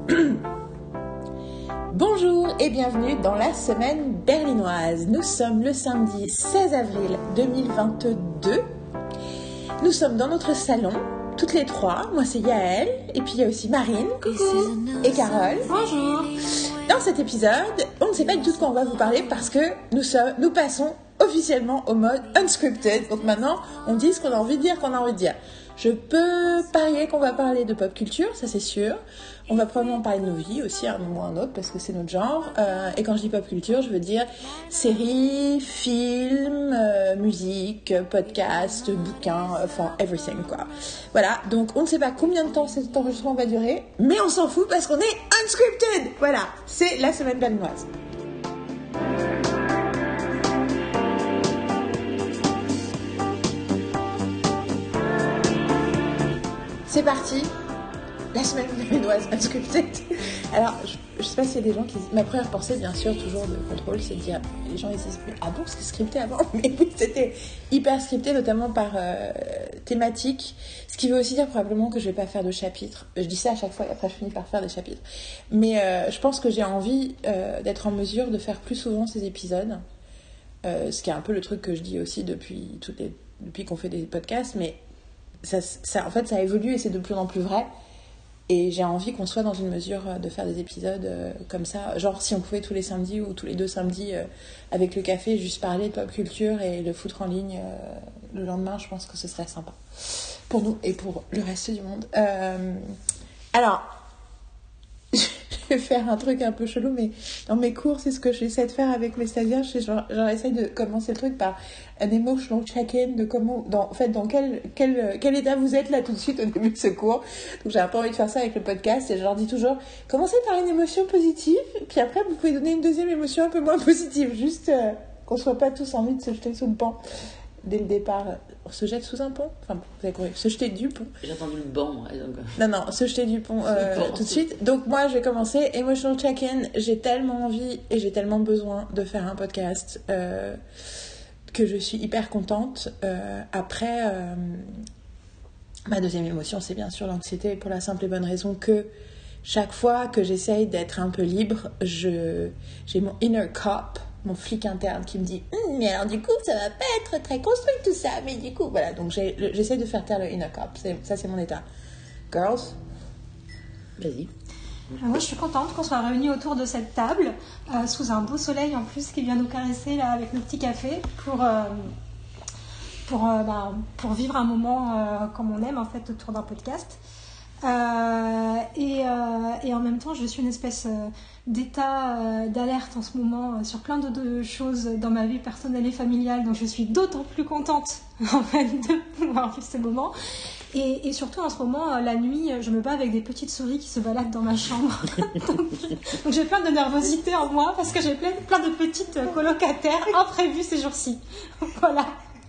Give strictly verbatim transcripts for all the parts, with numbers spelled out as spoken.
Bonjour et bienvenue dans la semaine berlinoise. Nous sommes le samedi seize avril deux mille vingt-deux. Nous sommes dans notre salon, toutes les trois. Moi c'est Yael, et puis il y a aussi Marine, coucou, et Carole. Bonjour. Dans cet épisode, on ne sait pas du tout de quoi on va vous parler parce que nous, sommes, nous passons officiellement au mode unscripted. Donc maintenant, on dit ce qu'on a envie de dire, qu'on a envie de dire. Je peux parier qu'on va parler de pop culture, ça c'est sûr. On va probablement parler de nos vies aussi, à un moment ou à un autre, parce que c'est notre genre. Euh, et quand je dis pop culture, je veux dire séries, films, euh, musique, podcast, bouquins, enfin everything quoi. Voilà, donc on ne sait pas combien de temps cet enregistrement va durer, mais on s'en fout parce qu'on est unscripted. Voilà, c'est la semaine berlinoise. C'est parti, la semaine berlinoise unscripted. Alors, je, je sais pas s'il y a des gens qui... Ma première pensée, bien sûr, toujours de contrôle, c'est de dire... Les gens, ils disent, ah bon, c'était scripté avant? Mais oui, c'était hyper scripté, notamment par euh, thématique. Ce qui veut aussi dire probablement que je vais pas faire de chapitres. Je dis ça à chaque fois et après je finis par faire des chapitres. Mais euh, je pense que j'ai envie euh, d'être en mesure de faire plus souvent ces épisodes. Euh, ce qui est un peu le truc que je dis aussi depuis, toutes les... depuis qu'on fait des podcasts, mais... Ça, ça, en fait, ça évolue et c'est de plus en plus vrai. Et j'ai envie qu'on soit dans une mesure de faire des épisodes euh, comme ça. Genre, si on pouvait tous les samedis ou tous les deux samedis, euh, avec le café, juste parler de pop culture et le foutre en ligne euh, le lendemain, je pense que ce serait sympa. Pour nous et pour le reste du monde. Euh, alors, je vais faire un truc un peu chelou, mais dans mes cours, c'est ce que j'essaie de faire avec mes stagiaires. Je, genre, genre, j'essaie de commencer le truc par un emotional check-in de comment, dans, en fait, dans quel, quel, quel état vous êtes là tout de suite au début de ce cours. Donc, j'avais pas envie de faire ça avec le podcast et je leur dis toujours, commencez par une émotion positive, puis après, vous pouvez donner une deuxième émotion un peu moins positive, juste euh, qu'on soit pas tous envie de se jeter sous le banc. Dès le départ, on se jette sous un pont. Enfin, vous avez compris, se jeter du pont. J'ai entendu le banc, moi. Donc... Non, non, se jeter du pont euh, bon, tout de suite. Donc moi, je vais commencer. Emotional check-in. J'ai tellement envie et j'ai tellement besoin de faire un podcast euh, que je suis hyper contente. Euh, après, euh, ma deuxième émotion, c'est bien sûr l'anxiété pour la simple et bonne raison que chaque fois que j'essaye d'être un peu libre, je, j'ai mon inner cop, mon flic interne qui me dit hm, mais alors du coup ça va pas être très construit tout ça, mais du coup voilà, donc j'ai, j'essaie de faire taire le inner cop, c'est, ça c'est mon état. Girls, vas-y. Moi je suis contente qu'on soit réunis autour de cette table euh, sous un beau soleil en plus qui vient nous caresser là avec le petit café pour, euh, pour, euh, bah, pour vivre un moment euh, comme on aime en fait autour d'un podcast. Euh, et, euh, et en même temps je suis une espèce euh, d'état euh, d'alerte en ce moment euh, sur plein de, de choses dans ma vie personnelle et familiale, donc je suis d'autant plus contente en fait de pouvoir vivre ce moment et, et surtout en ce moment euh, la nuit je me bats avec des petites souris qui se baladent dans ma chambre. donc, donc j'ai plein de nervosité en moi parce que j'ai plein, plein de petites euh, colocataires imprévues ces jours-ci. Voilà,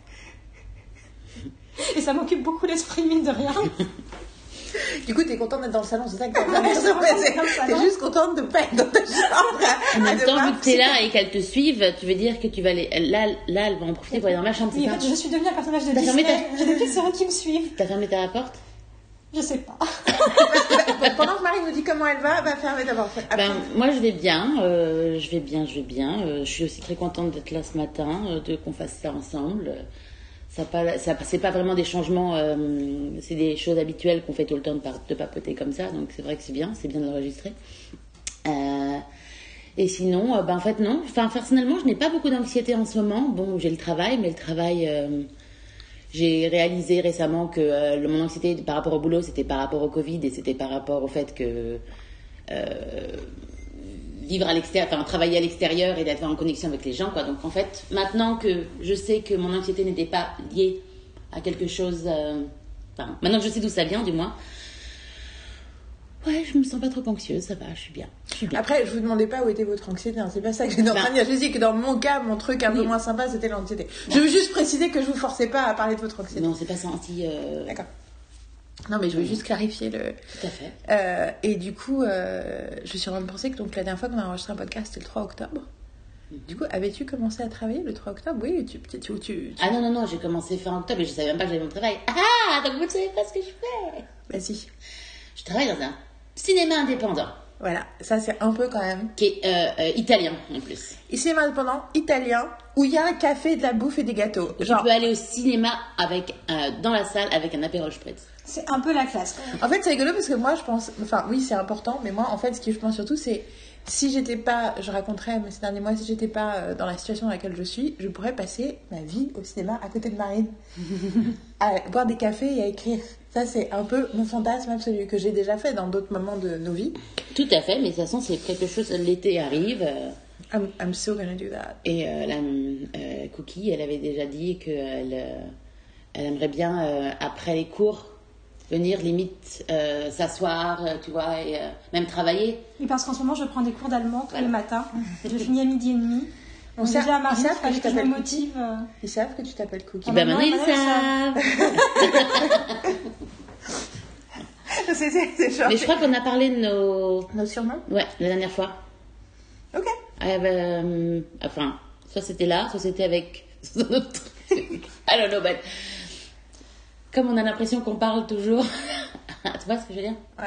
et ça m'occupe beaucoup l'esprit mine de rien. Du coup, t'es contente d'être dans le salon, c'est ça que t'es en train de dire. T'es juste contente de pas être dans ta chambre. En même temps, vu que t'es là et qu'elles te suivent, tu veux dire que tu vas aller. Là, là elle va en profiter pour aller dans ma chambre, c'est oui, ça? en fait, je suis devenue un personnage de Disney. Ta... J'ai des petites souris qui me suivent. T'as fermé ta porte? Je sais pas. Pendant que Marie nous dit comment elle va, va fermer ta porte. Ben, moi, je vais bien. Euh, je vais bien, je vais bien. Euh, je suis aussi très contente d'être là ce matin, euh, de qu'on fasse ça ensemble. Ça pas, ça, c'est pas vraiment des changements, euh, c'est des choses habituelles qu'on fait tout le temps de, par, de papoter comme ça, donc c'est vrai que c'est bien, c'est bien de l'enregistrer. Euh, et sinon, euh, ben en fait non, enfin personnellement je n'ai pas beaucoup d'anxiété en ce moment. Bon, j'ai le travail, mais le travail, euh, j'ai réalisé récemment que euh, mon anxiété par rapport au boulot, c'était par rapport au Covid et c'était par rapport au fait que euh, vivre à l'extérieur, enfin travailler à l'extérieur et d'être en connexion avec les gens, quoi. Donc en fait, maintenant que je sais que mon anxiété n'était pas liée à quelque chose, euh, enfin maintenant que je sais d'où ça vient, du moins, ouais, je me sens pas trop anxieuse, ça va, je suis bien. Je suis bien. Après, je vous demandais pas où était votre anxiété, hein, c'est pas ça que j'étais en train de dire. Je dis que dans mon cas, mon truc un oui. peu moins sympa, c'était l'anxiété. Non. Je veux juste préciser que je vous forçais pas à parler de votre anxiété. Non, c'est pas senti. Euh... D'accord. Non, mais je veux juste clarifier le. Tout à fait. Euh, et du coup, euh, je suis en train de penser que donc, la dernière fois qu'on a enregistré un podcast, c'était le trois octobre. Mm-hmm. Du coup, avais-tu commencé à travailler le trois octobre? Oui, tu, tu, tu, tu... Ah non, non, non, j'ai commencé fin octobre et je savais même pas que j'avais mon travail. Ah, donc vous ne savez pas ce que je fais? Bah si. Je travaille dans un cinéma indépendant. Voilà, ça c'est un peu quand même. Qui est euh, euh, italien en plus. Et cinéma indépendant italien où il y a un café, de la bouffe et des gâteaux. Et Genre... tu peux aller au cinéma avec, euh, dans la salle avec un apéro spritz. C'est un peu la classe. En fait, c'est rigolo parce que moi, je pense... Enfin, oui, c'est important, mais moi, en fait, ce que je pense surtout, c'est... Si j'étais pas... Je raconterais ces derniers mois, si j'étais pas euh, dans la situation dans laquelle je suis, je pourrais passer ma vie au cinéma à côté de Marine. À boire des cafés et à écrire. Ça, c'est un peu mon fantasme absolu que j'ai déjà fait dans d'autres moments de nos vies. Tout à fait, mais de toute façon, c'est quelque chose... L'été arrive... Euh... I'm, I'm so gonna do that. Et euh, la, euh, Cookie, elle avait déjà dit qu'elle euh, elle aimerait bien, euh, après les cours, venir limite euh, s'asseoir, euh, tu vois, et euh, même travailler. Oui, parce qu'en ce moment, je prends des cours d'allemand tous Voilà. les matins. Je finis à midi et demi. On Donc sait- déjà, à ils Marine, savent il fallait que que je je me t'appelle motive. euh. Ils savent que tu t'appelles Cookie. Ah, Ben maintenant, maintenant, ils maintenant, savent. c'est, c'est, c'est genre... Mais je crois qu'on a parlé de nos... Nos surnoms. Ouais, la dernière fois. Ok. Ah, ben, enfin, soit c'était là, soit c'était avec d'autres trucs. I don't know, but... Comme on a l'impression qu'on parle toujours... tu vois ce que je veux dire? Ouais.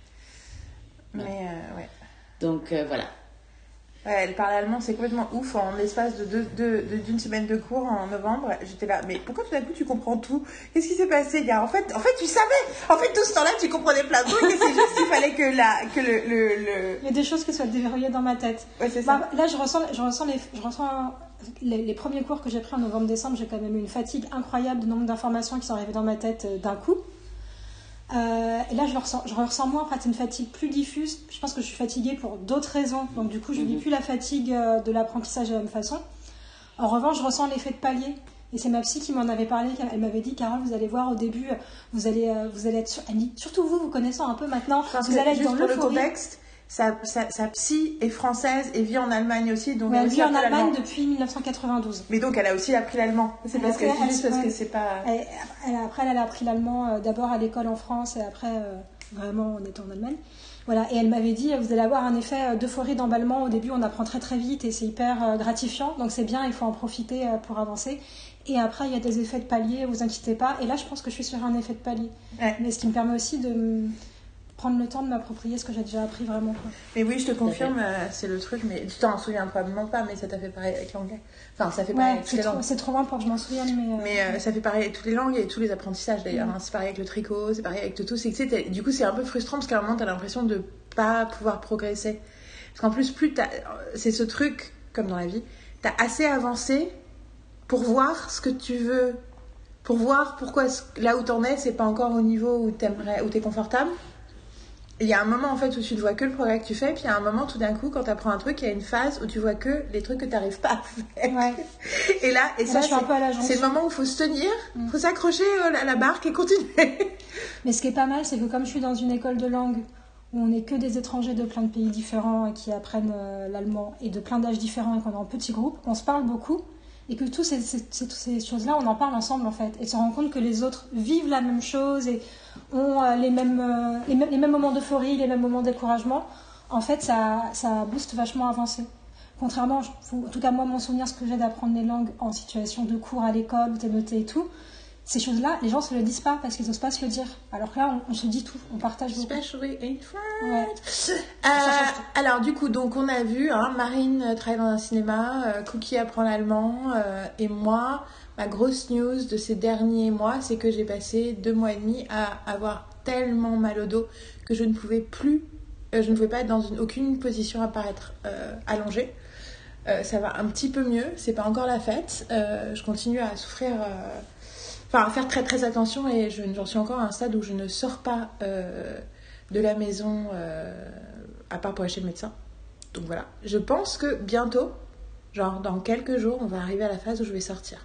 Mais euh, ouais. Donc, euh, voilà. Ouais, elle parle allemand, c'est complètement ouf. En l'espace de deux, deux, de- d'une semaine de cours en novembre, j'étais là. Mais pourquoi tout d'un coup tu comprends tout? Qu'est-ce qui s'est passé, gars? En fait, en fait, tu savais. En fait, tout ce temps-là, tu comprenais plein de trucs. Et c'est juste qu'il fallait que la, que le, le, le... Il y a des choses qui soient déverrouillées dans ma tête. Ouais, c'est ça. Bah, là, je ressens, je ressens, les, je ressens les, les premiers cours que j'ai pris en novembre-décembre. J'ai quand même eu une fatigue incroyable du nombre d'informations qui sont arrivées dans ma tête euh, d'un coup. Euh, et là, je le ressens, je le ressens moins. En fait, c'est une fatigue plus diffuse. Je pense que je suis fatiguée pour d'autres raisons. Donc, du coup, je ne vis plus la fatigue euh, de l'apprentissage de la même façon. En revanche, je ressens l'effet de palier. Et c'est ma psy qui m'en avait parlé. Elle m'avait dit, Carole, vous allez voir au début, vous allez, euh, vous allez être sur... Elle me dit, surtout vous, vous connaissant un peu maintenant, Parce vous que, allez être juste dans pour le l'euphorie. contexte, sa, sa, sa psy est française et vit en Allemagne aussi. Donc Ouais, elle elle aussi vit en apprend Allemagne l'allemand. depuis mille neuf cent quatre-vingt-douze. Mais donc elle a aussi appris l'allemand. C'est Elle parce a que, fait- c'est juste elle- parce ouais. que c'est pas... Elle- elle- après, elle a appris l'allemand euh, d'abord à l'école en France et après, euh, vraiment, en étant en Allemagne. Voilà. Et elle m'avait dit, vous allez avoir un effet euh, d'euphorie, d'emballement. Au début, on apprend très très vite et c'est hyper euh, gratifiant. Donc c'est bien, il faut en profiter euh, pour avancer. Et après, il y a des effets de palier, vous inquiétez pas. Et là, je pense que je suis sur un effet de palier. Ouais. Mais ce qui me permet aussi de me prendre le temps de m'approprier ce que j'ai déjà appris vraiment, quoi. Mais oui, je te confirme, euh, c'est le truc. Mais tu t'en souviens probablement pas, mais ça t'a fait pareil avec l'anglais. Enfin, ça fait pareil Ouais, avec toutes c'est les trop, langues. c'est trop loin pour que je m'en souvienne. Mais, euh, Mais euh, ça fait pareil avec toutes les langues et tous les apprentissages d'ailleurs. Mm. hein. C'est pareil avec le tricot, c'est pareil avec tout. C'est que tu sais, t'es- du coup, c'est un peu frustrant parce qu'à un moment, t'as l'impression de pas pouvoir progresser. Parce qu'en plus, plus t'as... c'est ce truc, comme dans la vie, t'as assez avancé pour voir ce que tu veux, pour voir pourquoi ce- là où t'en es, c'est pas encore au niveau où t'aimerais, où t'es confortable. Il y a un moment en fait où tu ne vois que le progrès que tu fais, puis il y a un moment tout d'un coup quand tu apprends un truc, il y a une phase où tu vois que les trucs que tu n'arrives pas à faire. Ouais. Et là, et Et ça, là, je suis un c'est, peu à la c'est le jonction. moment où il faut se tenir, il Mm. faut s'accrocher à la barque et continuer. Mais ce qui est pas mal, c'est que comme je suis dans une école de langue où on n'est que des étrangers de plein de pays différents et qui apprennent euh, l'allemand et de plein d'âges différents et qu'on est en petits groupes, on se parle beaucoup et que toutes ces, ces, ces, ces choses-là, on en parle ensemble en fait. Et se rend compte que les autres vivent la même chose et ont euh, les, mêmes, euh, les, mêmes, les mêmes moments d'euphorie, les mêmes moments de découragement. En fait, ça, ça booste vachement à avancer. Contrairement, je- faut- en tout cas moi, mon souvenir, ce que j'ai d'apprendre les langues en situation de cours à l'école, où t'es noté et tout, ces choses-là, les gens se le disent pas parce qu'ils n'osent pas se le dire. Alors que là, on, on se dit tout, on partage beaucoup. Especially in France. Ouais. Euh, alors du coup, donc on a vu, hein, Marine euh, travaille dans un cinéma, euh, Cookie apprend l'allemand, euh, et moi, ma grosse news de ces derniers mois, c'est que j'ai passé deux mois et demi à avoir tellement mal au dos que je ne pouvais plus, euh, je ne pouvais pas être dans une, aucune position à paraître euh, allongée. Euh, ça va un petit peu mieux, c'est pas encore la fête. Euh, je continue à souffrir, euh, enfin à faire très très attention et je, j'en suis encore à un stade où je ne sors pas euh, de la maison euh, à part pour aller chez le médecin. Donc voilà, je pense que bientôt, genre dans quelques jours, on va arriver à la phase où je vais sortir.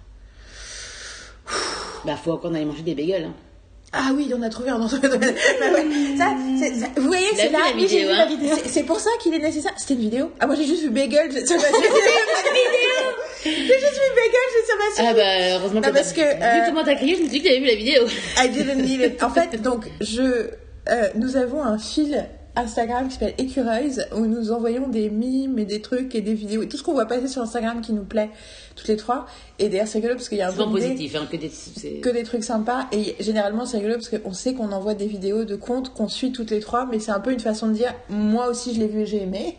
Bah, faut qu'on aille manger des bagels. Hein. Ah oui, on a trouvé un endroit. Bah ouais. ça, c'est, ça, vous voyez, Il a c'est vu là. la Oui, j'ai vidéo, vu hein. la vidéo. C'est, c'est pour ça qu'il est nécessaire. C'était une vidéo. Ah moi j'ai juste vu bagel. J'ai, j'ai, j'ai, j'ai juste vu bagel. J'ai sur ma Ah suite. bah, heureusement que Non, t'as parce que, vu euh, comment t'as crié, je me suis dit que t'avais vu la vidéo. I didn't need it. En fait, donc je, euh, nous avons un fil Instagram qui s'appelle Écureuils, où nous envoyons des mimes et des trucs et des vidéos et tout ce qu'on voit passer sur Instagram qui nous plaît toutes les trois. Et d'ailleurs c'est rigolo parce qu'il y a un souvent peu positif, hein, que des c'est... que des trucs sympas. Et généralement c'est rigolo parce qu'on sait qu'on envoie des vidéos de comptes qu'on suit toutes les trois, mais c'est un peu une façon de dire moi aussi je l'ai vu et j'ai aimé.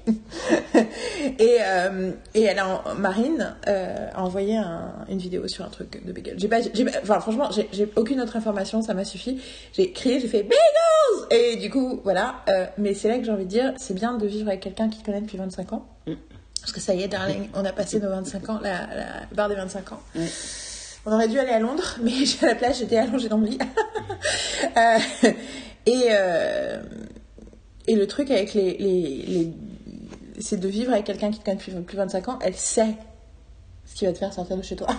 et euh, et elle a Marine euh, a envoyé un, une vidéo sur un truc de bagel. J'ai pas, j'ai, enfin franchement j'ai, j'ai aucune autre information, ça m'a suffi. J'ai crié, j'ai fait bagels et du coup voilà. Euh, mais c'est là que j'ai envie de dire c'est bien de vivre avec quelqu'un qui te connaît depuis vingt-cinq ans. Mm. Parce que ça y est, darling, on a passé nos vingt-cinq ans, la, la barre des vingt-cinq ans. Mm. On aurait dû aller à Londres, mais à la place, j'étais allongée dans le lit. euh, et, euh, et le truc avec les, les, les... c'est de vivre avec quelqu'un qui te connaît depuis plus de vingt-cinq ans, elle sait ce qui va te faire sortir de chez toi.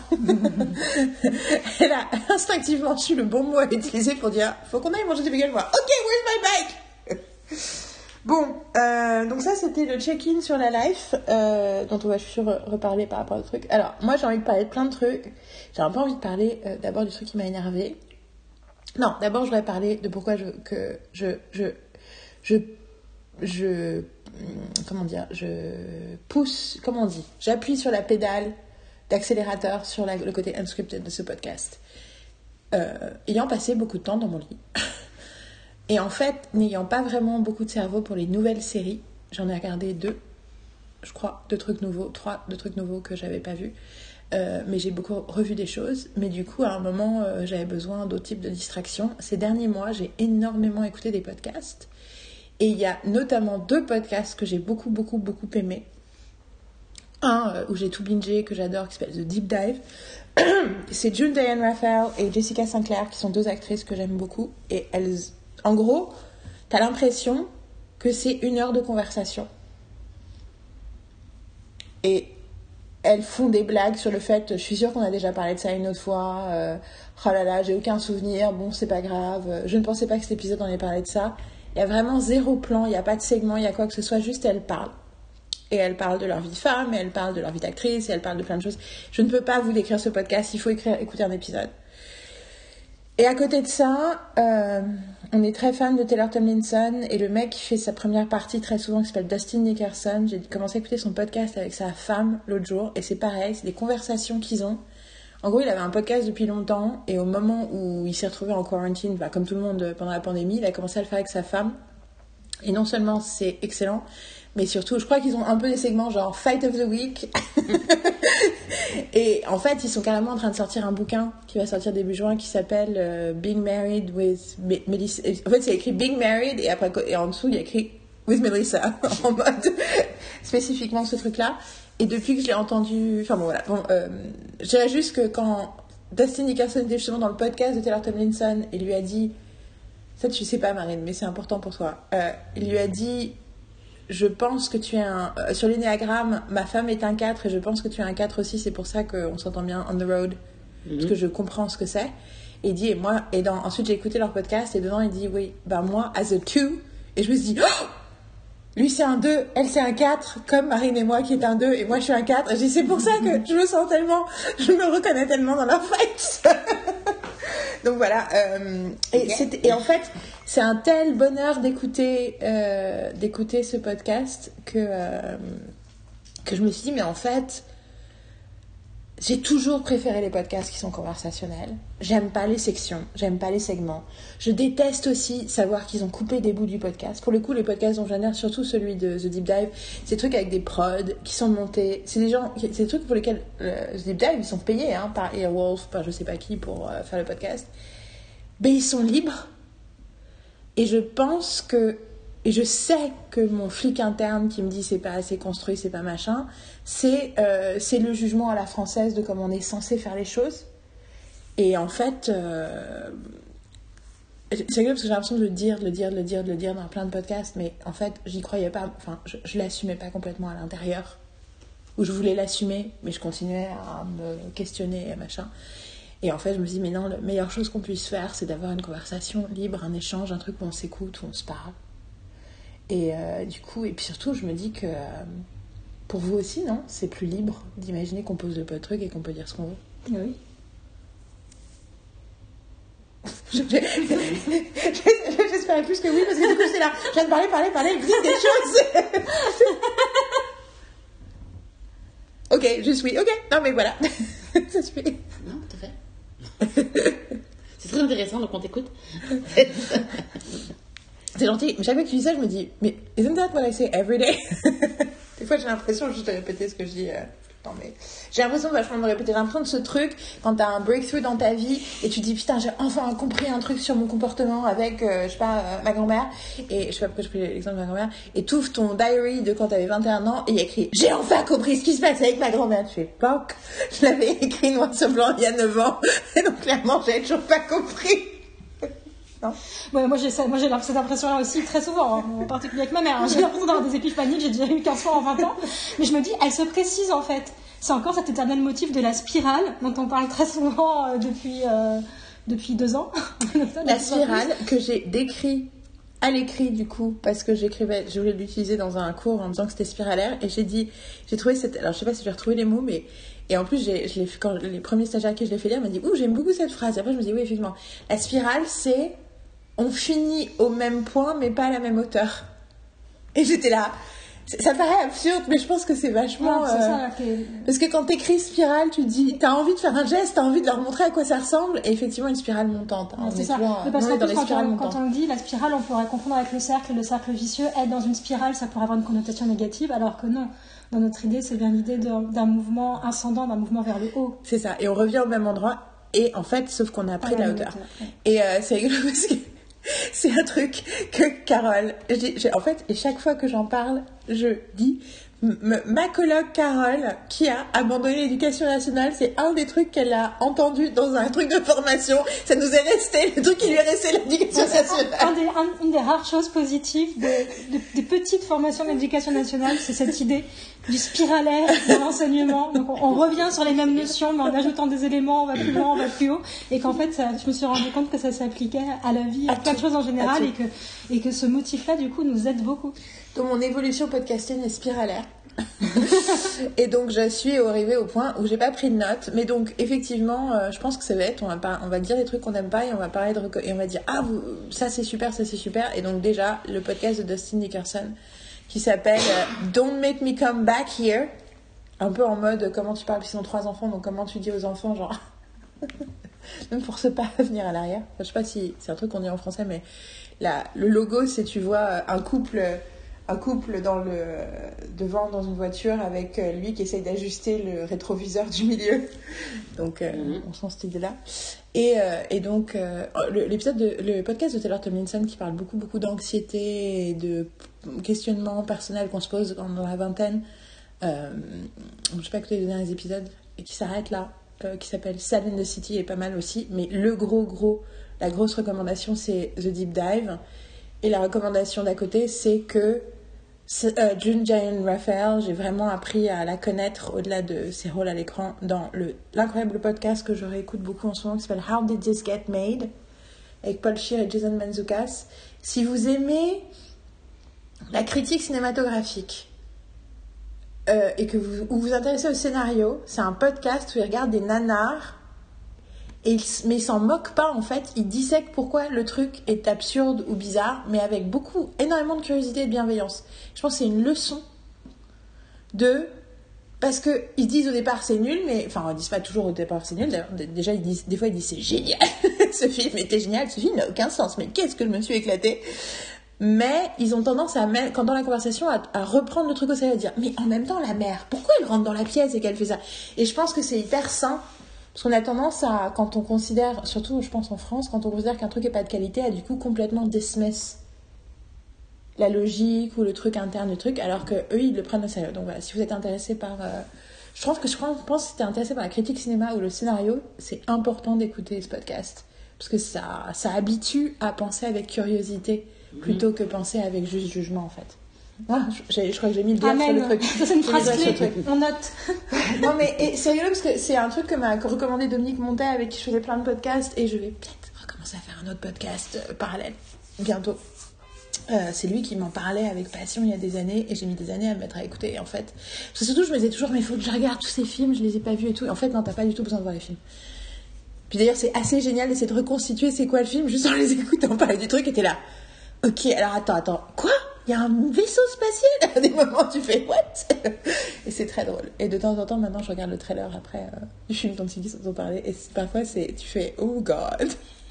Elle a instinctivement su le bon mot à utiliser pour dire « Faut qu'on aille manger des bagels, moi. Ok, where's my bike ?» Bon, euh, donc ça c'était le check-in sur la life, euh, dont on va je suis sûre reparler par rapport au truc. Alors, moi j'ai envie de parler de plein de trucs. J'ai un peu envie de parler euh, d'abord du truc qui m'a énervée. Non, d'abord je voudrais parler de pourquoi je, que je, je, je, je, comment dire, je pousse, comment on dit, j'appuie sur la pédale d'accélérateur sur la, le côté unscripted de ce podcast. Euh, ayant passé beaucoup de temps dans mon lit. Et en fait, n'ayant pas vraiment beaucoup de cerveau pour les nouvelles séries, j'en ai regardé deux, je crois, deux trucs nouveaux, trois, deux trucs nouveaux que j'avais pas vus. Euh, mais j'ai beaucoup revu des choses. Mais du coup, à un moment, euh, j'avais besoin d'autres types de distractions. Ces derniers mois, j'ai énormément écouté des podcasts. Et il y a notamment deux podcasts que j'ai beaucoup, beaucoup, beaucoup aimés. Un euh, où j'ai tout bingé, que j'adore, qui s'appelle The Deep Dive. C'est June Diane Raphael et Jessica Sinclair, qui sont deux actrices que j'aime beaucoup. Et elles... En gros, t'as l'impression que c'est une heure de conversation. Et elles font des blagues sur le fait, je suis sûre qu'on a déjà parlé de ça une autre fois, euh, oh là là, j'ai aucun souvenir, bon, c'est pas grave, je ne pensais pas que cet épisode on allait parler de ça. Il y a vraiment zéro plan, il n'y a pas de segment, il y a quoi que ce soit, juste elles parlent. Et elles parlent de leur vie de femme, et elles parlent de leur vie d'actrice, et elles parlent de plein de choses. Je ne peux pas vous décrire ce podcast, il faut écrire, écouter un épisode. Et à côté de ça, euh, on est très fan de Taylor Tomlinson et le mec qui fait sa première partie très souvent qui s'appelle Dustin Nickerson. J'ai commencé à écouter son podcast avec sa femme l'autre jour et c'est pareil, c'est des conversations qu'ils ont. En gros, il avait un podcast depuis longtemps et au moment où il s'est retrouvé en quarantine, bah, comme tout le monde pendant la pandémie, il a commencé à le faire avec sa femme. Et non seulement c'est excellent, mais surtout, je crois qu'ils ont un peu des segments genre Fight of the Week. Et en fait, ils sont carrément en train de sortir un bouquin qui va sortir début juin qui s'appelle euh, Being Married with Me- Melissa. En fait, c'est écrit Being Married et, après, et en dessous, il y a écrit With Melissa en mode spécifiquement ce truc-là. Et depuis que je l'ai entendu... Enfin bon, voilà. Bon, euh, je dirais juste que quand Dustin Nickerson était justement dans le podcast de Taylor Tomlinson, il lui a dit... Ça, tu sais pas, Marine, mais c'est important pour toi. Euh, il lui a dit... Je pense que tu es un... Euh, sur l'énéagramme, ma femme est un quatre et je pense que tu es un quatre aussi. C'est pour ça qu'on s'entend bien on the road. Mm-hmm. Parce que je comprends ce que c'est. Et il dit, et moi... Et dans, ensuite, j'ai écouté leur podcast et dedans, il dit, oui, ben moi, as a two. Et je me suis dit, oh, lui, c'est un deux, elle, c'est un quatre. Comme Marine et moi qui est un deux et moi, je suis un quatre. Et je dis, c'est pour ça que je me sens tellement... Je me reconnais tellement dans leur fight. Donc voilà, euh, et, c'est, et en fait, c'est un tel bonheur d'écouter, euh, d'écouter ce podcast que, euh, que je me suis dit, mais en fait, j'ai toujours préféré les podcasts qui sont conversationnels. J'aime pas les sections, j'aime pas les segments. Je déteste aussi savoir qu'ils ont coupé des bouts du podcast. Pour le coup, les podcasts dont j'adore, surtout celui de The Deep Dive, c'est des trucs avec des prods qui sont montés. C'est des gens, c'est des trucs pour lesquels euh, The Deep Dive, ils sont payés hein, par Earwolf, par je sais pas qui, pour euh, faire le podcast. Mais ils sont libres. Et je pense que... Et je sais que mon flic interne qui me dit c'est pas assez construit, c'est pas machin, c'est, euh, c'est le jugement à la française de comment on est censé faire les choses. Et en fait, euh, c'est rigolo parce que j'ai l'impression de le dire, de le dire, de le dire, de le dire dans plein de podcasts, mais en fait, j'y croyais pas, enfin, je, je l'assumais pas complètement à l'intérieur, où je voulais l'assumer, mais je continuais à me questionner et machin. Et en fait, je me dis, mais non, la meilleure chose qu'on puisse faire, c'est d'avoir une conversation libre, un échange, un truc où on s'écoute, où on se parle. Et euh, du coup, et puis surtout, je me dis que euh, pour vous aussi, non ? C'est plus libre d'imaginer qu'on pose le peu de trucs et qu'on peut dire ce qu'on veut. Oui. J'espère j'espérais plus que oui, parce que du coup, j'étais là. Je viens de parler, parler, parler, vous dites des choses. Ok, juste oui, ok. Non, mais voilà. Ça se fait. Non, tout à fait. C'est très intéressant, donc on t'écoute. C'est gentil, mais chaque fois que tu dis ça, je me dis, mais isn't that what I say every day? Des fois, j'ai l'impression juste de répéter ce que je dis euh, tout le temps, mais j'ai l'impression de vachement de répéter. J'ai l'impression de ce truc, quand t'as un breakthrough dans ta vie, et tu dis, putain, j'ai enfin compris un truc sur mon comportement avec, euh, je sais pas, euh, ma grand-mère, et je sais pas pourquoi je pris l'exemple de ma grand-mère, et t'ouvres ton diary de quand t'avais vingt et un ans, et il y a écrit, j'ai enfin compris ce qui se passe avec ma grand-mère. Tu fais, poc, je l'avais écrit noir sur blanc il y a neuf ans, et donc clairement, j'avais toujours pas compris. Non. Ouais, moi j'ai ça, moi j'ai cette impression-là aussi très souvent, hein, en particulier avec ma mère. Hein. J'ai l'impression d'avoir des épiphanies que j'ai déjà eu quinze fois en vingt ans. Mais je me dis, elle se précise en fait. C'est encore cet éternel motif de la spirale dont on parle très souvent euh, depuis, euh, depuis deux ans. La spirale que j'ai décrit à l'écrit du coup, parce que j'écrivais, je voulais l'utiliser dans un cours en disant que c'était spiralaire, et j'ai dit, j'ai trouvé cette, alors je sais pas si j'ai retrouvé les mots, mais et en plus j'ai, je l'ai fait, quand les premiers stagiaires qui je l'ai fait lire m'ont dit, ouh, j'aime beaucoup cette phrase. Et après je me dis, oui, effectivement, la spirale c'est on finit au même point mais pas à la même hauteur. Et j'étais là, ça paraît absurde, mais je pense que c'est vachement ouais, c'est euh... ça, là, parce que quand t'écris spirale, tu te dis, t'as envie de faire un geste, t'as envie de leur montrer à quoi ça ressemble, et effectivement une spirale montante, hein. Ouais, On c'est est ça. toujours Mais parce on qu'en est dans plus, les quand spirales on, montantes. quand on le dit, la spirale, on pourrait confondre avec le cercle, le cercle vicieux. Être dans une spirale, ça pourrait avoir une connotation négative, alors que non. Dans notre idée, c'est bien l'idée de, d'un mouvement ascendant, d'un mouvement vers le haut. C'est ça, et on revient au même endroit, et en fait, sauf qu'on a pris de la hauteur. hauteur ouais. Et euh, c'est rigolo parce que c'est un truc que Carole, j'ai, j'ai, en fait, et chaque fois que j'en parle, je dis, m- ma coloc Carole, qui a abandonné l'éducation nationale, c'est un des trucs qu'elle a entendu dans un truc de formation. Ça nous est resté, le truc qui lui est resté, l'éducation nationale. Un, un des, un, une des rares choses positives de, de, des petites formations d'éducation nationale, c'est cette idée du spiralaire dans l'enseignement. Donc on, on revient sur les mêmes notions, mais en ajoutant des éléments, on va plus loin, on va plus haut. Et qu'en fait, ça, je me suis rendu compte que ça s'appliquait à la vie, à, à plein de choses en général, et que, et que ce motif-là, du coup, nous aide beaucoup. Donc mon évolution podcasting est spiralaire. Et donc je suis arrivée au point où j'ai pas pris de notes, mais donc effectivement euh, je pense que ça va être, on va, pas, on va dire des trucs qu'on n'aime pas et on va parler de et on va dire ah vous, ça c'est super, ça c'est super. Et donc déjà le podcast de Dustin Dickerson qui s'appelle euh, Don't Make Me Come Back Here, un peu en mode comment tu parles, puis ils ont trois enfants, donc comment tu dis aux enfants genre même pour se pas venir à l'arrière. Enfin, je sais pas si c'est un truc qu'on dit en français, mais la, le logo c'est tu vois un couple un couple dans le, devant dans une voiture avec lui qui essaye d'ajuster le rétroviseur du milieu. Donc, euh, mm-hmm. on sent cette idée-là. Et, euh, et donc, euh, le, l'épisode de, le podcast de Taylor Tomlinson qui parle beaucoup, beaucoup d'anxiété et de questionnements personnels qu'on se pose dans la vingtaine. Euh, je ne sais pas écouter les derniers épisodes et qui s'arrête là, euh, qui s'appelle Sad in the City, est pas mal aussi. Mais le gros, gros, la grosse recommandation, c'est The Deep Dive. Et la recommandation d'à côté, c'est que Euh, June Diane Raphael, j'ai vraiment appris à la connaître au-delà de ses rôles à l'écran dans le, l'incroyable podcast que je réécoute beaucoup en ce moment qui s'appelle How Did This Get Made avec Paul Scheer et Jason Mantzoukas. Si vous aimez la critique cinématographique euh, et que vous ou vous intéressez au scénario, c'est un podcast où ils regardent des nanars. Et il, mais il s'en moque pas en fait, il dissèque pourquoi le truc est absurde ou bizarre, mais avec beaucoup, énormément de curiosité et de bienveillance. Je pense que c'est une leçon de... Parce qu'ils disent au départ c'est nul, mais... Enfin, ils disent pas toujours au départ c'est nul, d'ailleurs, déjà ils disent, des fois ils disent c'est génial, ce film était génial, ce film n'a aucun sens, mais qu'est-ce que je me suis éclatée. Mais ils ont tendance à, même, quand dans la conversation, à, à reprendre le truc au sérieux, à dire mais en même temps la mère, pourquoi elle rentre dans la pièce et qu'elle fait ça? Et je pense que c'est hyper sain. Parce qu'on a tendance à, quand on considère, surtout je pense en France, quand on considère qu'un truc n'est pas de qualité, à du coup complètement dismiss la logique ou le truc interne du truc, alors qu'eux ils le prennent au sérieux. Donc voilà, si vous êtes intéressé par... Euh, je pense que je pense que si tu es intéressé par la critique cinéma ou le scénario, c'est important d'écouter ce podcast. Parce que ça, ça habitue à penser avec curiosité plutôt que penser avec juste jugement en fait. Ah, je, je crois que j'ai mis le doigt sur le truc. Ça, c'est une phrase clé. On note. Non, mais et c'est rigolo parce que c'est un truc que m'a recommandé Dominique Montet avec qui je faisais plein de podcasts et je vais peut-être recommencer à faire un autre podcast euh, parallèle bientôt. Euh, c'est lui qui m'en parlait avec passion il y a des années et j'ai mis des années à me mettre à écouter. Et en fait, parce que surtout, je me disais toujours, mais il faut que je regarde tous ces films, je les ai pas vus et tout. Et en fait, non, t'as pas du tout besoin de voir les films. Puis d'ailleurs, c'est assez génial d'essayer de reconstituer c'est quoi le film juste en les écoutant parler du truc et t'es là. Ok, alors attends, attends, quoi? Il y a un vaisseau spatial? À des moments, tu fais what? Et c'est très drôle. Et de temps en temps, maintenant, je regarde le trailer après euh, du film dont ils ont parlé. Et parfois, c'est, tu fais oh god.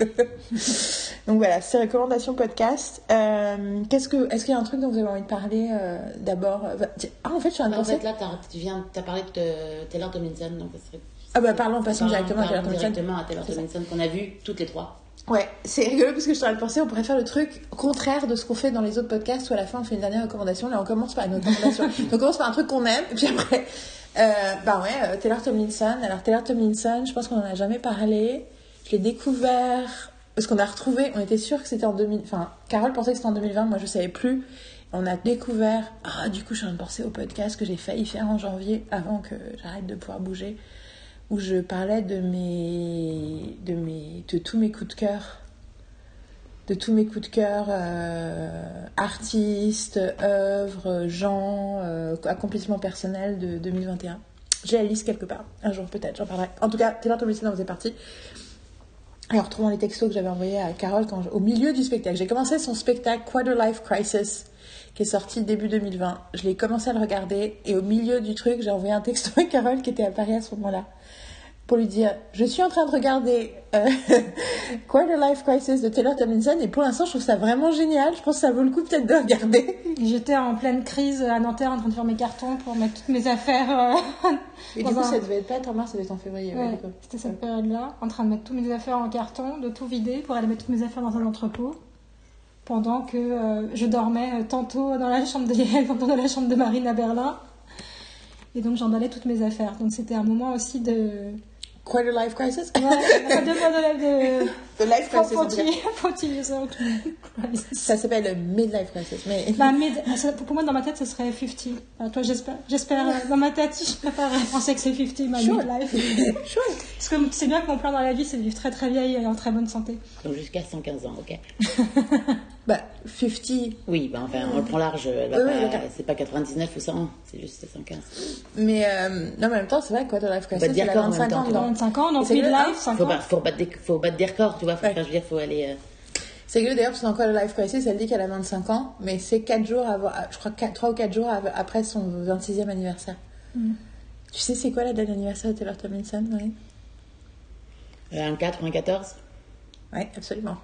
Donc voilà, c'est recommandations podcast. Euh, qu'est-ce que, est-ce qu'il y a un truc dont vous avez envie de parler euh, d'abord? Ah, en fait, je suis en train de penser. En fait, là, t'as, tu viens, t'as parlé de Taylor Tomlinson, donc ça serait. Ah bah parlons, passons directement à Taylor Tomlinson. Directement à Taylor Tomlinson qu'on a vu toutes les trois. Ouais, c'est rigolo parce que je suis en train de penser, on pourrait faire le truc contraire de ce qu'on fait dans les autres podcasts où à la fin on fait une dernière recommandation. Là, on commence par une recommandation. Donc, on commence par un truc qu'on aime, et puis après, euh, bah ouais, euh, Taylor Tomlinson. Alors, Taylor Tomlinson, je pense qu'on en a jamais parlé. Je l'ai découvert parce qu'on a retrouvé, on était sûr que c'était en deux mille. Enfin, Carole pensait que c'était en deux mille vingt, moi je savais plus. On a découvert. Ah, du coup, je suis en train de penser au podcast que j'ai failli faire en janvier avant que j'arrête de pouvoir bouger, où je parlais de mes, de mes, de tous mes coups de cœur, de tous mes coups de cœur, euh, artistes, œuvres, gens, euh, accomplissements personnels de deux mille vingt et un. J'ai la liste quelque part, un jour peut-être, j'en parlerai. En tout cas, Taylor Tomlinson en faisait partie. Et en retrouvant les textos que j'avais envoyés à Carole quand je, au milieu du spectacle, j'ai commencé son spectacle Quarter Life Crisis, qui est sorti début deux mille vingt. Je l'ai commencé à le regarder et au milieu du truc, j'ai envoyé un texto à Carole qui était à Paris à ce moment-là, pour lui dire je suis en train de regarder euh, Quarter Life Crisis de Taylor Tomlinson et pour l'instant je trouve ça vraiment génial, je pense que ça vaut le coup peut-être de regarder. J'étais en pleine crise à Nanterre en train de faire mes cartons pour mettre toutes mes affaires euh, et du coup un... ça devait être pas être en mars, ça devait être en février. Ouais, ouais, c'était cette période-là, en train de mettre toutes mes affaires en carton, de tout vider pour aller mettre toutes mes affaires dans un entrepôt pendant que euh, je dormais euh, tantôt dans la chambre de Yael, tantôt dans la chambre de Marine à Berlin, et donc j'emballais toutes mes affaires. Donc c'était un moment aussi de Quarter Life Crisis. Ouais, de de de The Life Crisis. forty years old crisis. Ça s'appelle le Midlife Crisis. Mais bah, mid, pour moi dans ma tête ce serait fifty. Alors, toi j'espère, j'espère dans ma tête je préfère penser que c'est fifty ma sure. midlife. Sure. Parce que c'est bien que mon plan dans la vie c'est de vivre très très vieille et en très bonne santé. Donc jusqu'à cent quinze ans, ok. Bah cinquante. Oui, bah enfin on le prend large. Elle va oui, pas, oui, c'est pas quatre-vingt-dix-neuf ou cent, c'est juste cent quinze. Mais euh, non, mais en même temps c'est vrai que Quarter Life Crisis c'est la vingt-cinq ans dedans. vingt-cinq ans donc midlife cinquante. Faut, faut, battre des, faut battre des records, tu vois. Faut, ouais. Enfin, je veux dire, faut aller. Euh... C'est que d'ailleurs, parce que dans Quarter Life Crisis, elle dit qu'elle a vingt-cinq ans, mais c'est quatre jours avant, je crois trois ou quatre jours après son vingt-sixième anniversaire. Mm. Tu sais, c'est quoi la date d'anniversaire de Taylor Tomlinson, Marie? euh, Un quatre ou un quatorze? Ouais, absolument.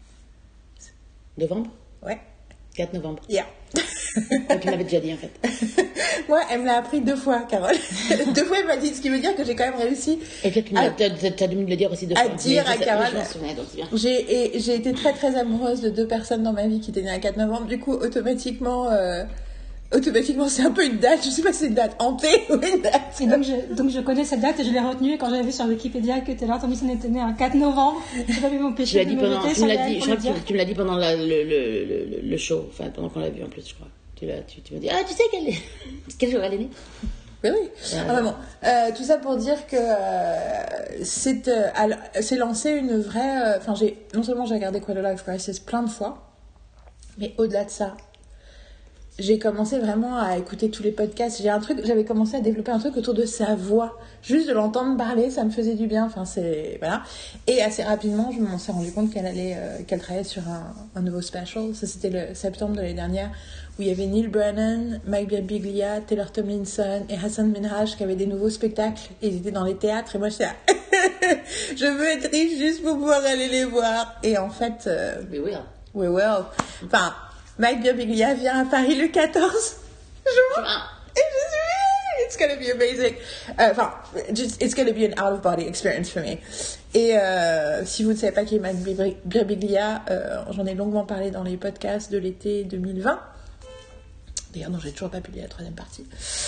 Novembre? Ouais. quatre novembre. Yeah. Donc, tu m'avais déjà dit en fait. Moi, elle me l'a appris deux fois, Carole. Deux fois, elle m'a dit, ce qui veut dire que j'ai quand même réussi. Et peut-être que tu as dû me le dire aussi deux fois. À dire à Carole. Je j'ai, et j'ai été très très amoureuse de deux personnes dans ma vie qui étaient nées à quatre novembre. Du coup, automatiquement, euh, automatiquement, c'est un peu une date. Je sais pas si c'est une date hantée ou une date. Et donc je, donc je connais cette date et je l'ai retenue quand j'avais vu sur Wikipédia que Taylor Tomlinson était née un quatre novembre. J'ai pas vu mon péché. Tu, pendant, tu, me l'as dit, je crois que tu, tu me l'as dit pendant la, le, le, le, le show, enfin pendant qu'on l'a vu en plus, je crois. Tu, l'as, tu, tu me dis, ah, tu sais quel, quel jour elle est née? Oui, oui. Euh, ah, bon. euh, tout ça pour dire que euh, c'est, euh, alors, c'est lancé une vraie. Enfin, euh, j'ai non seulement j'ai regardé Quarter Life Crisis plein de fois, mais au-delà de ça, j'ai commencé vraiment à écouter tous les podcasts. J'ai un truc, j'avais commencé à développer un truc autour de sa voix. Juste de l'entendre parler, ça me faisait du bien. Enfin, c'est voilà. Et assez rapidement, je m'en suis rendu compte qu'elle allait, euh, qu'elle travaillait sur un, un nouveau special. Ça, c'était le septembre de l'année dernière, où il y avait Neil Brennan, Mike Birbiglia, Taylor Tomlinson et Hassan Minhaj qui avaient des nouveaux spectacles. Et ils étaient dans les théâtres. Et moi, j'étais là, je veux être riche juste pour pouvoir aller les voir. Et en fait, euh, we will. We will. Enfin. Mike Birbiglia vient à Paris le quatorze. Je vois. Et je suis... It's gonna be amazing. Enfin, uh, it's gonna be an out-of-body experience for me. Et euh, si vous ne savez pas qui est Mike Birbiglia, euh, j'en ai longuement parlé dans les podcasts de l'été deux mille vingt. D'ailleurs, non, j'ai toujours pas publié la troisième partie.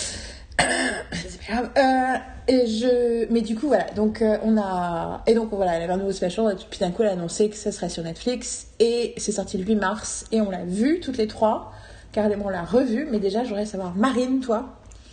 C'est pas grave. Euh, et je... Mais du coup, voilà. Donc, euh, on a... Et donc, voilà, elle avait un nouveau special. Et puis d'un coup, elle a annoncé que ça serait sur Netflix. Et c'est sorti le huit mars. Et on l'a vu toutes les trois. Carrément, on l'a revu. Mais déjà, j'aurais savoir. Marine, toi?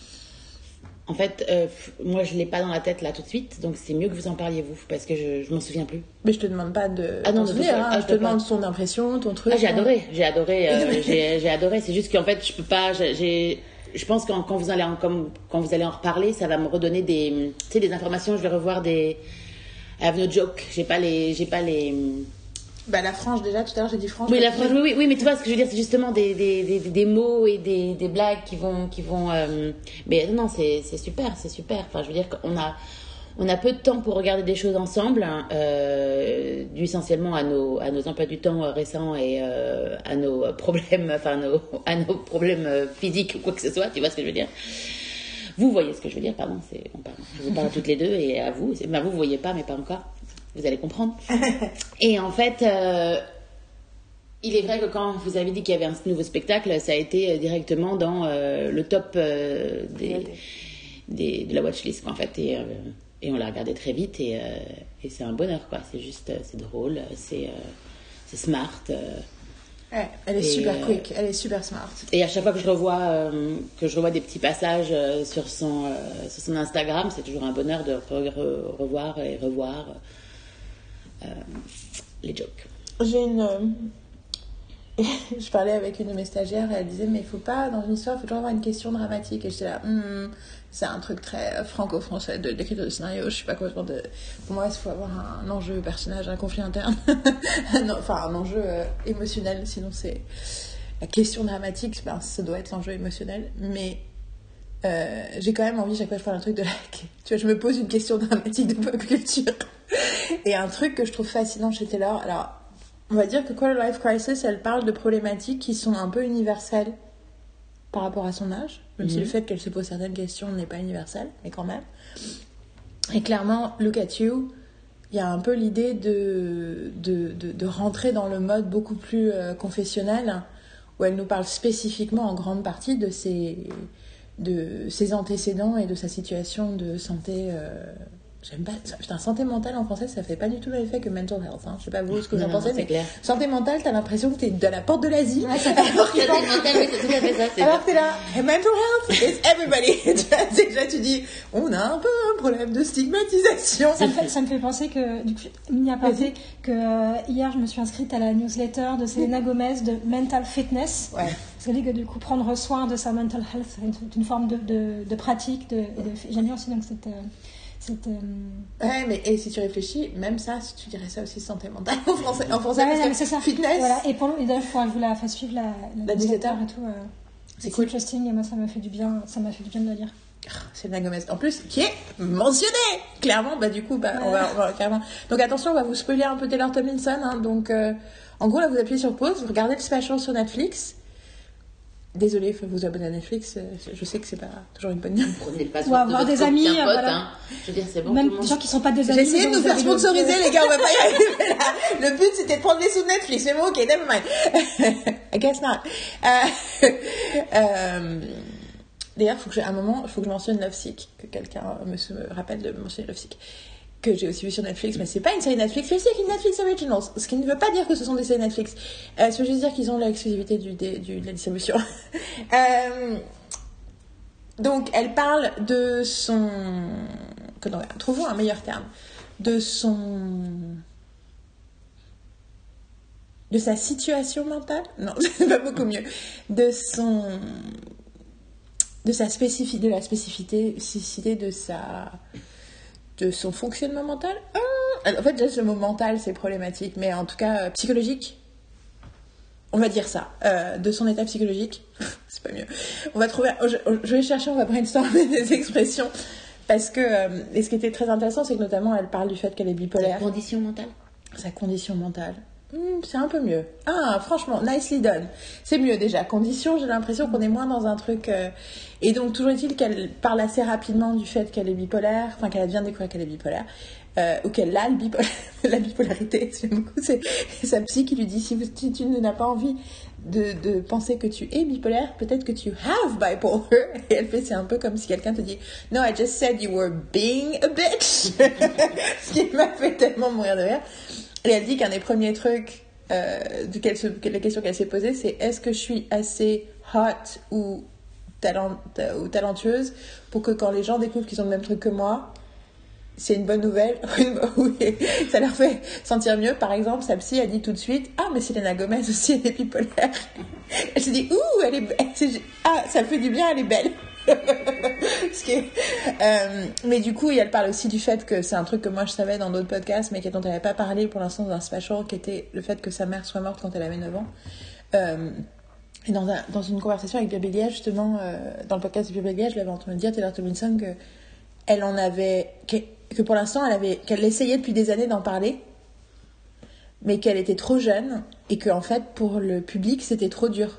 En fait, euh, moi, je l'ai pas dans la tête là tout de suite. Donc, c'est mieux que vous en parliez, vous. Parce que je, je m'en souviens plus. Mais je te demande pas de... Ah non, de souvenir, hein. ah, Je te demande ton impression, ton truc. Ah, j'ai adoré. J'ai adoré. Euh, j'ai, j'ai adoré. C'est juste qu'en fait, je peux pas... J'ai... Je pense que quand, quand vous allez en, comme, quand vous allez en reparler, ça va me redonner des, tu sais, des informations. Je vais revoir des. I have no joke. J'ai pas les, j'ai pas les, Bah, la frange, déjà, tout à l'heure, j'ai dit frange. Oui, la frange, oui, oui, oui, mais tu vois, ce que je veux dire, c'est justement des, des, des, des mots et des, des blagues qui vont. Qui vont euh... Mais non, c'est, c'est super, c'est super. Enfin, je veux dire qu'on a, on a peu de temps pour regarder des choses ensemble, hein, euh, dû essentiellement à nos, à nos emplois du temps récents et euh, à nos problèmes, enfin, à nos, à nos problèmes physiques ou quoi que ce soit, tu vois ce que je veux dire. Vous voyez ce que je veux dire, pardon, c'est, on parle, je vous parle à toutes les deux et à vous. C'est, ben, vous ne voyez pas, mais pas encore. Vous allez comprendre. Et en fait, euh, il est vrai que quand vous avez dit qu'il y avait un nouveau spectacle, ça a été directement dans euh, le top euh, des, des, de la watchlist, quoi, en fait. Et, euh, et on l'a regardé très vite et, euh, et c'est un bonheur, quoi. C'est juste, c'est drôle, c'est, euh, c'est smart. Euh, ouais, elle est et, super euh, quick, elle est super smart. Et à chaque fois que je revois, euh, que je revois des petits passages euh, sur, son, euh, sur son Instagram, c'est toujours un bonheur de re- re- revoir et revoir. Euh, les jokes. J'ai une. Euh... je parlais avec une de mes stagiaires et elle disait mais il faut pas, dans une histoire, il faut toujours avoir une question dramatique. Et j'étais là, hm, c'est un truc très franco-français de, d'écriture de scénario. Je suis pas complètement de. Pour moi, il faut avoir un enjeu personnage, un conflit interne. non, enfin, un enjeu euh, émotionnel. Sinon, c'est. La question dramatique, ben, ça doit être l'enjeu émotionnel. Mais. Euh, j'ai quand même envie, chaque fois que je parle un truc de la... Tu vois, je me pose une question dramatique de pop culture. Et un truc que je trouve fascinant chez Taylor, alors, on va dire que Quarter Life Crisis, elle parle de problématiques qui sont un peu universelles par rapport à son âge, même mm-hmm. si le fait qu'elle se pose certaines questions n'est pas universel, mais quand même. Et clairement, Look at You, il y a un peu l'idée de, de, de, de rentrer dans le mode beaucoup plus euh, confessionnel, où elle nous parle spécifiquement en grande partie de ses... de ses antécédents et de sa situation de santé. Euh, j'aime pas. Putain, santé mentale en français, ça fait pas du tout le même effet que mental health. Hein. Je sais pas vous ce que vous en pensez, mais clair. Santé mentale, t'as l'impression que t'es de la porte de l'Asie. Ouais, ça alors que c'est tout à fait ça. C'est alors que t'es là, hey, mental health is everybody. Déjà, tu dis, on a un peu un problème de stigmatisation. Ça me fait, ça me fait penser que, du coup, mini aparté, que euh, hier, je me suis inscrite à la newsletter de Selena Gomez de Mental Fitness. Ouais. Parce que du coup, prendre soin de sa mental health, c'est une forme de, de, de pratique. De, de, j'aime bien aussi donc cette. cette euh... Ouais, mais et si tu réfléchis, même ça, si tu dirais ça aussi santé mentale en français, en français, ouais, parce non, que c'est ça. Fitness. Voilà. Et pour et d'ailleurs, il faudra que je vous la fasse suivre la, la, la newsletter et tout. Euh, c'est, c'est cool. interesting et moi, ça m'a fait du bien. Ça m'a fait du bien de la lire. C'est Selena Gomez, en plus, qui est mentionnée clairement, bah du coup, bah, on va, on va clairement. Donc attention, on va vous spoiler un peu Taylor Tomlinson, hein, donc euh, en gros, là, vous appuyez sur pause, vous regardez le special sur Netflix. Désolée, il faut vous abonner à Netflix. Je sais que c'est pas toujours une bonne idée. Prenez pas ou avoir des amis. Pote, voilà. hein. Je veux dire, c'est bon. Même des gens qui sont pas des amis. J'ai essayé de nous faire sponsoriser, les gars, on va pas y arriver là. Le but c'était de prendre les sous de Netflix. Mais bon, ok, never mind. I guess not. Euh, euh, D'ailleurs, faut que j'ai, à un moment, il faut que je mentionne Love Sick, que quelqu'un me, me rappelle de mentionner Love Sick, que j'ai aussi vu sur Netflix, mais c'est pas une série Netflix, mais c'est une Netflix Originals, ce qui ne veut pas dire que ce sont des séries Netflix. Euh, ça veut juste dire qu'ils ont l'exclusivité du, du, de la distribution. euh, donc, elle parle de son... Que non, trouvons un meilleur terme. De son... De sa situation mentale. Non, c'est pas beaucoup mieux. De son... De sa spécificité, de la spécificité de sa... de son fonctionnement mental. Ah, en fait, déjà, ce mot mental, c'est problématique, mais en tout cas, euh, psychologique. On va dire ça. Euh, de son état psychologique. C'est pas mieux. On va trouver... Je, je vais chercher, on va brainstormer des expressions. Parce que... Euh, et ce qui était très intéressant, c'est que notamment, elle parle du fait qu'elle est bipolaire. Sa condition mentale. Sa condition mentale. Mmh, c'est un peu mieux. Ah, franchement, nicely done. C'est mieux déjà. Condition, j'ai l'impression qu'on est moins dans un truc... Euh... Et donc, toujours est-il qu'elle parle assez rapidement du fait qu'elle est bipolaire, enfin qu'elle vient de découvrir qu'elle est bipolaire, euh, ou qu'elle a le bipol... la bipolarité. J'aime beaucoup. C'est sa psy qui lui dit, si, vous, si tu n'as pas envie de, de penser que tu es bipolaire, peut-être que tu have bipolar. Et elle fait, c'est un peu comme si quelqu'un te dit, no, I just said you were being a bitch. Ce qui m'a fait tellement mourir de rire. Et elle dit qu'un des premiers trucs, euh, duquel se, la question qu'elle s'est posée, c'est est-ce que je suis assez hot ou, talent, ou talentueuse pour que quand les gens découvrent qu'ils ont le même truc que moi, c'est une bonne nouvelle, oui, ça leur fait sentir mieux. Par exemple, sa psy a dit tout de suite, ah, mais Selena Gomez aussi, elle est bipolaire. Elle s'est dit, ouh, elle est belle. Ah, ça fait du bien, elle est belle. ce qui est... euh, mais du coup, elle parle aussi du fait que c'est un truc que moi je savais dans d'autres podcasts, mais dont elle n'avait pas parlé pour l'instant dans un special, qui était le fait que sa mère soit morte quand elle avait neuf ans. Euh, et dans, un, dans une conversation avec Birbilia, justement, euh, dans le podcast de Birbilia, je l'avais entendu dire, Taylor Tomlinson, que elle en avait... Que, que pour l'instant, elle avait, qu'elle essayait depuis des années d'en parler, mais qu'elle était trop jeune, et qu'en fait, pour le public, c'était trop dur.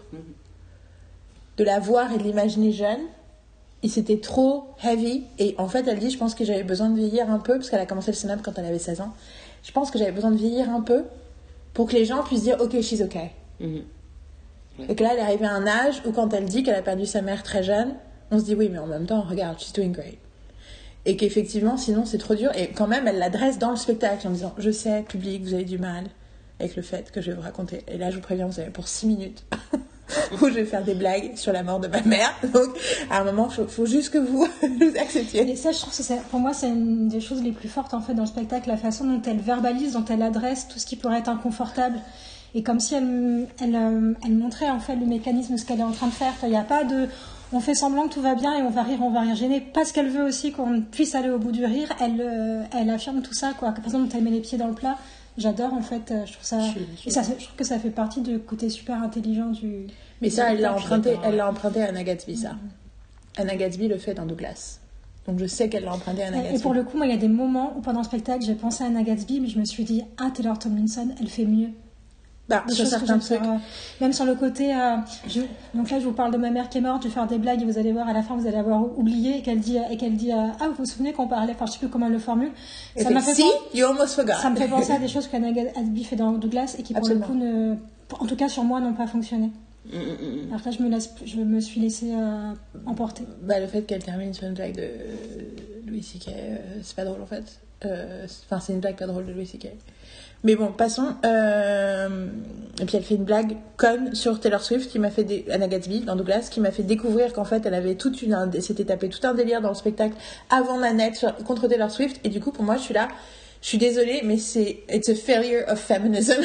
De la voir et de l'imaginer jeune, et c'était trop heavy. Et en fait, elle dit, je pense que j'avais besoin de vieillir un peu, parce qu'elle a commencé le stand-up quand elle avait seize ans. Je pense que j'avais besoin de vieillir un peu pour que les gens puissent dire, ok, she's okay. Mm-hmm. Ouais. Et que là, elle est arrivée à un âge où quand elle dit qu'elle a perdu sa mère très jeune, on se dit, oui, mais en même temps, regarde, she's doing great. Et qu'effectivement, sinon, c'est trop dur. Et quand même, elle l'adresse dans le spectacle en disant, je sais, public, vous avez du mal avec le fait que je vais vous raconter. Et là, je vous préviens, vous avez pour six minutes où je vais faire des blagues sur la mort de ma mère. Donc, à un moment, il faut, faut juste que vous vous acceptiez. Et ça, je trouve que c'est, pour moi, c'est une des choses les plus fortes en fait dans le spectacle, la façon dont elle verbalise, dont elle adresse tout ce qui pourrait être inconfortable. Et comme si elle, elle, elle montrait en fait le mécanisme de ce qu'elle est en train de faire. Il n'y a pas de... On fait semblant que tout va bien et on va rire, on va rire gêné. Parce qu'elle veut aussi qu'on puisse aller au bout du rire. Elle, euh, elle affirme tout ça, quoi. Par exemple, elle met les pieds dans le plat. J'adore, en fait. Je trouve ça... Je, je, et ça, je trouve que ça fait partie du côté super intelligent du... Mais ça, elle l'a emprunté, elle l'a emprunté à Anna Gatsby, ça. Mm-hmm. Anna Gatsby le fait dans Douglas. Donc je sais qu'elle l'a emprunté à Anna Gatsby. Et pour le coup, moi, il y a des moments où pendant le spectacle, j'ai pensé à Anna Gatsby, mais je me suis dit, ah, Taylor Tomlinson, elle fait mieux. Bah, sur certains trucs. Euh, même sur le côté... Euh, je, donc là, je vous parle de ma mère qui est morte, je vais faire des blagues et vous allez voir, à la fin, vous allez avoir oublié et qu'elle dit, et qu'elle dit euh, ah, vous vous souvenez qu'on parlait... Enfin, je sais plus comment elle le formule. Et ça m'a fait, si, pen... you almost forgot. Ça me fait penser à des choses qu'Anna Gatsby fait dans Douglas et qui, pour Absolument. le coup, ne, en tout cas sur moi, n'ont pas fonctionné. Mm-mm. Alors là, je me, laisse, je me suis laissée euh, emporter. Bah, le fait qu'elle termine sur une blague de Louis C K, euh, c'est pas drôle en fait. Enfin, euh, c'est une blague pas drôle de Louis C K. Mais bon, passons. Euh... Et puis elle fait une blague conne sur Taylor Swift, qui m'a fait dé... Anna Gatsby dans Douglas, qui m'a fait découvrir qu'en fait elle avait toute une, s'était tapé tout un délire dans le spectacle avant Nanette sur... contre Taylor Swift. Et du coup, pour moi, je suis là. Je suis désolée, mais c'est it's a failure of feminism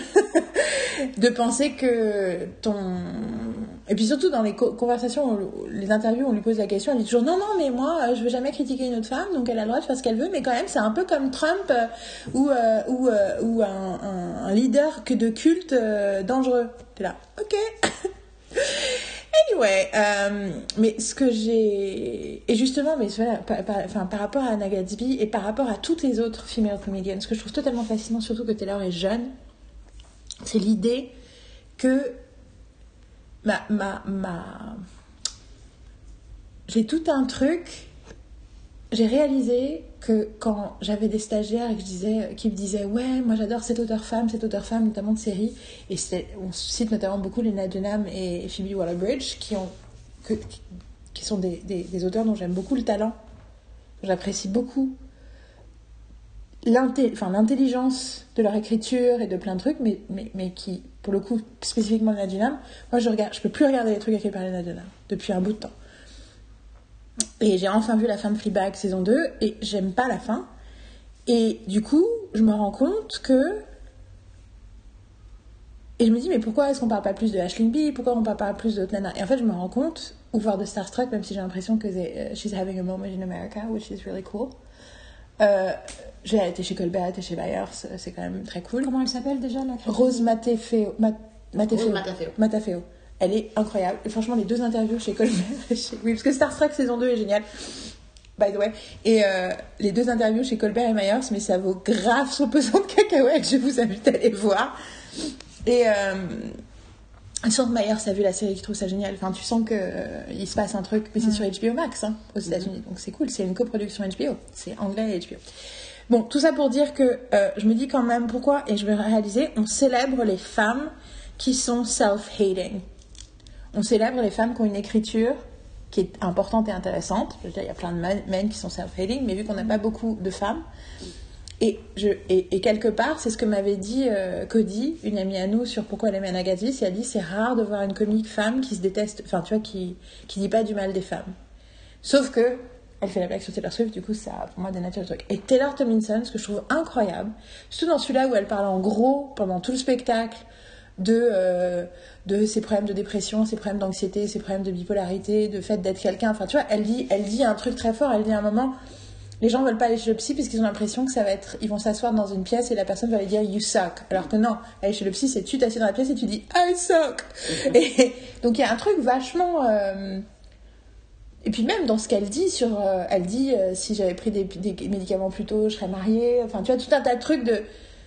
de penser que ton... Et puis surtout dans les co- conversations, les interviews, on lui pose la question, elle dit toujours non, non, mais moi, je veux jamais critiquer une autre femme, donc elle a le droit de faire ce qu'elle veut, mais quand même, c'est un peu comme Trump euh, ou, euh, ou, euh, ou un, un, un leader que de culte euh, dangereux. T'es là, ok. Anyway, euh, mais ce que j'ai... Et justement, mais voilà, par, par, enfin, par rapport à Anna Gatsby et par rapport à toutes les autres female comedians, ce que je trouve totalement fascinant, surtout que Taylor est jeune, c'est l'idée que ma, ma, ma... j'ai tout un truc... J'ai réalisé que quand j'avais des stagiaires et que je disais, qui me disaient ouais, moi j'adore cette auteure femme, cette auteure femme, notamment de séries, et on cite notamment beaucoup Lena Dunham et Phoebe Waller-Bridge, qui, ont, que, qui sont des, des, des auteurs dont j'aime beaucoup le talent, j'apprécie beaucoup l'inté, enfin, l'intelligence de leur écriture et de plein de trucs, mais, mais, mais qui, pour le coup, spécifiquement Lena Dunham, moi je regarde, je peux plus regarder les trucs écrits par Lena Dunham depuis un bout de temps. Et j'ai enfin vu La Femme Fleabag saison deux et j'aime pas la fin. Et du coup, je me rends compte que... Et je me dis, mais pourquoi est-ce qu'on parle pas plus de Aisling Bea? Pourquoi on parle pas plus d'autres nanas? Et en fait, je me rends compte, ou voir de Starstruck, même si j'ai l'impression que uh, she's having a moment in America, which is really cool. Euh, j'ai été chez Colbert, été chez Byers, c'est quand même très cool. Comment elle s'appelle déjà la Rose Matafeo. Mat- Matafeo. Rose Matafeo. Matafeo. Elle est incroyable. Et franchement, les deux interviews chez Colbert... Chez... Oui, parce que Star Trek saison deux est génial. By the way. Et euh, les deux interviews chez Colbert et Myers, mais ça vaut grave son pesant de cacahuètes. Je vous invite à les voir. Et... Euh... Sans que Myers a vu la série, qui trouve ça génial. Enfin, tu sens qu'il euh, se passe un truc. Mais c'est mm. sur H B O Max, hein, aux États-Unis. Mm. Donc c'est cool. C'est une coproduction H B O. C'est anglais et H B O. Bon, tout ça pour dire que euh, je me dis quand même pourquoi, et je vais réaliser, on célèbre les femmes qui sont self-hating. On célèbre les femmes qui ont une écriture qui est importante et intéressante. Je veux dire, il y a plein de men qui sont self-hating, mais vu qu'on n'a pas beaucoup de femmes, et, je, et, et quelque part, c'est ce que m'avait dit euh, Cody, une amie à nous, sur pourquoi elle aimait Anna Gatsby. Elle a dit, c'est rare de voir une comique femme qui se déteste, enfin tu vois, qui qui dit pas du mal des femmes. Sauf que elle fait la blague sur Taylor Swift, du coup ça pour moi dénature le truc. Et Taylor Tomlinson, ce que je trouve incroyable, surtout dans celui-là où elle parle en gros pendant tout le spectacle, de, euh, de ses problèmes de dépression, ses problèmes d'anxiété, ses problèmes de bipolarité, de fait d'être quelqu'un. Enfin, tu vois, elle dit, elle dit un truc très fort. Elle dit à un moment, les gens veulent pas aller chez le psy parce qu'ils ont l'impression que ça va être, ils vont s'asseoir dans une pièce et la personne va lui dire you suck. Alors que non, aller chez le psy, c'est tu t'assieds dans la pièce et tu dis I suck. Et donc il y a un truc vachement. Euh... Et puis même dans ce qu'elle dit sur, euh, elle dit euh, si j'avais pris des, des médicaments plus tôt, je serais mariée. Enfin, tu vois, tout un tas de trucs de.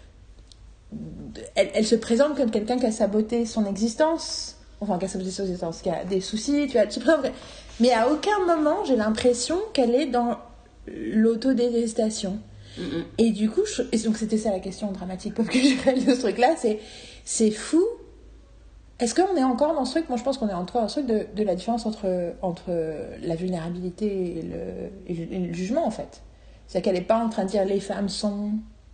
Elle, elle se présente comme quelqu'un qui a saboté son existence, enfin qui a saboté son existence, qui a des soucis, tu vois, tu présentes... mais à aucun moment j'ai l'impression qu'elle est dans l'autodétestation. Mm-hmm. Et du coup, je... et donc c'était ça la question dramatique que j'ai faite de ce truc-là, c'est, c'est fou. Est-ce qu'on est encore dans ce truc, moi je pense qu'on est encore dans ce truc de, de la différence entre, entre la vulnérabilité et le, et le, et le jugement en fait. C'est-à-dire qu'elle n'est pas en train de dire les femmes sont...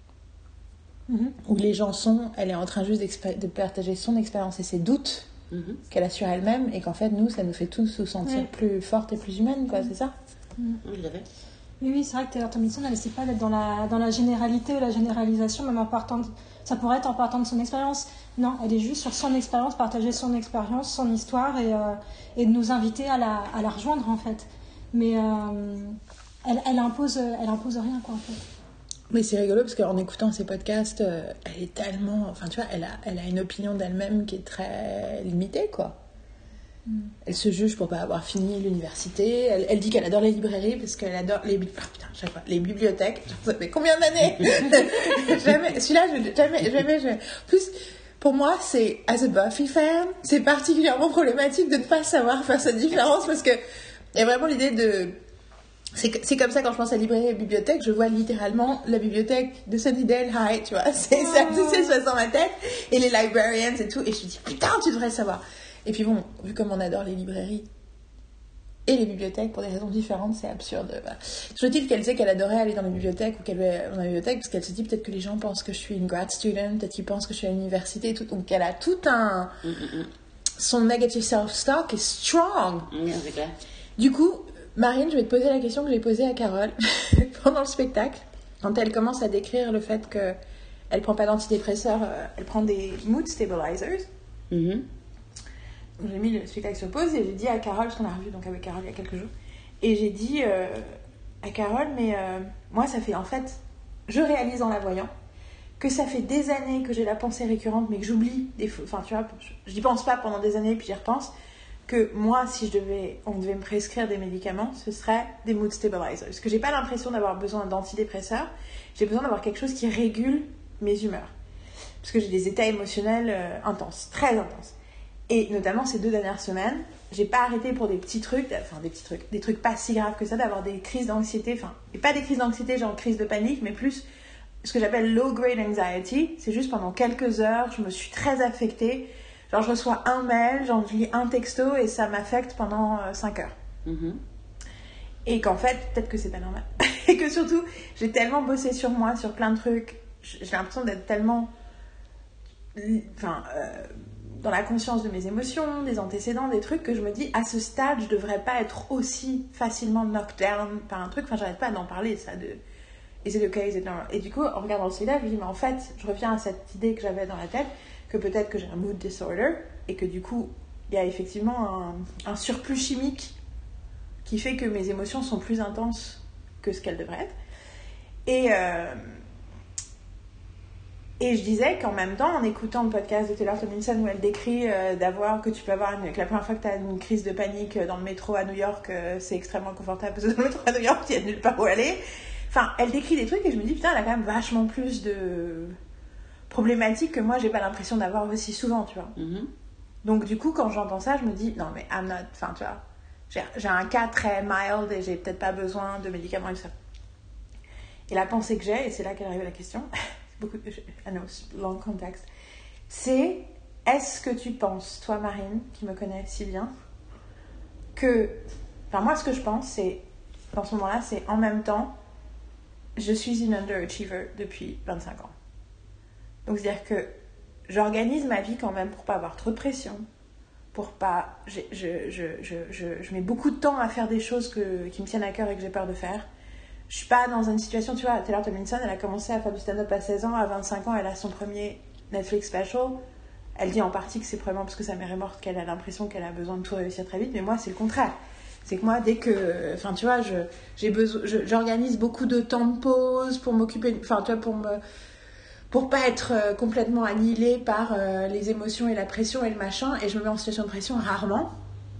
Mmh. Où les gens sont, elle est en train juste de partager son expérience et ses doutes mmh. qu'elle a sur elle-même, et qu'en fait nous ça nous fait tous nous sentir ouais. plus fortes et plus humaines, quoi, mmh. c'est ça mmh. Oui, oui, oui, c'est vrai que Taylor Tomlinson elle essaie pas d'être dans la, dans la généralité ou la généralisation, même en partant de, ça pourrait être en partant de son expérience. Non, elle est juste sur son expérience, partager son expérience, son histoire, et, euh, et de nous inviter à la, à la rejoindre en fait. Mais euh, elle, elle, impose, elle impose rien, quoi, en fait. Mais c'est rigolo parce qu'en écoutant ces podcasts, euh, elle est tellement... Enfin, tu vois, elle a, elle a une opinion d'elle-même qui est très limitée, quoi. Mm. Elle se juge pour pas avoir fini l'université. Elle, elle dit qu'elle adore les librairies parce qu'elle adore les... Oh, putain, chaque fois, les bibliothèques. Ça fait combien d'années Jamais... Celui-là, je... jamais... jamais je... Plus, pour moi, c'est... As a Buffy fan, c'est particulièrement problématique de ne pas savoir faire cette différence parce que il y a vraiment l'idée de... C'est, c'est comme ça quand je pense à librairie et bibliothèque, je vois littéralement la bibliothèque de Sunnydale High, tu vois, c'est oh. ça, tout ça se passe dans ma tête, et les librarians et tout, et je me dis putain tu devrais savoir. Et puis bon, vu comme on adore les librairies et les bibliothèques pour des raisons différentes, c'est absurde. Voilà. Je dis qu'elle disait qu'elle adorait aller dans les bibliothèques ou qu'elle va dans la bibliothèque parce qu'elle se dit peut-être que les gens pensent que je suis une grad student, peut-être qu'ils pensent que je suis à l'université et tout, donc elle a tout un... Mm-mm. Son negative self-talk est strong. Mm, c'est clair. Du coup, Marine, je vais te poser la question que j'ai posée à Carole pendant le spectacle, quand elle commence à décrire le fait qu'elle ne prend pas d'antidépresseurs, euh, elle prend des mood stabilizers. Mm-hmm. Donc, j'ai mis le spectacle sur pause et j'ai dit à Carole, parce qu'on a revu donc avec Carole il y a quelques jours, et j'ai dit euh, à Carole, mais euh, moi ça fait en fait, je réalise en la voyant, que ça fait des années que j'ai la pensée récurrente, mais que j'oublie des fois, enfin tu vois, je n'y pense pas pendant des années, puis j'y repense, que moi, si je devais, on devait me prescrire des médicaments, ce serait des mood stabilizers. Parce que j'ai pas l'impression d'avoir besoin d'antidépresseurs, j'ai besoin d'avoir quelque chose qui régule mes humeurs. Parce que j'ai des états émotionnels euh, intenses, très intenses. Et notamment ces deux dernières semaines, j'ai pas arrêté pour des petits trucs, enfin des petits trucs, des trucs pas si graves que ça, d'avoir des crises d'anxiété, enfin, et pas des crises d'anxiété genre crise de panique, mais plus ce que j'appelle low grade anxiety. C'est juste pendant quelques heures, je me suis très affectée. Genre, je reçois un mail, genre, je lis un texto et ça m'affecte pendant euh, cinq heures. Mm-hmm. Et qu'en fait, peut-être que c'est pas normal. Et que surtout, j'ai tellement bossé sur moi, sur plein de trucs. J'ai l'impression d'être tellement... Enfin, euh, dans la conscience de mes émotions, des antécédents, des trucs, que je me dis, à ce stade, je devrais pas être aussi facilement knocked down par un truc. Enfin, j'arrête pas d'en parler, ça, de... Is it okay, is it normal? Et du coup, en regardant celui-là, je me dis, mais en fait, je reviens à cette idée que j'avais dans la tête, que peut-être que j'ai un mood disorder et que du coup il y a effectivement un, un surplus chimique qui fait que mes émotions sont plus intenses que ce qu'elles devraient être, et euh, et je disais qu'en même temps, en écoutant le podcast de Taylor Tomlinson où elle décrit euh, d'avoir que tu peux avoir une, que la première fois que tu as une crise de panique dans le métro à New York, euh, c'est extrêmement confortable parce que dans le métro à New York il n'y a nulle part où aller, enfin elle décrit des trucs et je me dis putain, elle a quand même vachement plus de problématique que moi j'ai pas l'impression d'avoir aussi souvent, tu vois. Mm-hmm. Donc du coup quand j'entends ça, je me dis non mais I'm not, enfin tu vois, j'ai, j'ai un cas très mild et j'ai peut-être pas besoin de médicaments et tout ça. Et la pensée que j'ai, et c'est là qu'elle arrive à la question, beaucoup de, I know, long context, c'est est-ce que tu penses, toi Marine, qui me connais si bien, que, enfin moi ce que je pense c'est, dans ce moment-là, c'est en même temps, je suis une underachiever depuis vingt-cinq ans. Donc, c'est-à-dire que j'organise ma vie quand même pour pas avoir trop de pression, pour pas... Je, je, je, je, je, je mets beaucoup de temps à faire des choses que, qui me tiennent à cœur et que j'ai peur de faire. Je suis pas dans une situation... Tu vois, Taylor Tomlinson, elle a commencé à faire du stand-up à seize ans, à vingt-cinq ans, elle a son premier Netflix special. elle dit en partie que c'est probablement parce que sa mère est morte qu'elle a l'impression qu'elle a besoin de tout réussir très vite, mais moi, c'est le contraire. C'est que moi, dès que... Enfin, tu vois, je, j'ai besoin, je, j'organise beaucoup de temps de pause pour m'occuper... Enfin, tu vois, pour me... Pour pas être euh, complètement annihilée par euh, les émotions et la pression et le machin, et je me mets en situation de pression rarement.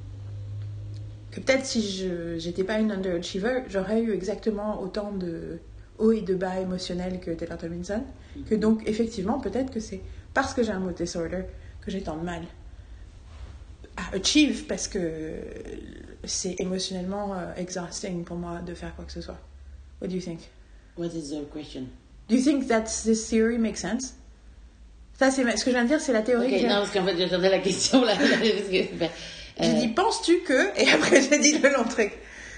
Que peut-être si je j'étais pas une underachiever, j'aurais eu exactement autant de hauts et de bas émotionnels que Taylor Tomlinson. Que donc, effectivement, peut-être que c'est parce que j'ai un mood disorder que j'ai tant de mal à achieve, parce que c'est émotionnellement euh, exhausting pour moi de faire quoi que ce soit. What do you think? What is the question? Do you think that this theory makes sense? Ça, c'est ce que je viens de dire, c'est la théorie. Ok, que... non, parce qu'en fait, j'attendais la question là. Parce que, ben, J'ai euh... dit, penses-tu que... Et après, j'ai dit le long truc.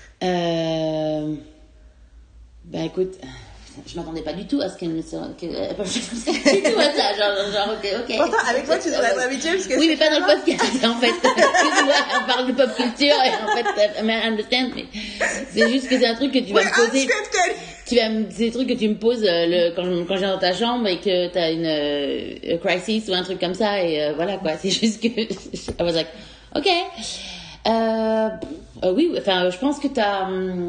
Euh... Ben écoute, je m'attendais pas du tout à ce qu'elle me sorte. Que... Pas du tout à ça, genre, genre, ok, ok. Pourtant, avec toi, tu devrais être habituée parce que. Oui, mais pas dans le podcast, en fait. Tu vois, on parle de pop culture et en fait, mais understand, mais c'est juste que c'est un truc que tu vas oui, me poser. Tu vas me... C'est des trucs que tu me poses euh, le... quand, je... quand je viens dans ta chambre et que t'as une euh, crisis ou un truc comme ça et euh, voilà quoi. C'est juste que I was like, ok. Euh... Euh, oui, enfin, je pense que t'as. Hum...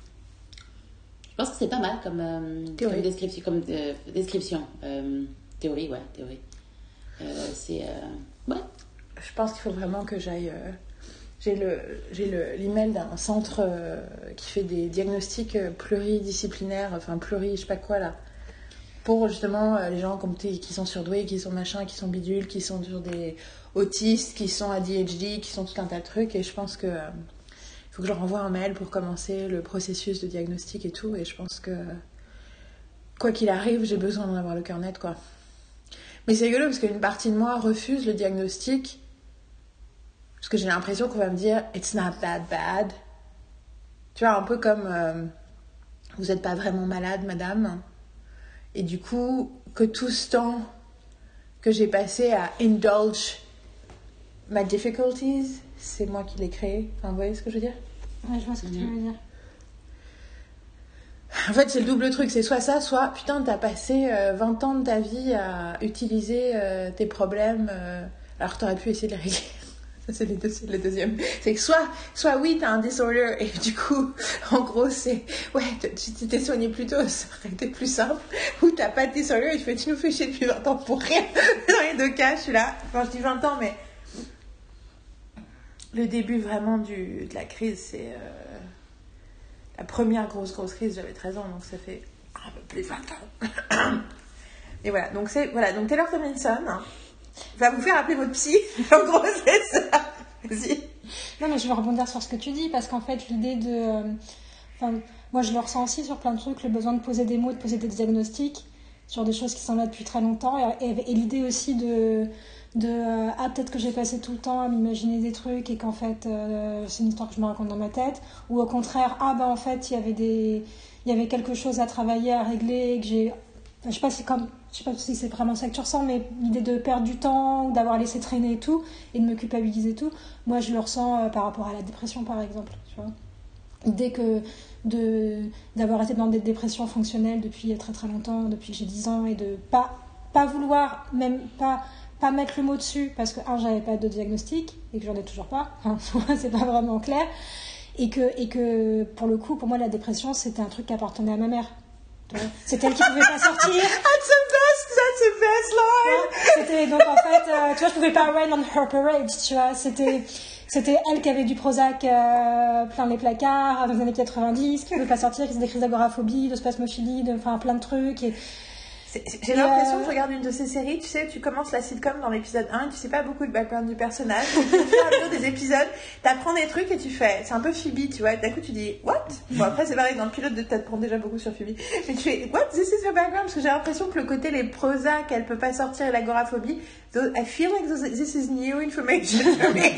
Je pense que c'est pas mal comme, euh, comme description, comme euh, description. Euh, théorie, ouais, théorie. Euh, c'est euh, ouais. Je pense qu'il faut vraiment que j'aille. Euh, j'ai le j'ai le l'email d'un centre euh, qui fait des diagnostics pluridisciplinaires, enfin pluri, je sais pas quoi là, pour justement euh, les gens comme qui sont surdoués, qui sont machin, qui sont bidules, qui sont sur des autistes, qui sont A D H D, qui sont tout un tas de trucs. Et je pense que euh, faut que je leur envoie un mail pour commencer le processus de diagnostic et tout. Et je pense que, quoi qu'il arrive, j'ai besoin d'en avoir le cœur net, quoi. Mais c'est rigolo parce qu'une partie de moi refuse le diagnostic parce que j'ai l'impression qu'on va me dire « It's not that bad ». Tu vois, un peu comme euh, « Vous n'êtes pas vraiment malade, madame ». Et du coup, que tout ce temps que j'ai passé à « indulge my difficulties », c'est moi qui l'ai créé. Enfin, vous voyez ce que je veux dire? Ouais, je vois ce que mmh. tu veux dire. En fait, c'est le double truc. C'est soit ça, soit putain, t'as passé euh, vingt ans de ta vie à utiliser euh, tes problèmes euh, alors que t'aurais pu essayer de les régler. Ça, c'est, les deux, c'est le deuxième. C'est que soit, soit oui, t'as un disorder et du coup, en gros, c'est ouais, tu t'étais soigné plus tôt, ça aurait été plus simple. Ou t'as pas de disorder et tu fais, tu nous fais chier depuis vingt ans pour rien. Dans les deux cas, je suis là. Enfin, je dis vingt ans, mais. Le début vraiment du, de la crise, c'est euh, la première grosse grosse crise, j'avais treize ans, donc ça fait un peu plus de vingt ans. Et voilà, donc c'est voilà, donc Taylor Tomlinson hein, va vous faire appeler votre psy. En gros, c'est ça. Vas-y. Non, mais je veux rebondir sur ce que tu dis parce qu'en fait, l'idée de, euh, enfin, moi je le ressens aussi sur plein de trucs, le besoin de poser des mots, de poser des diagnostics sur des choses qui sont là depuis très longtemps, et, et, et l'idée aussi de de euh, ah peut-être que j'ai passé tout le temps à m'imaginer des trucs et qu'en fait euh, c'est une histoire que je me raconte dans ma tête, ou au contraire ah bah en fait il y avait des il y avait quelque chose à travailler, à régler, et que j'ai enfin, je sais pas si comme je sais pas si c'est vraiment ça que tu ressens, mais l'idée de perdre du temps ou d'avoir laissé traîner et tout et de me culpabiliser et tout, moi je le ressens euh, par rapport à la dépression par exemple, tu vois, l'idée que de d'avoir été dans des dépressions fonctionnelles depuis très très longtemps, depuis que j'ai dix ans, et de pas pas vouloir même pas pas mettre le mot dessus parce que un j'avais pas de diagnostic et que j'en ai toujours pas, enfin c'est pas vraiment clair, et que et que pour le coup pour moi la dépression c'était un truc qui appartenait à ma mère, c'est elle qui pouvait pas sortir. That's the best, that's the best line. C'était donc en fait euh, tu vois je pouvais pas rain on her parade, tu vois, c'était c'était elle qui avait du Prozac euh, plein les placards dans les années quatre-vingt-dix, qui pouvait pas sortir, qui faisait des crises d'agoraphobie, de spasmophilie, de enfin plein de trucs. Et C'est, j'ai l'impression euh... que je regarde une de ces séries, tu sais, tu commences la sitcom dans l'épisode un et tu sais pas beaucoup de background du personnage. Au fur et à mesure des épisodes, t'apprends des trucs et tu fais, c'est un peu Phoebe, tu vois, d'un coup tu dis, what? Bon, après c'est pareil, dans le pilote de t'apprends déjà beaucoup sur Phoebe. Mais tu fais, what? This is your background? Parce que j'ai l'impression que le côté les Prozac, qu'elle peut pas sortir, et l'agoraphobie, I feel like this is new information for me.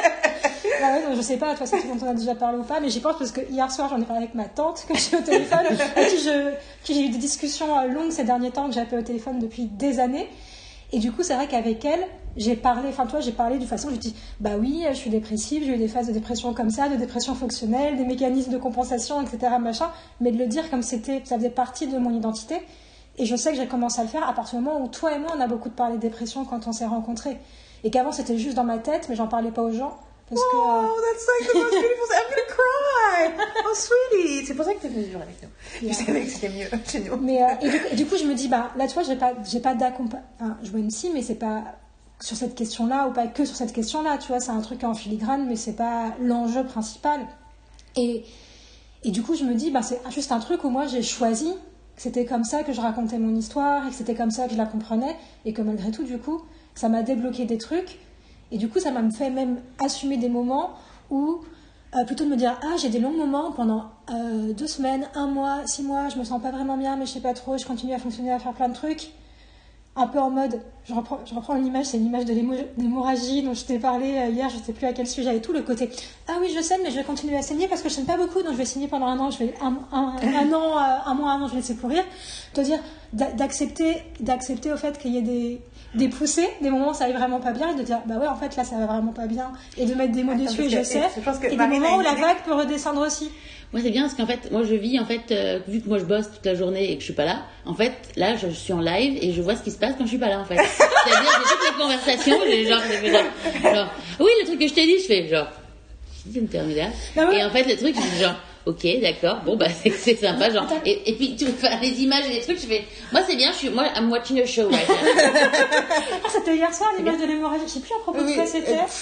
Ah ouais, donc je sais pas de toute façon si on en a déjà parlé ou pas, mais j'y pense parce que hier soir j'en ai parlé avec ma tante que j'ai au téléphone, avec qui, je, qui j'ai eu des discussions longues ces derniers temps, que j'ai appelé au téléphone depuis des années, et du coup c'est vrai qu'avec elle j'ai parlé, enfin toi j'ai parlé d'une façon, je dis bah oui je suis dépressive, j'ai eu des phases de dépression comme ça, de dépression fonctionnelle, des mécanismes de compensation, etc machin, mais de le dire comme c'était, ça faisait partie de mon identité. Et je sais que j'ai commencé à le faire à partir du moment où toi et moi, on a beaucoup parlé de dépression quand on s'est rencontrés. Et qu'avant, c'était juste dans ma tête, mais j'en parlais pas aux gens. Parce que, Oh, euh... that's like the most beautiful thing. I'm gonna cry. Oh, sweetie. C'est pour ça que t'es venue vivre avec nous. Yeah. Je savais que c'était mieux chez nous. Mais, euh, et, du, et du coup, je me dis, bah, là, tu vois, j'ai pas, j'ai pas d'accompagnement. Enfin, je vois une psy, mais c'est pas sur cette question-là, ou pas que sur cette question-là, tu vois, c'est un truc en filigrane, mais c'est pas l'enjeu principal. Et, et du coup, je me dis, bah, c'est juste un truc où moi, j'ai choisi que c'était comme ça que je racontais mon histoire, et que c'était comme ça que je la comprenais, et que malgré tout, du coup, ça m'a débloqué des trucs. Et du coup, ça m'a fait même assumer des moments où, euh, plutôt de me dire, ah, j'ai des longs moments pendant euh, deux semaines, un mois, six mois, je me sens pas vraiment bien, mais je sais pas trop, je continue à fonctionner, à faire plein de trucs. Un peu en mode, je reprends, je reprends une image, c'est une image de l'hémo- l'hémorragie dont je t'ai parlé hier, je sais plus à quel sujet, et tout le côté, ah oui, je saigne, mais je vais continuer à saigner parce que je saigne pas beaucoup, donc je vais saigner pendant un an, je vais un, un, un an, euh, un mois, un an, je vais laisser courir. Te dire, d'a- d'accepter, d'accepter au fait qu'il y ait des, des poussées, des moments où ça aille vraiment pas bien, et de dire, bah ouais, en fait, là, ça va vraiment pas bien, et de mettre des mots Attends, dessus, et parce je que- sais, je pense que et des Marine moments a où la une- vague peut redescendre aussi. Moi, c'est bien parce qu'en fait, moi, je vis, en fait, euh, vu que moi, je bosse toute la journée et que je suis pas là, en fait, là, je suis en live et je vois ce qui se passe quand je suis pas là, en fait. C'est-à-dire, j'ai toutes les conversations, j'ai genre, j'ai fait genre, genre, oui, le truc que je t'ai dit, je fais genre, c'est une terminale. Ah ouais. Et en fait, le truc, je fais genre, ok, d'accord, bon, bah, c'est, c'est sympa, genre, et, et puis, tu veux faire les images et les trucs, je fais, moi, c'est bien, je suis, moi, I'm watching a show right now. Ah, c'était hier soir, l'image de l'hémorragie, je sais plus à propos de Oui, quoi c'était. euh,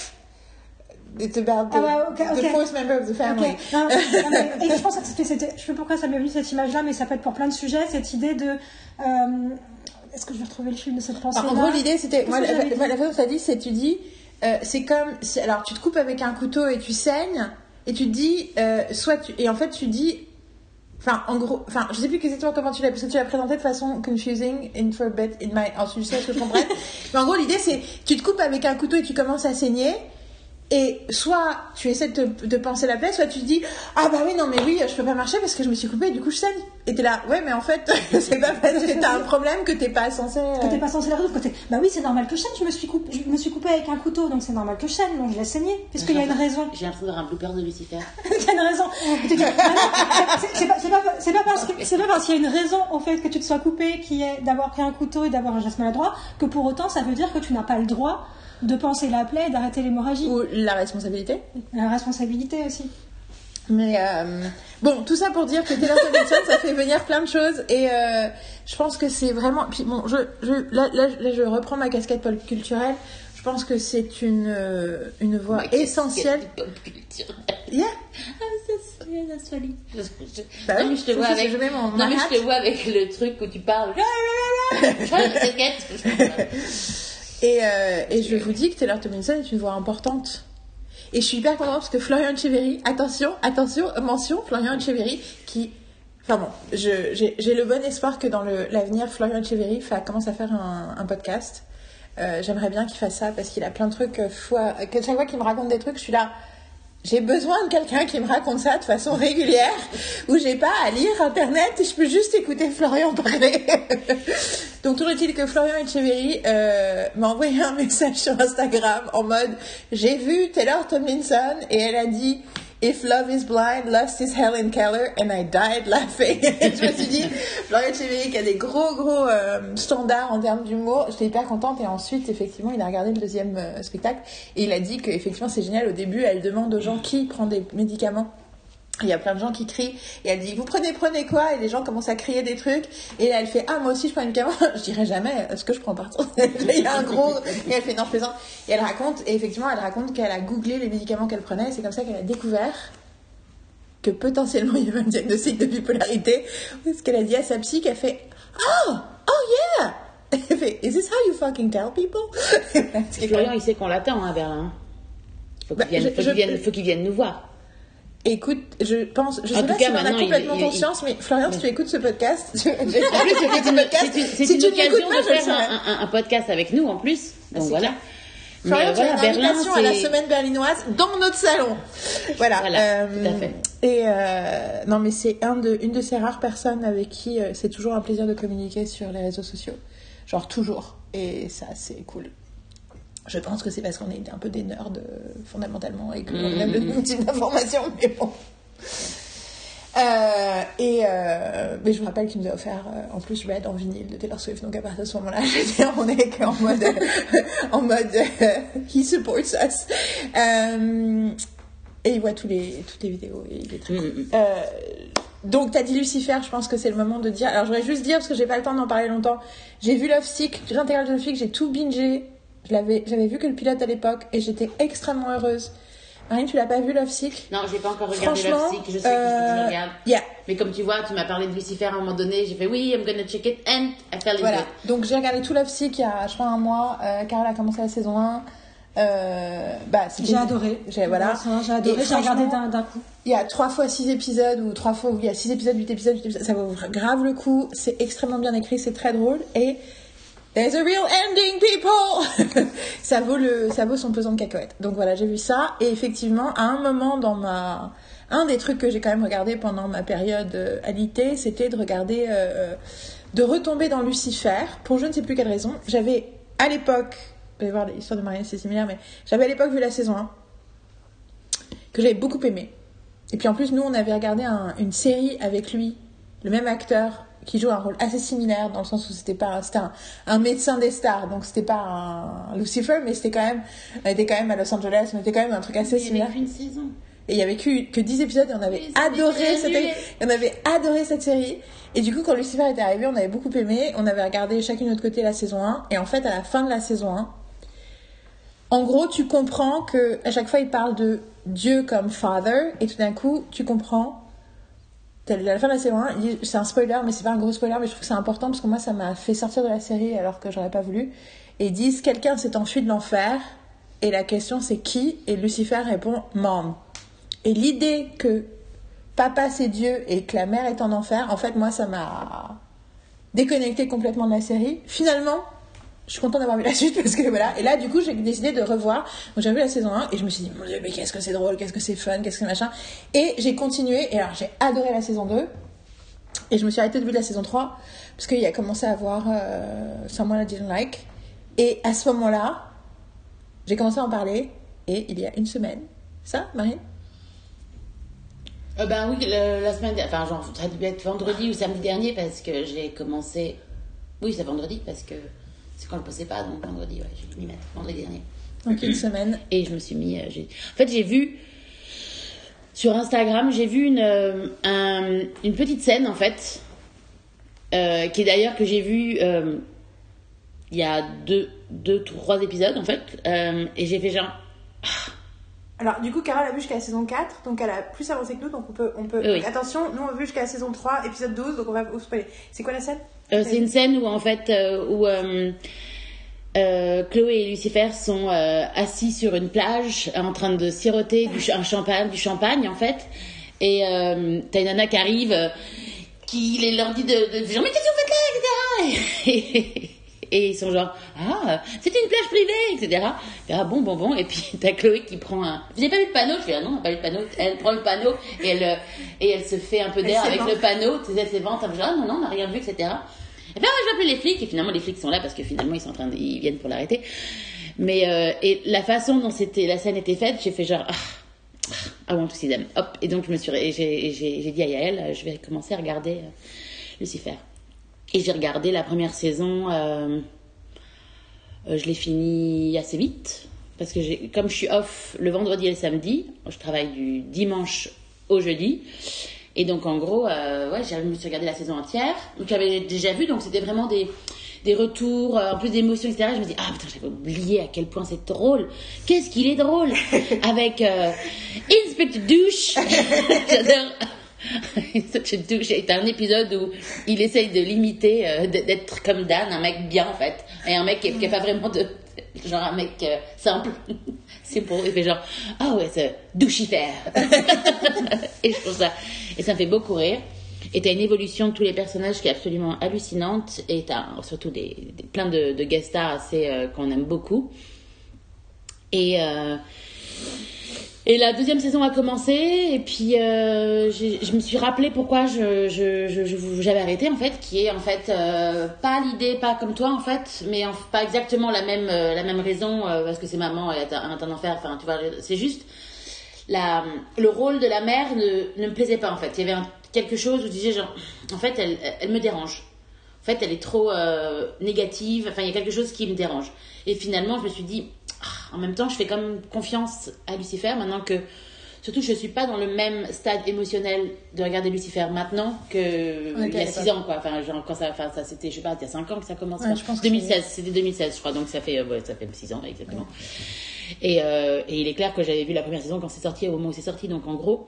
It's about the, Ah ouais, ok, the ok. fourth member of the family. Ok. Non, non, mais- et je pense que c'était, c'était, je sais pas pourquoi ça m'est venu cette image-là, mais ça peut être pour plein de sujets, cette idée de, euh, est-ce que je vais retrouver le film de cette pensée-là? En gros, l'idée, c'était, Qu'est-ce moi, que la, j'avais dit la, la façon dont tu as dit, c'est, tu dis, euh, c'est comme, si- alors, tu te coupes avec un couteau et tu saignes, et tu te dis, euh, soit tu, et en fait, tu dis, enfin, en gros, enfin, je sais plus exactement comment tu l'as, parce que tu l'as présenté de façon confusing, in for a bit, in my, alors, tu sais ce que je comprends. Mais en gros, l'idée, c'est, tu te coupes avec un couteau et tu commences à saigner, et soit tu essaies de, te, de penser la plaie, soit tu te dis, ah bah oui, non, mais oui, je peux pas marcher parce que je me suis coupée et du coup je saigne. Et t'es là, ouais, mais en fait, c'est pas parce que t'as un problème que t'es pas censé. Euh... Que t'es pas censé la résoudre, que t'es, bah oui, c'est normal que je saigne, je me suis coupée, je me suis coupée avec un couteau, donc c'est normal que je saigne, donc je laisse saigner, puisqu'il y a une raison. J'ai l'impression d'avoir un blooper de Lucifer. Il y a une raison. Et tu dis, ah non, c'est, c'est pas, c'est pas, c'est pas parce que, c'est pas parce qu'il y a une raison au fait que tu te sois coupé, qui est d'avoir pris un couteau et d'avoir un geste maladroit, que pour autant ça veut dire que tu n'as pas le droit de penser la plaie et d'arrêter l'hémorragie. Ou la responsabilité. La responsabilité aussi. Mais euh, bon, tout ça pour dire que Taylor Tomlinson, ça fait venir plein de choses et euh, je pense que c'est vraiment. Puis bon, je, je là, là, là, je reprends ma casquette pop culturelle. Je pense que c'est une euh, une voix Ma essentielle. Yeah. Ah, c'est ça, that's funny. Je, je, Bah non, oui, mais je te je vois sais, avec. je mets mon- non, ma mais hâte. je te vois avec le truc où tu parles. Et, euh, et je vous dis que Taylor Tomlinson est une voix importante. Et je suis hyper contente parce que Florian Etcheverry, attention, attention, mention, Florian Etcheverry, qui... Enfin bon, je, j'ai, j'ai le bon espoir que dans le, l'avenir, Florian Etcheverry fa, commence à faire un, un podcast. Euh, j'aimerais bien qu'il fasse ça parce qu'il a plein de trucs. Euh, fois, que chaque fois qu'il me raconte des trucs, je suis là... J'ai besoin de quelqu'un qui me raconte ça de façon régulière, où j'ai pas à lire internet et je peux juste écouter Florian parler. Donc toujours est-il que Florian Etcheverry euh, m'a envoyé un message sur Instagram en mode j'ai vu Taylor Tomlinson et elle a dit If love is blind, lust is Helen Keller, and I died laughing. Et je me suis dit, Florian Etcheverry qui a des gros gros euh, standards en termes d'humour, j'étais hyper contente. Et ensuite, effectivement, il a regardé le deuxième euh, spectacle et il a dit que effectivement c'est génial. Au début, elle demande aux gens qui prend des médicaments. Il y a plein de gens qui crient et elle dit vous prenez prenez quoi, et les gens commencent à crier des trucs et là elle fait ah moi aussi je prends un médicament. Je dirais jamais ce que je prends partout. Il y a un gros et elle fait non je plaisante et elle raconte et effectivement elle raconte qu'elle a googlé les médicaments qu'elle prenait et c'est comme ça qu'elle a découvert que potentiellement il y avait un diagnostic de bipolarité. Parce qu'elle a dit à sa psy qu'elle fait oh oh yeah. Elle fait is this how you fucking tell people? Florian il sait qu'on l'attend hein, à Berlin. Faut qu'il Bah, vienne, je- faut qu'il je- vienne, faut qu'il vienne nous voir. Écoute, je pense, je En sais tout pas cas, si on en a maintenant, il- complètement il- il- conscience, mais Florian, si tu écoutes ce podcast, tu, En plus, c'est une, c'est une- c'est si une tu ne occasion m'écoutes pas, de je le faire saurais. un, un- un podcast avec nous en plus. Donc c'est voilà. clair. Mais Florian, euh, tu as voilà, une Berlin, invitation à la c'est. semaine berlinoise dans notre salon. Voilà. Voilà, euh, tout à fait. Et euh, non, mais c'est un de, une de ces rares personnes avec qui euh, c'est toujours un plaisir de communiquer sur les réseaux sociaux. Genre toujours. Et ça, c'est cool. Je pense que c'est parce qu'on est un peu des nerds euh, fondamentalement et qu'on Mmh. aime le même type d'informations, mais bon. Euh, et euh, mais je me rappelle qu'il nous a offert euh, en plus Red en vinyle de Taylor Swift, donc à partir de ce moment-là j'étais on est en mode en mode euh, he supports us euh, et il voit tous les toutes les vidéos et il est très cool. euh, donc t'as dit Lucifer, je pense que c'est le moment de dire, alors je voudrais juste dire parce que j'ai pas le temps d'en parler longtemps, j'ai vu Love Sick, l'intégrale de Love Sick, j'ai tout bingé, je l'avais, j'avais vu que le pilote à l'époque et j'étais extrêmement heureuse. Marine, tu l'as pas vu Love Sick? Non, j'ai pas encore regardé Love Sick, je sais euh, qu'il faut que je regarde. Yeah. Mais comme tu vois, tu m'as parlé de Lucifer à un moment donné, j'ai fait oui, I'm gonna check it, and I fell into voilà. it. Donc j'ai regardé tout Love Sick il y a, je crois, un mois. Euh, Carole a commencé la saison un. Euh, bah, j'ai adoré. J'ai, voilà. J'ai adoré, j'ai regardé d'un, d'un coup. Il y a trois fois six épisodes, ou trois fois, il y a six épisodes, huit épisodes, huit épisodes. Ça vaut grave le coup. C'est extrêmement bien écrit, c'est très drôle. Et there's a real ending, people! ça vaut le, ça vaut son pesant de cacahuètes. Donc voilà, j'ai vu ça. Et effectivement, à un moment dans ma, un des trucs que j'ai quand même regardé pendant ma période euh, alitée, c'était de regarder, euh, de retomber dans Lucifer, pour je ne sais plus quelle raison. J'avais, à l'époque, vous allez voir l'histoire de Marianne, c'est similaire, mais j'avais à l'époque vu la saison un, que j'avais beaucoup aimé. Et puis en plus, nous, on avait regardé un, une série avec lui, le même acteur, qui joue un rôle assez similaire, dans le sens où c'était pas, c'était un, un médecin des stars, donc c'était pas un Lucifer, mais c'était quand même, on était quand même à Los Angeles, on était quand même un truc assez mais similaire. Il y avait qu'une saison. Et il y avait que, que dix épisodes et on avait oui, adoré cette, on avait adoré cette série. Et du coup, quand Lucifer était arrivé, on avait beaucoup aimé, on avait regardé chacune de notre côté la saison un, et en fait, à la fin de la saison un, en gros, tu comprends que à chaque fois, il parle de Dieu comme Father, et tout d'un coup, tu comprends. À la fin de la saison un, c'est un spoiler, mais c'est pas un gros spoiler, mais je trouve que c'est important parce que moi, ça m'a fait sortir de la série alors que j'aurais pas voulu. Et ils disent quelqu'un s'est enfui de l'enfer, et la question c'est qui? Et Lucifer répond Mom. Et l'idée que papa c'est Dieu et que la mère est en enfer, en fait, moi, ça m'a déconnecté complètement de la série. Finalement, je suis contente d'avoir vu la suite parce que voilà. Et là, du coup, j'ai décidé de revoir. Donc, j'ai vu la saison un et je me suis dit, mon Dieu, mais qu'est-ce que c'est drôle, qu'est-ce que c'est fun, qu'est-ce que c'est machin. Et j'ai continué. Et alors, j'ai adoré la saison deux. Et je me suis arrêtée de vue de la saison trois parce qu'il a commencé à avoir euh, Someone I Didn't Like. Et à ce moment-là, j'ai commencé à en parler. Et il y a une semaine. Ça, Marine? Euh, ben oui, le, la semaine, enfin, genre, ça devait être vendredi ou samedi dernier parce que j'ai commencé. Oui, c'est vendredi parce que. C'est quand je ne le posais pas, donc vendredi, ouais, j'ai dû m'y mettre, vendredi dernier. Donc une semaine. Et je me suis mis... Euh, j'ai... En fait, j'ai vu... Sur Instagram, j'ai vu une, euh, un, une petite scène, en fait, euh, qui est d'ailleurs que j'ai vue euh, il y a deux, deux, trois épisodes, en fait. Euh, et j'ai fait genre... Alors, du coup, Carole a vu jusqu'à la saison quatre, donc elle a plus avancé que nous, donc on peut... On peut... Oui. Donc, attention, nous on a vu jusqu'à la saison trois, épisode douze, donc on va vous spoiler. C'est quoi la scène? Euh, c'est une scène où, en fait, euh, où euh, euh, Chloé et Lucifer sont euh, assis sur une plage en train de siroter du, un champagne, du champagne, en fait. Et euh, t'as une nana qui arrive, euh, qui les, leur dit de, de genre, mais qu'est-ce que vous faites là, et cetera. Et, et ils sont genre, ah, c'est une plage privée, et cetera. Et, ah bon, bon, bon. Et puis t'as Chloé qui prend un... Vous n'avez pas vu le panneau? Je fais, ah non, on n'a pas vu le panneau. Elle prend le panneau et elle, et elle se fait un peu d'air avec le panneau. Tu sais, elle s'évente. Elle fait, ah non, non, on n'a rien vu, et cetera. Et puis, ah, je vais appeler les flics. Et finalement, les flics sont là parce que finalement, ils sont en train de... ils viennent pour l'arrêter. Mais, euh, et la façon dont c'était, la scène était faite, j'ai fait genre, ah, I want to see them. Hop. Et donc, je me suis, j'ai, j'ai, j'ai dit à Yael, je vais commencer à regarder euh, Lucifer. Et j'ai regardé la première saison, euh, euh, je l'ai fini assez vite. Parce que j'ai, comme je suis off le vendredi et le samedi, je travaille du dimanche au jeudi. Et donc, en gros, euh, ouais, je me suis regardé la saison entière. Donc, j'avais déjà vu, donc c'était vraiment des, des retours, euh, en plus d'émotions, et cetera. Je me dis, ah putain, j'avais oublié à quel point c'est drôle. Qu'est-ce qu'il est drôle avec euh, Inspector Douche. J'adore. Inspector Douche est un épisode où il essaye de l'imiter, euh, d'être comme Dan, un mec bien en fait. Et un mec qui n'est pas vraiment de... Genre un mec euh, simple. C'est pour... Il fait genre, ah ouais, c'est douchifère. Et je trouve ça... Et ça me fait beaucoup rire. Et t'as une évolution de tous les personnages qui est absolument hallucinante. Et t'as surtout des, des, plein de, de guest stars assez, euh, qu'on aime beaucoup. Et, euh, et la deuxième saison a commencé. Et puis euh, je me suis rappelé pourquoi je, je, je, je, j'avais arrêté, en fait. Qui est en fait euh, pas l'idée, pas comme toi, en fait. Mais en, pas exactement la même, euh, la même raison. Euh, parce que c'est maman, elle est en enfer. Enfin, tu vois, c'est juste... la, le rôle de la mère ne, ne me plaisait pas en fait. Il y avait un, quelque chose où je disais genre, en fait, elle, elle me dérange. En fait, elle est trop euh, négative. Enfin, il y a quelque chose qui me dérange. Et finalement, je me suis dit, ah, en même temps, je fais quand même confiance à Lucifer maintenant que, surtout, je suis pas dans le même stade émotionnel de regarder Lucifer maintenant que il y a six ans, quoi. Enfin, genre, quand ça, enfin, ça, c'était, je sais pas, il y a cinq ans que ça commence. Ouais, je pense deux mille seize, que c'était deux mille seize, je crois. Donc ça fait, euh, ouais, ça fait six ans exactement. Ouais. Et, euh, et il est clair que j'avais vu la première saison quand c'est sorti, au moment où c'est sorti. Donc en gros,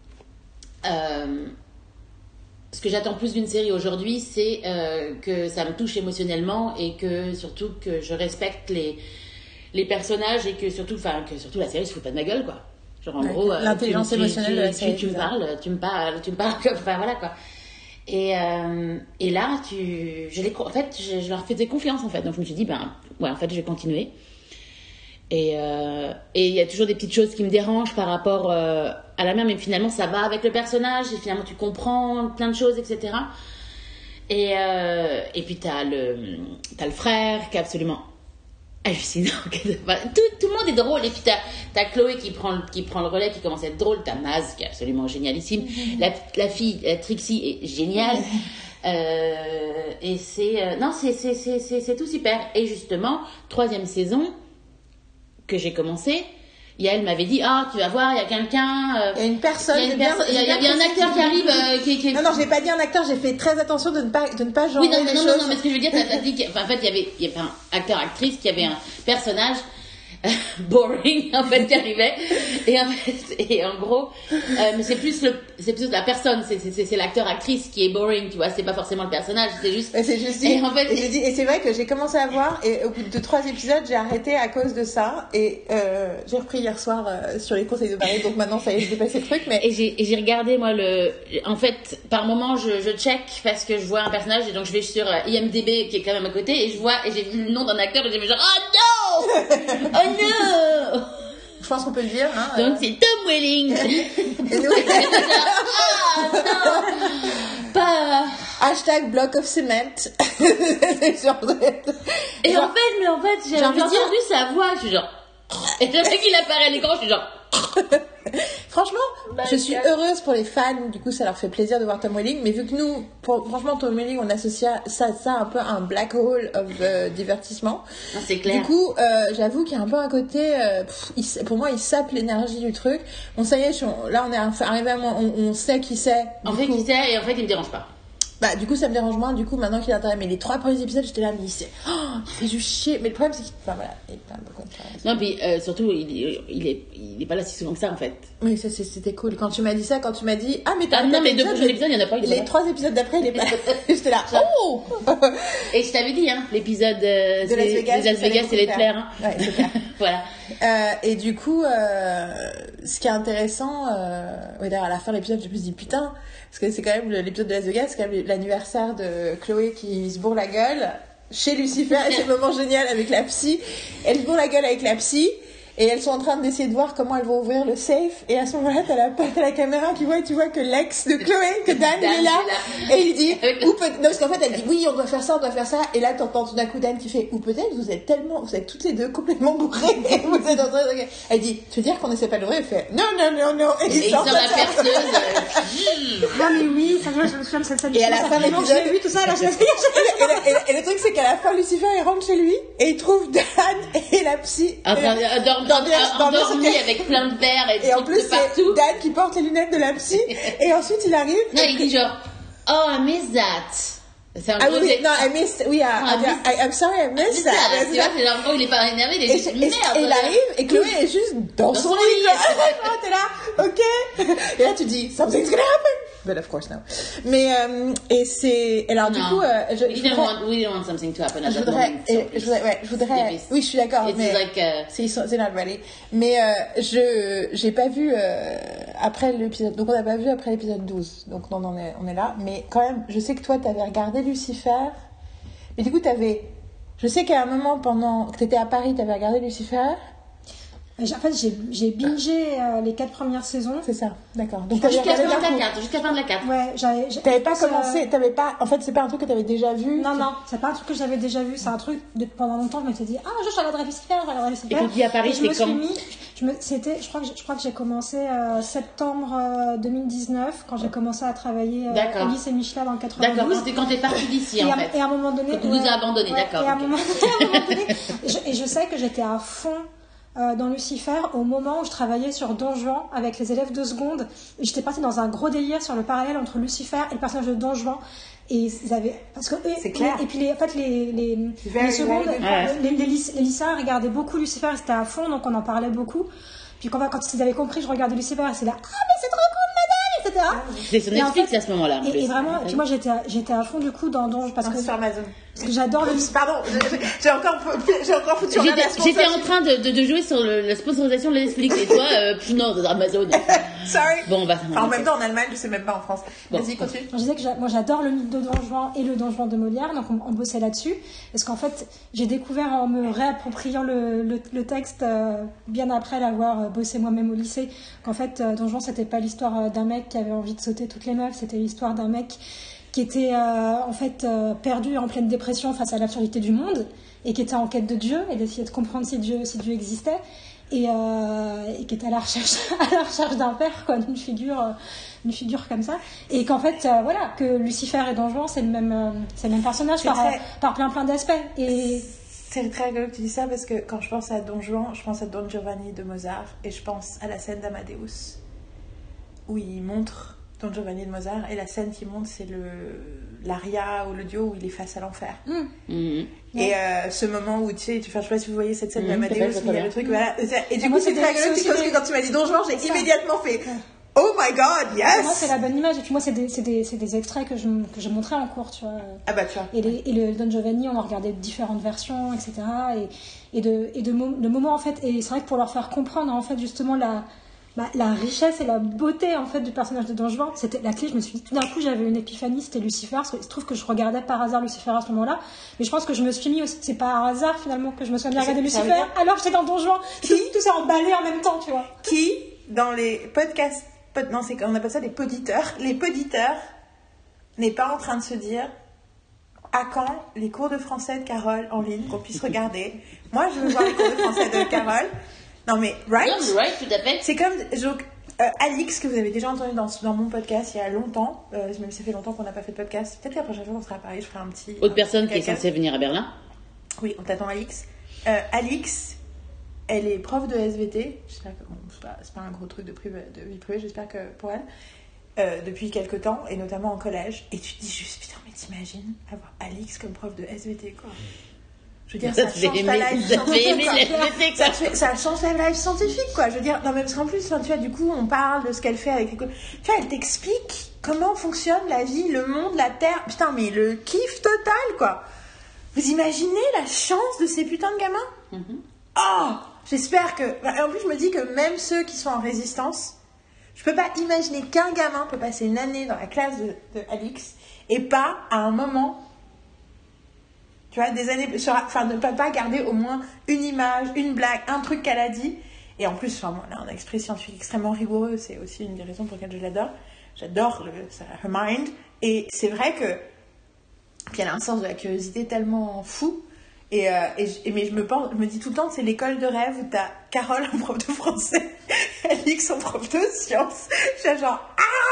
euh, ce que j'attends plus d'une série aujourd'hui, c'est euh, que ça me touche émotionnellement et que surtout que je respecte les les personnages et que surtout, enfin, que surtout la série se fout pas de ma gueule, quoi. Genre en ouais, gros, l'intelligence tu, émotionnelle tu, de la tu, série. Tu, tu me parles, tu me parles, tu me parles, enfin voilà quoi. Et, euh, et là, tu, je les, en fait, je, je leur faisais confiance en fait. Donc je me suis dit, ben, ouais, en fait, je vais continuer. Et euh, et il y a toujours des petites choses qui me dérangent par rapport euh, à la mère, mais finalement ça va avec le personnage et finalement tu comprends plein de choses, et cetera. Et euh, et puis t'as le t'as le frère qui est absolument hallucinant. tout, tout le monde est drôle. Et puis t'as, t'as Chloé qui prend, qui prend le relais, qui commence à être drôle. T'as Maz qui est absolument génialissime. Mm-hmm. La, la fille, la Trixie, est géniale. Mm-hmm. Euh, et c'est... Euh, non, c'est, c'est, c'est, c'est, c'est tout super. Et justement, troisième saison que j'ai commencé, Yael m'avait dit, ah, tu vas voir, il y a quelqu'un... Euh, il y a une personne... Il y a, une perso- il y a, il y a bien un acteur qui arrive... Euh, qui, qui... Non, non, j'ai pas dit un acteur, j'ai fait très attention de ne pas, de ne pas genrer oui, non, les non, choses. Non, non, mais ce que je veux dire, t'as, t'as dit qu'en fait, il y avait, il y avait un acteur-actrice qui avait un personnage boring, en fait, qui arrivait. Et en fait, et en gros, euh, mais c'est plus le, c'est plus la personne, c'est, c'est, c'est l'acteur-actrice qui est boring, tu vois, c'est pas forcément le personnage, c'est juste... Et c'est juste dit, et en fait, et, j'ai dit, et c'est vrai que j'ai commencé à voir, et au bout de trois épisodes, j'ai arrêté à cause de ça, et euh, j'ai repris hier soir euh, sur les conseils de Paris, donc maintenant, ça y est, j'ai dépassé le truc, mais... Et j'ai, et j'ai regardé, moi, le... En fait, par moment, je, je check parce que je vois un personnage, et donc je vais sur I M D B, qui est quand même à côté, et je vois, et j'ai vu le nom d'un acteur, et j'ai fait genre, oh non! Oh non! Je pense qu'on peut le dire. Hein, donc euh... c'est Tom Welling. Et nous, ah non, pas. Hashtag block of cement. C'est genre... Et genre... en fait, mais en fait, j'ai, j'ai entendu dire... sa voix, je suis genre. Et le mec il apparaît à l'écran, je suis genre. Franchement, bah, je suis heureuse pour les fans. Du coup, ça leur fait plaisir de voir Tom Welling. Mais vu que nous, pour, franchement, Tom Welling, on associe ça, ça un peu à un black hole of euh, divertissement. Ah, c'est clair. Du coup, euh, j'avoue qu'il y a un peu un côté. Euh, pff, il, pour moi, il sape l'énergie du truc. Bon, ça y est, on, là, on est arrivé à moi. On, on sait qui c'est. On sait qui c'est et en fait, il me dérange pas. Bah, du coup, ça me dérange moins. Du coup, maintenant qu'il est intéressé. Mais les trois premiers épisodes, j'étais là, mais il s'est. Oh, il fait du chier. Mais le problème, c'est qu'il. Enfin, voilà. Il est un peu comme ça. Non, puis euh, surtout, il, il, est, il est pas là si souvent que ça, en fait. Oui, ça, c'était cool. Quand tu m'as dit ça, quand tu m'as dit. Ah, mais t'as. Ah, non, mais deux prochains épisodes, il y en a pas. Les trois épisodes d'après, il est pas. J'étais là. Oh. Et je t'avais dit, hein, l'épisode euh, de Las Vegas, de Las Vegas, c'est les plaire. Hein. Ouais, c'est clair. Voilà. Euh, et du coup, euh, ce qui est intéressant, euh, oui, d'ailleurs, à la fin de l'épisode, je me suis dit putain, parce que c'est quand même l'épisode de Las Vegas, c'est quand même l'anniversaire de Chloé qui se bourre la gueule chez Lucifer, et c'est le moment génial avec la psy. Elle se bourre la gueule avec la psy. Et elles sont en train d'essayer de voir comment elles vont ouvrir le safe. Et à ce moment-là, t'as la, t'as la caméra qui voit, tu vois que l'ex de Chloé, que Dan, Dan il est là. là. Et il dit, ou peut non, parce qu'en fait, elle dit, oui, on doit faire ça, on doit faire ça. Et là, t'entends tout d'un coup Dan qui fait, ou peut-être vous êtes tellement, vous êtes toutes les deux complètement bourrées. Et vous êtes en train de... Elle dit, tu veux dire qu'on essaie pas de l'ouvrir? Elle fait, non, non, non, non. Et, et il sort la perceuse. Non, mais oui, ça, je me souviens de cette scène. Et à la fin de l'épisode, j'ai vu tout ça, alors je l'ai et, et le truc, c'est qu'à la fin, Lucifer, il rentre chez lui, et il trouve Dan et la psy. Endormi avec plein de verres et, et en plus c'est Dan qui porte les lunettes de la psy et ensuite il arrive non il dit genre oh I miss that c'est un ah gros oui, oui non I miss oui I, oh, I, I, I, I'm sorry I miss that, that. Tu vois c'est genre gros il est pas énervé il est juste et, merde et il arrive et Chloé est juste dans, dans son, son lit, lit. T'es là ok et là tu dis something's gonna happen but of course no mais euh, et c'est alors du no. coup euh, je, we, je don't voudrais, want, we don't want something to happen at je that voudrais, moment et, je voudrais ouais je voudrais oui je suis d'accord mais like a... c'est c'est not ready mais euh, je j'ai pas vu euh, après l'épisode donc on n'a pas vu après l'épisode douze donc on en est on est là mais quand même je sais que toi t'avais regardé Lucifer et du coup t'avais je sais qu'à un moment pendant que t'étais à Paris t'avais regardé Lucifer En fait, j'ai, j'ai bingé euh, les quatre premières saisons. C'est ça, d'accord. Donc jusqu'à la regardé fin de d'un la coup. quatre, jusqu'à la fin de la quatre. Ouais, j'avais. j'ai- T'avais pas euh, commencé, t'avais pas. En fait, c'est pas un truc que t'avais déjà vu. Non, non, c'est pas un truc que j'avais déjà vu. C'est un truc de pendant longtemps. Je m'étais dit, ah, un jour, je regarderai Lucifer, je regarderai Lucifer. Et quand tu y es à Paris, Et je me c'était suis quand mis. Je me, c'était, je crois que, je crois que j'ai commencé euh, septembre euh, deux mille dix-neuf quand j'ai commencé à travailler euh, D'accord. au lycée Michelin dans le quatre-vingt-douze. D'accord, c'était quand t'es partie d'ici Et en à, fait. et à un moment donné, Quand tu nous as abandonnés, ouais, d'accord, Et à, ok. un moment, à un moment donné, je, et je sais que j'étais à fond euh, dans Lucifer au moment où je travaillais sur Don Juan avec les élèves de seconde. Et j'étais partie dans un gros délire sur le parallèle entre Lucifer et le personnage de Don Juan. Et ils avaient parce que eux, C'est clair. et, et puis les, en fait les les, Very, les secondes, very good. les, les, lyc- les lycéens regardaient beaucoup Lucifer, ils étaient à fond, donc on en parlait beaucoup. Puis quand, quand ils avaient compris, je regardais Lucifer, et c'est là, ah mais c'est trop cool, madame, et cetera. C'était sur Et en Netflix fait- à ce moment-là. en Et, plus. et vraiment, puis moi j'étais à, j'étais à fond du coup dans Don parce que sur Amazon. parce que j'adore le Oups, pardon, j'ai- j'ai encore, j'ai encore foutu en l'air la J'étais j'étais en sponsorship. train de, de, de jouer sur le, la sponsorisation de Netflix et toi, euh, pff, non, Amazon. Sorry. Bon, on va. Enfin, en même temps, en Allemagne, je sais même pas en France. Bon. Vas-y, continue. Je disais que j'a- moi j'adore le mythe de Don Juan et le Don Juan de Molière, donc on, on bossait là-dessus. Parce qu'en fait, j'ai découvert en me réappropriant le, le, le texte euh, bien après l'avoir euh, bossé moi-même au lycée, qu'en fait euh, Don Juan c'était pas l'histoire euh, d'un mec qui avait envie de sauter toutes les meufs, c'était l'histoire d'un mec qui était euh, en fait euh, perdu et en pleine dépression face à l'absurdité du monde et qui était en quête de Dieu et d'essayer de comprendre si Dieu, si Dieu existait. Et, euh, et qui était à la recherche, à la recherche d'un père, quoi, d'une figure, euh, une figure comme ça. Et qu'en fait, euh, voilà, que Lucifer et Don Juan, c'est le même, euh, c'est le même personnage C'est par, très- euh, par plein plein d'aspects. Et C'est très rigolo que tu dis ça parce que quand je pense à Don Juan, je pense à Don Giovanni de Mozart et je pense à la scène d'Amadeus où il montre Don Giovanni de Mozart et la scène qu'il montre c'est le l'aria ou le duo où il est face à l'enfer. mm, Mhm. Et euh, ce moment où tu sais, tu, enfin, je sais pas si vous voyez cette scène Mhm, d'Amadeus, c'est vrai, où c'est il y a très le truc, bien. voilà. Et du Et moi, coup, c'est c'était- très rigolo c'est que tu aussi penses des- que quand tu m'as dit Don Juan, j'ai C'est ça. immédiatement fait Ouais. Oh my god, pour moi, c'est yes! la bonne image. Et puis moi, c'est des, c'est des, c'est des extraits que je, que je montrais en cours, tu vois. Ah bah tu vois. Et, les, et le Don Giovanni, on a regardé différentes versions, et cetera. Et, et, de, et de, mo- de moments, en fait, et c'est vrai que pour leur faire comprendre, en fait, justement, la, bah, la richesse et la beauté, en fait, du personnage de Don Juan, c'était la clé. Je me suis dit, tout d'un coup, j'avais une épiphanie, c'était Lucifer, parce que il se trouve que je regardais par hasard Lucifer à ce moment-là. Mais je pense que je me suis mis aussi, c'est par hasard, finalement, que je me suis mis à C'est- regarder ça veut Lucifer, dire- alors que j'étais dans Don Juan. Qui Tout, tout s'est emballé en même temps, tu vois. Qui, dans les podcasts, pod- non, c'est, on appelle ça des poditeurs, les poditeurs n'est pas en train de se dire à quand les cours de français de Carole en ligne qu'on puisse regarder. Moi, je veux voir les cours de français de Carole. Non mais, right? Non, right, tout à fait. C'est comme donc, euh, Alix, que vous avez déjà entendu dans, dans mon podcast il y a longtemps, euh, même si ça fait longtemps qu'on n'a pas fait de podcast. Peut-être que la prochaine fois qu'on sera à Paris, je ferai un petit... Autre un personne petit qui est caca. censée venir à Berlin. Oui, on t'attend Alix. Euh, Alix, elle est prof de S V T. J'espère que bon, c'est pas, c'est pas un gros truc de, privé, de vie privée, j'espère que pour elle. Euh, depuis quelques temps, et notamment en collège. Et tu te dis juste, putain, mais t'imagines avoir Alix comme prof de S V T, quoi. Je veux dire, ça, Ça te fait change aimer, ta life ça te fait aimer scientifique, quoi. la S V T, Ça, quoi. te fait- ça change ta life scientifique, quoi. Je veux dire, non, mais parce qu'en plus, enfin, tu vois, du coup, on parle de ce qu'elle fait avec les... co- Tu vois, elle t'explique comment fonctionne la vie, le monde, la Terre. Putain, mais le kiff total, quoi. Vous imaginez la chance de ces putains de gamins? Mhm. Oh, j'espère que... Et en plus, je me dis que même ceux qui sont en résistance, je peux pas imaginer qu'un gamin peut passer une année dans la classe de, de Alix et pas, à un moment... Tu vois, des années... sur- Enfin, ne pas, pas garder au moins une image, une blague, un truc qu'elle a dit. Et en plus, enfin, moi, elle a un esprit scientifique extrêmement rigoureux. C'est aussi une des raisons pour lesquelles je l'adore. J'adore le, sa, her mind. Et c'est vrai que... Puis elle a un sens de la curiosité tellement fou. Et, euh, et, je- et- mais je me, pense, je me dis tout le temps, c'est l'école de rêve où t'as Carole en prof de français, Alix en prof de sciences. J'ai genre,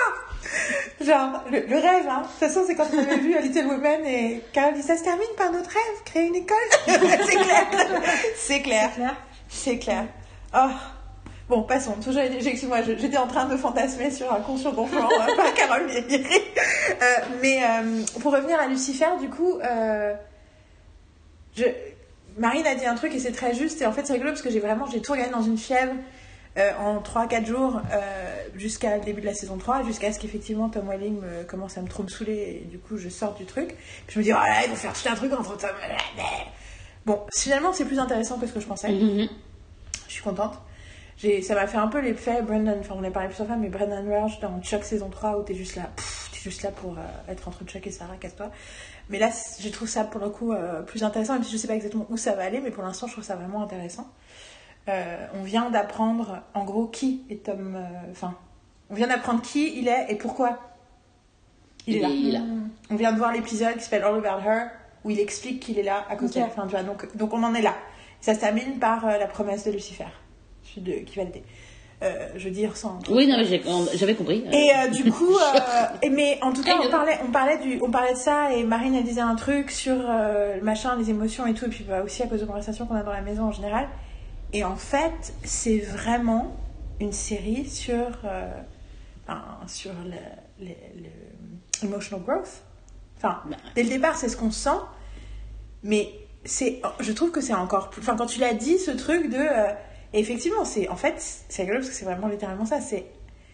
ah Genre, le, le rêve, hein. De toute façon, c'est quand on avait vu Little Women et Carole dit, ça se termine par notre rêve, créer une école. C'est clair. C'est clair. C'est clair. C'est clair. Oh. Bon, passons. Toujours, excuse-moi, je- j'étais en train de fantasmer sur un con sur Don Juan, euh, pas Carole Vieillerie. Euh, mais euh, pour revenir à Lucifer, du coup, euh, je... Marine a dit un truc et c'est très juste. Et en fait, c'est rigolo parce que j'ai vraiment j'ai tout regardé dans une fièvre euh, en trois quatre jours euh, jusqu'à le début de la saison trois, jusqu'à ce qu'effectivement Tom Welling me, commence à me trop me saouler et du coup, je sors du truc. Puis je me dis, oh là, ils vont faire tout un truc entre Tom... Bon, finalement, c'est plus intéressant que ce que je pensais. Mhm. Je suis contente. J'ai, ça m'a fait un peu l'effet Brendan, enfin on a parlé plusieurs fois, mais Brendan Rush dans Chuck saison trois où t'es juste là, pff, t'es juste là pour euh, être entre Chuck et Sarah, casse-toi. Mais là, je trouve ça pour le coup euh, plus intéressant, même si je sais pas exactement où ça va aller, mais pour l'instant je trouve ça vraiment intéressant. euh, on vient d'apprendre, en gros, qui est Tom... Enfin, euh, on vient d'apprendre qui il est et pourquoi il est là. Il est là. On vient de voir l'épisode qui s'appelle All About Her, où il explique qu'il est là à cause Okay. de la fin, tu vois. Donc, donc on en est là. Ça se termine par euh, la promesse de Lucifer, de, qui va l'aider. Euh, je veux dire sans... Oui, non, mais j'ai, j'avais compris. Et euh, du coup, euh, et, mais en tout cas, on parlait, on, parlait du, on parlait de ça, et Marine, elle disait un truc sur euh, le machin, les émotions et tout, et puis bah, aussi à cause de conversations qu'on a dans la maison en général. Et en fait, c'est vraiment une série sur, euh, enfin, sur le, le, le emotional growth. Enfin, bah. Dès le départ, c'est ce qu'on sent, mais c'est, je trouve que c'est encore plus... Enfin, quand tu l'as dit, ce truc de... Euh, et effectivement, c'est, en fait, c'est rigolo parce que c'est vraiment littéralement ça. C'est,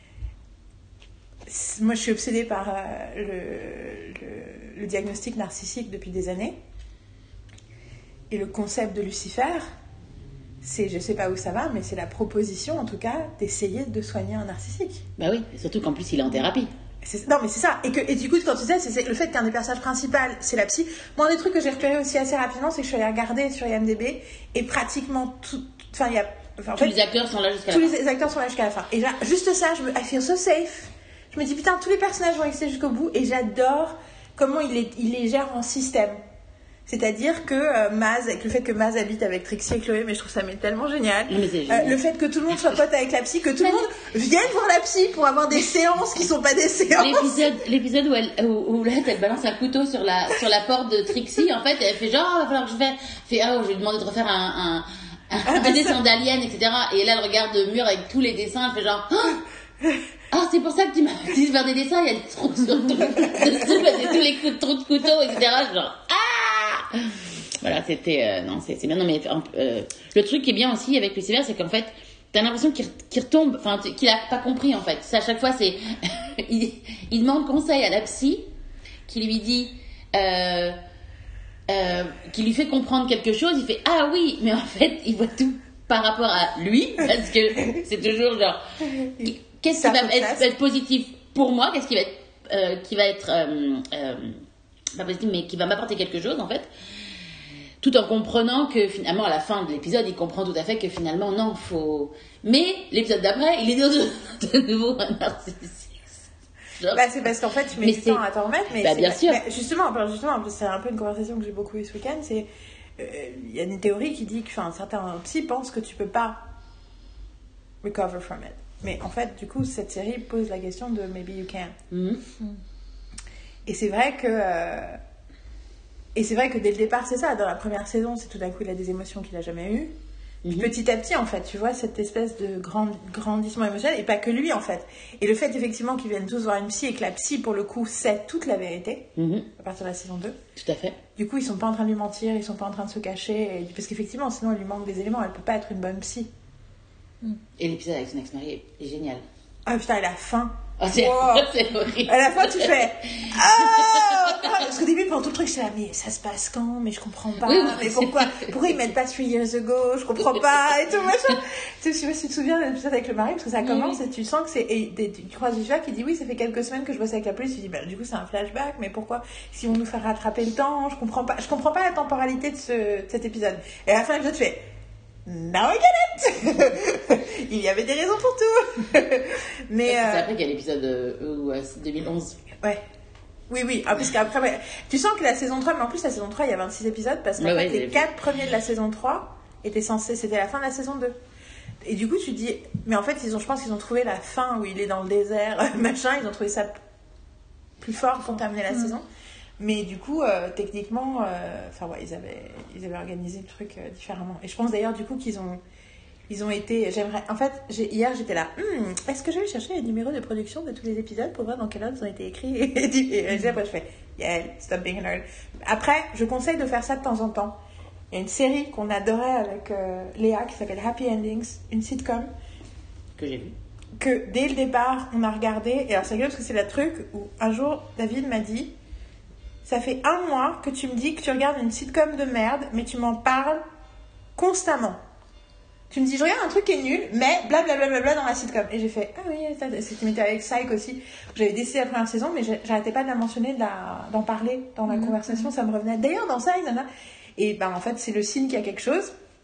c'est moi, je suis obsédée par euh, le, le, le diagnostic narcissique depuis des années. Et le concept de Lucifer, c'est, je sais pas où ça va, mais c'est la proposition, en tout cas, d'essayer de soigner un narcissique. Bah oui, surtout qu'en plus, il est en thérapie. C'est, non, mais c'est ça. Et, que, et du coup, quand tu disais, c'est, c'est le fait qu'un des personnages principaux, c'est la psy. Moi, un des trucs que j'ai repéré aussi assez rapidement, c'est que je suis allée regarder sur I M D B et pratiquement tout. Enfin, il y a. Enfin, en tous fait, les acteurs sont là jusqu'à la tous fin. Tous les acteurs sont là jusqu'à la fin. Et là, juste ça, je me. I feel so safe. Je me dis, putain, tous les personnages vont exister jusqu'au bout. Et j'adore comment il les, il les gère en système. C'est-à-dire que euh, Maz, avec le fait que Maz habite avec Trixie et Chloé, mais je trouve ça mais tellement génial. Mais c'est génial. Euh, le fait que tout le monde soit pote avec la psy, que tout le monde vienne voir la psy pour avoir des séances qui sont pas des séances. L'épisode, l'épisode où, elle, où, où là, elle balance un couteau sur la, sur la porte de Trixie, en fait, elle fait genre, il va falloir que je fasse, fait, ah, oh, je vais demander de refaire un, un, un, un, un dessin d'alien, et cetera. Et là, elle regarde le mur avec tous les dessins, elle fait genre, oh, ah, c'est pour ça que tu m'as dit de faire des dessins, il y a des trous sur tout, dessus, parce que tous les coups, trous de couteau, et cetera. Genre, ah! Voilà, c'était euh, non, c'est, c'est bien. Non, mais euh, le truc qui est bien aussi avec Lucifer, c'est qu'en fait, t'as l'impression qu'il, qu'il retombe, enfin, qu'il a pas compris en fait. C'est à chaque fois, c'est il, il demande conseil à la psy, qui lui dit, euh, euh, qui lui fait comprendre quelque chose. Il fait ah oui, mais en fait, il voit tout par rapport à lui, parce que c'est toujours genre, qu'est-ce qui va être, être positif pour moi, qu'est-ce qui va être, euh, qui va être euh, euh, pas positif, mais qui va m'apporter quelque chose en fait. Tout en comprenant que finalement, à la fin de l'épisode, il comprend tout à fait que finalement, non, faut. Mais l'épisode d'après, il est de, de nouveau un narcissique. Genre... Bah, c'est parce qu'en fait, tu mets mais du c'est... temps à t'en remettre. Mais bah, c'est... bien sûr. Mais justement, justement, c'est un peu une conversation que j'ai beaucoup eue ce week-end. C'est il euh, y a une théorie qui dit que, enfin, certains psy pensent que tu peux pas recover from it. Mais en fait, du coup, cette série pose la question de maybe you can. Mm-hmm. Et c'est vrai que. Euh... Et c'est vrai que dès le départ, c'est ça. Dans la première saison, c'est tout d'un coup, il a des émotions qu'il n'a jamais eues. Puis mm-hmm. petit à petit, en fait, tu vois, cette espèce de grand, grandissement émotionnel. Et pas que lui, en fait. Et le fait, effectivement, qu'ils viennent tous voir une psy et que la psy, pour le coup, sait toute la vérité. Mm-hmm. À partir de la saison deux. Tout à fait. Du coup, ils sont pas en train de lui mentir, ils sont pas en train de se cacher. Et... Parce qu'effectivement, sinon, il lui manque des éléments. Elle peut pas être une bonne psy. Mm. Et l'épisode avec son ex-mari est génial. Ah putain, elle a faim. Oh, c'est, wow. c'est horrible. À la fin, tu fais ah parce qu'au début, pendant tout le truc, j'étais là, mais ça se passe quand? Mais je comprends pas. Oui, oui, mais pourquoi Pourquoi ils mettent pas three years ago? Je comprends pas. Et tout machin. Tu sais, je sais pas si tu te souviens de l'épisode avec le mari, parce que ça commence oui, oui. et tu sens que c'est. Et tu croises Lucifer qui dit oui, ça fait quelques semaines que je bosse avec la police. Tu dis, bah, du coup, c'est un flashback, mais pourquoi? Si on nous fait rattraper le temps, je comprends pas. Je comprends pas la temporalité de, ce, de cet épisode. Et à la fin de l'épisode, tu fais. Now I get it. Il y avait des raisons pour tout. Mais c'est euh... après qu'il y a l'épisode euh, euh, deux mille onze. Ouais. Oui, oui. Ah, parce qu'après, ouais. Tu sens que la saison trois, mais en plus, la saison trois, il y a vingt-six épisodes, parce qu'en ouais, fait, ouais, les quatre premiers de la saison trois étaient censés, c'était la fin de la saison deux. Et du coup, tu dis, mais en fait, ils ont, je pense qu'ils ont trouvé la fin où il est dans le désert, machin, ils ont trouvé ça plus fort pour terminer la mmh. saison. Mais du coup, euh, techniquement, enfin euh, ouais, ils avaient, ils avaient organisé le truc euh, différemment. Et je pense d'ailleurs du coup qu'ils ont, ils ont été. J'aimerais. En fait, j'ai, hier j'étais là. Hm, est-ce que je vais chercher les numéros de production de tous les épisodes pour voir dans quel ordre ils ont été écrits? Et, et après je fais, yeah, stop being a nerd. Après, je conseille de faire ça de temps en temps. Il y a une série qu'on adorait avec euh, Léa qui s'appelle Happy Endings, une sitcom que j'ai vue. Que dès le départ on a regardé. Et alors c'est rigolo parce que c'est le truc où un jour David m'a dit. Ça fait un mois que tu me dis que tu regardes une sitcom de merde, mais tu m'en parles constamment. Tu me dis, je regarde un truc qui est nul, mais blablabla bla bla bla dans la sitcom. Et j'ai fait, ah oui, c'est ce qui m'était avec Psych aussi. J'avais décidé la première saison, mais j'arrêtais pas de la mentionner, de la, d'en parler dans la mmh. conversation, ça me revenait. D'ailleurs, dans Psych, nana. Et ben, en fait, c'est le signe qu'il y a quelque chose.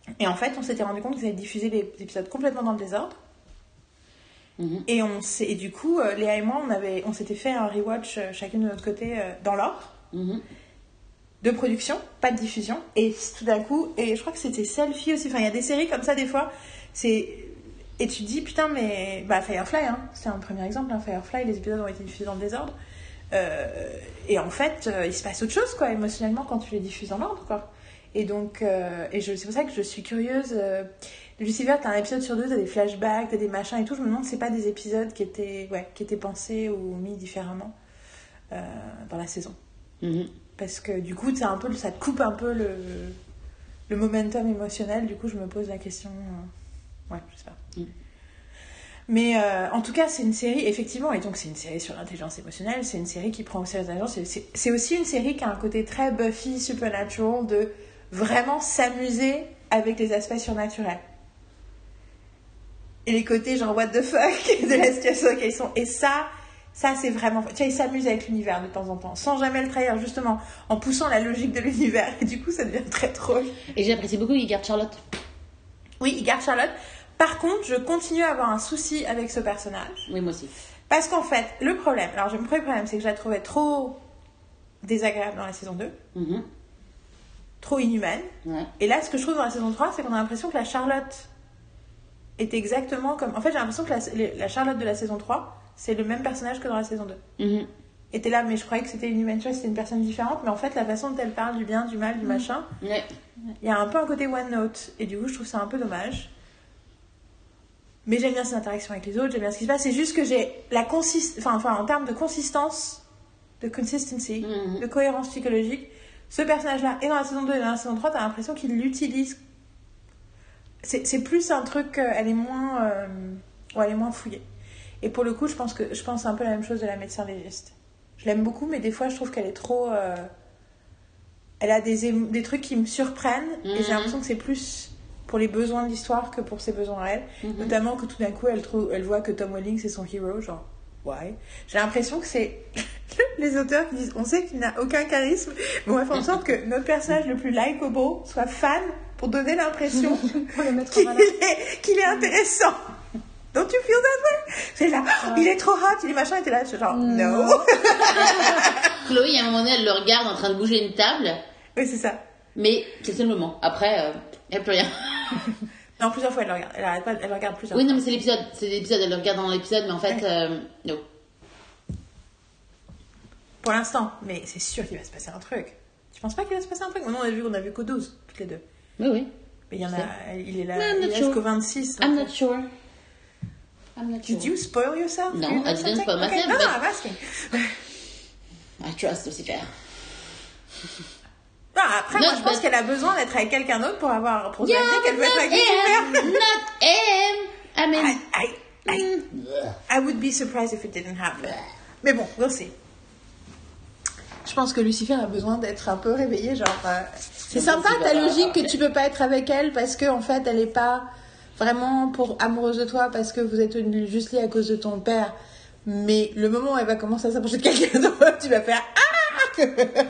Et en fait, on s'était rendu compte qu'ils avaient diffusé les épisodes complètement dans le désordre. Mm-hmm. Et, on s'est, et du coup, euh, Léa et moi, on, avait, on s'était fait un rewatch euh, chacune de notre côté euh, dans l'ordre. Mm-hmm. De production, pas de diffusion. Et tout d'un coup, et je crois que c'était Selfie aussi. Enfin, il y a des séries comme ça, des fois. C'est... Et tu te dis, putain, mais... Bah, Firefly, hein, c'est un premier exemple. Hein, Firefly, les épisodes ont été diffusés dans le désordre. Euh... Et en fait, euh, il se passe autre chose, quoi, émotionnellement, quand tu les diffuses dans l'ordre, quoi. Et donc, euh... et je... c'est pour ça que je suis curieuse. Euh... Lucifer, t'as un épisode sur deux, t'as des flashbacks, t'as des machins et tout. Je me demande si c'est pas des épisodes qui étaient, ouais, qui étaient pensés ou mis différemment euh, dans la saison. Mm-hmm. Parce que du coup, un peu, ça te coupe un peu le, le momentum émotionnel. Du coup, je me pose la question. Euh... Ouais, je sais pas. Mm. Mais euh, en tout cas, c'est une série, effectivement, et donc c'est une série sur l'intelligence émotionnelle. C'est une série qui prend au sérieux l'intelligence. C'est, c'est, c'est aussi une série qui a un côté très Buffy, Supernatural, de vraiment s'amuser avec les aspects surnaturels. Et les côtés genre what the fuck de la situation auquel ils sont. Et ça, ça c'est vraiment... Tu vois, ils s'amusent avec l'univers de temps en temps, sans jamais le trahir, justement, en poussant la logique de l'univers. Et du coup, ça devient très drôle. Et j'apprécie beaucoup, ils gardent Charlotte. Oui, ils gardent Charlotte. Par contre, je continue à avoir un souci avec ce personnage. Oui, moi aussi. Parce qu'en fait, le problème... Alors, mon premier problème, c'est que je la trouvais trop désagréable dans la saison deux. Mm-hmm. Trop inhumaine. Ouais. Et là, ce que je trouve dans la saison trois, c'est qu'on a l'impression que la Charlotte... est exactement comme... En fait, j'ai l'impression que la, la Charlotte de la saison trois, c'est le même personnage que dans la saison deux. Mm-hmm. Et t'es là, mais je croyais que c'était une humaine, tu vois, c'était une personne différente. Mais en fait, la façon dont elle parle du bien, du mal, du mm-hmm. machin, il ouais. y a un peu un côté One Note. Et du coup, je trouve ça un peu dommage. Mais j'aime bien ses interactions avec les autres, j'aime bien ce qui se passe. C'est juste que j'ai la consistance... Enfin, enfin, en termes de consistance, de consistency, mm-hmm. de cohérence psychologique, ce personnage-là, et dans la saison deux et dans la saison trois, t'as l'impression qu'il l'utilise... C'est, c'est plus un truc, euh, elle est moins, euh, ouais, elle est moins fouillée. Et pour le coup, je pense que je pense un peu la même chose de la médecin légiste. Je l'aime beaucoup, mais des fois, je trouve qu'elle est trop, euh, elle a des émo- des trucs qui me surprennent, mm-hmm. et j'ai l'impression que c'est plus pour les besoins de l'histoire que pour ses besoins à elle. Mm-hmm. Notamment que tout d'un coup, elle trouve, elle voit que Tom Welling c'est son héros, genre. Ouais. J'ai l'impression que c'est les auteurs qui disent, on sait qu'il n'a aucun charisme, mais on va faire en sorte que notre personnage le plus likeable soit fan pour donner l'impression pour le mettre qu'il, est, qu'il est intéressant. Don't you feel that way? C'est là, ouais. Il est trop hot, il est machin, et t'es là, genre, no. no. Chloé, à un moment donné, elle le regarde en train de bouger une table. Oui, c'est ça. Mais c'est le seul moment. Après, euh, il n'y a plus rien. Non, plusieurs fois, elle le regarde. Elle arrête pas, elle le regarde plusieurs oui, fois. Oui, non, mais c'est l'épisode. C'est l'épisode, elle le regarde dans l'épisode, mais en fait, ouais. euh, no. Pour l'instant, mais c'est sûr qu'il va se passer un truc. Tu penses pas qu'il va se passer un truc? Non, on a vu, on a vu qu'au douze, toutes les deux. Oui, oui. Mais il y en a, il est là, il est là jusqu'au vingt-six. I'm not sure. I'm not sure. Did you spoil yourself? No, I didn't spoil myself. Okay. No, I'm asking. I trust Lucifer. Non, après, not moi, je pense qu'elle a besoin d'être avec quelqu'un d'autre pour avoir, pour yeah, dire qu'elle veut être avec Lucifer. Not him. I mean, I, I, I, I would be surprised if it didn't happen. Mais bon, we'll see. Je pense que Lucifer a besoin d'être un peu réveillée, genre... Euh, c'est sympa ta logique que tu peux pas être avec elle parce que en fait elle est pas vraiment pour amoureuse de toi parce que vous êtes juste liés à cause de ton père. Mais le moment où elle va commencer à s'approcher de quelqu'un d'autre, tu vas faire ah.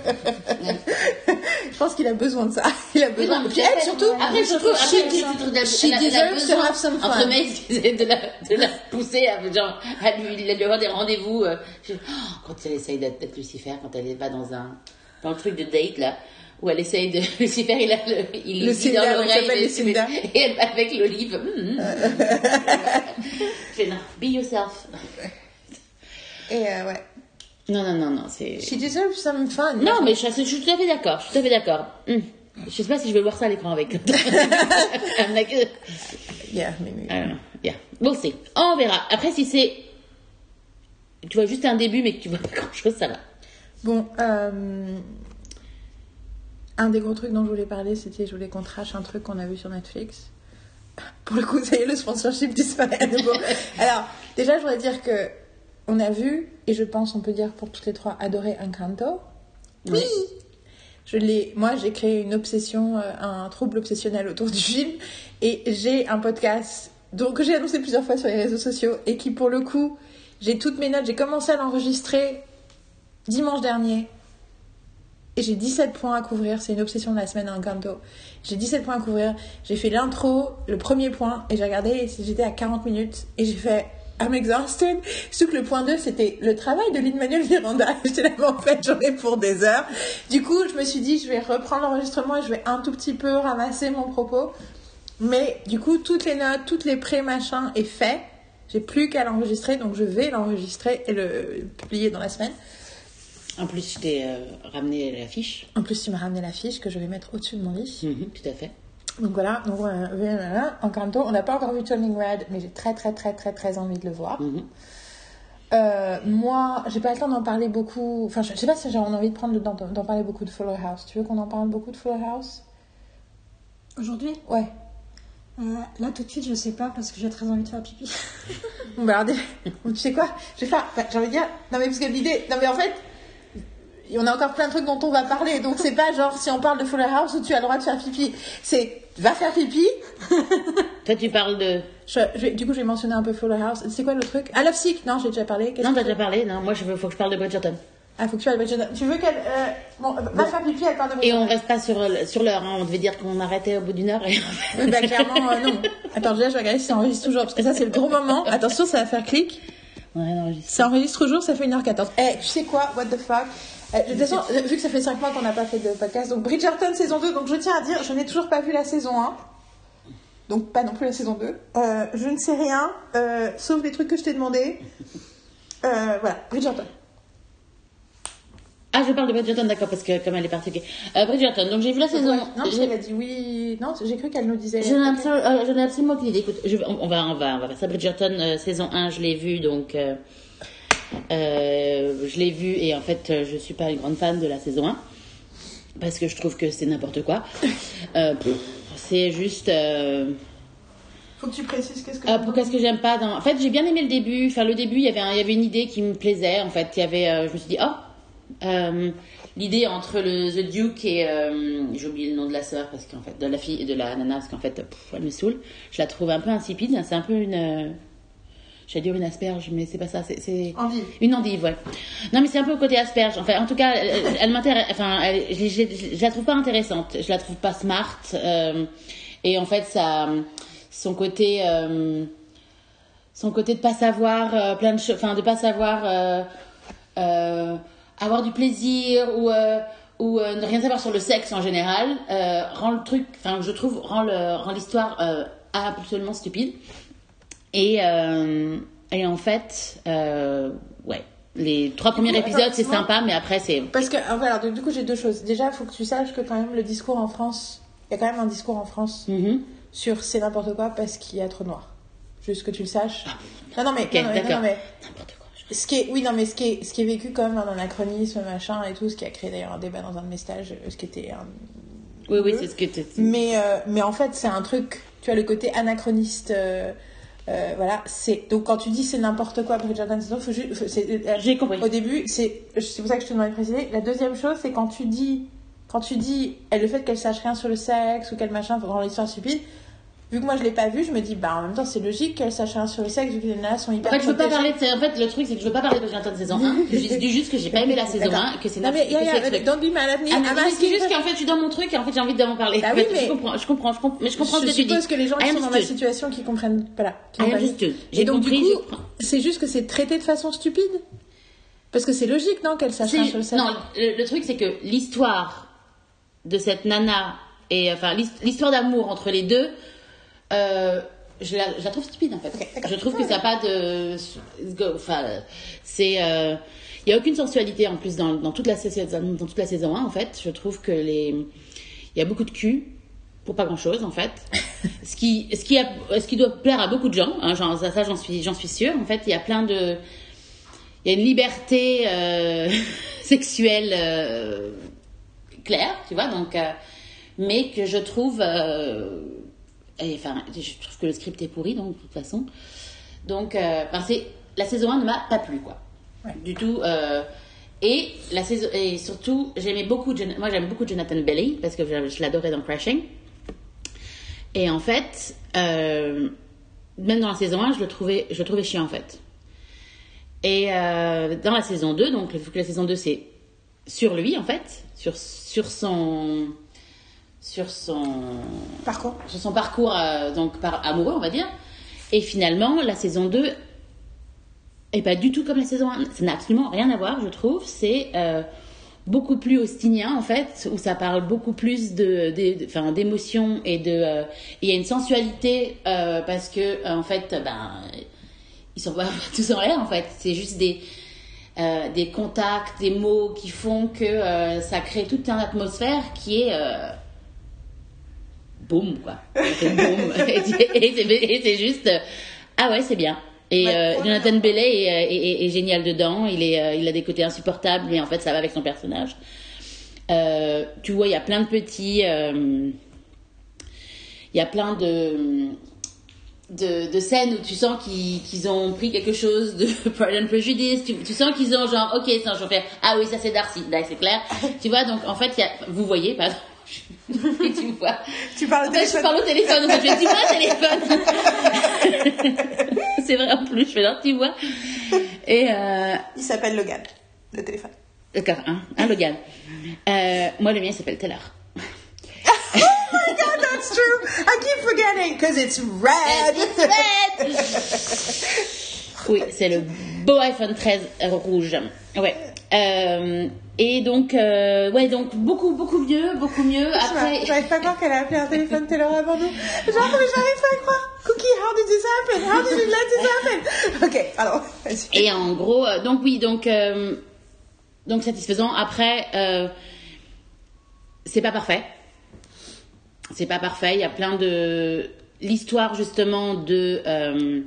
Je pense qu'il a besoin de ça. Il a besoin. Oui, de elle surtout. Après surtout, après she deserves to have some fun. Entre mecs, de la de la pousser à genre à lui lui avoir des rendez-vous. Euh, je, oh, quand elle essaye d'être, d'être Lucifer, quand elle va dans un dans le truc de date là. Où elle essaye de... Lucifer, il a le... Il le dit dans l'oreille. Et elle va avec l'olive. Mmh. Je fais non, be yourself. Et euh, ouais. Non, non, non, non, c'est... She deserves some fun. Non, mais je, je suis tout à fait d'accord. Je suis tout à fait d'accord. Mmh. Je sais pas si je vais voir ça à l'écran avec. I'm like... Yeah, maybe. I don't know. Yeah. Bon, c'est... On verra. Après, si c'est... Tu vois juste un début, mais que tu vois pas grand-chose, ça va. Bon, euh... un des gros trucs dont je voulais parler, c'était je voulais qu'on trash un truc qu'on a vu sur Netflix. Pour le coup, ça y est, le sponsorship disparaît à nouveau. Alors, déjà, je voudrais dire que on a vu, et je pense on peut dire pour toutes les trois, adoré Encanto. Oui. Je l'ai, moi, j'ai créé une obsession, un trouble obsessionnel autour du film, et j'ai un podcast donc, que j'ai annoncé plusieurs fois sur les réseaux sociaux, et qui, pour le coup, j'ai toutes mes notes, j'ai commencé à l'enregistrer dimanche dernier. et j'ai dix-sept points à couvrir. C'est une obsession de la semaine à Encanto. J'ai dix-sept points à couvrir. J'ai fait l'intro, le premier point, et j'ai regardé, et j'étais à quarante minutes, et j'ai fait I'm exhausted. Surtout que le point deux, c'était le travail de Lin-Manuel Miranda. J'étais là, mais en fait, j'en ai pour des heures. Du coup, je me suis dit, je vais reprendre l'enregistrement et je vais un tout petit peu ramasser mon propos. Mais du coup, toutes les notes, toutes les pré-machins est fait. J'ai plus qu'à l'enregistrer, donc je vais l'enregistrer et le publier dans la semaine. En plus, je t'ai euh, ramené l'affiche. En plus, tu m'as ramené l'affiche que je vais mettre au-dessus de mon lit. Mm-hmm, tout à fait. Donc voilà, donc euh, Encanto, on n'a pas encore vu Turning Red, mais j'ai très très très très très envie de le voir. Mm-hmm. Euh, moi, j'ai pas le temps d'en parler beaucoup. Enfin, je, je sais pas si j'ai envie de prendre le temps d'en, d'en parler beaucoup de Fuller House. Tu veux qu'on en parle beaucoup de Fuller House Aujourd'hui ? Ouais. Euh, là, tout de suite, je sais pas parce que j'ai très envie de faire pipi. Bon, bah, alors, tu sais quoi ? Je vais faire. Bah, j'ai envie de dire. Non, mais parce que l'idée. Non, mais en fait. On a encore plein de trucs dont on va parler. Donc, c'est pas genre si on parle de Fuller House où tu as le droit de faire pipi. C'est. Va faire pipi. Toi, tu parles de. Je, je vais, du coup, je vais mentionner un peu Fuller House. C'est quoi le truc ? Ah, Love Sick ? Non, j'ai déjà parlé. Qu'est-ce non, que t'as déjà parlé. Non, moi, il faut que je parle de Bridgerton. Ah, faut que tu ailles. Tu veux qu'elle. Euh... Bon, va bon. faire pipi, elle parle de Bridgerton. Et on reste pas sur, sur l'heure. Hein. On devait dire qu'on arrêtait au bout d'une heure. Et... oui, bah, clairement, euh, non. Attends, déjà, je vais regarder si ça enregistre toujours. Parce que ça, c'est le gros moment. Attention, ça va faire clic. Ouais, non, enregistre. Ça enregistre toujours, ça fait une heure quatorze. Eh, hey, tu sais quoi ? What the fuck ? Euh, de toute façon, vu que ça fait cinq mois qu'on n'a pas fait de podcast, donc Bridgerton saison deux, donc je tiens à dire, je n'ai toujours pas vu la saison un, donc pas non plus la saison deux. Euh, je ne sais rien, euh, sauf les trucs que je t'ai demandé. Euh, voilà, Bridgerton. Ah, je parle de Bridgerton, d'accord, parce que comme elle est partie, okay. euh, Bridgerton, donc j'ai vu la saison. Ouais, non, parce qu'elle a dit oui. Non, j'ai cru qu'elle nous disait. Je n'ai absolument, euh, je n'ai absolument aucune idée. Écoute, je, on, on, va, on, va, on va faire ça. Bridgerton, euh, saison un, je l'ai vu, donc. Euh, Euh, je l'ai vu et en fait je suis pas une grande fan de la saison un parce que je trouve que c'est n'importe quoi. euh, pff, c'est juste euh... faut que tu précises qu'est-ce que euh, pour qu'est-ce que j'aime pas dans... en fait j'ai bien aimé le début, enfin le début il y avait un... il y avait une idée qui me plaisait en fait. Il y avait euh... je me suis dit oh euh... l'idée entre le The Duke et euh... j'ai oublié le nom de la sœur parce qu'en fait de la fille de la nana parce qu'en fait pff, elle me saoule, je la trouve un peu insipide, c'est un peu une j'allais dire une asperge, mais c'est pas ça, c'est, c'est... Endive. Une endive, ouais. Non, mais c'est un peu au côté asperge. Enfin, en tout cas, elle, elle m'intéresse, enfin, elle, je, je, je, je la trouve pas intéressante. Je la trouve pas smart. Euh, et en fait, ça, son côté, euh, son côté de pas savoir euh, plein de choses, enfin, de pas savoir euh, euh, avoir du plaisir ou, euh, ou euh, ne rien savoir sur le sexe en général, euh, rend le truc, enfin, je trouve, rend, le, rend l'histoire euh, absolument stupide. Et, euh, et en fait, euh, ouais, les trois premiers coup, épisodes, attends, c'est sympa, mais après, c'est... Parce que, alors, du coup, j'ai deux choses. Déjà, il faut que tu saches que quand même, le discours en France, il y a quand même un discours en France mm-hmm. sur c'est n'importe quoi parce qu'il y a trop noir. Juste que tu le saches. Ah, non, non, mais... Okay, non, mais, d'accord. Non, mais n'importe quoi. Ce qui est, oui, non, mais ce qui est, ce qui est vécu comme un anachronisme, machin, et tout, ce qui a créé d'ailleurs un débat dans un de mes stages, ce qui était un... Oui, oui, c'est ce que tu... Mais, euh, mais en fait, c'est un truc, tu as le côté anachroniste... Euh, Euh, voilà, c'est donc quand tu dis c'est n'importe quoi Bridgerton, faut juste, faut, c'est, euh, j'ai compris. Au début, c'est c'est pour ça que je te demandais de préciser. La deuxième chose, c'est quand tu dis quand tu dis elle, le fait qu'elle sache rien sur le sexe ou quel machin rend l'histoire stupide. Vu que moi je l'ai pas vu, je me dis bah en même temps c'est logique qu'elle sache rien sur le sexe vu que les nanas sont hyper. En fait, je veux pas parler de... en fait le truc c'est que je veux pas parler de Bridgerton saison un. Je dis juste que j'ai pas aimé la saison D'accord. un, que c'est non mais yeah, yeah, don't be mad at me. Ah, mais mais c'est juste qu'en fait je suis dans mon truc et en fait j'ai envie d'en parler. Bah en oui, fait, mais je comprends, je comprends, je comprends, mais je comprends je ce que tu dis. suppose que les gens qui sont dans ma situation qui comprennent pas là. Qui ah, juste. Et donc compris, du coup, c'est juste que c'est traité de façon stupide. Parce que c'est logique non qu'elle sache rien sur le sexe. Non, le, le truc c'est que l'histoire de cette nana et enfin l'histoire d'amour entre les deux. Euh, je, la, je la trouve stupide en fait. Okay, je trouve que ça n'a pas de. Enfin, c'est. Il euh, n'y a aucune sensualité en plus dans, dans, toute la, dans toute la saison un en fait. Je trouve que les. Il y a beaucoup de cul pour pas grand chose en fait. ce, qui, ce, qui a, ce qui doit plaire à beaucoup de gens. Hein, genre, ça, j'en suis, j'en suis sûre. En fait, il y a plein de. Il y a une liberté euh, sexuelle euh, claire, tu vois, donc. Euh, mais que je trouve. Euh, Et, enfin, je trouve que le script est pourri, donc de toute façon. Donc, euh, enfin, c'est la saison un ne m'a pas plu, quoi, ouais. du tout. Euh, et la saison, et surtout, j'aimais beaucoup. Moi, j'aime beaucoup Jonathan Bailey parce que je, je l'adorais dans Crashing. Et en fait, euh, même dans la saison un, je le trouvais, je le trouvais chiant en fait. Et euh, dans la saison deux, donc vu que la saison deux c'est sur lui en fait, sur, sur son sur son parcours, sur son parcours euh, donc par amoureux on va dire. Et finalement la saison deux est pas du tout comme la saison un. Ça n'a absolument rien à voir je trouve. C'est euh, beaucoup plus austinien en fait, où ça parle beaucoup plus de, de, de enfin d'émotions et de euh, il y a une sensualité euh, parce que euh, en fait ben ils sont pas tous en l'air en fait, c'est juste des euh, des contacts, des mots qui font que euh, ça crée toute une atmosphère qui est euh, boum quoi, c'est boum et, c'est, et, c'est, et c'est juste euh, ah ouais c'est bien. Et euh, Jonathan Bailey est, est, est, est génial dedans. Il, est, euh, il a des côtés insupportables, mais en fait, ça va avec son personnage. Euh, tu vois, il y a plein de petits... Euh, il y a plein de, de, de scènes où tu sens qu'ils, qu'ils ont pris quelque chose de Pride and Prejudice. Tu, tu sens qu'ils ont genre, ok, ça, je vais faire... Ah oui, ça c'est Darcy, là c'est clair. Tu vois, donc en fait, il y a, vous voyez, pardon. Et tu vois. Tu parles au téléphone. Je parle au téléphone, donc je dis pas au téléphone. C'est vrai en plus, je fais genre, tu vois. Et euh... il s'appelle Logan, le téléphone. D'accord, hein, hein Logan. Euh, moi, le mien il s'appelle Taylor. Oh my god, that's true. I keep forgetting because it's red. It's red. Oui, c'est le beau iPhone treize rouge. Ouais. Euh, et donc, euh, ouais, donc beaucoup, beaucoup mieux, beaucoup mieux. Après, j'arrive pas à croire qu'elle a appelé un téléphone Taylor avant nous. Genre, mais j'arrive pas à croire. Cookie, how did this happen? How did you let this happen? Ok, alors. Vas-y. Et en gros, euh, donc oui, donc, euh, donc satisfaisant. Après, euh, c'est pas parfait. C'est pas parfait. Il y a plein de l'histoire justement de. Euh,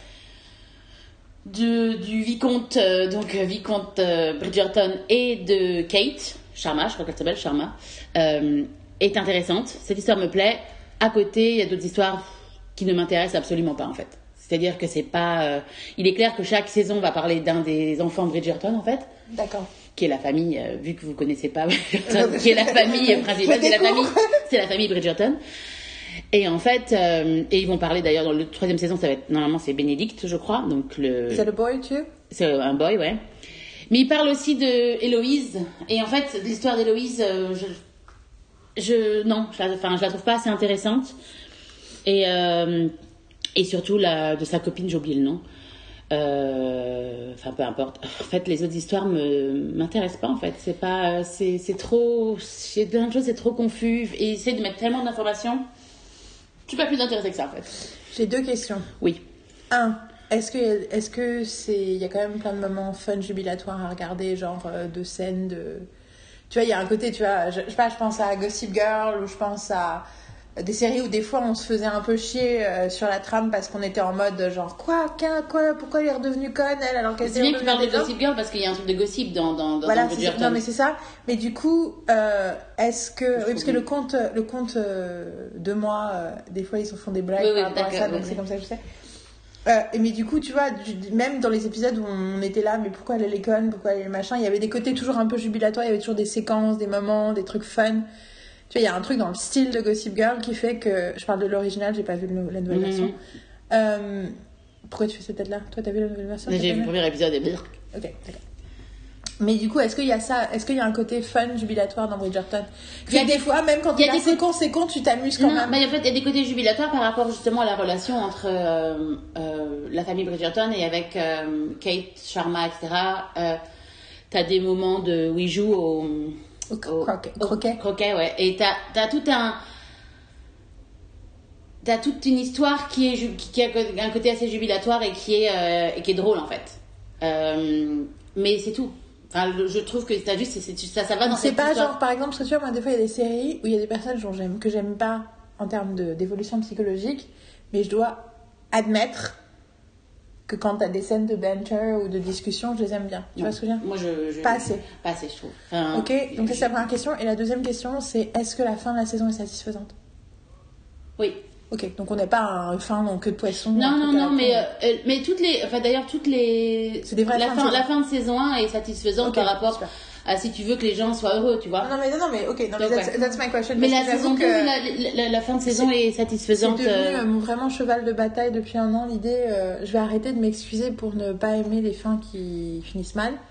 De, du vicomte, euh, donc euh, vicomte euh, Bridgerton et de Kate Sharma, je crois qu'elle s'appelle Sharma, euh, est intéressante. Cette histoire me plaît. À côté, il y a d'autres histoires qui ne m'intéressent absolument pas en fait. C'est-à-dire que c'est pas. Euh, il est clair que chaque saison va parler d'un des enfants Bridgerton en fait. D'accord. Qui est la famille, euh, vu que vous connaissez pas Bridgerton, qui est la famille principale, c'est la famille, c'est la famille Bridgerton. Et en fait, euh, et ils vont parler d'ailleurs dans le troisième saison, ça va être normalement c'est Bénédicte, je crois. Donc le. C'est le boy too. C'est un boy, ouais. Mais il parle aussi de Héloïse. Et en fait, l'histoire d'Héloïse, euh, je, je, non, je la, enfin, je la trouve pas assez intéressante. Et euh, et surtout la de sa copine, j'ai oublié le nom. Euh, enfin, peu importe. En fait, les autres histoires me m'intéressent pas. En fait, c'est pas, c'est c'est trop. Il y a plein de choses, c'est trop confus. Et essayer de mettre tellement d'informations. Je suis pas plus intéressée que ça en fait. J'ai deux questions. Oui. Un, est-ce que est-ce que c'est il y a quand même plein de moments fun jubilatoires à regarder, genre euh, de scènes de tu vois il y a un côté tu vois je, je sais pas je pense à Gossip Girl ou je pense à des séries où des fois on se faisait un peu chier euh, sur la trame parce qu'on était en mode genre quoi qu'un quoi pourquoi elle est redevenue conne elle alors qu'elle c'est bien que tu parles de Gossip Girl parce qu'il y a un truc de gossip dans dans dans voilà, dans c'est, non mais c'est ça mais du coup euh, est-ce que oui parce que le conte le conte euh, de moi euh, des fois ils se font des blagues oui, oui, par rapport à ça donc oui. C'est comme ça que je sais euh, mais du coup tu vois même dans les épisodes où on était là mais pourquoi elle est conne pourquoi elle est machin il y avait des côtés toujours un peu jubilatoires il y avait toujours des séquences des moments des trucs fun. Tu vois, il y a un truc dans le style de Gossip Girl qui fait que... Je parle de l'original, j'ai pas vu le, la nouvelle mm-hmm. version. Euh, pourquoi tu fais cette tête-là? Toi, t'as vu la nouvelle version? J'ai vu le premier épisode et bien. Ok, d'accord. Mais du coup, est-ce qu'il y a ça? Est-ce qu'il y a un côté fun, jubilatoire dans Bridgerton? Il y a des fois, même quand il y a des c'est con, c'est con, tu t'amuses quand non, même. Mais en fait, il y a des côtés jubilatoires par rapport justement à la relation entre euh, euh, la famille Bridgerton et avec euh, Kate Sharma, et cetera. Euh, t'as des moments de, où ils jouent au... Au, au croquet. croquet. Croquet, ouais. Et t'as, t'as tout un... T'as toute une histoire qui, est, qui a un côté assez jubilatoire et qui est, euh, et qui est drôle, en fait. Euh, mais c'est tout. Enfin, je trouve que t'as juste... C'est, c'est, ça, ça va dans c'est cette pas histoire. Genre, par exemple, parce que tu vois, moi, des fois, il y a des séries où il y a des personnages genre, j'aime, que j'aime pas en termes de, d'évolution psychologique, mais je dois admettre... que quand t'as des scènes de banter ou de discussion, je les aime bien. Tu non. vois ce que je veux dire? Moi, je, je... Pas assez. Pas assez, je trouve. Enfin, ok, donc ça, c'est la première question. Et la deuxième question, c'est est-ce que la fin de la saison est satisfaisante? Oui. Ok, donc on n'est pas à une fin en queue de poisson. Non, non, non, mais, euh, mais toutes les... Enfin, d'ailleurs, toutes les... C'est des vraies la fins fin, de la fin de saison un est satisfaisante okay, par rapport... Super. Ah, si tu veux que les gens soient heureux, tu vois. Non, mais, non, non, mais ok, non, mais that's, that's my question. Mais la saison deux, que... la, la, la fin de saison est, est satisfaisante. C'est devenu euh, mon vraiment cheval de bataille depuis un an. L'idée, euh, je vais arrêter de m'excuser pour ne pas aimer les fins qui finissent mal.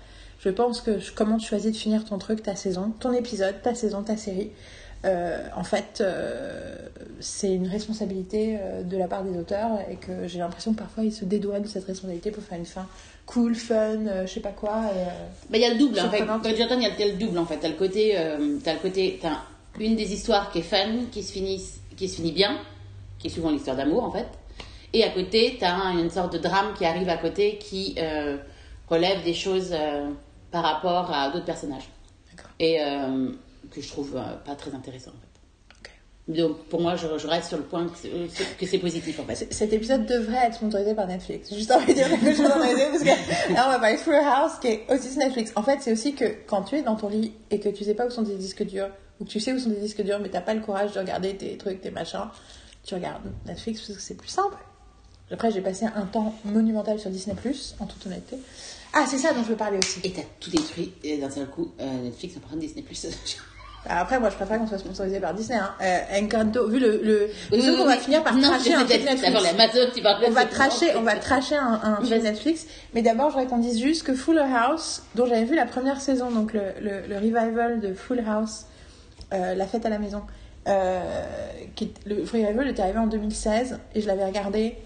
Je pense que comment tu choisis de finir ton truc, ta saison, ton épisode, ta saison, ta série, euh, en fait, euh, c'est une responsabilité euh, de la part des auteurs et que j'ai l'impression que parfois ils se dédouanent de cette responsabilité pour faire une fin cool, fun, euh, je sais pas quoi. Il euh, bah, y a le double, en fait. Quand j'entends, il y a le double, en fait. T'as le côté, euh, t'as le côté, t'as une des histoires qui est fun, qui se finit, qui se finit bien, qui est souvent l'histoire d'amour, en fait. Et à côté, t'as une sorte de drame qui arrive à côté qui euh, relève des choses euh, par rapport à d'autres personnages. D'accord. Et euh, que je trouve euh, pas très intéressant, en fait. Okay. Donc, pour moi, je, je reste sur le point que c'est, que c'est positif, en fait. C- cet épisode devrait être sponsorisé par Netflix. J'ai juste envie de dire quelque chose dans les parce que là, on va parler de Fuller House, qui est aussi sur Netflix. En fait, c'est aussi que quand tu es dans ton lit et que tu sais pas où sont tes disques durs, ou que tu sais où sont tes disques durs, mais t'as pas le courage de regarder tes trucs, tes machins, tu regardes Netflix parce que c'est plus simple. Après, j'ai passé un temps monumental sur Disney plus, en toute honnêteté. Ah, c'est ça dont je veux parler aussi. Et t'as tout détruit, et d'un seul coup, euh, Netflix en prend Disney plus. Après, moi, je préfère qu'on soit sponsorisé par Disney. Hein. Euh, Encanto, vu le... le... Oui, oui, on va finir par non, tracher un truc Netflix. D'abord, l'Amazon, tu parles on va tracher, on va tracher un, un truc Netflix. Mais d'abord, je voudrais qu'on dise juste que Fuller House, dont j'avais vu la première saison, donc le, le, le revival de Full House, euh, La fête à la maison, euh, qui, le revival était arrivé en deux mille seize, et je l'avais regardé...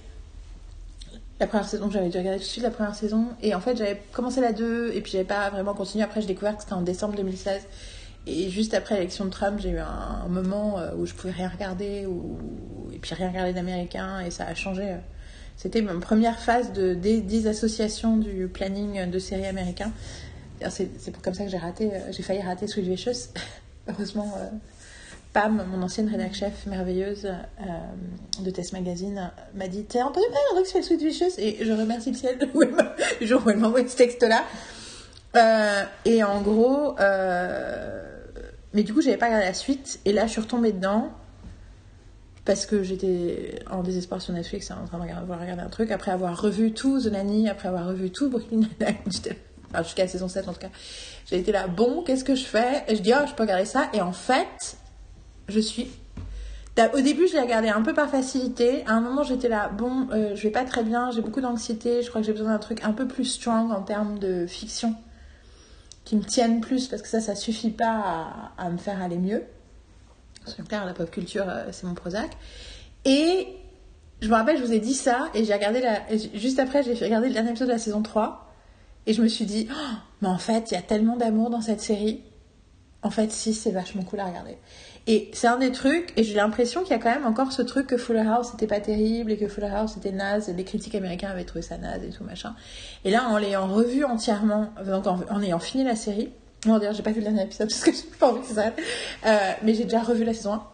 La première saison, j'avais dû regarder tout de suite la première saison. Et en fait, j'avais commencé la deux, et puis j'avais pas vraiment continué. Après, j'ai découvert que c'était en décembre deux mille seize. Et juste après l'élection de Trump, j'ai eu un, un moment où je pouvais rien regarder, où, et puis rien regarder d'américain, et ça a changé. C'était ma première phase de désassociation du planning de séries américains. C'est, c'est comme ça que j'ai raté, j'ai failli rater Sweet Vicious. Heureusement, euh, Pam, mon ancienne rédac chef merveilleuse euh, de Test Magazine, m'a dit: t'as entendu parler d'un truc qui s'appelle Sweet Vicious? Et je remercie le ciel du jour où elle m'a envoyé ce texte-là. Euh, et en gros, euh, mais du coup, j'avais pas regardé la suite. Et là, je suis retombée dedans parce que j'étais en désespoir sur Netflix, en train de regarder, regarder un truc. Après avoir revu tout The Nanny, après avoir revu tout Brooklyn Nine-Nine, enfin, jusqu'à la saison sept en tout cas, j'ai été là, bon, qu'est-ce que je fais? Et je dis, oh, je peux regarder ça. Et en fait, je suis. Au début, je l'ai regardé un peu par facilité. À un moment, j'étais là, bon, euh, je vais pas très bien, j'ai beaucoup d'anxiété, je crois que j'ai besoin d'un truc un peu plus strong en termes de fiction, qui me tiennent plus, parce que ça, ça suffit pas à, à me faire aller mieux. Soyons clairs, la pop culture, euh, c'est mon Prozac. Et je me rappelle, je vous ai dit ça, et j'ai regardé la... juste après, j'ai regardé le dernier épisode de la saison trois, et je me suis dit, oh, mais en fait, il y a tellement d'amour dans cette série. En fait, si, c'est vachement cool à regarder. Et c'est un des trucs, et j'ai l'impression qu'il y a quand même encore ce truc que Fuller House c'était pas terrible, et que Fuller House c'était naze, et les critiques américains avaient trouvé ça naze et tout machin. Et là, en l'ayant revu entièrement, donc en, en ayant fini la série, bon d'ailleurs j'ai pas vu le dernier épisode parce que j'ai pas envie que ça s'arrête, euh, mais j'ai déjà revu la saison un.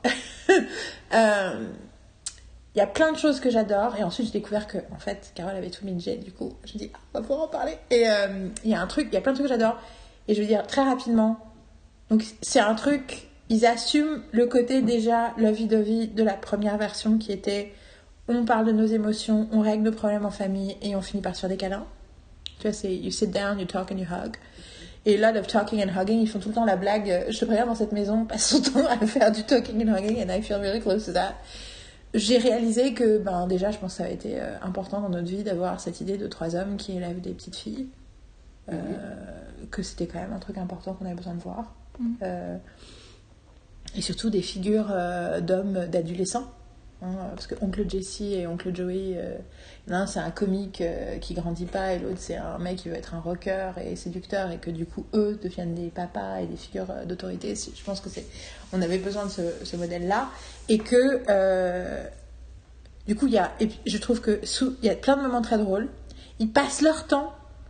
euh, Il y a plein de choses que j'adore, et ensuite j'ai découvert que, en fait, Carole avait tout mis de jet, du coup, je me dis, ah, on va pouvoir en parler. Et euh, il y a un truc, il y a plein de trucs que j'adore, et je veux dire, très rapidement, donc c'est un truc, ils assument le côté déjà lovey-dovey de la première version qui était, on parle de nos émotions, on règle nos problèmes en famille, et on finit par se faire des câlins. Tu vois, c'est you sit down, you talk and you hug. Et là, of talking and hugging, ils font tout le temps la blague, je te préviens, dans cette maison, passe son temps à faire du talking and hugging, and I feel very close to that. J'ai réalisé que, ben, déjà, je pense que ça a été euh, important dans notre vie d'avoir cette idée de trois hommes qui élèvent des petites filles. Euh, mmh. Que c'était quand même un truc important qu'on avait besoin de voir. Mmh. Euh, et surtout des figures euh, d'hommes, d'adolescents. Hein, parce que Oncle Jesse et Oncle Joey, euh, l'un c'est un comique euh, qui grandit pas, et l'autre c'est un mec qui veut être un rocker et séducteur, et que du coup eux deviennent des papas et des figures euh, d'autorité. Je pense que c'est, on avait besoin de ce, ce modèle-là, et que euh, du coup il y a, et puis, je trouve que sous, il y a plein de moments très drôles. Ils passent leur temps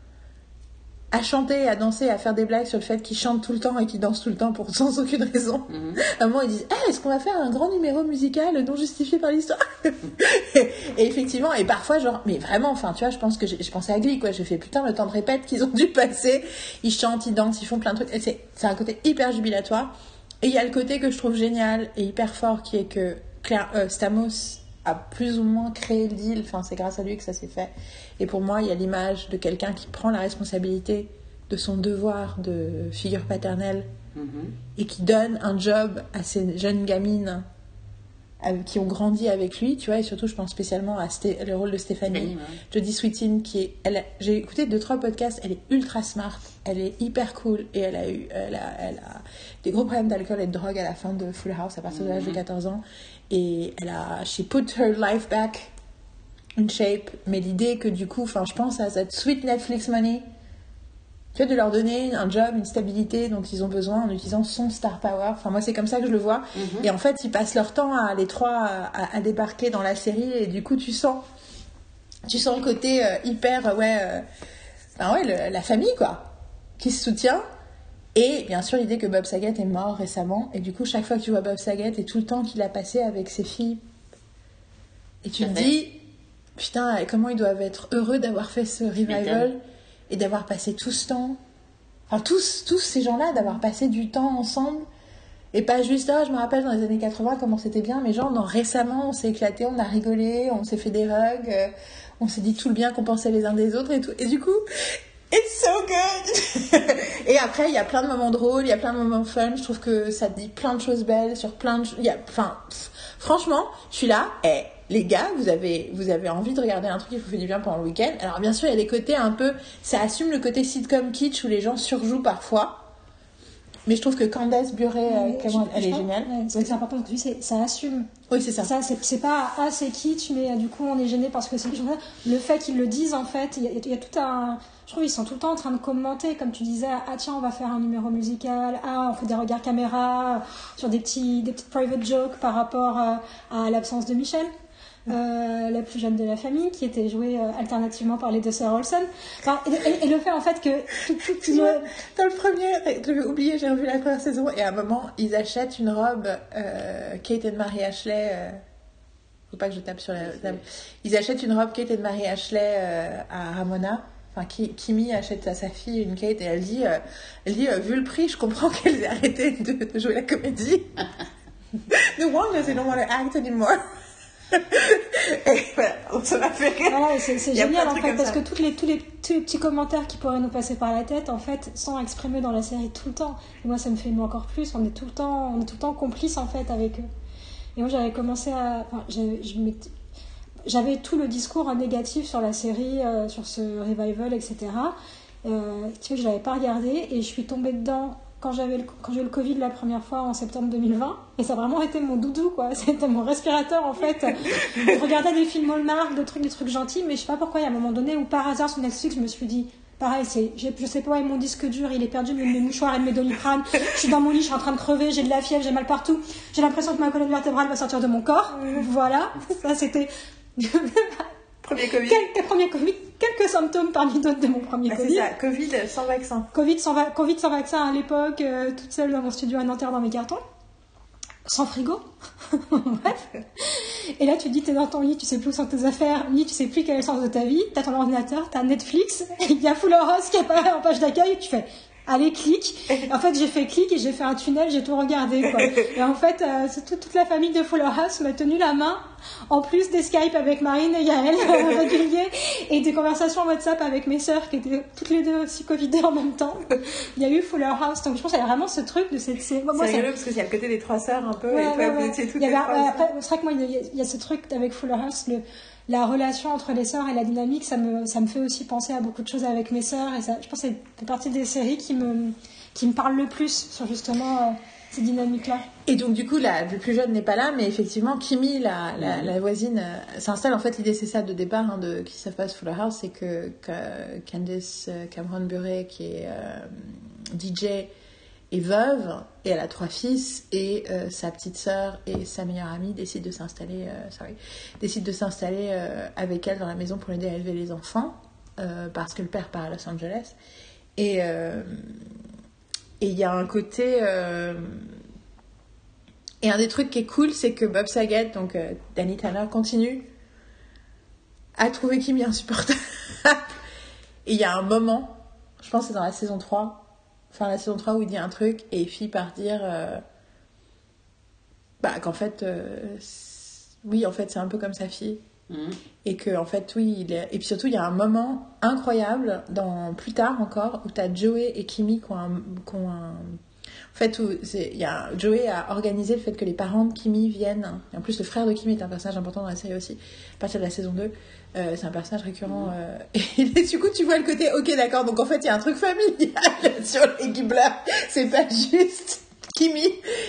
à chanter, à danser, à faire des blagues sur le fait qu'ils chantent tout le temps et qu'ils dansent tout le temps pour sans aucune raison. Mm-hmm. À un moment, ils disent hey, « est-ce qu'on va faire un grand numéro musical non justifié par l'histoire ?» et, et effectivement, et parfois, genre, mais vraiment, enfin, tu vois, je pense que j'ai, je pensais à Glee, quoi. J'ai fait putain, le temps de répète qu'ils ont dû passer. Ils chantent, ils dansent, ils font plein de trucs. Et c'est, c'est un côté hyper jubilatoire. Et il y a le côté que je trouve génial et hyper fort, qui est que Claire, euh, Stamos a plus ou moins créé le deal, enfin c'est grâce à lui que ça s'est fait. Et pour moi, il y a l'image de quelqu'un qui prend la responsabilité de son devoir de figure paternelle, mm-hmm. et qui donne un job à ces jeunes gamines qui ont grandi avec lui, tu vois, et surtout je pense spécialement à Sté- le rôle de Stéphanie, Stéphanie, ouais. Jodie Sweetin, qui est, elle a- j'ai écouté deux trois podcasts, elle est ultra smart, elle est hyper cool, et elle a eu, elle a, elle a des gros problèmes d'alcool et de drogue à la fin de Full House à partir de l'âge de quatorze ans, et elle a, she put her life back in shape, mais l'idée que du coup, enfin je pense à cette sweet Netflix money, tu vois, de leur donner un job, une stabilité dont ils ont besoin en utilisant son star power. Enfin, moi, c'est comme ça que je le vois. Mm-hmm. Et en fait, ils passent leur temps, à, les trois, à, à débarquer dans la série. Et du coup, tu sens, tu sens le côté euh, hyper, ouais, euh, ben ouais le, la famille, quoi, qui se soutient. Et bien sûr, l'idée que Bob Saget est mort récemment. Et du coup, chaque fois que tu vois Bob Saget et tout le temps qu'il a passé avec ses filles, et tu te dis, putain, comment ils doivent être heureux d'avoir fait ce revival. Et d'avoir passé tout ce temps, enfin tous, tous ces gens-là, d'avoir passé du temps ensemble, et pas juste, oh, je me rappelle dans les années quatre-vingts comment c'était bien, mais genre, non, récemment, on s'est éclaté, on a rigolé, on s'est fait des rugs, euh, on s'est dit tout le bien qu'on pensait les uns des autres et tout, et du coup, it's so good. Et après, il y a plein de moments drôles, il y a plein de moments fun, je trouve que ça dit plein de choses belles sur plein de... Il y a, enfin, pff, franchement, je suis là, et... Hey, les gars, vous avez, vous avez envie de regarder un truc qui vous fait du bien pendant le week-end. Alors bien sûr, il y a des côtés un peu... Ça assume le côté sitcom kitsch où les gens surjouent parfois. Mais je trouve que Candace Bure, ouais, elle, elle est pense, géniale. Ouais, ce qui est important, c'est ça assume. Oui, c'est ça. ça c'est, c'est pas, ah, c'est kitsch, mais euh, du coup, on est gêné parce que c'est kitsch. Le fait qu'ils le disent, en fait, il y, y, y a tout un... Je trouve qu'ils sont tout le temps en train de commenter, comme tu disais, ah tiens, on va faire un numéro musical, ah, on fait des regards caméra, sur des, petits, des petites private jokes par rapport euh, à l'absence de Michel. Euh, la plus jeune de la famille, qui était jouée euh, alternativement par les deux sœurs Olsen. Enfin, et, et, et le fait en fait que tout, tout, tout le... dans le premier, j'avais oublié, j'ai revu la première saison, et à un moment ils achètent une robe euh, Kate et Marie Ashley. Euh... Faut pas que je tape sur la table. Ils achètent une robe Kate et Marie Ashley euh, à Ramona. Enfin, Kimi achète à sa fille une Kate et elle dit, euh, elle dit, euh, vu le prix, je comprends qu'elles aient arrêté de, de jouer la comédie. No wonder they don't want to act anymore. Et voilà, ça m'a fait rire. Voilà, c'est, c'est génial en fait, parce ça. que toutes les, tous, les, tous les petits commentaires qui pourraient nous passer par la tête, en fait, sont exprimés dans la série tout le temps. Et moi, ça me fait ému encore plus. On est tout le temps, on est tout le temps complices en fait avec eux. Et moi, j'avais commencé à, enfin, j'avais, je m'étais, j'avais tout le discours négatif sur la série, euh, sur ce revival, et cetera. Euh, tu sais que je l'avais pas regardé et je suis tombée dedans. Quand, j'avais le, quand j'ai eu le Covid la première fois en septembre deux mille vingt, et ça a vraiment été mon doudou, quoi. C'était mon respirateur, en fait. Je regardais des films Hallmark, des trucs, des trucs gentils, mais je sais pas pourquoi, il y a un moment donné où, par hasard, sur Netflix, je me suis dit, pareil, c'est, je sais pas, mon disque dur, il est perdu, mais mes mouchoirs et mes Doliprane. Je suis dans mon lit, je suis en train de crever, j'ai de la fièvre, j'ai mal partout. J'ai l'impression que ma colonne vertébrale va sortir de mon corps. Voilà. Ça, c'était... Premier Covid. Quelques, premier COVID, quelques symptômes parmi d'autres de mon premier ah, Covid. C'est ça, Covid sans vaccin. Covid sans, va- COVID sans vaccin à l'époque, euh, toute seule dans mon studio à Nanterre dans mes cartons. Sans frigo. Bref. Et là, tu te dis, t'es dans ton lit, tu sais plus où sont tes affaires, ni tu sais plus quel est le sens de ta vie. T'as ton ordinateur, t'as Netflix, il y a Full House qui apparaît en page d'accueil, et tu fais... Allez, clique. En fait, j'ai fait clic et j'ai fait un tunnel, j'ai tout regardé, quoi. Et en fait, euh, c'est tout, toute la famille de Fuller House m'a tenu la main, en plus des Skype avec Marine et Yael euh, réguliers, et des conversations WhatsApp avec mes sœurs qui étaient toutes les deux aussi covidées en même temps. Il y a eu Fuller House, donc je pense qu'il y a vraiment ce truc de cette... C'est, moi, c'est rigolo ça... parce qu'il y a le côté des trois sœurs un peu, ouais, et toi, ouais, vous ouais. étiez toutes il y les avait, trois ouais, après, c'est vrai que moi, il y, a, il y a ce truc avec Fuller House, le... la relation entre les sœurs et la dynamique, ça me, ça me fait aussi penser à beaucoup de choses avec mes sœurs, et ça, je pense que ça fait partie des séries qui me, qui me parlent le plus sur justement euh, ces dynamiques-là. Et donc du coup, la plus jeune n'est pas là, mais effectivement, Kimi, la, la, la voisine, euh, s'installe. En fait, l'idée c'est ça de départ, hein, de qui savent pas ce Fuller House, c'est que, que Candace Cameron Bure, qui est euh, D J, est veuve et elle a trois fils, et euh, sa petite sœur et sa meilleure amie décident de s'installer, euh, sorry, décident de s'installer euh, avec elle dans la maison pour l'aider à élever les enfants, euh, parce que le père part à Los Angeles. Et euh, et il y a un côté euh, et un des trucs qui est cool, c'est que Bob Saget, donc euh, Danny Tanner, continue à trouver Kimi insupportable. Et il y a un moment, je pense que c'est dans la saison trois, enfin la saison trois, où il dit un truc et il finit par dire euh, bah, qu'en fait euh, oui, en fait c'est un peu comme sa fille. Mmh. Et que en fait oui il est... et puis surtout il y a un moment incroyable dans plus tard encore où t'as Joey et Kimi qui ont un, qui ont un... En fait, où c'est, il y a, Joey a organisé le fait que les parents de Kimi viennent. Et en plus, le frère de Kimi est un personnage important dans la série aussi. À partir de la saison deux, euh, c'est un personnage récurrent. Euh, et du coup, tu vois le côté, ok, d'accord, donc en fait, il y a un truc familial sur les Gibbler. C'est pas juste Kimi.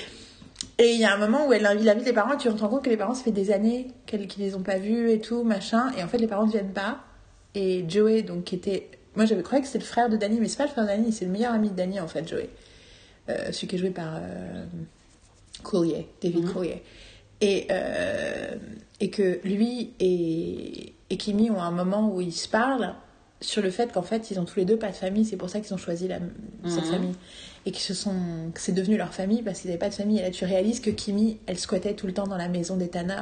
Et il y a un moment où elle invite, invite les parents et tu te rends compte que les parents, ça fait des années qu'ils, qu'ils les ont pas vus et tout, machin. Et en fait, les parents ne viennent pas. Et Joey, donc, qui était... Moi, j'avais cru que c'était le frère de Danny, mais c'est pas le frère de Danny, c'est le meilleur ami de Danny, en fait, Joey. Euh, celui qui est joué par euh, Coulier, David mm-hmm. Coulier. Et, euh, et que lui et, et Kimi ont un moment où ils se parlent sur le fait qu'en fait, ils ont tous les deux pas de famille, c'est pour ça qu'ils ont choisi la, mm-hmm. cette famille. Et que, ce sont, que c'est devenu leur famille parce qu'ils n'avaient pas de famille. Et là, tu réalises que Kimi, elle squattait tout le temps dans la maison des Tanner.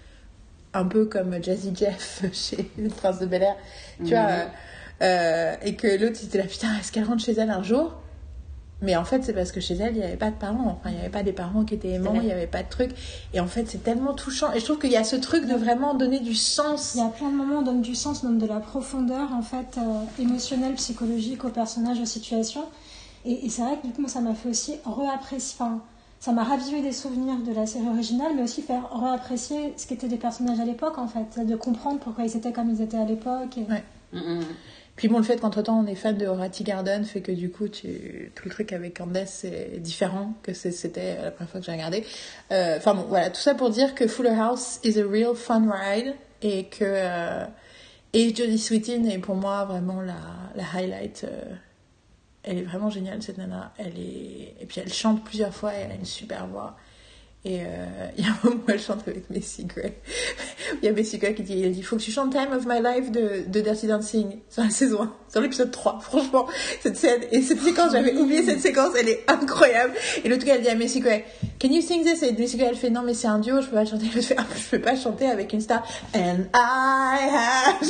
Un peu comme Jazzy Jeff chez le Prince de Bel-Air. Mm-hmm. Tu vois euh, euh, et que l'autre, il était là, putain, est-ce qu'elle rentre chez elle un jour ? Mais en fait, c'est parce que chez elle, il n'y avait pas de parents. Enfin, il n'y avait pas des parents qui étaient aimants, il n'y avait pas de truc. Et en fait, c'est tellement touchant. Et je trouve qu'il y a ce truc de vraiment donner du sens. Il y a plein de moments où on donne du sens, on donne de la profondeur, en fait, euh, émotionnelle, psychologique aux personnages, aux situations. Et, et c'est vrai que du coup, moi, ça m'a fait aussi réapprécier... Enfin, ça m'a ravivé des souvenirs de la série originale, mais aussi faire réapprécier ce qu'étaient des personnages à l'époque, en fait. De comprendre pourquoi ils étaient comme ils étaient à l'époque. Et... Ouais. Mm-hmm. Puis bon, le fait qu'entre-temps, on est fan de Horati Garden fait que du coup, tu... tout le truc avec Candace, c'est différent que c'était la première fois que j'ai regardé. Euh, enfin bon, voilà, tout ça pour dire que Fuller House is a real fun ride et que... Euh... Et Jodie Sweetin est pour moi vraiment la, la highlight. Euh... Elle est vraiment géniale, cette nana. Elle est... Et puis elle chante plusieurs fois et elle a une super voix. Et euh, il y a un moment où elle chante avec Macy Gray. Il y a Macy Gray qui dit, il dit, faut que tu chantes Time of My Life de, de Dirty Dancing sur la saison un, sur l'épisode trois. Franchement, cette scène et cette séquence, j'avais oublié cette séquence, elle est incroyable. Et l'autre gars, elle dit à Macy Gray, can you sing this? Et Macy Gray, elle fait, non, mais c'est un duo, je peux pas le chanter. Elle fait, ah, je peux pas chanter avec une star. And I have...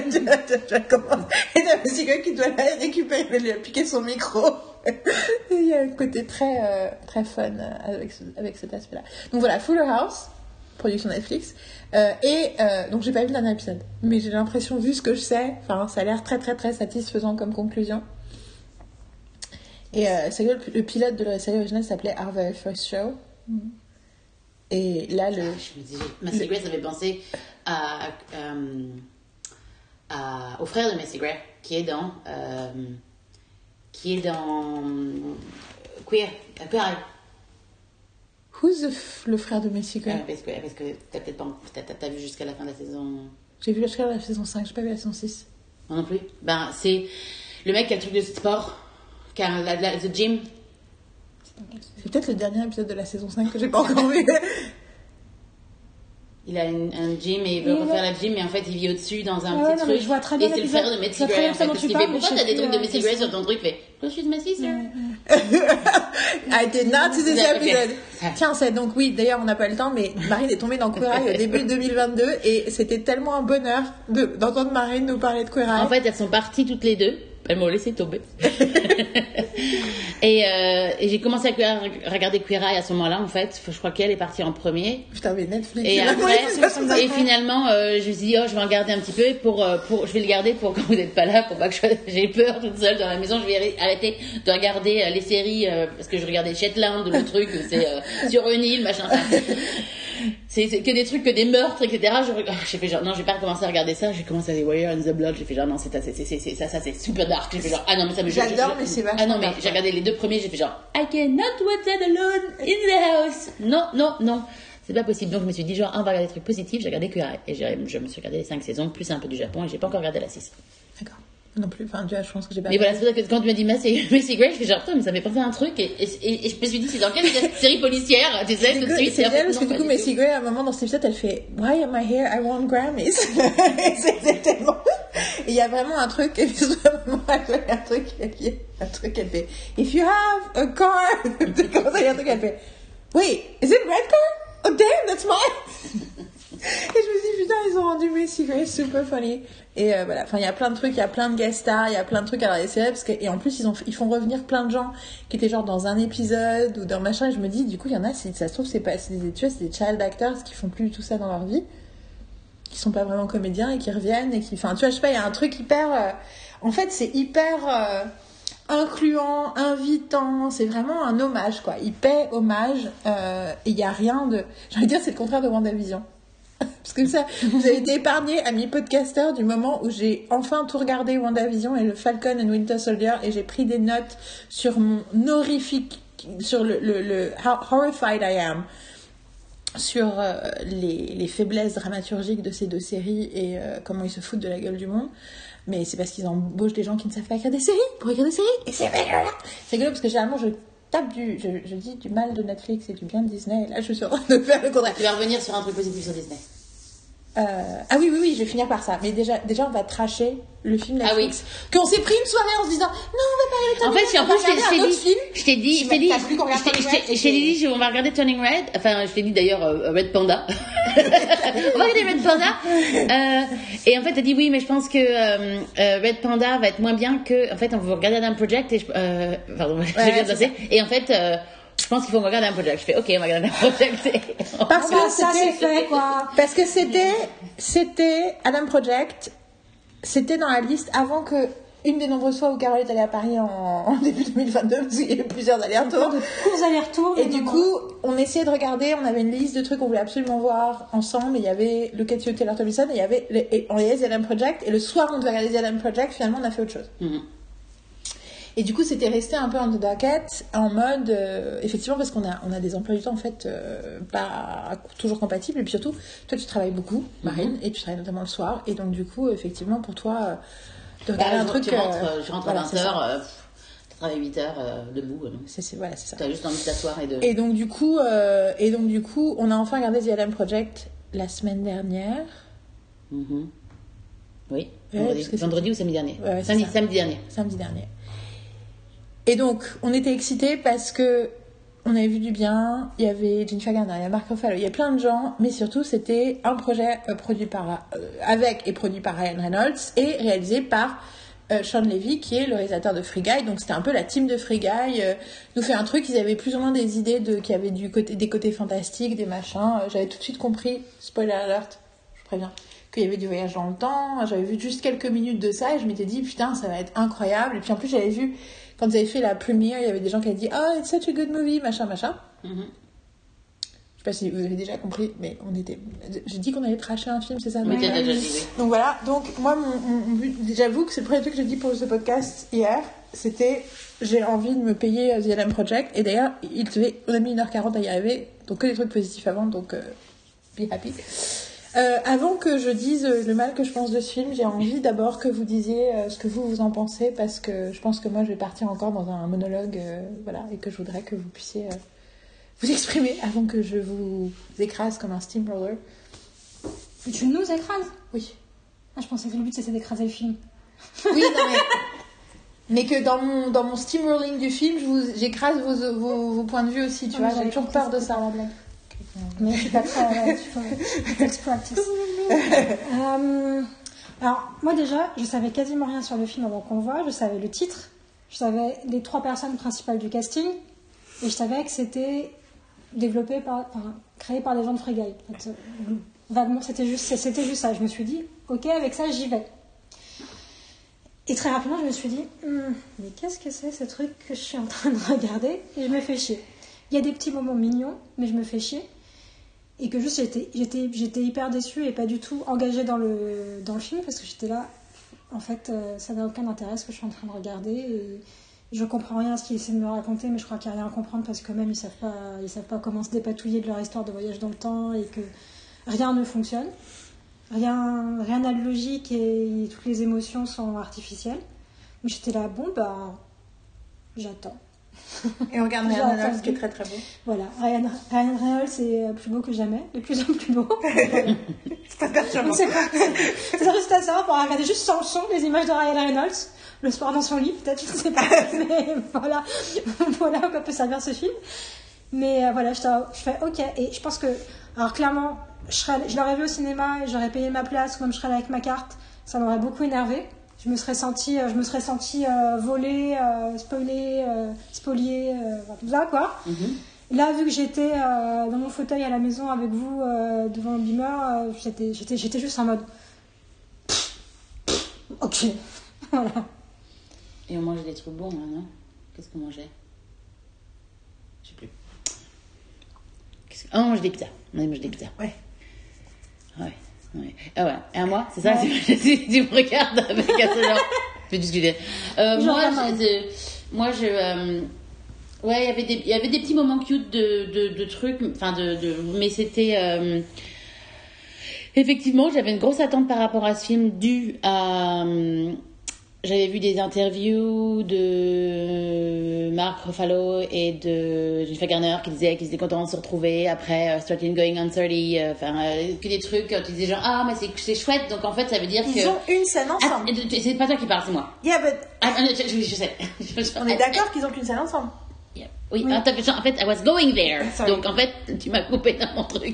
je commence. Et t'as Macy Gray qui doit la récupérer, elle lui a piqué son micro. Il y a un côté très, euh, très fun avec, ce, avec cet aspect-là. Donc voilà, Fuller House, production Netflix. Euh, et euh, donc j'ai pas vu le dernier épisode, mais j'ai l'impression, vu ce que je sais, enfin ça a l'air très très très satisfaisant comme conclusion. Et euh, c'est que le, le pilote de la série originale s'appelait Our Very First Show. Mm. Et là, le. Ah, je me dis, Macy Gray, ça fait penser à, euh, à, au frère de Macy Gray, qui est dans. Euh, qui est dans Queer, Queer Eye. Who's the f- le frère de Macy Gray? euh, Parce que, parce que t'as peut-être pas, t'as, t'as vu jusqu'à la fin de la saison. J'ai vu jusqu'à la saison cinq, j'ai pas vu la saison six. Moi non plus. Ben, c'est le mec qui a le truc de sport, qui a la, la, the gym. C'est peut-être le dernier épisode de la saison cinq que j'ai pas encore vu. Il a une, un gym et il veut et refaire ouais. la gym, mais en fait il vit au-dessus dans un ouais, petit non, truc. Je vois très bien et c'est le frère de Macy Gray en fait. Parce qu'il fait, pourquoi t'as des trucs de Macy Gray sur ton truc? Il fait, because she's my sister. I did not see this episode. Okay. Tiens, c'est donc oui, d'ailleurs on n'a pas le temps, mais Marine est tombée dans Queer Eye au début deux mille vingt-deux et c'était tellement un bonheur de, d'entendre Marine nous parler de Queer Eye. En fait, elles sont parties toutes les deux. Elles m'ont laissé tomber. et, euh, et j'ai commencé à regarder Queer Eye à ce moment-là, en fait. Je crois qu'elle est partie en premier. Putain, mais Netflix. Et après, et finalement, euh, je me suis dit, oh, je vais en garder un petit peu pour, pour, je vais le garder pour quand vous n'êtes pas là, pour pas que je, j'ai peur toute seule dans la maison. Je vais arrêter de regarder les séries, euh, parce que je regardais Shetland, le truc, c'est euh, sur une île, machin. C'est, c'est que des trucs, que des meurtres, et cetera. Je, oh, j'ai fait genre, non, je vais pas recommencer à regarder ça. J'ai commencé à aller Warrior and the Blood. J'ai fait genre, non, c'est, c'est, c'est, c'est, ça, ça, c'est super dark. J'ai fait genre, ah non, mais ça me J'adore, je, mais c'est vachement. Ah non, mais j'ai regardé les deux premiers. J'ai fait genre, I cannot watch that alone in the house. Non, non, non. C'est pas possible. Donc, je me suis dit, genre, ah, on va regarder des trucs positifs. J'ai regardé Queer Eye. Et j'ai, je me suis regardé les cinq saisons, plus un peu du Japon. Et j'ai pas encore regardé la six. D'accord. Non plus, enfin, tu vois, je pense que j'ai pas. Mais voilà, c'est pour ça que quand tu m'as dit Macy, Macy Gray, je fais genre, putain, mais ça m'est pensé à un truc, et, et, et, et je me suis dit, c'est dans quelle série policière, tu sais, tout de suite. C'est bien parce que du coup, Macy Gray, à un moment dans cet épisode, elle fait, Why am I here? I want Grammys. C'est tellement. Et il y a vraiment un truc, et puis vraiment, il y a un truc, il y a un truc, elle fait, If you have a car, c'est comme ça, il y a un truc, elle fait, Wait, is it red car? Oh damn, that's mine! Et je me dis, putain, ils ont rendu Macy Gray super funny. Et euh, voilà, enfin, il y a plein de trucs, il y a plein de guest stars, il y a plein de trucs à la S F. Que... Et en plus, ils, ont, ils font revenir plein de gens qui étaient genre dans un épisode ou dans machin. Et je me dis, du coup, il y en a, si ça se trouve, c'est pas c'est des, tu vois, c'est des child actors qui font plus tout ça dans leur vie, qui sont pas vraiment comédiens et qui reviennent. Et qui, enfin, tu vois, je sais pas, il y a un truc hyper. Euh... En fait, c'est hyper. Euh... incluant, invitant, c'est vraiment un hommage, quoi. Il paie hommage, euh, et il n'y a rien de... J'ai envie de dire, c'est le contraire de WandaVision. Parce que ça, vous avez été épargnés, amis podcasteurs, du moment où j'ai enfin tout regardé WandaVision et le Falcon and Winter Soldier, et j'ai pris des notes sur mon horrifique, sur le, le, le how horrified I am, sur euh, les, les faiblesses dramaturgiques de ces deux séries et euh, comment ils se foutent de la gueule du monde. Mais c'est parce qu'ils embauchent des gens qui ne savent pas écrire des séries pour écrire des séries. Et c'est rigolo. C'est rigolo parce que généralement je tape du, je, je dis du mal de Netflix et du bien de Disney. Et là je suis en train de faire le contraire. Tu vas revenir sur un truc positif sur Disney. Euh, ah oui, oui, oui, je vais finir par ça. Mais déjà, déjà on va tracher le film Netflix. Ah oui. Qu'on s'est pris une soirée en se disant non, on va pas En regarder. fait, en plus, je t'ai dit, je t'ai dit, je t'ai dit, T'as voulu qu'on regarde je t'ai- Turning je t'ai- Red, je t'ai dit, on va regarder Turning Red. Enfin, je t'ai dit d'ailleurs euh, Red Panda. On va regarder Red Panda. Euh, et en fait, t'as dit oui, mais je pense que euh, euh, Red Panda va être moins bien que. En fait, on va regarder Adam Project. Et je, euh, pardon, Ouais, j'ai bien c'est passé. Et en fait. Euh, je pense qu'il faut regarder un project. Je fais ok, on va regarder un project. Parce Bon, bah, que ça c'est c'était, fait quoi. parce que c'était, c'était Adam Project, c'était dans la liste avant que une des nombreuses fois où Carole est allée à Paris en, en début deux mille vingt-deux, parce qu'il y a eu plusieurs allers-retours. De courts allers-retours. Et mais du non, coup, on essayait de regarder, on avait une liste de trucs qu'on voulait absolument voir ensemble. Il y avait Look at You, Taylor Tomlinson, et il y avait, les, et on regardait The Adam Project, et le soir où on devait regarder The Adam Project, finalement on a fait autre chose. Mhm. Et du coup, c'était resté un peu en docket, en mode, euh, effectivement, parce qu'on a, on a des emplois du temps, en fait, euh, pas toujours compatibles. Et puis surtout, toi, tu travailles beaucoup, Marine, Mm-hmm. et tu travailles notamment le soir. Et donc, du coup, effectivement, pour toi, euh, de regarder Bah, un je, truc... tu rentres, euh, je rentre voilà, à c'est vingt ça. heures, euh, tu travailles huit heures euh, debout. Euh, C'est, c'est, voilà, c'est ça. tu as juste envie de t'asseoir et de. Et donc, du coup, euh, et donc, du coup, on a enfin regardé The Adam Project la semaine dernière. Mhm. Oui, Ouais, vendredi, parce que c'est- vendredi ou samedi dernier. Ouais, ouais, c'est samedi, ça. samedi dernier. Samedi dernier. Et donc, on était excités parce que on avait vu du bien. Il y avait Jennifer Garner, il y avait Mark Ruffalo, il y a plein de gens, mais surtout, c'était un projet euh, produit par, euh, avec et produit par Ryan Reynolds et réalisé par euh, Sean Levy, qui est le réalisateur de Free Guy. Donc, c'était un peu la team de Free Guy. Euh, nous fait un truc, ils avaient plus ou moins des idées de, qui avaient du côté, des côtés fantastiques, des machins. Euh, j'avais tout de suite compris, spoiler alert, je préviens, qu'il y avait du voyage dans le temps. J'avais vu juste quelques minutes de ça et je m'étais dit, putain, ça va être incroyable. Et puis en plus, j'avais vu, quand ils avaient fait la première, il y avait des gens qui avaient dit, oh, it's such a good movie, machin, machin. Mhm. Je sais pas si vous avez déjà compris, mais on était. J'ai dit qu'on allait tracher un film, c'est ça? Oui, non? t'as déjà dit, oui. Donc voilà, donc moi, mon, mon- mon but, j'avoue que c'est le premier truc que j'ai dit pour ce podcast hier, c'était j'ai envie de me payer euh, The Adam Project. Et d'ailleurs, il devait, on a mis une heure quarante à y arriver, donc que des trucs positifs avant, donc euh, be happy. Euh, avant que je dise euh, le mal que je pense de ce film, j'ai envie d'abord que vous disiez euh, ce que vous vous en pensez, parce que je pense que moi je vais partir encore dans un monologue, euh, voilà, et que je voudrais que vous puissiez euh, vous exprimer avant que je vous écrase comme un steamroller. Que tu nous écrases. Oui. Ah, je pensais que le but c'était d'écraser le film. Oui, non mais. Mais que dans mon, dans mon steamrolling du film, je vous, j'écrase vos, vos, vos points de vue aussi, tu Ah, vois, j'avais j'ai toujours compris, peur de c'était ça. pas la blague. Mais je suis pas très. Ouais, tu vois, let's practice. Euh, alors, moi déjà, je savais quasiment rien sur le film avant qu'on le voit. Je savais le titre, je savais les trois personnes principales du casting, et je savais que c'était développé par, enfin, créé par des gens de Free Guy. En fait, euh, vaguement, c'était juste, c'était juste ça. Je me suis dit, ok, avec ça, j'y vais. Et très rapidement, je me suis dit, Hm, mais qu'est-ce que c'est ce truc que je suis en train de regarder? Et je me fais chier. Il y a des petits moments mignons, mais je me fais chier. Et que juste, j'étais, j'étais, j'étais hyper déçue et pas du tout engagée dans le, dans le film, parce que j'étais là, en fait, euh, ça n'a aucun intérêt ce que je suis en train de regarder. Et je comprends rien à ce qu'ils essaient de me raconter, mais je crois qu'il n'y a rien à comprendre, parce que quand même, ils savent pas, ils savent pas comment se dépatouiller de leur histoire de voyage dans le temps, et que rien ne fonctionne. Rien, rien n'a de logique et toutes les émotions sont artificielles. Mais j'étais là, bon, bah, j'attends. Et on regarde J'ai Ryan Reynolds entendu. qui est très très beau. Voilà, Ryan, Ryan Reynolds est plus beau que jamais, de plus en plus beau. C'est perturbant. C'est pas- c'est juste à ça, pour regarder juste sans le son les images de Ryan Reynolds, le soir dans son lit, peut-être, je ne sais pas. Mais voilà, voilà à quoi peut servir ce film. Mais euh, voilà, je, je fais ok. Et je pense que, alors clairement, je, serais, je l'aurais vu au cinéma et j'aurais payé ma place, ou même je serais là avec ma carte, ça m'aurait beaucoup énervé. Je me serais sentie, je me serais sentie euh, volée, euh, spoilée, euh, spoliée, euh, enfin, tout ça quoi. Mhm. Là, vu que j'étais euh, dans mon fauteuil à la maison avec vous euh, devant le beamer, euh, j'étais, j'étais, j'étais juste en mode ok. Voilà. Et on mangeait des trucs bons, hein, non? Qu'est-ce qu'on mangeait? Je sais plus. Qu'est-ce que... Ah, on mangeait des pizzas. On mangeait des pizzas. Ouais. Ouais. ouais. Ah ouais. Et à moi, c'est ça? Ouais. Tu, tu me regardes avec un ce genre. Je vais discuter. Euh, moi, je, de, moi, je... Euh, ouais, il y avait des, il y avait des petits moments cute de, de, de trucs. Enfin, de, de... Mais c'était... Euh, effectivement, j'avais une grosse attente par rapport à ce film due à... Euh, j'avais vu des interviews de Mark Ruffalo et de Jennifer Garner qui disaient qu'ils étaient contents de se retrouver après uh, Starting Going on trente, enfin, euh, que des trucs, tu disais genre, ah, mais c'est, c'est chouette, donc en fait, ça veut dire Ils que... Ils ont une scène ensemble. Ah, c'est pas toi qui parles, c'est moi. Yeah, but... Ah, je, je, je sais. On est d'accord qu'ils ont qu'une scène ensemble. Yeah. Oui, oui. En fait, I was going there. Donc, en fait, tu m'as coupé dans mon truc.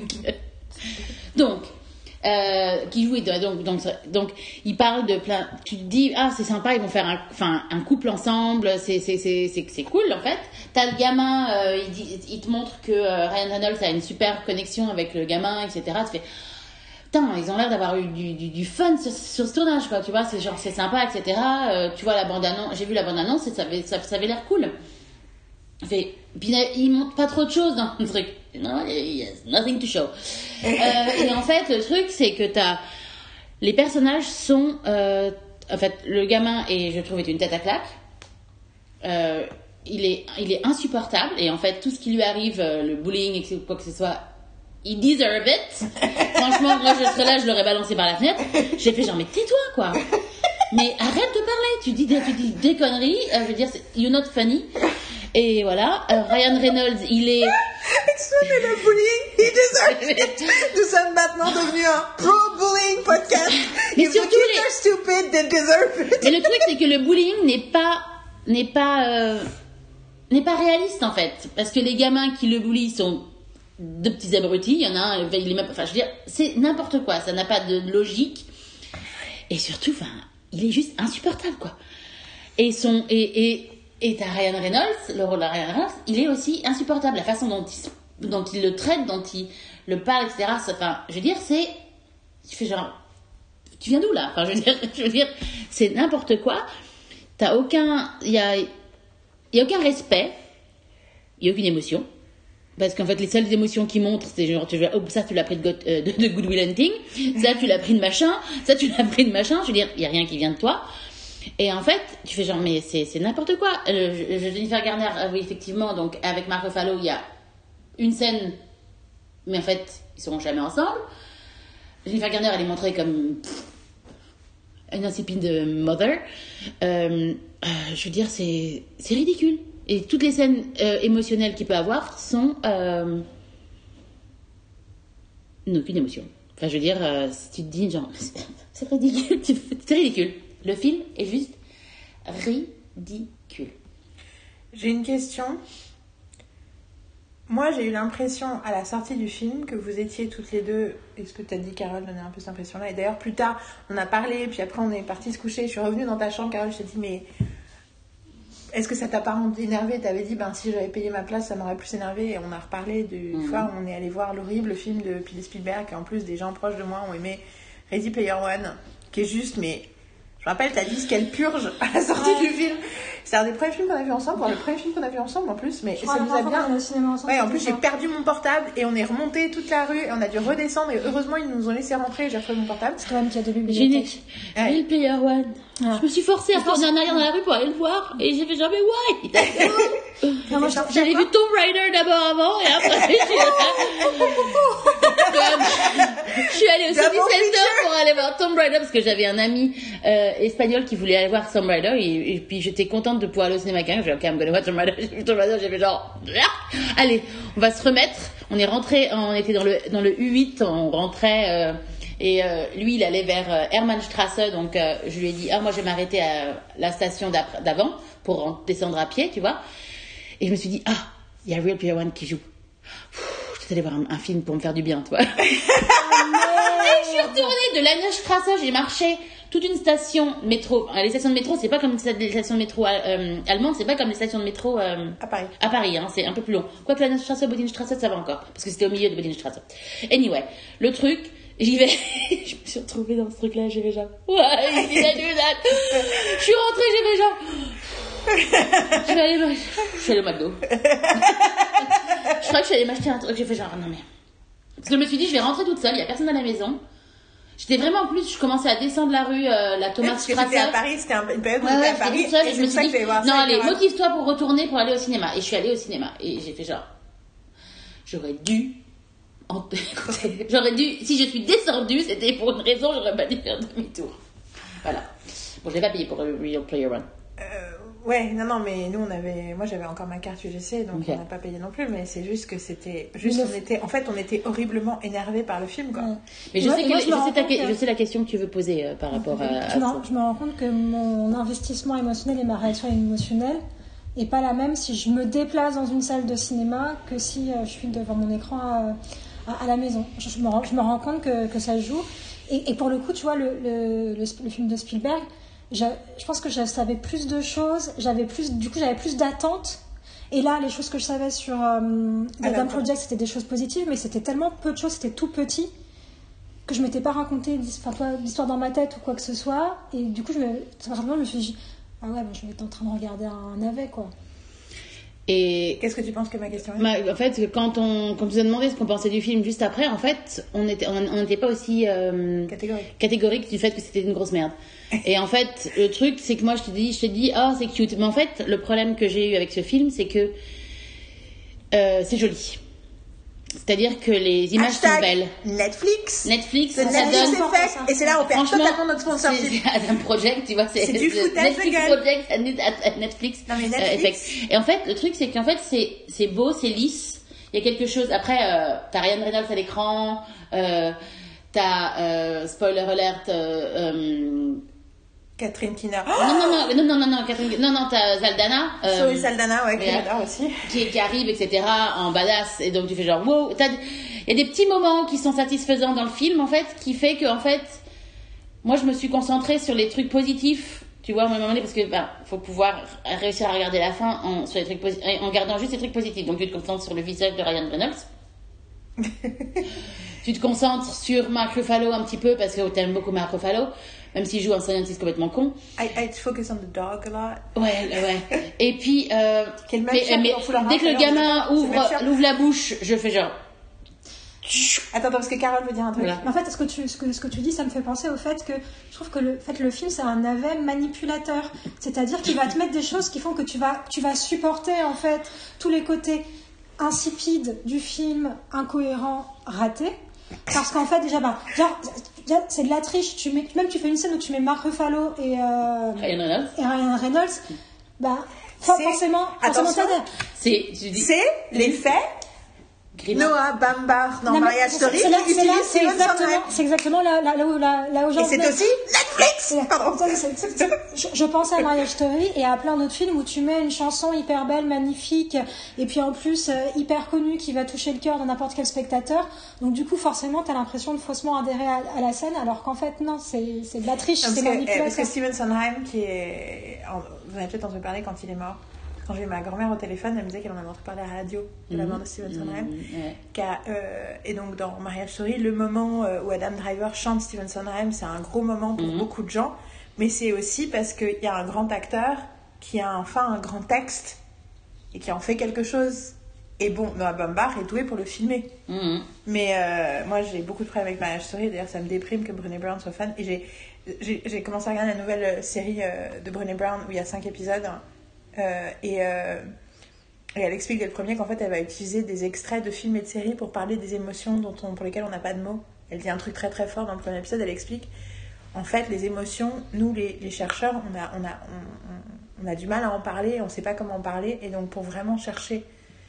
Donc... Euh, qui jouait donc donc donc il parle de plein, tu te dis ah c'est sympa, ils vont faire un enfin un couple ensemble, c'est c'est c'est c'est c'est cool en fait. T'as le gamin, euh, il dit il te montre que euh, Ryan Reynolds a une super connexion avec le gamin, etc. Tu fais putain, ils ont l'air d'avoir eu du, du, du fun sur, sur ce tournage, quoi, tu vois, c'est genre c'est sympa, etc. euh, tu vois la bande annonce, j'ai vu la bande annonce et ça avait ça, ça avait l'air cool. Fait, puis il montre pas trop de choses dans le truc. Non, yes, nothing to show. euh, et en fait, le truc, c'est que t'as les personnages sont, euh, en fait, le gamin et je trouve est une tête à claque. Euh, il est, il est insupportable et en fait, tout ce qui lui arrive, euh, le bullying et quoi que ce soit, il deserve it. Franchement, moi, je serais là, je l'aurais balancé par la fenêtre. J'ai fait genre, mais tais-toi, quoi. Mais arrête de parler. Tu dis des, tu dis des conneries. Euh, je veux dire, c'est, you're not funny. Et voilà, euh, Ryan Reynolds, il est... Excusez le bullying, he deserves it. Nous sommes maintenant devenus un pro-bullying podcast. Mais If surtout the kids les... are stupid, they deserve it. Mais le truc, c'est que le bullying n'est pas... n'est pas... Euh, n'est pas réaliste, en fait. Parce que les gamins qui le bullient sont de petits abrutis. Il y en a un, il est même... Enfin, je veux dire, c'est n'importe quoi. Ça n'a pas de logique. Et surtout, enfin, il est juste insupportable, quoi. Et son... Et... et Et t'as Ryan Reynolds, le rôle de Ryan Reynolds, il est aussi insupportable. La façon dont il, dont il le traite, dont il le parle, et cetera. Enfin, je veux dire, c'est... Tu fais genre... Tu viens d'où, là? Enfin, je veux dire, je veux dire c'est n'importe quoi. T'as aucun... Il y a... Il y a aucun respect. Il y a aucune émotion. Parce qu'en fait, les seules émotions qu'il montre, c'est genre, tu vois, oh, ça, tu l'as pris de, God, euh, de, de Good Will Hunting. Ça, tu l'as pris de machin. Ça, tu l'as pris de machin. Je veux dire, il y a rien qui vient de toi. Et en fait, tu fais genre, mais c'est, c'est n'importe quoi. Euh, Jennifer Garner, euh, oui, effectivement, donc avec Mark Ruffalo, il y a une scène, mais en fait, ils seront jamais ensemble. Jennifer Garner, elle est montrée comme pff, une insipide mother. Euh, euh, je veux dire, c'est, c'est ridicule. Et toutes les scènes euh, émotionnelles qu'il peut avoir sont... Euh, aucune émotion. Enfin, je veux dire, euh, si tu te dis, genre, c'est, c'est ridicule, c'est ridicule. Le film est juste ridicule. J'ai une question. Moi, j'ai eu l'impression, à la sortie du film, que vous étiez toutes les deux... Est-ce que tu as dit, Carole, donnait un peu cette impression-là? Et d'ailleurs, plus tard, on a parlé, puis après, on est parti se coucher. Je suis revenue dans ta chambre, Carole, je t'ai dit, mais... Est-ce que ça t'a pas énervé? T'avais dit, ben, si j'avais payé ma place, ça m'aurait plus énervé. Et on a reparlé d'une mmh. fois où on est allé voir l'horrible film de Spielberg, et en plus, des gens proches de moi ont aimé Ready Player One, qui est juste, mais... Je me rappelle, t'as dit ce qu'elle purge à la sortie ouais. du film. C'est un des premiers films qu'on a vu ensemble, enfin, le premier film qu'on a vu ensemble en plus, mais ça nous a bien. Ensemble, ouais, en plus j'ai perdu mon portable et on est remonté toute la rue et on a dû redescendre et heureusement ils nous ont laissé rentrer et j'ai retrouvé mon portable. C'est quand même qu'il y a de bibliothèque. J'ai le Player One. Ah. Je me suis forcée à prendre un arrière dans la rue pour aller le voir et j'ai fait genre mais ouais. Non, moi, j'avais vu Tomb Raider d'abord avant et après je suis allée au City Center pour aller voir Tomb Raider parce que j'avais un ami euh, espagnol qui voulait aller voir Tomb Raider et, et puis j'étais contente de pouvoir aller au cinéma quand même. J'ai dit ok, I'm gonna watch Tomb Raider. J'ai vu Tomb Raider, j'ai fait genre allez, on va se remettre. On est rentré, on était dans le dans le U huit, on rentrait euh, et euh, lui il allait vers euh, Hermannstrasse, donc euh, je lui ai dit ah moi je vais m'arrêter à la station d'avant pour descendre à pied, tu vois. Et je me suis dit ah il y a Real Player One qui joue. Je suis allée voir un, un film pour me faire du bien, tu vois. Et je suis retournée de Hermannstrasse, j'ai marché toute une station métro. Les stations de métro, c'est pas comme les stations de métro euh, allemandes, c'est pas comme les stations de métro euh, à Paris. À Paris, hein, c'est un peu plus long. Quoique la Hermannstrasse, Bodinstrasse, ça va encore, parce que c'était au milieu de Bodinstrasse. Anyway, le truc, J'y vais. Je me suis retrouvée dans ce truc-là, j'ai fait genre, ouais, il a du date. Je suis rentrée, j'ai fait genre, je suis allée, je suis allée au McDo. Je crois que je suis allée m'acheter un truc, j'ai fait genre, non mais. Parce que je me suis dit, je vais rentrer toute seule, il y a personne à la maison. J'étais vraiment, en plus, je commençais à descendre la rue, euh, la Thomas Strasse. Parce que c'était à Paris, c'était une période où ouais, j'étais ouais, à Paris. Toute seule, et je me suis dit, voir non, ça, allez, motive-toi pour retourner, pour aller au cinéma. Et je suis allée au cinéma. Et j'ai fait genre, j'aurais dû, en... j'aurais dû, si je suis descendue, c'était pour une raison, j'aurais pas dû faire demi-tour. Voilà. Bon, je l'ai pas payé pour le Real Player One. Euh, ouais, non, non, mais nous, on avait, moi, j'avais encore ma carte U G C, donc okay. on n'a pas payé non plus, mais c'est juste que c'était, juste, on était, en fait, on était horriblement énervés par le film, quoi. Ouais. Mais je, moi, sais, que, moi, je, je, sais ta, que... je sais la question que tu veux poser euh, par rapport à, à je, ça. me, je me rends compte que mon investissement émotionnel et ma réaction émotionnelle n'est pas la même si je me déplace dans une salle de cinéma que si euh, je suis devant mon écran à, à, à la maison. Je, je, me rends, je me rends compte que, que ça joue. Et, et pour le coup, tu vois, le, le, le, le film de Spielberg, je, je pense que je savais plus de choses, j'avais plus, du coup, j'avais plus d'attentes. Et là, les choses que je savais sur euh, The Adam Project, c'était des choses positives, mais c'était tellement peu de choses, c'était tout petit, que je m'étais pas raconté l'histoire dans ma tête ou quoi que ce soit. Et du coup, je me, simplement, je me suis dit, ah ouais, bon, je vais être en train de regarder un navet, quoi. Et qu'est-ce que tu penses que ma question est? bah, en fait, quand on, quand tu nous as demandé ce qu'on pensait du film juste après, en fait, on n'était on, on pas aussi euh, catégorique. catégorique du fait que c'était une grosse merde. Et en fait, le truc, c'est que moi, je te dis, je te dis, oh, c'est cute. Mais en fait, le problème que j'ai eu avec ce film, c'est que euh, c'est joli. C'est-à-dire que les images Hashtag sont belles. Netflix. Netflix, ça Netflix donne. Effect, et c'est là où on perd totalement notre sponsorship. C'est Adam Project, tu vois, c'est, c'est du foutage Netflix de gueule. Project à Netflix. Non mais Netflix. Euh, et en fait, le truc, c'est qu'en fait, c'est, c'est beau, c'est lisse. Il y a quelque chose. Après, euh, t'as Ryan Reynolds à l'écran. Euh, t'as euh, spoiler alert. Euh, euh, Catherine Keener. Oh non, non, non, non, non, non, non, Catherine, non, non, t'as Zaldana. Euh, Zoé Saldana, ouais, qui j'adore aussi. Qui, qui arrive, et cetera, en badass. Et donc, tu fais genre, wow. T'as, il y a des petits moments qui sont satisfaisants dans le film, en fait, qui fait que, en fait, moi, je me suis concentrée sur les trucs positifs, tu vois, à un moment donné, parce que, bah, faut pouvoir réussir à regarder la fin en, sur les trucs posi- en gardant juste les trucs positifs. Donc, tu te concentres sur le visage de Ryan Reynolds. Tu te concentres sur Mark Ruffalo un petit peu, parce que t'aimes beaucoup Mark Ruffalo. Même s'il joue un scientiste complètement con. I, I focus on the dog a lot. Ouais, ouais. Et puis, euh, mais, mais, mais dès que le gamin ouvre, ouvre la bouche, je fais genre. Attends, attends, parce que Carole veut dire un truc. Voilà. En fait, ce que, tu, ce, que, ce que tu dis, ça me fait penser au fait que je trouve que le, en fait, le film, c'est un navet manipulateur. C'est-à-dire qu'il va te mettre des choses qui font que tu vas, tu vas supporter, en fait, tous les côtés insipides du film, incohérents, ratés. Parce qu'en fait, déjà, bah, genre, c'est de la triche. Tu mets, même tu fais une scène où tu mets Mark Ruffalo et, euh, Ryan Reynolds. et Ryan Reynolds, bah, forcément, attention, c'est, tu dis... c'est l'effet Noah Baumbach dans Marriage Story. C'est, là, c'est, là, c'est, exactement, c'est exactement là, là, là où, là, là où j'en Et c'est aussi Netflix. Pardon. C'est, c'est, c'est, je, je pense à Marriage Story et à plein d'autres films où tu mets une chanson hyper belle, magnifique, et puis en plus euh, hyper connue qui va toucher le cœur de n'importe quel spectateur. Donc du coup, forcément, t'as l'impression de faussement adhérer à, à la scène, alors qu'en fait, non, c'est, c'est de la triche, parce c'est que, manipulateur. Parce que Steven Sondheim, qui est, vous avez peut-être entendu parler quand il est mort. Quand j'ai eu ma grand-mère au téléphone, elle me disait qu'elle en avait entendu parler à la radio de mmh. la mort de Steven Sondheim. Mmh. Ouais. Qu'a, euh, et donc dans Marriage Story, le moment où Adam Driver chante Steven Sondheim, c'est un gros moment pour mmh. beaucoup de gens. Mais c'est aussi parce qu'il y a un grand acteur qui a enfin un grand texte et qui en fait quelque chose. Et bon, Noah Baumbach est doué pour le filmer. Mmh. Mais euh, moi, j'ai beaucoup de problèmes avec Marriage Story. D'ailleurs, ça me déprime que Brené Brown soit fan. Et j'ai, j'ai, j'ai commencé à regarder la nouvelle série euh, de Brené Brown où il y a cinq épisodes. Euh, et, euh, et elle explique dès le premier qu'en fait elle va utiliser des extraits de films et de séries pour parler des émotions dont on, pour lesquelles on n'a pas de mots. Elle dit un truc très très fort dans le premier épisode. Elle explique en fait les émotions, nous les, les chercheurs on a, on, a, on, on, on a du mal à en parler, on ne sait pas comment en parler, et donc pour vraiment chercher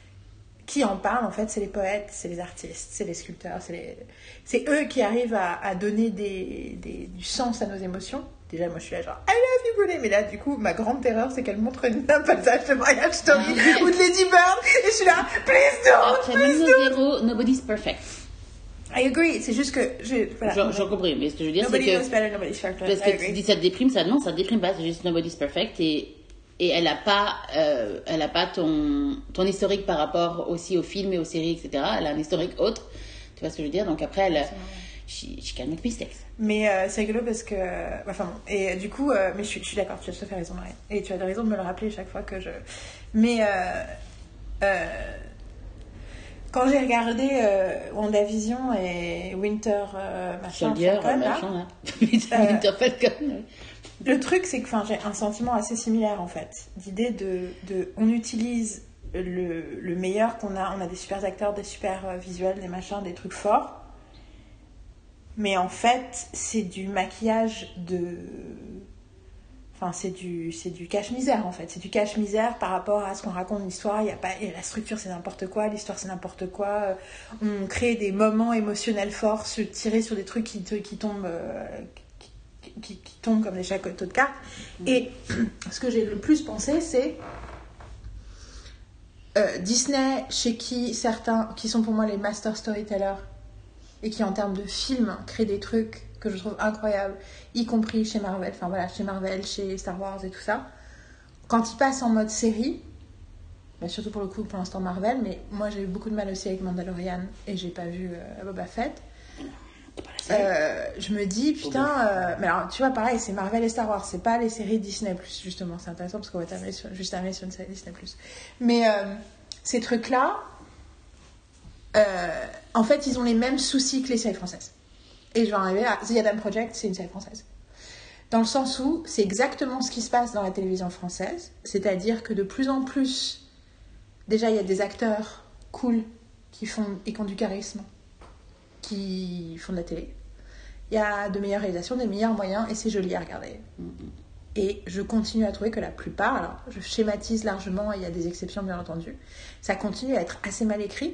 qui en parle, en fait c'est les poètes, c'est les artistes, c'est les sculpteurs, c'est, les... c'est eux qui arrivent à, à donner des, des, du sens à nos émotions. Déjà, moi, je suis là genre, I love you, Brené. Mais là, du coup, ma grande terreur, c'est qu'elle montre un passage de Marriage Story ou de Lady Bird. Et je suis là, please don't, please don't. Zéro, nobody's perfect. I agree. C'est juste que, je, voilà. J'en, j'en compris. Mais ce que je veux dire, nobody c'est que. Knows better, nobody's perfect. Parce que tu dis ça te déprime, ça, non, ça te déprime pas. C'est juste nobody's perfect. Et, et elle a pas, euh, elle a pas ton, ton historique par rapport aussi aux films et aux séries, et cetera. Elle a un historique autre. Tu vois ce que je veux dire? Donc après, elle, she, she can make mistakes. Mais euh, c'est rigolo parce que. Enfin bon. Et euh, du coup, euh, mais je suis, je suis d'accord, tu as tout à fait raison, Marianne. Et tu as raison de me le rappeler chaque fois que je. Mais. Euh, euh, quand j'ai regardé euh, WandaVision et Winter euh, machin, Soldier, Falcon, machin, là, là. Winter Falcon. Ouais. Le truc, c'est que j'ai un sentiment assez similaire en fait. L'idée de, de. On utilise le, le meilleur qu'on a. On a des super acteurs, des super euh, visuels, des machins, des trucs forts. Mais en fait, c'est du maquillage de. Enfin, c'est du, c'est du cache-misère en fait. C'est du cache-misère par rapport à ce qu'on raconte une histoire. Il y a pas, et la structure c'est n'importe quoi, l'histoire c'est n'importe quoi. On crée des moments émotionnels forts tirés sur des trucs qui, qui tombent, euh, qui, qui, qui tombent comme des châteaux de cartes. Et ce que j'ai le plus pensé, c'est euh, Disney, chez qui certains, qui sont pour moi les master storytellers, et qui en termes de films créent des trucs que je trouve incroyables, y compris chez Marvel, enfin voilà, chez Marvel, chez Star Wars et tout ça. Quand ils passent en mode série, bah surtout pour le coup pour l'instant Marvel, mais moi j'ai eu beaucoup de mal aussi avec Mandalorian et j'ai pas vu euh, Boba Fett. Euh, je me dis putain, euh, mais alors tu vois pareil, c'est Marvel et Star Wars, c'est pas les séries Disney plus justement, c'est intéressant parce qu'on va terminer sur, juste terminer sur une série Disney plus. Mais euh, ces trucs là, euh, en fait ils ont les mêmes soucis que les séries françaises. Et je vais arriver à The Adam Project, c'est une série française. Dans le sens où c'est exactement ce qui se passe dans la télévision française, c'est-à-dire que de plus en plus, déjà il y a des acteurs cool qui font et qui ont du charisme, qui font de la télé. Il y a de meilleures réalisations, des meilleurs moyens, et c'est joli à regarder. Et je continue à trouver que la plupart, alors je schématise largement, et il y a des exceptions bien entendu, ça continue à être assez mal écrit.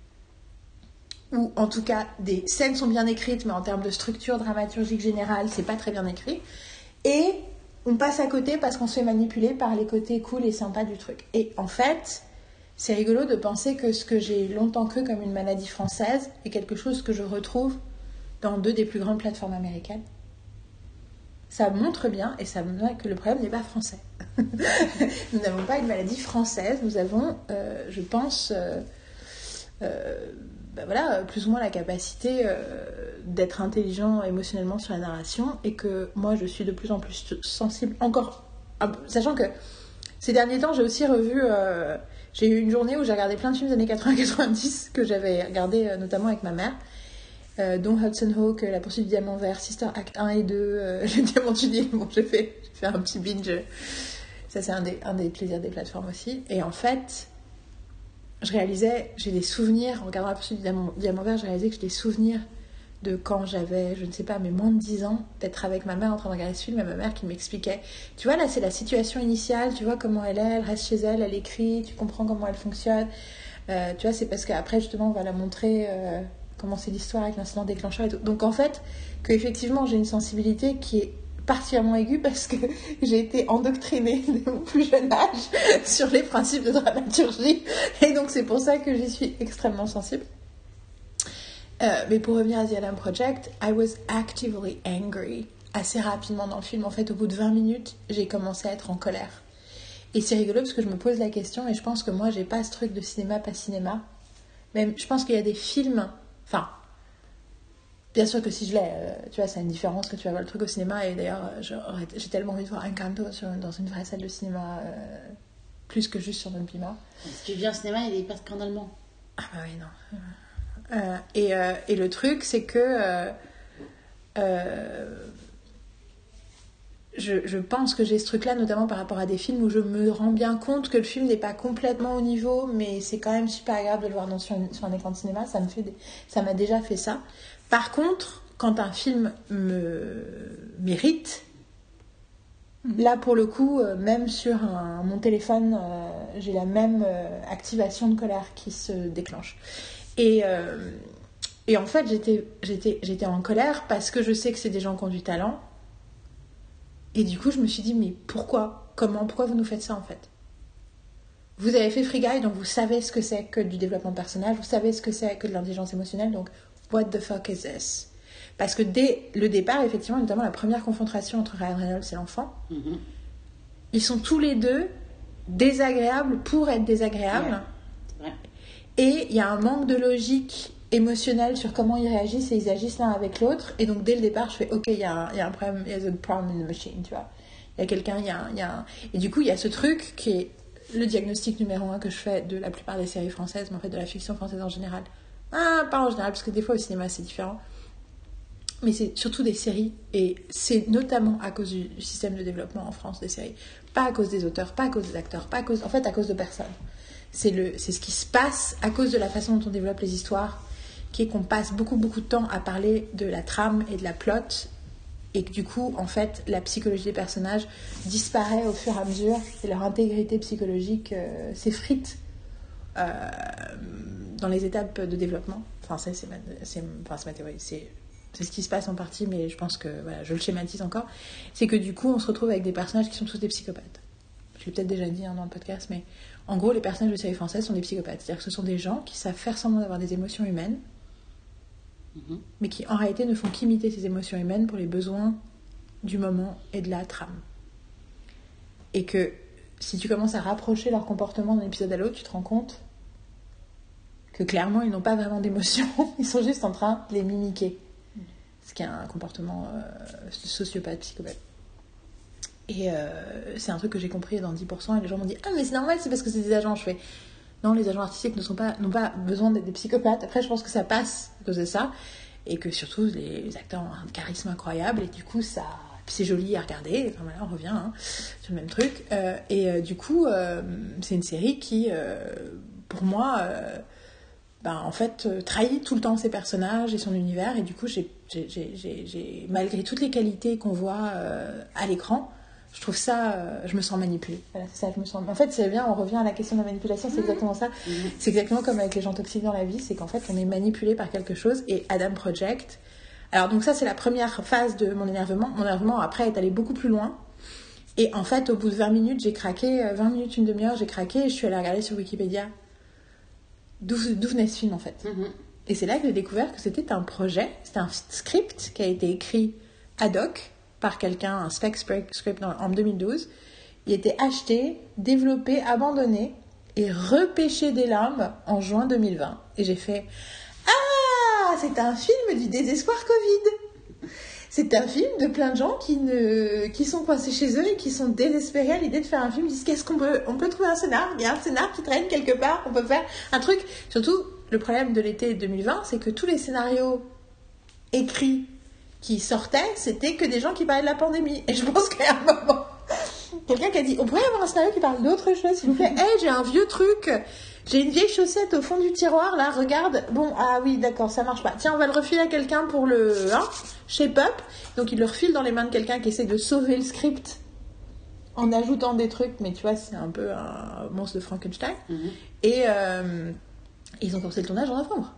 Ou en tout cas des scènes sont bien écrites mais en termes de structure dramaturgique générale c'est pas très bien écrit et on passe à côté parce qu'on se fait manipuler par les côtés cool et sympas du truc. Et en fait c'est rigolo de penser que ce que j'ai longtemps cru comme une maladie française est quelque chose que je retrouve dans deux des plus grandes plateformes américaines. Ça montre bien et ça montre que le problème n'est pas français. Nous n'avons pas une maladie française, nous avons euh, je pense euh, euh, ben voilà, plus ou moins la capacité euh, d'être intelligent émotionnellement sur la narration et que moi je suis de plus en plus sensible encore, sachant que ces derniers temps j'ai aussi revu euh, j'ai eu une journée où j'ai regardé plein de films des années quatre-vingts quatre-vingt-dix que j'avais regardé euh, notamment avec ma mère euh, dont Hudson Hawk, La poursuite du diamant vert, Sister Act un et deux, euh, Le diamant du Nil. Bon, j'ai fait, j'ai fait un petit binge, ça c'est un des, un des plaisirs des plateformes aussi. Et en fait je réalisais, j'ai des souvenirs, en regardant La poursuite du diamant, diamant vert, j'ai réalisé que j'ai des souvenirs de quand j'avais, je ne sais pas, mais moins de dix ans, d'être avec ma mère en train de regarder ce film et ma mère qui m'expliquait. Tu vois, là, c'est la situation initiale, tu vois comment elle est, elle reste chez elle, elle écrit, tu comprends comment elle fonctionne. Euh, tu vois, c'est parce qu'après, justement, on va la montrer euh, comment c'est l'histoire avec l'incident déclencheur et tout. Donc, en fait, qu'effectivement, j'ai une sensibilité qui est particulièrement aiguë parce que j'ai été endoctrinée de mon plus jeune âge sur les principes de dramaturgie et donc c'est pour ça que j'y suis extrêmement sensible. Euh, mais pour revenir à The Adam Project, I was actively angry assez rapidement dans le film. En fait, au bout de vingt minutes, j'ai commencé à être en colère. Et c'est rigolo parce que je me pose la question et je pense que moi, j'ai pas ce truc de cinéma, pas cinéma. Même, je pense qu'il y a des films... Enfin... Bien sûr que si je l'ai, euh, tu vois, c'est une différence que tu vas voir le truc au cinéma. Et d'ailleurs, euh, j'ai tellement envie de voir Encanto sur, dans une vraie salle de cinéma, euh, plus que juste sur notre Pima. Si tu viens au cinéma, il est pas scandaleux. Ah bah oui, non. Euh, et, euh, et le truc, c'est que euh, euh, je, je pense que j'ai ce truc-là, notamment par rapport à des films où je me rends bien compte que le film n'est pas complètement au niveau, mais c'est quand même super agréable de le voir dans, sur, un, sur un écran de cinéma. Ça me fait des, ça m'a déjà fait ça. Par contre, quand un film me mérite, mmh. là pour le coup, euh, même sur un, mon téléphone, euh, j'ai la même euh, activation de colère qui se déclenche. Et, euh, et en fait, j'étais, j'étais, j'étais en colère parce que je sais que c'est des gens qui ont du talent. Et du coup, je me suis dit, mais pourquoi ? Comment ? Pourquoi vous nous faites ça en fait ? Vous avez fait Free Guy, donc vous savez ce que c'est que du développement de personnage, vous savez ce que c'est que de l'intelligence émotionnelle, donc what the fuck is this ? Parce que dès le départ, effectivement, notamment la première confrontation entre Ryan Reynolds et l'enfant, mm-hmm. ils sont tous les deux désagréables pour être désagréables. Ouais. Et il y a un manque de logique émotionnel sur comment ils réagissent et ils agissent l'un avec l'autre. Et donc, dès le départ, je fais, ok, il y, y a un problème, il y a un problem in the machine, tu vois. Il y a quelqu'un, il y a, un, y a un... Et du coup, il y a ce truc qui est le diagnostic numéro un que je fais de la plupart des séries françaises, mais en fait de la fiction française en général. Ah, pas en général, parce que des fois au cinéma c'est différent. Mais c'est surtout des séries, et c'est notamment à cause du système de développement en France des séries. Pas à cause des auteurs, pas à cause des acteurs, pas à cause... En fait, à cause de personne. C'est, le... c'est ce qui se passe à cause de la façon dont on développe les histoires, qui est qu'on passe beaucoup, beaucoup de temps à parler de la trame et de la plot, et que du coup, en fait, la psychologie des personnages disparaît au fur et à mesure, et leur intégrité psychologique euh, s'effrite euh, dans les étapes de développement. Enfin, ça, c'est ma, c'est, enfin, c'est ma théorie. C'est, c'est ce qui se passe en partie, mais je pense que, voilà, je le schématise encore. C'est que du coup, on se retrouve avec des personnages qui sont tous des psychopathes. Je l'ai peut-être déjà dit hein, dans le podcast, mais en gros, les personnages de séries françaises sont des psychopathes. C'est-à-dire que ce sont des gens qui savent faire semblant d'avoir des émotions humaines, mais qui en réalité ne font qu'imiter ces émotions humaines pour les besoins du moment et de la trame. Et que si tu commences à rapprocher leur comportement d'un épisode à l'autre, tu te rends compte que clairement ils n'ont pas vraiment d'émotions, ils sont juste en train de les mimiquer. Ce qui est un comportement euh, sociopathe, psychopathe. Et euh, c'est un truc que j'ai compris dans dix pour cent, et les gens m'ont dit « Ah mais c'est normal, c'est parce que c'est des agents ». Je fais non, les agents artistiques ne sont pas, n'ont pas besoin d'être des psychopathes. Après, je pense que ça passe à cause de ça. Et que surtout, les, les acteurs ont un charisme incroyable. Et du coup, ça... Puis c'est joli à regarder. Enfin, voilà, on revient hein, sur le même truc. Euh, et euh, du coup, euh, c'est une série qui, euh, pour moi, euh, ben, en fait, euh, trahit tout le temps ses personnages et son univers. Et du coup, j'ai, j'ai, j'ai, j'ai, j'ai malgré toutes les qualités qu'on voit euh, à l'écran, je trouve ça, euh, je me sens manipulée. Voilà, c'est ça, je me sens. En fait, c'est bien, on revient à la question de la manipulation, c'est exactement ça. Mmh. C'est exactement comme avec les gens toxiques dans la vie, c'est qu'en fait, on est manipulé par quelque chose. Et Adam Project. Alors, donc, ça, c'est la première phase de mon énervement. Mon énervement, après, est allé beaucoup plus loin. Et en fait, au bout de vingt minutes, j'ai craqué, vingt minutes, une demi-heure, j'ai craqué et je suis allée regarder sur Wikipédia d'où, d'où venait ce film, en fait. Mmh. Et c'est là que j'ai découvert que c'était un projet, c'était un script qui a été écrit ad hoc par quelqu'un, un spec script en deux mille douze. Il était acheté, développé, abandonné et repêché des limbes en juin deux mille vingt. Et j'ai fait « Ah, c'est un film du désespoir Covid !» C'est un film de plein de gens qui, ne, qui sont coincés chez eux et qui sont désespérés à l'idée de faire un film. Ils disent « Qu'est-ce qu'on peut... On peut trouver un scénar, il y a un scénar qui traîne quelque part, on peut faire un truc. » Surtout, le problème de l'été deux mille vingt, c'est que tous les scénarios écrits qui sortaient, c'était que des gens qui parlaient de la pandémie. Et je pense qu'à un moment, quelqu'un qui a dit « On pourrait avoir un scénario qui parle d'autre chose, s'il vous plaît. Hey, j'ai un vieux truc, j'ai une vieille chaussette au fond du tiroir, là, regarde. Bon, ah oui, d'accord, ça marche pas. Tiens, on va le refiler à quelqu'un pour le... Hein, shape up. » Donc, il le refile dans les mains de quelqu'un qui essaie de sauver le script en ajoutant des trucs, mais tu vois, c'est un peu un monstre de Frankenstein. Mm-hmm. Et euh, ils ont commencé le tournage en novembre.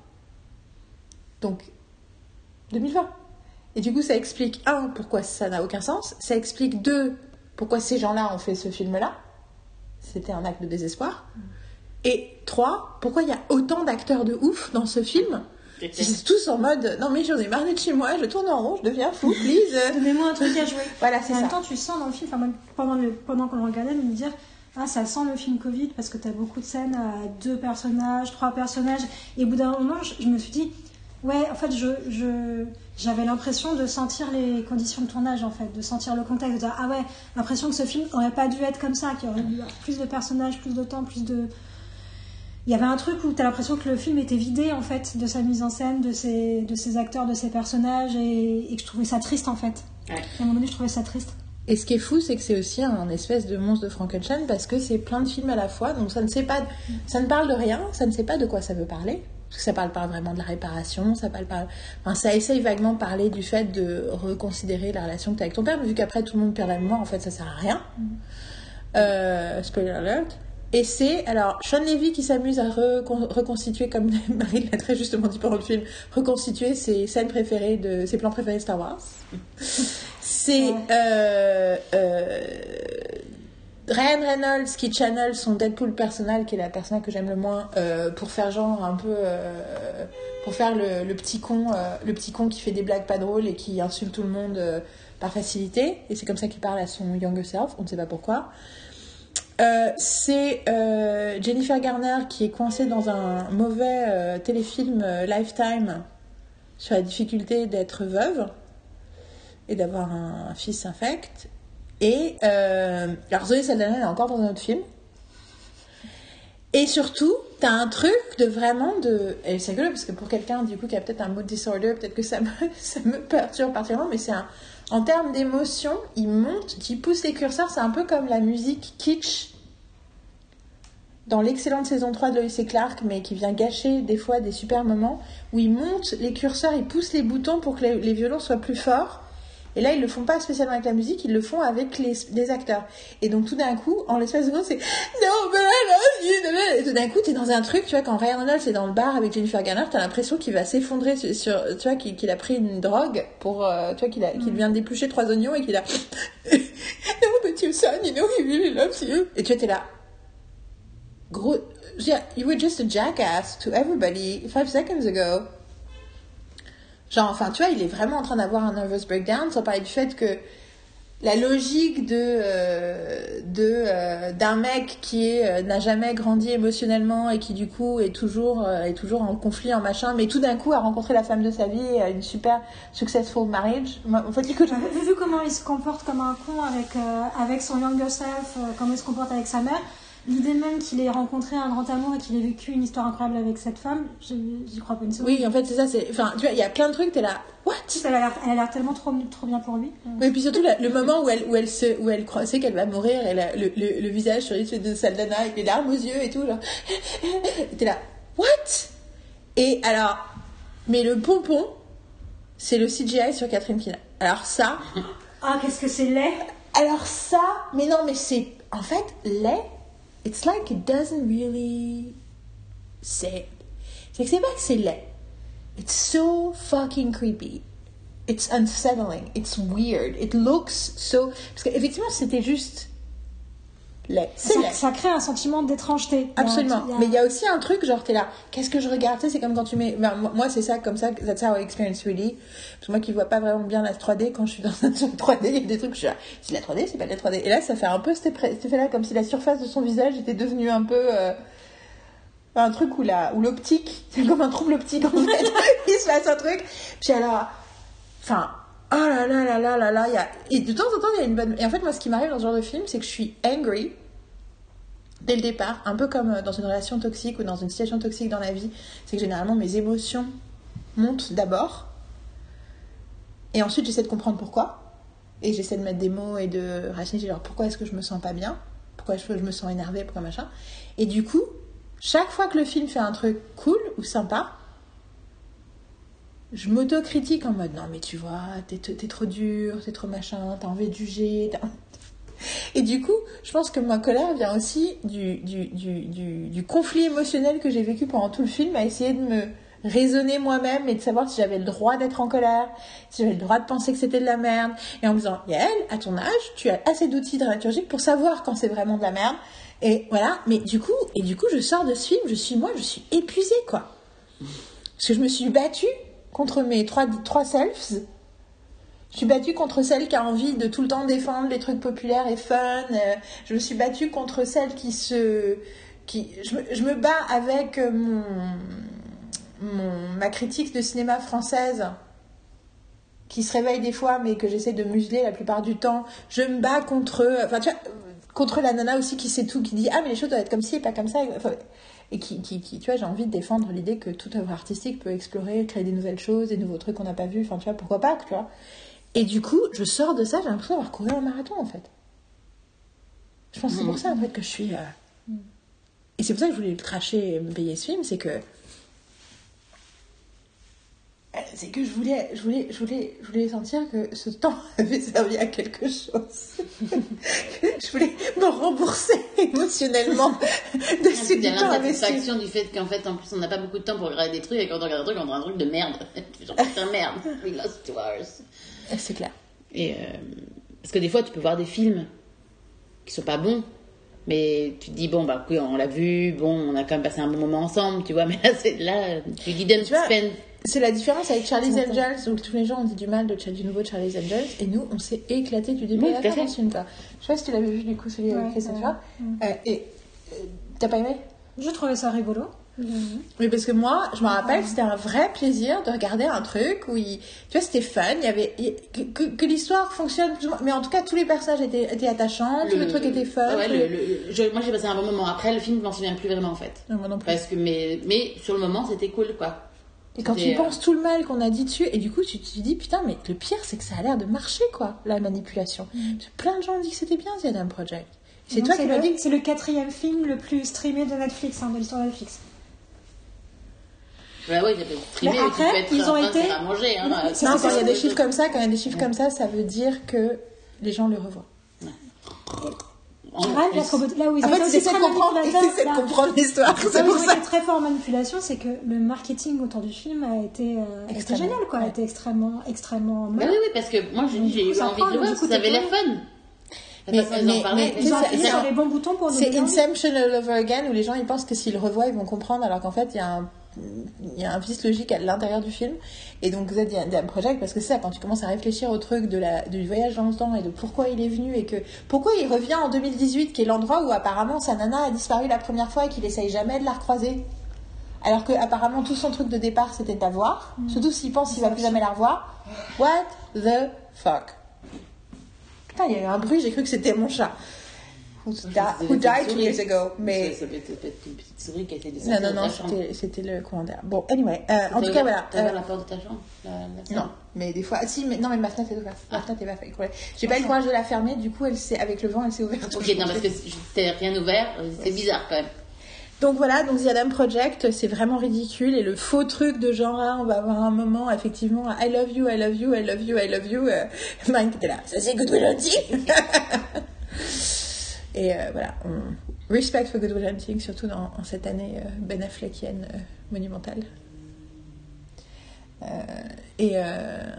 Donc, deux mille vingt. Et du coup, ça explique, un, pourquoi ça n'a aucun sens. Ça explique, deux, pourquoi ces gens-là ont fait ce film-là. C'était un acte de désespoir. Mm. Et trois, pourquoi il y a autant d'acteurs de ouf dans ce film. Ils sont tous en mode, non mais j'en ai marre d'être chez moi, je tourne en rond, je deviens fou, please. Donnez-moi un truc à jouer. Voilà, c'est en ça. En même temps, tu sens dans le film, enfin, même pendant, le, pendant qu'on le regardait, me dire, ah, ça sent le film Covid parce que t'as beaucoup de scènes à deux personnages, trois personnages. Et au bout d'un moment, je, je me suis dit, ouais, en fait, je, je, j'avais l'impression de sentir les conditions de tournage, en fait, de sentir le contexte, de dire, ah ouais, l'impression que ce film aurait pas dû être comme ça, qu'il y aurait eu plus de personnages, plus de temps, plus de... Il y avait un truc où tu as l'impression que le film était vidé, en fait, de sa mise en scène, de ses, de ses acteurs, de ses personnages, et, et que je trouvais ça triste, en fait. Ouais. À un moment donné, je trouvais ça triste. Et ce qui est fou, c'est que c'est aussi un espèce de monstre de Frankenstein, parce que c'est plein de films à la fois, donc ça ne sait pas, ça ne parle de rien, ça ne sait pas de quoi ça veut parler. Parce que ça parle pas vraiment de la réparation, ça parle pas, enfin, ça essaye vaguement de parler du fait de reconsidérer la relation que tu as avec ton père, mais vu qu'après tout le monde perd la mémoire, en fait, ça sert à rien. Mm. Euh, spoiler alert. Et c'est, alors, Sean Levy qui s'amuse à recon- reconstituer, comme Marie l'a très justement dit pendant le film, reconstituer ses scènes préférées, de, ses plans préférés de Star Wars. C'est euh, euh, Ryan Reynolds qui channel son Deadpool personnel, qui est la personne que j'aime le moins, euh, pour faire genre un peu, euh, pour faire le, le petit con, euh, le petit con qui fait des blagues pas drôles et qui insulte tout le monde euh, par facilité. Et c'est comme ça qu'il parle à son younger self, on ne sait pas pourquoi. Euh, c'est euh, Jennifer Garner qui est coincée dans un mauvais euh, téléfilm euh, Lifetime sur la difficulté d'être veuve et d'avoir un, un fils infect. Et euh, alors Zoé Saldana elle est encore dans un autre film. Et surtout, t'as un truc de vraiment de... Et c'est rigolo parce que pour quelqu'un du coup qui a peut-être un mood disorder, peut-être que ça me, ça me perturbe particulièrement, mais c'est un... En termes d'émotion, il monte, il pousse les curseurs, c'est un peu comme la musique kitsch dans l'excellente saison trois de Lois et Clark, mais qui vient gâcher des fois des super moments, où il monte les curseurs, il pousse les boutons pour que les, les violons soient plus forts. Et là, ils le font pas spécialement avec la musique, ils le font avec les, les acteurs. Et donc, tout d'un coup, en l'espace de seconde, c'est No, but I love you. Et tout d'un coup, t'es dans un truc, tu vois, quand Ryan Reynolds est dans le bar avec Jennifer Garner, t'as l'impression qu'il va s'effondrer sur, sur tu vois, qu'il, qu'il a pris une drogue pour, euh, tu vois, qu'il a, qu'il vient d'éplucher trois oignons et qu'il a No, but your son, you know, he really loves you. Et tu vois, t'es là. Gros, you were just a jackass to everybody five seconds ago. Genre, enfin, tu vois, il est vraiment en train d'avoir un nervous breakdown, sans parler du fait que la logique de, euh, de, euh, d'un mec qui est, euh, n'a jamais grandi émotionnellement et qui, du coup, est toujours, euh, est toujours en conflit, en machin, mais tout d'un coup a rencontré la femme de sa vie et a une super successful marriage. En fait, que vu comment il se comporte comme un con avec, euh, avec son younger self, euh, comment il se comporte avec sa mère, l'idée même qu'il ait rencontré un grand amour et qu'il ait vécu une histoire incroyable avec cette femme, j'y, j'y crois pas une seconde. Oui, en fait, c'est ça. C'est... Enfin, tu vois, il y a plein de trucs, t'es là, what? Elle a l'air, elle a l'air tellement trop, trop bien pour lui. Et puis surtout, la, le moment où elle, où elle, se, où elle croit, sait qu'elle va mourir, et la, le, le, le visage sur les de Saldana avec les larmes aux yeux et tout, genre. Et t'es là, what? Et alors, mais le pompon, c'est le C G I sur Catherine Keener. Alors ça. Ah, qu'est-ce que c'est laid? Alors ça, mais non, mais c'est. En fait, laid. It's like it doesn't really say it. C'est que c'est pas que c'est laid. It's so fucking creepy. It's unsettling. It's weird. It looks so... Parce qu'effectivement, c'était juste laid. C'est ça, laid. Ça crée un sentiment d'étrangeté. Absolument. Il y a... Mais il y a aussi un truc, genre, t'es là, qu'est-ce que je regarde? Tu sais, c'est comme quand tu mets... Ben, moi, c'est ça, comme ça, that's how I experience really. Parce que moi qui vois pas vraiment bien la trois D, quand je suis dans un truc trois D, il y a des trucs, je suis là, c'est de la trois D, c'est pas de la trois D. Et là, ça fait un peu cet effet-là, comme si la surface de son visage était devenue un peu... Euh, un truc où, la, où l'optique, c'est comme un trouble optique, en fait. Il se passe un truc. Puis alors... Enfin... Oh là là là là là là, il y a... Et de temps en temps, il y a une bonne... Et en fait, moi, ce qui m'arrive dans ce genre de film, c'est que je suis angry dès le départ, un peu comme dans une relation toxique ou dans une situation toxique dans la vie, c'est que généralement mes émotions montent d'abord et ensuite j'essaie de comprendre pourquoi et j'essaie de mettre des mots et de rationaliser genre pourquoi est-ce que je me sens pas bien, pourquoi est-ce que je me sens énervée, pourquoi machin, et du coup chaque fois que le film fait un truc cool ou sympa, je m'autocritique en mode non mais tu vois t'es, t'es trop dur, t'es trop machin, t'as envie de juger, t'as... Et du coup, je pense que ma colère vient aussi du, du, du, du, du conflit émotionnel que j'ai vécu pendant tout le film, à essayer de me raisonner moi-même et de savoir si j'avais le droit d'être en colère, si j'avais le droit de penser que c'était de la merde. Et en me disant, Yael, à ton âge, tu as assez d'outils dramaturgiques pour savoir quand c'est vraiment de la merde. Et voilà, mais du coup, et du coup, je sors de ce film, je suis moi, je suis épuisée, quoi. Parce que je me suis battue contre mes trois, trois selves. Je suis battue contre celle qui a envie de tout le temps défendre les trucs populaires et fun. Je me suis battue contre celle qui se... Qui... Je, me, je me bats avec mon, mon, ma critique de cinéma française qui se réveille des fois mais que j'essaie de museler la plupart du temps. Je me bats contre... Enfin, tu vois, contre la nana aussi qui sait tout, qui dit « Ah, mais les choses doivent être comme ci et pas comme ça. » Enfin, et qui, qui, qui, tu vois, j'ai envie de défendre l'idée que toute œuvre artistique peut explorer, créer des nouvelles choses, des nouveaux trucs qu'on n'a pas vus. Enfin, tu vois, pourquoi pas, tu vois. Et du coup, je sors de ça, j'ai l'impression d'avoir couru un marathon, en fait. Je pense que c'est pour ça, en fait, que je suis... Euh... Et c'est pour ça que je voulais le cracher et me payer ce film, c'est que... C'est que je voulais, je, voulais, je, voulais, je voulais sentir que ce temps avait servi à quelque chose. Je voulais me rembourser émotionnellement de ce du temps investi. satisfaction du fait qu'en fait, en plus, on n'a pas beaucoup de temps pour regarder des trucs, et quand on regarde un truc, on regarde un truc de merde. Genre, putain, merde, we lost two hours. C'est clair. Et euh, parce que des fois, tu peux voir des films qui sont pas bons, mais tu te dis, bon, bah, oui, on l'a vu, bon, on a quand même passé un bon moment ensemble, tu vois, mais là, c'est, là tu didn't tu vois, spend c'est la différence avec Charlie's J'entends. Angels, où tous les gens ont dit du mal de, du nouveau Charlie's Angels, et nous, on s'est éclaté du début Oui, à la tout à fin fait. dans ce film, quoi. Je sais pas si tu l'avais vu, du coup, celui avec Ouais, Chris ouais. Hemsworth. Mm. Euh, et euh, t'as pas aimé? Je trouvais ça rigolo. Mais parce que moi, je me rappelle que c'était un vrai plaisir de regarder un truc où il... tu vois, c'était fun, il y avait il- que, que, que l'histoire fonctionne plus ou moins, mais en tout cas tous les personnages étaient, étaient attachants, tous les trucs étaient fun. Ah ouais, tous le, les- le- je- moi j'ai passé un bon moment. Après le film, je m'en souviens plus vraiment en fait. Non, moi non plus. Parce que mais mais sur le moment c'était cool quoi. Et quand tu C'était, euh, penses tout le mal qu'on a dit dessus, et du coup tu te dis putain, mais le pire c'est que ça a l'air de marcher quoi, la manipulation. Parce que plein de gens ont dit que c'était bien The Adam Project. C'est Donc, toi qui le, m'as dit que c'est le quatrième film le plus streamé de Netflix, hein, de l'histoire de Netflix. Bah ouais, il y avait trimé, Mais après, tu peux être ils ont un été- c'est à manger. Hein, Non, euh, c'est- non, c'est quand il y a ça. des chiffres comme ça, quand il y a des chiffres comme ça, ça veut dire que les gens le revoient. En Là, plus. là, là où ils En ont fait, été c'est aussi ça de très comprendre, manipulateurs, c'est de là, comprendre l'histoire. là C'est où pour ils ont ça. été très forts en manipulation, c'est que le marketing autour du film a été, euh, a été Extrêmement, génial, quoi. ouais. A été extrêmement, extrêmement Bah mal. oui, oui, parce que moi j'ai dit, j'ai Du eu coup, ça envie de prend, le voir du parce coup, que ça avait t'es l'air fun. La Mais- façon dont ils mais- en parlaient. mais- Ils ont ça- appuyé ça- sur les bons boutons pour nous C'est donner envie. Inception all over again où les gens ils pensent que s'ils le revoient ils vont comprendre alors qu'en fait il y a un il y a un vice logique à l'intérieur du film et donc vous êtes un project parce que c'est ça quand tu commences à réfléchir au truc de la du voyage dans le temps et de pourquoi il est venu et que pourquoi il revient en deux mille dix-huit qui est l'endroit où apparemment sa nana a disparu la première fois et qu'il essaye jamais de la recroiser alors que apparemment tout son truc de départ c'était de la voir surtout s'il pense qu'il va plus jamais la revoir. What the fuck. Putain il y a eu un bruit j'ai cru que c'était mon chat who, di- who died two years ago mais Ça peut être ça peut être une petite souris qui a été non, descendue non, de non, ta chambre. c'était, c'était le courant d'air. Bon, anyway, euh, en T'as tout cas, ouvert- voilà. T'as ouvert euh, la porte de ta chambre la- la non, salle mais des fois, si, mais non, mais ma fenêtre est ouverte. Ma Ah. fenêtre est pas faite. J'ai pas eu le courage de la fermer, du coup, elle s'est, avec le vent, elle s'est ouverte. Ok, non, parce que c'était rien ouvert, c'est bizarre quand même. Donc voilà, donc The Adam Project, c'est vraiment ridicule et le faux truc de genre, ah, on va avoir un moment, effectivement, I love you, I love you, I love you, I love you. Euh, Marine qui était là, ça c'est Good Will Hunting. Et euh, voilà, on... respect for Good Will Hunting, surtout dans, en cette année euh, Ben Affleckienne euh, monumentale. Euh, et euh...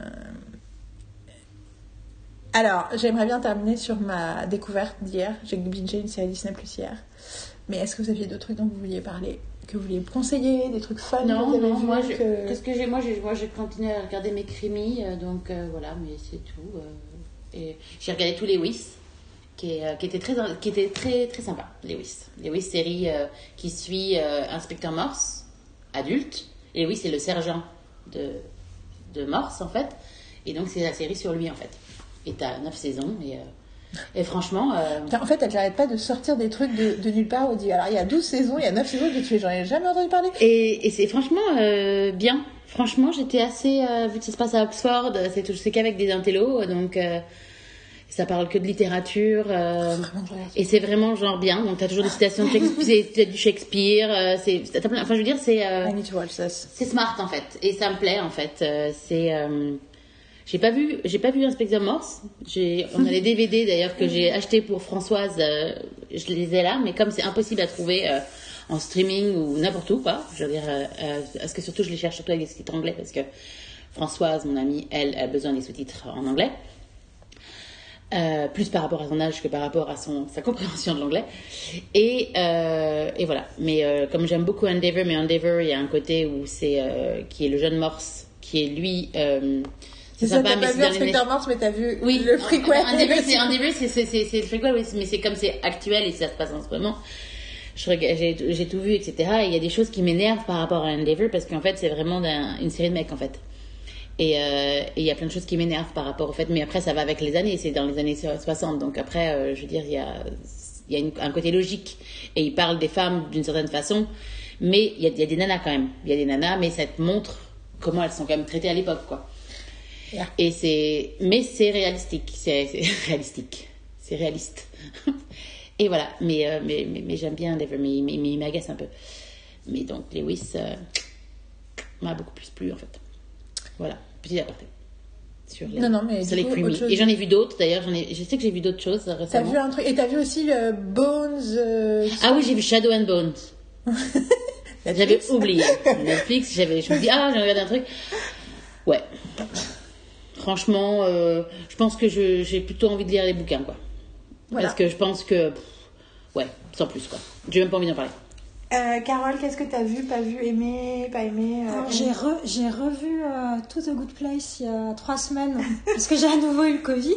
alors, j'aimerais bien terminer sur ma découverte d'hier. J'ai bingé une série Disney Plus hier. Mais est-ce que vous aviez d'autres trucs dont vous vouliez parler, que vous vouliez me conseiller, des trucs fun que Non, vous avez non, vus, moi, je, que... qu'est-ce que j'ai, moi, j'ai, moi, j'ai continué à regarder mes crimis, euh, donc euh, voilà, mais c'est tout. euh, et j'ai regardé tous les Lewis, qui, est, euh, qui était très, qui était très, très sympa. Lewis, Lewis série euh, qui suit euh, Inspecteur Morse, adulte. Et Lewis c'est le sergent de de Morse en fait, et donc c'est la série sur lui en fait. Et t'as neuf saisons et euh, et franchement. Euh... En fait, elle n'arrête pas de sortir des trucs de, de nulle part. On dit, alors il y a douze saisons, il y a neuf saisons, que tu fais, j'en ai jamais entendu parler. Et, et c'est franchement euh, bien. Franchement, j'étais assez. Euh, vu que ça se passe à Oxford, c'est, tout, c'est qu'avec des intellos, donc euh, ça parle que de littérature. Euh, Vraiment, je regarde. et c'est vraiment genre bien. Donc t'as toujours des citations de Shakespeare, c'est, c'est du Shakespeare. Euh, c'est, t'as plein- enfin, je veux dire, c'est. Euh, I need to watch this. c'est smart en fait. Et ça me plaît en fait. Euh, c'est. Euh, J'ai pas vu, j'ai pas vu Inspecteur Morse. J'ai, on a les D V D d'ailleurs que j'ai acheté pour Françoise. Euh, je les ai là, mais comme c'est impossible à trouver euh, en streaming ou n'importe où, quoi. Je veux dire, euh, euh, parce que surtout je les cherche surtout avec des sous-titres anglais parce que Françoise, mon amie, elle a besoin des sous-titres en anglais. Euh, plus par rapport à son âge que par rapport à son sa compréhension de l'anglais. Et euh, et voilà. Mais euh, comme j'aime beaucoup Endeavour, mais Endeavour, il y a un côté où c'est euh, qui est le jeune Morse, qui est lui. Euh, C'est ça, t'as pas vu Inspecteur Morse, mais t'as vu oui, le prequel. Endeavour, c'est, Endeavour, c'est, c'est, c'est, c'est le prequel, oui, mais c'est comme c'est actuel et ça se passe en ce moment. Je regarde, j'ai, j'ai tout vu, et cetera. Et il y a des choses qui m'énervent par rapport à Endeavour parce qu'en fait, c'est vraiment d'un, une série de mecs, en fait. Et euh, et il y a plein de choses qui m'énervent par rapport au fait. Mais après, ça va avec les années. C'est dans les années soixante. Donc après, euh, je veux dire, il y a, il y a une, un côté logique. Et il parle des femmes d'une certaine façon. Mais il y a, il y a des nanas quand même. Il y a des nanas, mais ça te montre comment elles sont quand même traitées à l'époque, quoi. Yeah. Et c'est, mais c'est réalistique, c'est, c'est réalistique, c'est réaliste. Et voilà, mais, euh, mais, mais, mais j'aime bien Endeavour, mais, mais, mais il m'agace un peu. Mais donc Lewis euh, m'a beaucoup plus plu en fait. Voilà, petit aparté. Sur les, Non, non, mais sur du les coup, creamy. autre chose- Et j'en ai vu d'autres d'ailleurs, j'en ai, je sais que j'ai vu d'autres choses T'as récemment. vu un truc, et t'as vu aussi le Bones. euh, Ah oui, j'ai vu Shadow and Bones. J'avais Netflix. oublié. Netflix, j'avais, je me dis, ah, j'ai regardé un truc. Ouais. Franchement, euh, je pense que je, j'ai plutôt envie de lire les bouquins, quoi. Voilà. Parce que je pense que, pff, ouais, sans plus, quoi. J'ai même pas envie d'en parler. Euh, Carole, qu'est-ce que t'as vu, pas vu, aimé, pas aimé euh, Alors, j'ai, re, j'ai revu euh, To the Good Place il y a trois semaines parce que j'ai à nouveau eu le Covid.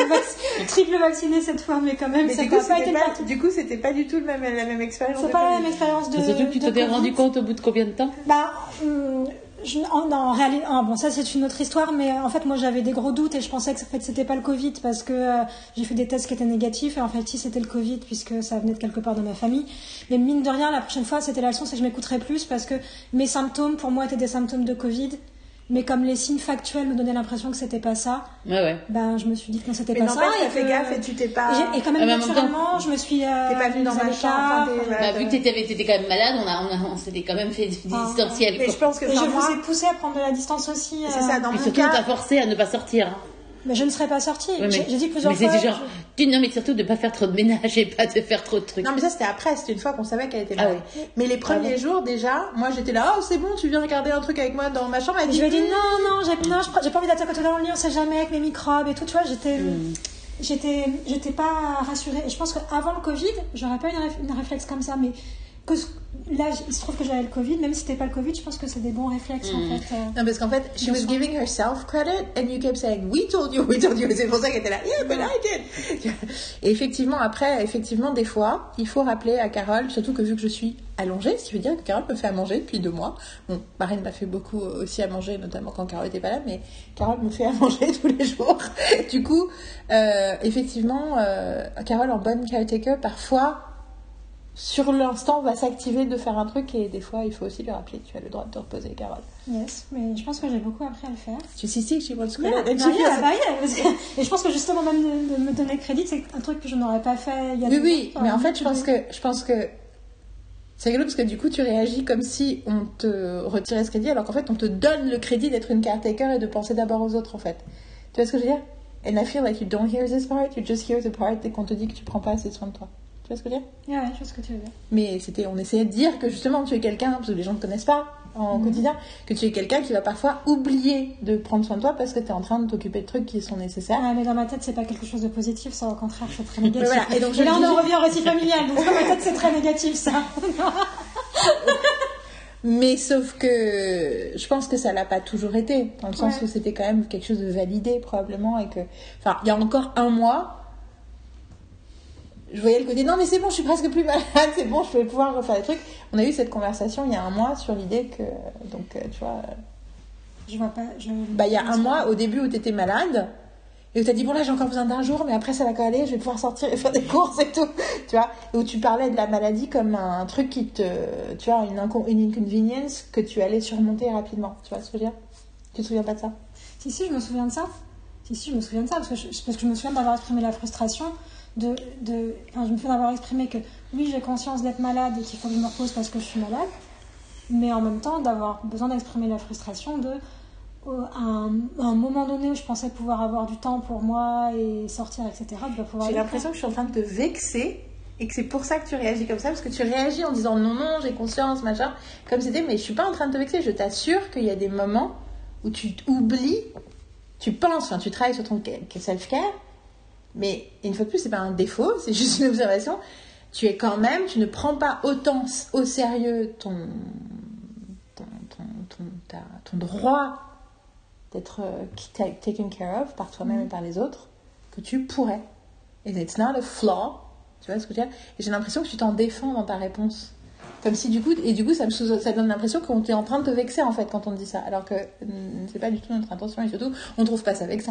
Triple vaccinée cette fois, mais quand même, mais ça du coup, n'a pas été pas, le Du coup, c'était pas du tout le même, la même expérience. C'est de pas COVID. la même expérience de. Mais surtout que tu de t'es Covid. rendu compte au bout de combien de temps? Bah, hum, je, en, en réalité, ah, bon, ça c'est une autre histoire, mais en fait, moi j'avais des gros doutes et je pensais que en fait, c'était pas le Covid parce que euh, j'ai fait des tests qui étaient négatifs et en fait, si c'était le Covid puisque ça venait de quelque part de ma famille. Mais mine de rien, la prochaine fois, c'était la leçon, c'est que je m'écouterais plus parce que mes symptômes pour moi étaient des symptômes de Covid. Mais comme les signes factuels me donnaient l'impression que c'était pas ça, ouais, ouais. ben je me suis dit que non, c'était mais pas non, ça. Mais et t'as fait que... gaffe et tu t'es pas. Et, j'ai... et quand même, ah, naturellement, je me suis. Euh, t'es pas venue dans ma chambre. Bah, vu que t'étais, t'étais quand même malade, on, a, on, a, on s'était quand même fait du ah, distanciel. Mais quoi. Je pense que et je moi... vous ai poussé à prendre de la distance aussi. C'est ça, dans mais mon surtout, cas. on t'a forcé à ne pas sortir. Hein. Mais je ne serais pas sortie. Ouais, mais... j'ai, j'ai dit plusieurs mais fois. C'est genre... je... Non, mais surtout de ne pas faire trop de ménage et pas de faire trop de trucs. Non, mais ça, c'était après. C'était une fois qu'on savait qu'elle était malade. Ah, oui. Mais les premiers ah, oui. jours, déjà, moi, j'étais là. Oh, c'est bon, tu viens regarder un truc avec moi dans ma chambre. Elle et dit, je lui ai dit non, non, j'ai, non, j'ai pas envie d'être à côté dans le lit, on sait jamais, avec mes microbes et tout. Tu vois, j'étais. Mm. J'étais, j'étais pas rassurée. Et je pense qu'avant le Covid, j'aurais pas eu une, réf- une réflexe comme ça. Mais que là, il se trouve que j'avais le Covid. Même si c'était pas le Covid, je pense que c'est des bons réflexes, mm. en fait. Euh, non, parce qu'en fait, she was giving herself credit and you kept saying, we told you, we told you. C'est pour ça qu'elle était là, yeah, but I did. Et effectivement, après, effectivement, des fois, il faut rappeler à Carole, surtout que vu que je suis allongée, ce qui veut dire que Carole me fait à manger depuis deux mois. Bon, Marine m'a fait beaucoup aussi à manger, notamment quand Carole était pas là, mais Carole me fait à manger tous les jours. Du coup, euh, effectivement, euh, Carole en bonne caretaker, parfois, sur l'instant, va s'activer de faire un truc et des fois, il faut aussi lui rappeler, tu as le droit de te reposer, Carole. Yes, mais je pense que j'ai beaucoup appris à le faire. Tu sais, si, she wants to yeah, bah, yeah, bah, yeah. Et je pense que justement, même de, de me donner crédit, c'est un truc que je n'aurais pas fait il y a oui, deux oui, ans. Mais en fait, je pense que, je pense que c'est rigolo parce que du coup, tu réagis comme si on te retirait ce crédit alors qu'en fait, on te donne le crédit d'être une caretaker et de penser d'abord aux autres, en fait. Tu vois ce que je veux dire? And I feel like you don't hear this part, you just hear the part dès qu'on te dit que tu prends pas assez soin de toi. Tu vois ce que je veux dire? Ouais, ouais, je vois ce que tu veux dire. Mais c'était, on essayait de dire que justement tu es quelqu'un, parce que les gens ne te connaissent pas en mmh. quotidien, que tu es quelqu'un qui va parfois oublier de prendre soin de toi parce que tu es en train de t'occuper de trucs qui sont nécessaires. Ouais, mais dans ma tête, c'est pas quelque chose de positif, ça au contraire, c'est très négatif. Voilà. Et, donc, et là, on dis... en revient au récit familial, donc dans ma tête, c'est très négatif, ça. Mais sauf que je pense que ça l'a pas toujours été, dans le sens ouais. où c'était quand même quelque chose de validé probablement et que, enfin, il y a encore un mois. Je voyais le côté, non mais c'est bon, je suis presque plus malade, c'est bon, je vais pouvoir refaire des trucs. On a eu cette conversation il y a un mois sur l'idée que, donc tu vois... Je vois pas... Je... Bah il y a un mois, au début où t'étais malade, et où t'as dit, bon là j'ai encore besoin d'un jour, mais après ça va coller, je vais pouvoir sortir et faire des courses et tout, tu vois. Et où tu parlais de la maladie comme un truc qui te... Tu vois, une, inco- une inconvenience que tu allais surmonter rapidement, tu vois ce que je veux dire? Tu te souviens pas de ça? Si, si, je me souviens de ça. Si, si, je me souviens de ça, parce que je, parce que je me souviens d'avoir exprimé la frustration. De, de, enfin, je me souviens d'avoir exprimé que oui, j'ai conscience d'être malade et qu'il faut que je me repose parce que je suis malade, mais en même temps d'avoir besoin d'exprimer la frustration de euh, à, un, à un moment donné où je pensais pouvoir avoir du temps pour moi et sortir, et cetera. De pouvoir j'ai l'impression que je suis en train de te vexer et que c'est pour ça que tu réagis comme ça, parce que tu réagis en disant non, non, j'ai conscience, machin, comme c'était, mais je suis pas en train de te vexer, je t'assure qu'il y a des moments où tu oublies, tu penses, enfin, tu travailles sur ton self-care. Mais une fois de plus, c'est pas un défaut, c'est juste une observation. Tu es quand même, tu ne prends pas autant au sérieux ton, ton, ton, ton, ta, ton droit d'être uh, taken care of par toi-même mm. et par les autres que tu pourrais. Et it's not a flaw, tu vois ce que je veux dire? Et j'ai l'impression que tu t'en défends dans ta réponse. Comme si du coup, et du coup, ça me sous, ça donne l'impression qu'on est en train de te vexer en fait quand on te dit ça. Alors que mm, c'est pas du tout notre intention et surtout, on trouve pas ça vexant.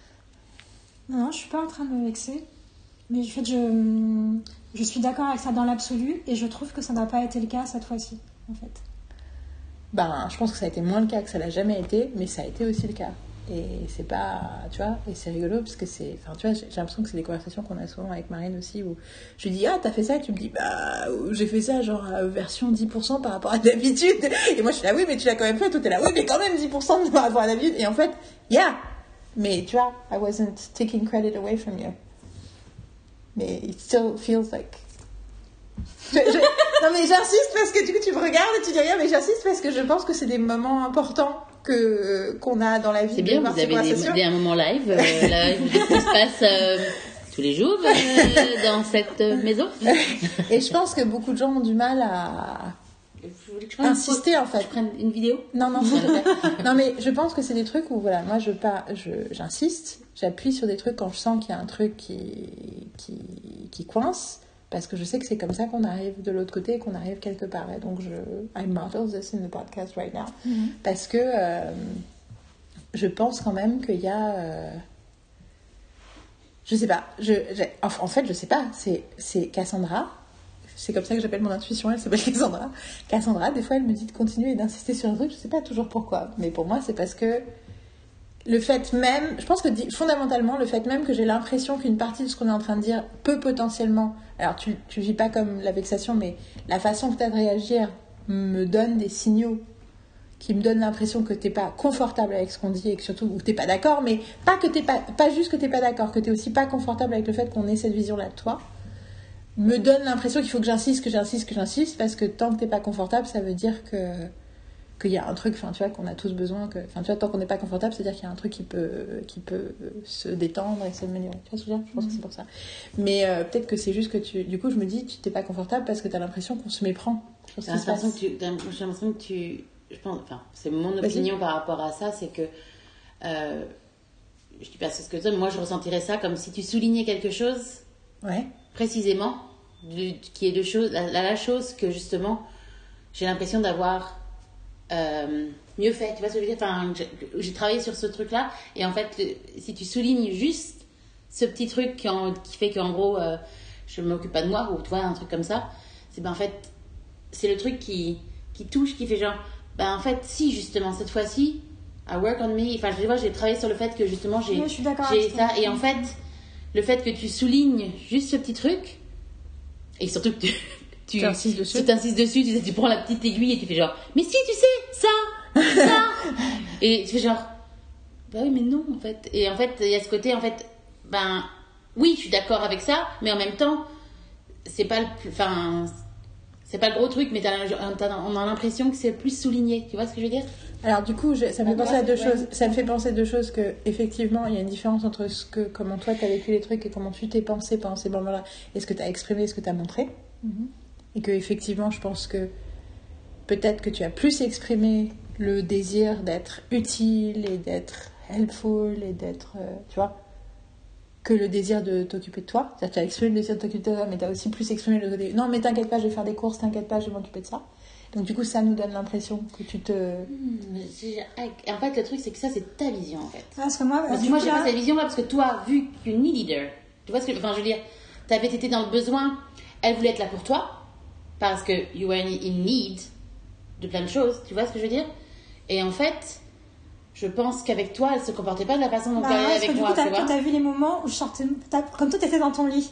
Non, je suis pas en train de me vexer, mais en fait, je, je suis d'accord avec ça dans l'absolu et je trouve que ça n'a pas été le cas cette fois-ci, en fait. Ben, je pense que ça a été moins le cas que ça l'a jamais été, mais ça a été aussi le cas. Et c'est pas, tu vois, et c'est rigolo parce que c'est, enfin, tu vois, j'ai, j'ai l'impression que c'est des conversations qu'on a souvent avec Marine aussi où je lui dis, ah, t'as fait ça, et tu me dis, bah, j'ai fait ça, genre, à version dix pour cent par rapport à d'habitude. Et moi, je suis là, oui, mais tu l'as quand même fait, toi, t'es là, oui, mais quand même dix pour cent par rapport à d'habitude. Et en fait, yeah! Mais tu vois, I wasn't taking credit away from you. Mais it still feels like... Je, je... Non mais j'insiste parce que du coup tu me regardes et tu dis rien, mais j'insiste parce que je pense que c'est des moments importants que, qu'on a dans la vie. C'est bien, vous avez des, des, un moment live, euh, là, ce qui se passe... Euh... tous les jours euh, dans cette maison. Et je pense que beaucoup de gens ont du mal à insister, en fait. Je prenne une vidéo. Non, non, s'il te plaît. Non, mais je pense que c'est des trucs où, voilà, moi, je pas, je, j'insiste, j'appuie sur des trucs quand je sens qu'il y a un truc qui, qui, qui coince, parce que je sais que c'est comme ça qu'on arrive de l'autre côté et qu'on arrive quelque part. Et donc, je, I model this in the podcast right now. Mm-hmm. Parce que euh, je pense quand même qu'il y a... Euh, je sais pas. Je, en, en fait, je sais pas. C'est, c'est Cassandra... C'est comme ça que j'appelle mon intuition, elle s'appelle Cassandra. Cassandra, des fois, elle me dit de continuer et d'insister sur un truc, je sais pas toujours pourquoi. Mais pour moi, c'est parce que le fait même, je pense que fondamentalement, le fait même que j'ai l'impression qu'une partie de ce qu'on est en train de dire peut potentiellement, alors tu, tu vis pas comme la vexation, mais la façon que tu as de réagir me donne des signaux qui me donnent l'impression que t'es pas confortable avec ce qu'on dit et que surtout, ou que t'es pas d'accord, mais pas que t'es pas, pas juste que t'es pas d'accord, que t'es aussi pas confortable avec le fait qu'on ait cette vision-là de toi, me donne l'impression qu'il faut que j'insiste, que j'insiste, que j'insiste, parce que tant que t'es pas confortable, ça veut dire que qu'il y a un truc, enfin tu vois, qu'on a tous besoin, que, enfin tu vois, tant qu'on n'est pas confortable, c'est-à-dire qu'il y a un truc qui peut, qui peut se détendre et s'améliorer. Tu vois ce que je veux dire ? Je pense mm-hmm. que c'est pour ça. Mais euh, peut-être que c'est juste que tu, du coup, je me dis, tu t'es pas confortable parce que t'as l'impression qu'on se méprend. J'ai l'impression que tu, j'ai l'impression que tu, je pense, enfin, c'est mon opinion par rapport à ça, c'est que, euh, je dis pas ce que tu dis, moi je ressentirais ça comme si tu soulignais quelque chose. Ouais. Précisément, du, qui est de chose, la, la chose que justement j'ai l'impression d'avoir euh, mieux fait. Tu vois ce que je veux dire ? Enfin, j'ai, j'ai travaillé sur ce truc-là et en fait, le, si tu soulignes juste ce petit truc qui, en, qui fait qu'en gros, euh, je ne m'occupe pas de moi ou tu vois, un truc comme ça, c'est ben en fait, c'est le truc qui, qui touche, qui fait genre, ben en fait, si justement cette fois-ci, I work on me. Enfin, je vois, j'ai travaillé sur le fait que justement j'ai, oui, j'ai ça et en fait. Le fait que tu soulignes juste ce petit truc, et surtout que tu, tu t'insistes dessus, tu, t'insistes dessus tu, sais, tu prends la petite aiguille et tu fais genre, mais si, tu sais, ça, ça. Et tu fais genre, bah oui, mais non, en fait. Et en fait, il y a ce côté, en fait, ben, oui, je suis d'accord avec ça, mais en même temps, c'est pas le plus, enfin, c'est pas le gros truc, mais t'as, t'as, on a l'impression que c'est le plus souligné. Tu vois ce que je veux dire ? Alors du coup, je, ça me fait ah, penser à deux ouais. choses. Ça me fait penser à deux choses que effectivement, il y a une différence entre ce que, comment toi t'as vécu les trucs et comment tu t'es pensé pendant ces moments-là, et ce que t'as exprimé, ce que t'as montré. Mm-hmm. Et que effectivement, je pense que peut-être que tu as plus exprimé le désir d'être utile et d'être helpful et d'être, euh, tu vois, que le désir de t'occuper de toi. C'est-à-dire que tu as exprimé le désir de t'occuper de toi, mais tu as aussi plus exprimé le désir. Non, mais t'inquiète pas, je vais faire des courses, t'inquiète pas, je vais m'occuper de ça. Donc du coup, ça nous donne l'impression que tu te... Mmh, en fait, le truc, c'est que ça, c'est ta vision, en fait. Parce que moi, parce que moi, j'ai pas cette vision-là, parce que toi, vu qu'une leader, tu vois ce que... Enfin, je veux dire, t'avais été dans le besoin, elle voulait être là pour toi, parce que you were in need de plein de choses, tu vois ce que je veux dire ? Et en fait, je pense qu'avec toi, elle se comportait pas de la façon dont bah, elle allait ouais, avec que, moi, du coup, tu vois ? T'as vu les moments où je sortais... Comme toi, t'étais dans ton lit,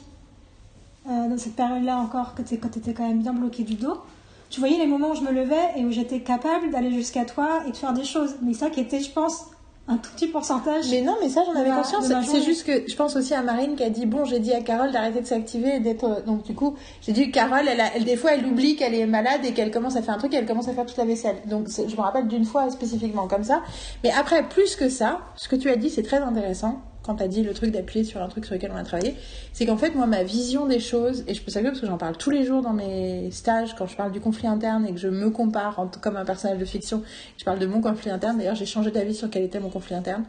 euh, dans cette période-là encore, que t'es, quand t'étais quand même bien bloqué du dos, tu voyais les moments où je me levais et où j'étais capable d'aller jusqu'à toi et de faire des choses. Mais ça qui était, je pense, un tout petit pourcentage. Mais non, mais ça, j'en avais ma, conscience. C'est juste que je pense aussi à Marine qui a dit, bon, j'ai dit à Carole d'arrêter de s'activer et d'être... Donc du coup, j'ai dit que Carole, elle, a, elle des fois, elle oublie qu'elle est malade et qu'elle commence à faire un truc et elle commence à faire toute la vaisselle. Donc c'est, je me rappelle d'une fois spécifiquement comme ça. Mais après, plus que ça, ce que tu as dit, c'est très intéressant. Quand tu as dit le truc d'appuyer sur un truc sur lequel on a travaillé, c'est qu'en fait, moi, ma vision des choses, et je peux savoir parce que j'en parle tous les jours dans mes stages, quand je parle du conflit interne et que je me compare en, comme un personnage de fiction, je parle de mon conflit interne. D'ailleurs, j'ai changé d'avis sur quel était mon conflit interne.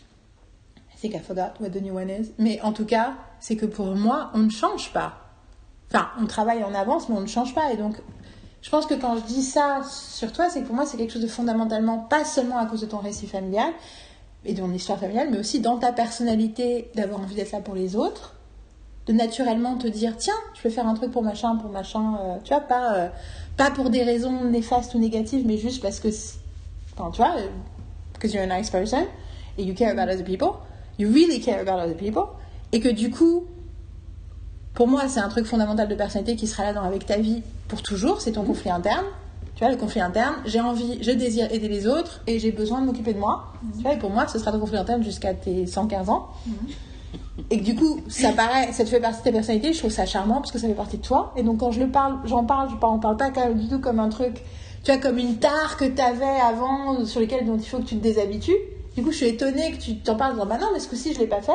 I think I forgot what the new one is. Mais en tout cas, c'est que pour moi, on ne change pas. Enfin, on travaille en avance, mais on ne change pas. Et donc, je pense que quand je dis ça sur toi, c'est que pour moi, c'est quelque chose de fondamentalement, pas seulement à cause de ton récit familial, et de mon histoire familiale, mais aussi dans ta personnalité, d'avoir envie d'être là pour les autres, de naturellement te dire, tiens, je peux faire un truc pour machin, pour machin, euh, tu vois, pas, euh, pas pour des raisons néfastes ou négatives, mais juste parce que, enfin, tu vois, because you're a nice person, et you care about other people, you really care about other people, et que du coup, pour moi, c'est un truc fondamental de personnalité qui sera là dans, avec ta vie pour toujours, c'est ton conflit interne. Tu vois, le conflit interne, j'ai envie, je désire aider les autres et j'ai besoin de m'occuper de moi. Mmh. Tu vois, et pour moi, ce sera ton conflit interne jusqu'à tes cent quinze ans. Mmh. Et que du coup, ça paraît, ça te fait partie de ta personnalité, je trouve ça charmant parce que ça fait partie de toi. Et donc, quand je le parle, j'en parle, je n'en parle pas du tout comme un truc, tu vois, comme une tare que tu avais avant, sur lequel dont il faut que tu te déshabitues. Du coup, je suis étonnée que tu t'en parles en disant, bah non, mais ce coup-ci, je l'ai pas fait.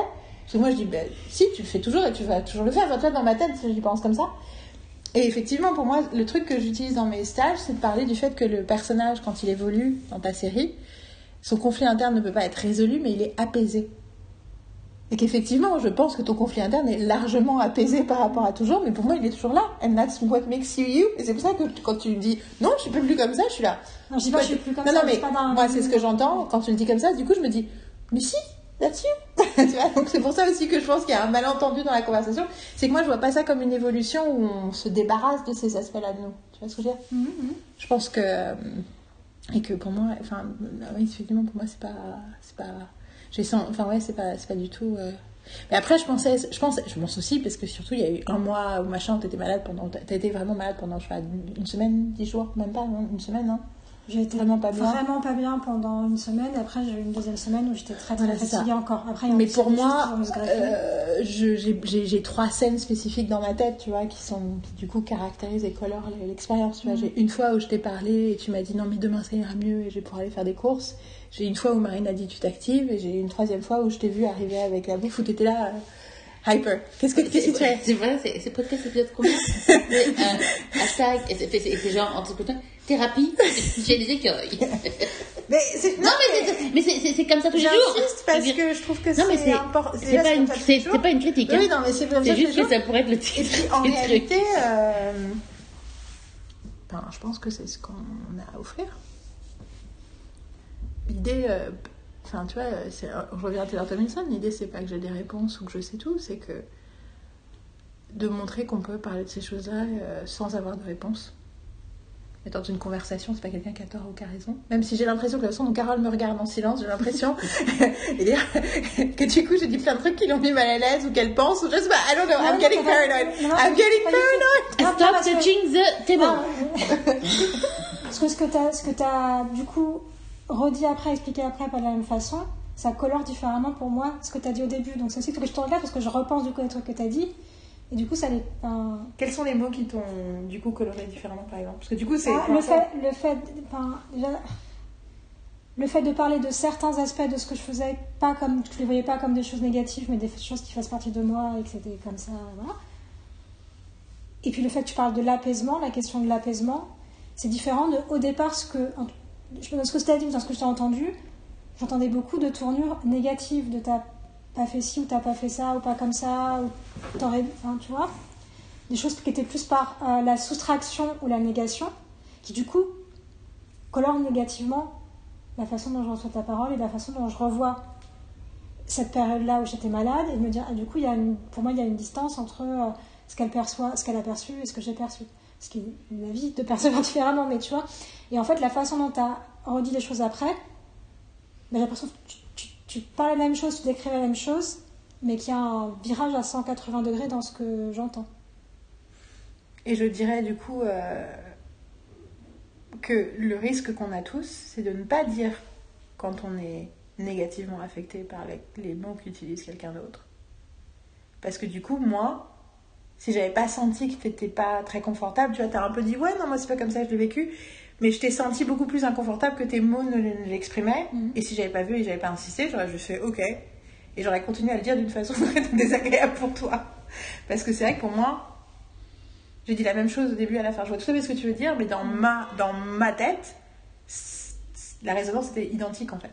Parce que moi, je dis, ben, si, tu le fais toujours et tu vas toujours le faire. Enfin, toi, dans ma tête, je pense comme ça. Et effectivement, pour moi, le truc que j'utilise dans mes stages, c'est de parler du fait que le personnage, quand il évolue dans ta série, son conflit interne ne peut pas être résolu, mais il est apaisé. Et qu'effectivement, je pense que ton conflit interne est largement apaisé par rapport à toujours, mais pour moi, il est toujours là. And that's what makes you you. Et c'est pour ça que quand tu me dis, non, je suis plus comme ça, je suis là. Non, je dis pas, je suis plus comme non, ça. Non, mais pas dans moi, c'est ce que j'entends. Quand tu me dis comme ça, du coup, je me dis, mais si, that's you. Tu vois, donc c'est pour ça aussi que je pense qu'il y a un malentendu dans la conversation. C'est que moi, je vois pas ça comme une évolution où on se débarrasse de ces aspects-là de nous. Tu vois ce que je veux dire? Mm-hmm. Je pense que... Et que pour moi, enfin, oui, effectivement, pour moi, c'est pas... C'est pas... J'ai sens... Enfin, ouais, c'est pas, c'est pas du tout... Euh... Mais après, je pensais... Je pense, je pense aussi, parce que surtout, il y a eu un mois où machin, t'étais malade pendant... T'as été vraiment malade pendant, je sais pas, une semaine, dix jours, même pas, non, une semaine, non? J'ai été vraiment pas bien. Vraiment pas bien pendant une semaine. Après, j'ai eu une deuxième semaine où j'étais très très voilà, fatiguée ça. Encore. Après, mais pour moi, euh, je, j'ai, j'ai, j'ai trois scènes spécifiques dans ma tête, tu vois, qui sont qui du coup caractérisent et colorent l'expérience. Tu vois, mmh. J'ai une fois où je t'ai parlé et tu m'as dit non mais demain ça ira mieux et je vais pouvoir aller faire des courses. J'ai une fois où Marine a dit tu t'actives et j'ai une troisième fois où je t'ai vu arriver avec la bouffe où t'étais là. Euh, Hyper. Qu'est-ce que, qu'est-ce que tu fais? C'est vrai, c'est, c'est podcast épisode combien? Mais, euh, hashtag, et c'est, c'est, c'est genre, entre côtés, thérapie, j'ai des écueils. Mais c'est, non, mais c'est, mais c'est, c'est, c'est comme ça tous les jours. J'insiste parce que je trouve que non, mais c'est, c'est important. C'est, c'est, pas une, c'est, c'est pas une critique. Oui, hein. non, mais c'est, c'est juste que ça pourrait être le titre. Et puis, en réalité, euh, ben, je pense que c'est ce qu'on a à offrir. L'idée, euh, Enfin, tu vois, c'est, je reviens à Taylor Tomlinson, l'idée c'est pas que j'ai des réponses ou que je sais tout, c'est que de montrer qu'on peut parler de ces choses-là euh, sans avoir de réponse. Et dans une conversation, c'est pas quelqu'un qui a tort ou qui a raison. Même si j'ai l'impression que la façon dont Carole me regarde en silence, j'ai l'impression et dire, que du coup j'ai dit plein de trucs qui l'ont mis mal à l'aise ou qu'elle pense, ou je sais pas, I don't know, I'm getting paranoid. I'm getting paranoid. Stop touching the table. Parce que ce que t'as, ce que t'as du coup redit après, expliqué après, pas de la même façon, ça colore différemment pour moi ce que tu as dit au début. Donc c'est aussi que je te regarde parce que je repense du coup les trucs que tu as dit. Et du coup, ça les. Enfin... Quels sont les mots qui t'ont du coup coloré différemment par exemple? Parce que du coup, c'est. Ah, le, fait, le, fait, enfin, déjà, le fait de parler de certains aspects de ce que je faisais, pas comme, je ne les voyais pas comme des choses négatives, mais des choses qui fassent partie de moi et que c'était comme ça. Voilà. Et puis le fait que tu parles de l'apaisement, la question de l'apaisement, c'est différent de au départ ce que. Dans ce que tu as dit ou dans ce que je t'ai entendu, j'entendais beaucoup de tournures négatives, de t'as pas fait ci ou t'as pas fait ça ou pas comme ça, ou t'aurais, enfin, tu vois, des choses qui étaient plus par euh, la soustraction ou la négation, qui du coup colorent négativement la façon dont je reçois ta parole et la façon dont je revois cette période-là où j'étais malade et me dire, ah, du coup, il y a une, pour moi, il y a une distance entre euh, ce qu'elle perçoit, ce qu'elle a perçu et ce que j'ai perçu. Ce qui est une avis de percevoir différemment, mais tu vois. Et en fait, la façon dont tu as redit les choses après, ben, j'ai l'impression que tu, tu, tu parles la même chose, tu décris la même chose, mais qu'il y a un virage à cent quatre-vingts degrés dans ce que j'entends. Et je dirais du coup euh, que le risque qu'on a tous, c'est de ne pas dire quand on est négativement affecté par les, les mots qu'utilise quelqu'un d'autre. Parce que du coup, moi... Si j'avais pas senti que t'étais pas très confortable, tu vois, t'as un peu dit ouais, non, moi c'est pas comme ça, je l'ai vécu, mais je t'ai senti beaucoup plus inconfortable que tes mots ne l'exprimaient. Mm-hmm. Et si j'avais pas vu et j'avais pas insisté, j'aurais juste fait ok. Et j'aurais continué à le dire d'une façon désagréable pour toi. Parce que c'est vrai que pour moi, j'ai dit la même chose au début à la fin. Je vois tout à fait ce que tu veux dire, mais dans ma, dans ma tête, la résonance était identique en fait.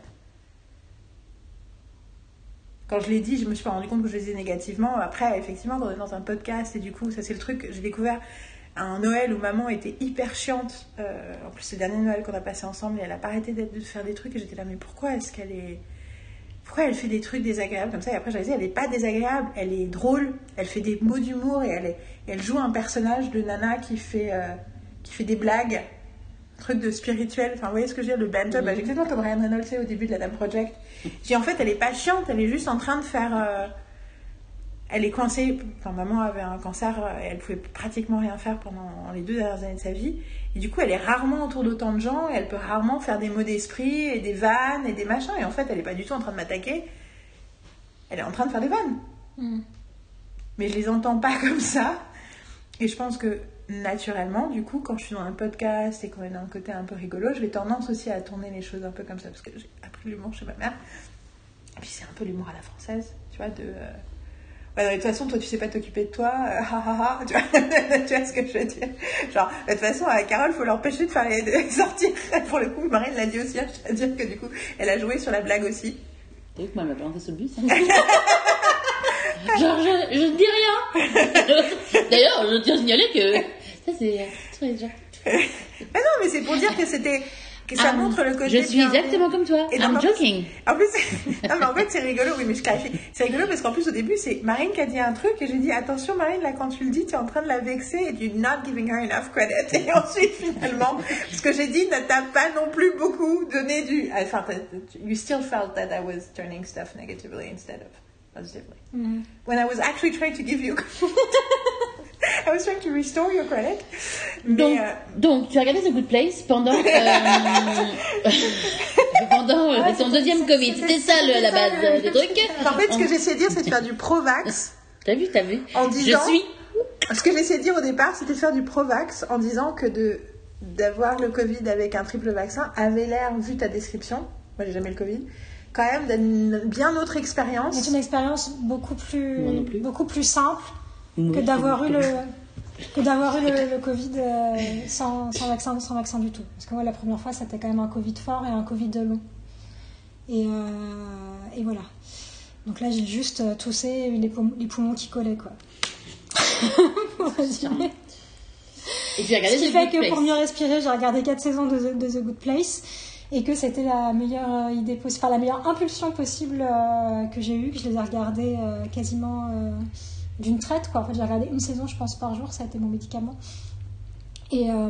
Quand je l'ai dit, je me suis pas rendu compte que je le disais négativement. Après, effectivement, on est dans un podcast et du coup, ça c'est le truc que j'ai découvert à un Noël où maman était hyper chiante. Euh, en plus, c'est le dernier Noël qu'on a passé ensemble et elle a pas arrêté de faire des trucs et j'étais là, mais pourquoi est-ce qu'elle est... Pourquoi elle fait des trucs désagréables comme ça? Et après, j'avais dit, elle est pas désagréable, elle est drôle, elle fait des mots d'humour et elle, est... elle joue un personnage de nana qui fait, euh... qui fait des blagues. Truc de spirituel, enfin vous voyez ce que je veux dire, le banter, mmh. bah, j'ai exactement comme Ryan Reynolds au début de la Dame Project. J'ai en fait, elle est pas chiante, elle est juste en train de faire, euh... elle est coincée, enfin maman avait un cancer et elle pouvait pratiquement rien faire pendant les deux dernières années de sa vie, et du coup elle est rarement autour d'autant de gens, et elle peut rarement faire des mots d'esprit et des vannes et des machins, et en fait elle est pas du tout en train de m'attaquer, elle est en train de faire des vannes. Mmh. Mais je les entends pas comme ça, et je pense que naturellement, du coup, quand je suis dans un podcast et qu'on est dans un côté un peu rigolo, je vais tendance aussi à tourner les choses un peu comme ça, parce que j'ai appris l'humour chez ma mère. Et puis c'est un peu l'humour à la française, tu vois, de... Euh... Ouais, de toute façon, toi, tu sais pas t'occuper de toi, euh, ha ha ha, tu vois, tu vois ce que je veux dire. Genre, de toute façon, à Carole, faut l'empêcher de faire les de sortir. Pour le coup, Marine l'a dit aussi, hein, je tiens à dire que du coup, elle a joué sur la blague aussi. T'as vu que moi, elle m'a présenté sur le bus, hein. Genre, je, je ne dis rien. D'ailleurs, je tiens à signaler que ça, c'est très genre. Mais non, mais c'est pour dire que c'était... que ça um, montre le côté... Je suis exactement comme toi. Et I'm en joking. Plus, en plus, non, mais en fait, c'est rigolo. Oui, mais je clarifie. C'est rigolo parce qu'en plus, au début, c'est Marine qui a dit un truc et j'ai dit, attention, Marine, là, quand tu le dis, tu es en train de la vexer et tu not giving her enough credit. Et ensuite, finalement, ce que j'ai dit ne t'a pas non plus beaucoup donné du... Enfin, you still felt that I was turning stuff negatively instead of positively. Mm-hmm. When I was actually trying to give you... I was trying to restore your credit. Mais donc, euh... donc, tu as regardé The Good Place pendant, euh, pendant euh, ouais, ton deuxième Covid. C'était ça le, la base euh, des trucs. En fait, ce que j'essaie de dire, c'est de faire du pro-vax. T'as vu, t'as vu. En disant, je suis. Ce que j'essaie de dire au départ, c'était de faire du pro-vax en disant que de d'avoir le Covid avec un triple vaccin avait l'air, vu ta description, moi j'ai jamais le Covid, quand même d'une bien autre expérience. C'est une expérience beaucoup plus, plus. beaucoup plus simple. Que d'avoir, eu le, que d'avoir eu le, le Covid euh, sans, sans, vaccin, sans vaccin du tout. Parce que moi, la première fois, c'était quand même un Covid fort et un Covid long. Et, euh, et voilà. Donc là, j'ai juste toussé et eu les, poumons, les poumons qui collaient, quoi. Et tu as regardé Ce qui fait que pour mieux respirer, j'ai regardé quatre saisons de, de The Good Place. Et que c'était la meilleure idée possible, enfin la meilleure impulsion possible euh, que j'ai eue, que je les ai regardées euh, quasiment... Euh, d'une traite, quoi. En fait, j'ai regardé une saison, je pense, par jour, ça a été mon médicament. Et, euh,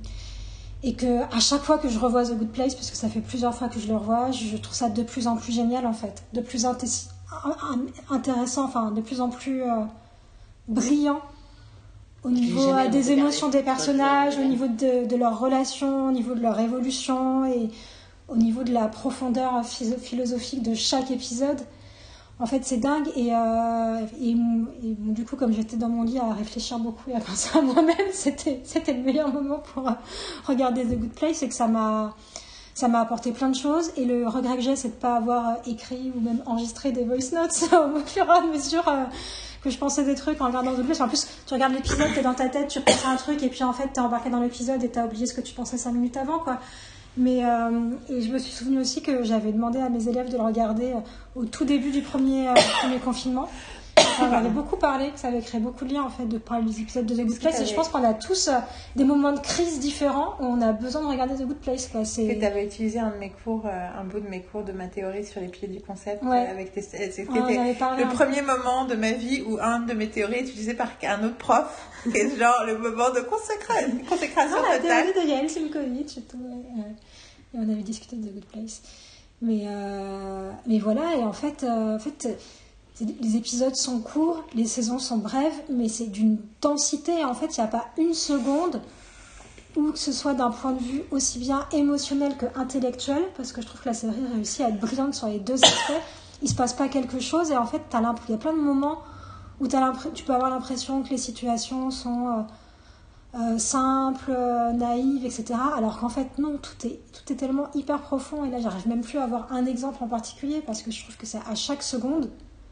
et que à chaque fois que je revois The Good Place, parce que ça fait plusieurs fois que je le revois, je trouve ça de plus en plus génial, en fait. De plus inté- intéressant, enfin, de plus en plus euh, brillant au niveau euh, des émotions des personnages, au niveau de, de leurs relations, au niveau de leur évolution et au niveau de la profondeur philosophique de chaque épisode. En fait, c'est dingue et, euh, et, et bon, du coup, comme j'étais dans mon lit à réfléchir beaucoup et à penser à moi-même, c'était, c'était le meilleur moment pour euh, regarder The Good Place et que ça m'a, ça m'a apporté plein de choses. Et le regret que j'ai, c'est de ne pas avoir euh, écrit ou même enregistré des voice notes au fur et à mesure euh, que je pensais des trucs en regardant The Good Place. En plus, tu regardes l'épisode, t'es dans ta tête, tu penses à un truc et puis en fait, t'es embarqué dans l'épisode et t'as oublié ce que tu pensais cinq minutes avant, quoi. Mais euh, et je me suis souvenu aussi que j'avais demandé à mes élèves de le regarder euh, au tout début du premier, euh, premier confinement. On avait beaucoup parlé, que ça avait créé beaucoup de liens en fait de parler des épisodes de The Good Place. Et je pense qu'on a tous euh, des moments de crise différents où on a besoin de regarder The Good Place, quoi. C'est... Que tu avais utilisé un de mes cours, euh, un bout de mes cours de ma théorie sur les piliers du concept. Ouais. Euh, avec tes... C'était ouais, le un... premier moment de ma vie où un de mes théories est utilisé par un autre prof. Et genre le moment de consécra... consécration non, totale. La théorie de Yael Simkovitch et tout. Ouais. Et on avait discuté de The Good Place. Mais, euh, mais voilà, et en fait, euh, en fait les épisodes sont courts, les saisons sont brèves, mais c'est d'une densité. En fait, il n'y a pas une seconde où que ce soit d'un point de vue aussi bien émotionnel que intellectuel, parce que je trouve que la série réussit à être brillante sur les deux aspects. Il ne se passe pas quelque chose, et en fait, t'as il y a plein de moments où t'as tu peux avoir l'impression que les situations sont... Euh, Euh, simple, euh, naïve, et cetera. Alors qu'en fait, non, tout est, tout est tellement hyper profond. Et là, j'arrive même plus à avoir un exemple en particulier parce que je trouve que c'est à chaque seconde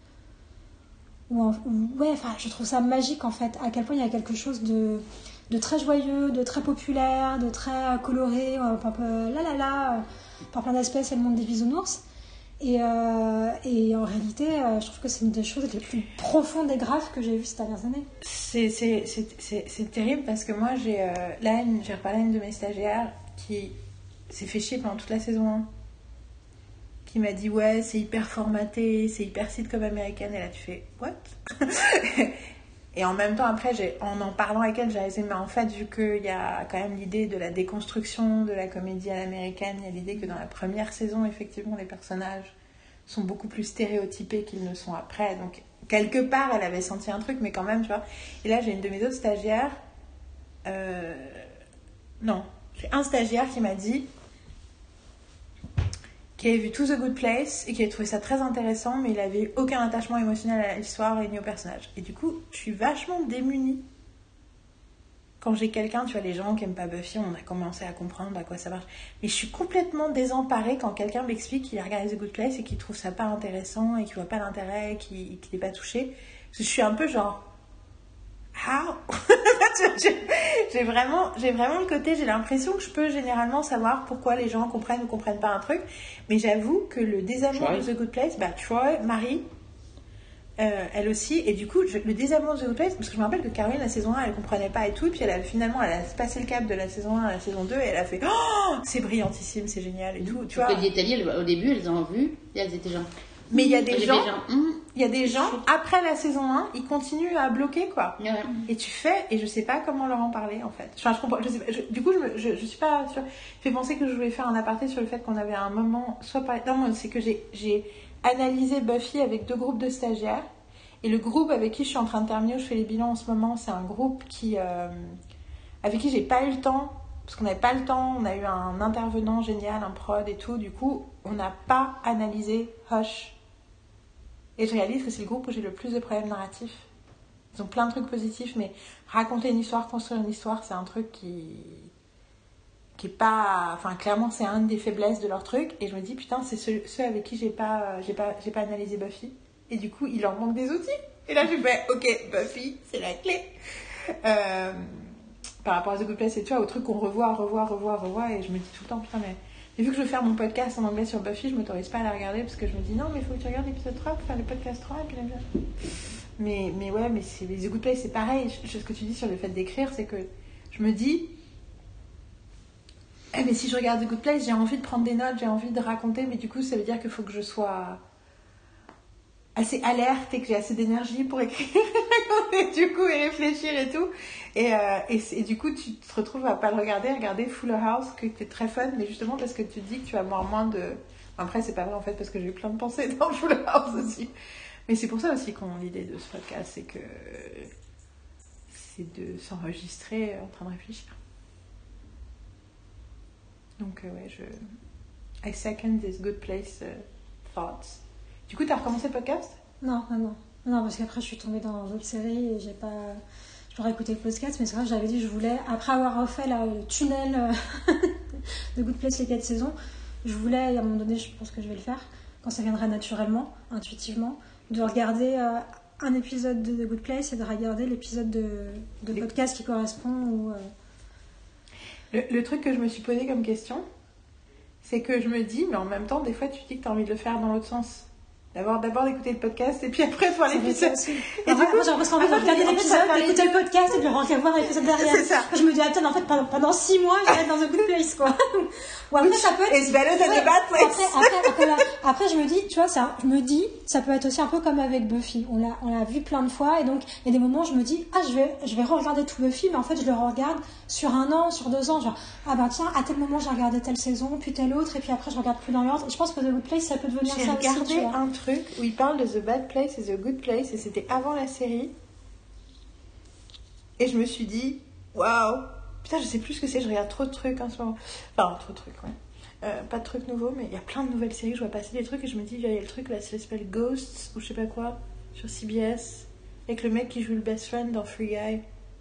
où, où ouais, enfin, je trouve ça magique en fait. À quel point il y a quelque chose de, de très joyeux, de très populaire, de très coloré, euh, un peu là là là, euh, par plein d'aspects, c'est le monde des bisounours. Et, euh, et en réalité, euh, je trouve que c'est une des choses les plus profondes et graves que j'ai vues ces dernières années. C'est, c'est, c'est, c'est, c'est terrible parce que moi, j'ai, euh, là, une, j'ai reparlé à une de mes stagiaires qui s'est fait chier pendant toute la saison un. Qui m'a dit, ouais, c'est hyper formaté, c'est hyper sitcom américaine. Et là, tu fais, what? Et en même temps, après, j'ai, en en parlant avec elle, j'ai réalisé, mais en fait, vu qu'il y a quand même l'idée de la déconstruction de la comédie à l'américaine, il y a l'idée que dans la première saison, effectivement, les personnages sont beaucoup plus stéréotypés qu'ils ne sont après. Donc, quelque part, elle avait senti un truc, mais quand même, tu vois. Et là, j'ai une de mes autres stagiaires. Euh... Non, j'ai un stagiaire qui m'a dit qu'il avait vu tout The Good Place et qu'il avait trouvé ça très intéressant, mais il avait aucun attachement émotionnel à l'histoire et ni au personnage. Et du coup, je suis vachement démunie quand j'ai quelqu'un, tu vois, les gens qui aiment pas Buffy, on a commencé à comprendre à quoi ça marche. Mais je suis complètement désemparée quand quelqu'un m'explique qu'il a regardé The Good Place et qu'il trouve ça pas intéressant et qu'il voit pas l'intérêt, qu'il n'est pas touché. Parce que je suis un peu genre... How? j'ai vraiment j'ai vraiment le côté, j'ai l'impression que je peux généralement savoir pourquoi les gens comprennent ou comprennent pas un truc, mais j'avoue que le désamour Troy. de The Good Place, bah Troy, Marie, euh, elle aussi, et du coup je, le désamour de The Good Place, parce que je me rappelle que Caroline la saison un elle comprenait pas et tout, et puis elle a finalement elle a passé le cap de la saison un à la saison deux et elle a fait oh c'est brillantissime, c'est génial et tout, tu vois. Parce que l'Italie, au début elles ont vu et elles étaient genre mais il y a des gens, gens mmh. il y a des gens, après la saison un, ils continuent à bloquer, quoi. Ouais. Et tu fais, et je sais pas comment leur en parler, en fait. Enfin, je comprends, je sais pas, je, du coup, je, me, je, je suis pas sûre. Je fais penser que je voulais faire un aparté sur le fait qu'on avait un moment, soit pas, non, c'est que j'ai, j'ai analysé Buffy avec deux groupes de stagiaires. Et le groupe avec qui je suis en train de terminer, où je fais les bilans en ce moment, c'est un groupe qui, euh, avec qui j'ai pas eu le temps, parce qu'on n'avait pas le temps, on a eu un intervenant génial, un prod et tout, du coup, on n'a pas analysé Hush. Et je réalise que c'est le groupe où j'ai le plus de problèmes narratifs. Ils ont plein de trucs positifs, mais raconter une histoire, construire une histoire, c'est un truc qui... qui est pas... Enfin, clairement, c'est une des faiblesses de leur truc. Et je me dis, putain, c'est ceux, ceux avec qui j'ai pas, j'ai, pas, j'ai pas analysé Buffy. Et du coup, il leur manque des outils. Et là, je fais, ok, Buffy, c'est la clé. Euh, par rapport à The Good Place et tu vois, au truc qu'on revoit, revoit, revoit, revoit. Et je me dis tout le temps, putain, mais... Et vu que je veux faire mon podcast en anglais sur Buffy, je m'autorise pas à la regarder parce que je me dis non, mais il faut que tu regardes l'épisode trois pour faire le podcast trois. Et puis là, mais, mais ouais, mais c'est, les The Good Place, c'est pareil. Ce que tu dis sur le fait d'écrire, c'est que je me dis, eh, mais si je regarde The Good Place, j'ai envie de prendre des notes, j'ai envie de raconter, mais du coup, ça veut dire qu'il faut que je sois assez alerte et que j'ai assez d'énergie pour écrire et du coup et réfléchir et tout et, euh, et, et du coup tu te retrouves à pas le regarder à regarder Fuller House que c'est très fun mais justement parce que tu te dis que tu vas avoir moins de après c'est pas vrai en fait parce que j'ai eu plein de pensées dans Fuller House aussi mais c'est pour ça aussi qu'on l'idée de ce podcast c'est que c'est de s'enregistrer en train de réfléchir donc euh, ouais je I second this Good Place uh, thoughts. Du coup, t'as recommencé le podcast ? Non, non, non. Non, parce qu'après, je suis tombée dans d'autres séries et j'ai pas... Je pourrais écouter le podcast, mais c'est vrai que j'avais dit que je voulais, après avoir refait là, le tunnel de Good Place les quatre saisons, je voulais, à un moment donné, je pense que je vais le faire, quand ça viendra naturellement, intuitivement, de regarder euh, un épisode de The Good Place et de regarder l'épisode de, de podcast qui correspond. Ou, euh... le, le truc que je me suis posé comme question, c'est que je me dis, mais en même temps, des fois, tu dis que t'as envie de le faire dans l'autre sens. D'abord, d'abord d'écouter le podcast et puis après de voir l'épisode. Et du coup, j'ai l'impression de regarder l'épisode, d'écouter le podcast et de revoir l'épisode derrière. C'est ça. Je me dis, attends, en fait, pendant, pendant six mois, je vais être dans The Good Place, quoi. Ou après, ça peut être. It's better than the bad place. Après, après, après, là, après, je me dis, tu vois, ça, je me dis, ça peut être aussi un peu comme avec Buffy. On l'a, on l'a vu plein de fois et donc, il y a des moments où je me dis, ah, je vais, je vais re-regarder tout Buffy, mais en fait, je le regarde sur un an, sur deux ans, genre, ah ben tiens, à tel moment, j'ai regardé telle saison, puis telle autre, et puis après, je regarde plus dans l'ordre. Je pense que The Good Place, ça peut devenir j'ai ça aussi. J'ai regardé un truc où il parle de The Bad Place et The Good Place et c'était avant la série et je me suis dit waouh putain je sais plus ce que c'est, je regarde trop de trucs en ce moment, enfin trop de trucs ouais euh, pas de trucs nouveaux mais il y a plein de nouvelles séries, je vois passer des trucs et je me dis il y a le truc là ça s'appelle Ghosts ou je sais pas quoi sur C B S avec le mec qui joue le best friend dans Free Guy.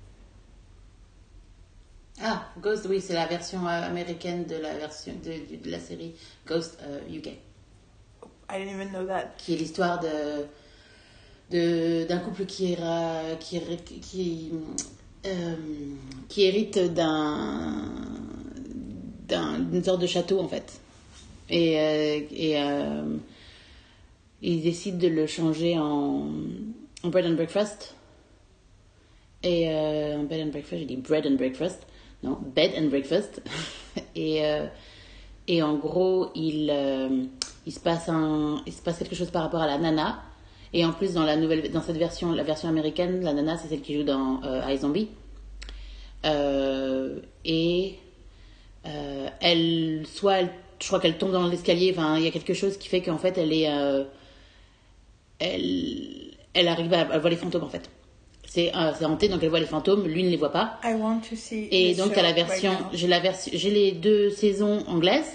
Ah, Ghost, oui, c'est la version euh, américaine de la version de, de, de la série Ghost euh, U K. I didn't even know that. Qui est l'histoire de, de d'un couple qui est qui qui euh, qui hérite d'un, d'un d'une sorte de château en fait. Et euh, et euh, ils décident de le changer en, en bread and breakfast. Et euh, en bed and breakfast, j'ai dit bread and breakfast. Non, bed and breakfast. et, euh, et en gros, il, euh, il, se passe un, il se passe quelque chose par rapport à la nana. Et en plus, dans, la nouvelle, dans cette version, la version américaine, la nana, c'est celle qui joue dans euh, iZombie. Euh, et euh, elle, soit, elle, je crois qu'elle tombe dans l'escalier. Enfin, il y a quelque chose qui fait qu'en fait, elle est... Euh, elle, elle arrive à, à voir les fantômes, en fait. C'est, euh, c'est hanté, donc elle voit les fantômes, lui ne les voit pas. I want to see et donc à la version, right j'ai la version, j'ai les deux saisons anglaises.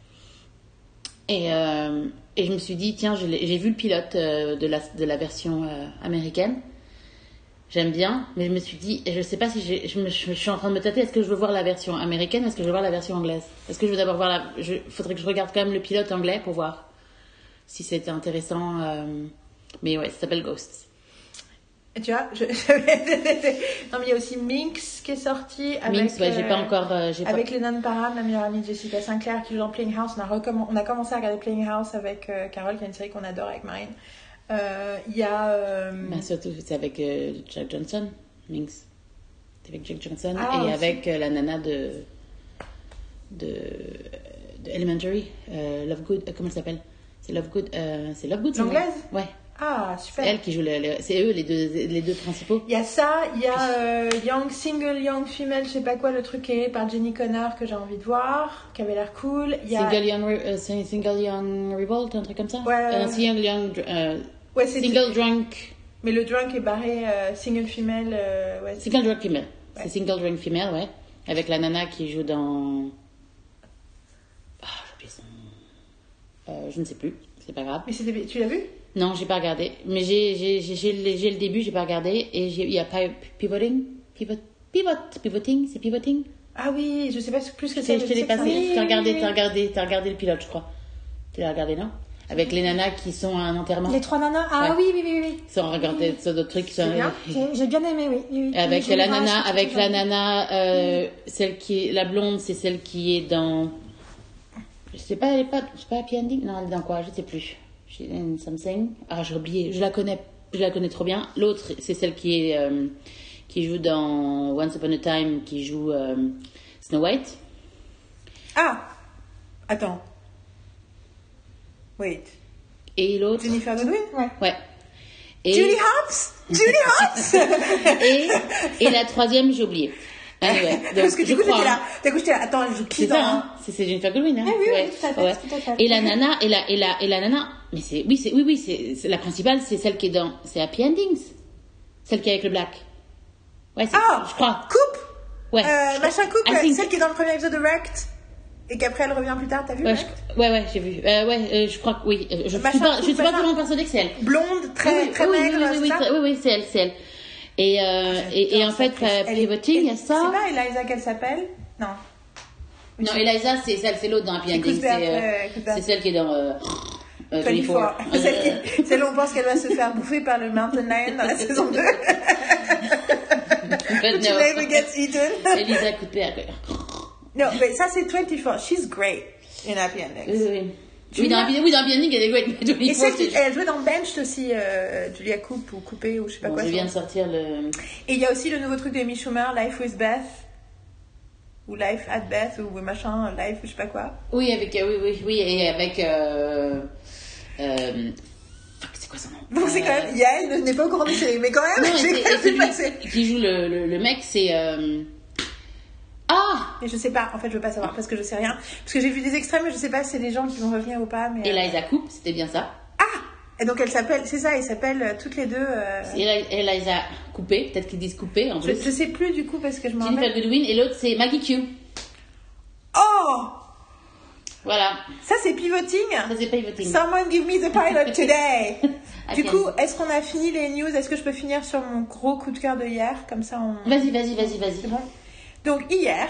Et euh, et je me suis dit tiens, j'ai, j'ai vu le pilote euh, de la de la version euh, américaine. J'aime bien, mais je me suis dit, je sais pas si j'ai, je, me, je suis en train de me tâter, est-ce que je veux voir la version américaine ou est-ce que je veux voir la version anglaise? Est-ce que je veux d'abord voir la... Il faudrait que je regarde quand même le pilote anglais pour voir si c'était intéressant. Euh... Mais ouais, ça s'appelle Ghosts. Et tu vois, je... non mais il y a aussi Minx qui est sorti avec, Minx, ouais, j'ai pas encore... Euh, j'ai avec pas... Lennon Parham, la meilleure amie de Jessica Sinclair qui joue dans Playing House. On a, recomm... on a commencé à regarder Playing House avec euh, Carole, qui est une série qu'on adore avec Marine. Il euh, y a... Euh... Bah, surtout, c'est avec euh, Jack Johnson, Minx. C'est avec Jack Johnson ah, et aussi. avec euh, la nana de... de, de Elementary, euh, Lovegood, euh, comment elle s'appelle? C'est Lovegood, euh, c'est Lovegood, c'est l'anglaise? Ouais. Ah, super. C'est elle qui joue, le, le, c'est eux les deux, les deux principaux. Il y a ça, il y a euh, Young Single, Young Female, je sais pas quoi, le truc créé par Jenny Connor que j'ai envie de voir, qui avait l'air cool. Il y a... Single, young, uh, single Young Revolt, un truc comme ça. Ouais. Euh, single Young, uh, ouais, c'est Single Drunk. Mais le drunk est barré euh, Single Female. Euh, ouais, single Drunk Female. Ouais. C'est Single Drunk Female, ouais. Avec la nana qui joue dans. Ah, j'ai oublié son. Euh, je ne sais plus, c'est pas grave. Mais c'était... tu l'as vu? Non, j'ai pas regardé. Mais j'ai, j'ai, j'ai, j'ai, le, j'ai le début, j'ai pas regardé. Et j'ai, il y a pas pivoting. Pivot, pivot, pivoting, c'est pivoting. Ah oui, je sais pas plus que Je, c'est. je te l'ai passé. T'as regardé, t'as regardé, t'as regardé le pilote, je crois. Tu l'as regardé, non? Avec les nanas qui sont à un enterrement. Les trois nanas. Ah ouais. oui, oui, oui, oui. Sans regarder oui. d'autres trucs qui sont. Bien. J'ai, j'ai bien aimé, oui. oui, oui. Avec j'ai la nana, avec la nana, euh, oui. celle qui est, la blonde, c'est celle qui est dans. Je sais pas, elle est pas, je sais pas Happy Ending. Non, elle est dans quoi? Je sais plus. She's in something. Ah, j'ai oublié. Je la connais, je la connais trop bien. L'autre, c'est celle qui est, euh, qui joue dans Once Upon a Time, qui joue euh, Snow White. Ah, attends. Wait. Et l'autre. Jennifer Goodwin. Ouais. Ouais. Et... Julie Hopps. Julie Hopps. et et la troisième, j'ai oublié. Anyway, donc, parce que du coup, crois, j'étais là. hein. Du coup, j'étais là. Attends, elle joue qui c'est dans... ça, hein. c'est, c'est Jennifer Goodwin, hein. Ah oui, ouais. oui, tout à fait, ouais. tout à fait. Et la nana, et la, et la, et la nana, mais c'est, oui, c'est, oui, oui, c'est, c'est la principale, c'est celle qui est dans, c'est Happy Endings, celle qui est avec le black. Ouais, c'est, ah, je crois. Coupe. Ouais. Euh, machin coupe, think... celle qui est dans le premier épisode de Wrecked. Et qu'après elle revient plus tard, t'as vu? Ouais, je... ouais, ouais, j'ai vu. Euh, ouais, euh, je crois que oui. Euh, je machin suis pas, coupe, je suis pas machin... vraiment persuadée que c'est elle. Blonde, très, oui, très oui, maigre, oui, oui, c'est oui, ça? oui, oui, c'est elle, c'est elle. Et, euh, ah, et, et en fait, euh, pivoting, il y a ça. C'est pas Eliza qu'elle s'appelle? Non. Oui, non, Eliza, c'est celle, c'est l'autre dans Happy Ending. C'est, euh, c'est celle qui est dans euh, euh, vingt-quatre. C'est celle, qui, celle où on pense qu'elle va se faire bouffer par le Mountain Lion dans la saison deux. Which never gets eaten. Eliza Coupé. Non, mais ça c'est vingt-quatre. She's great in Happy Endings. Oui, oui. Oui, dans Happy, oui, dans Happy Ending, elle est great. Et celle qui, elle jouait dans Benched aussi, euh, Julia Coupe ou Coupé ou je sais pas bon, quoi. Je viens de sortir le. Et il y a aussi le nouveau truc d'Amy Schumer, Life with Beth. Ou Life at Beth, ou machin, Life, je sais pas quoi. Oui, avec, euh, oui, oui, oui, et avec. Euh, euh, c'est quoi son nom? Bon, c'est euh, quand même. Yael ne n'est pas au courant des séries, mais quand même, non, j'ai quand même vu passer. Qui joue le, le, le mec, c'est. Euh... Ah! Mais je sais pas, en fait, je veux pas savoir parce que je sais rien. Parce que j'ai vu des extraits, mais je sais pas si c'est des gens qui vont revenir ou pas. Mais, euh... Eliza Coupe, c'était bien ça. Ah! Et donc elle s'appelle, c'est ça, ils s'appellent euh, toutes les deux. Euh... C'est Eliza Coupé, peut-être qu'ils disent Coupé en plus. Je, je sais plus du coup parce que je m'en rappelle. Jennifer Goodwin et l'autre c'est Maggie Q. Oh! Voilà. Ça c'est pivoting. Ça c'est pivoting. Someone give me the pilot today. Du coup, est-ce qu'on a fini les news? Est-ce que je peux finir sur mon gros coup de cœur de hier? Comme ça on. Vas-y, vas-y, vas-y, vas-y. C'est bon. Donc hier.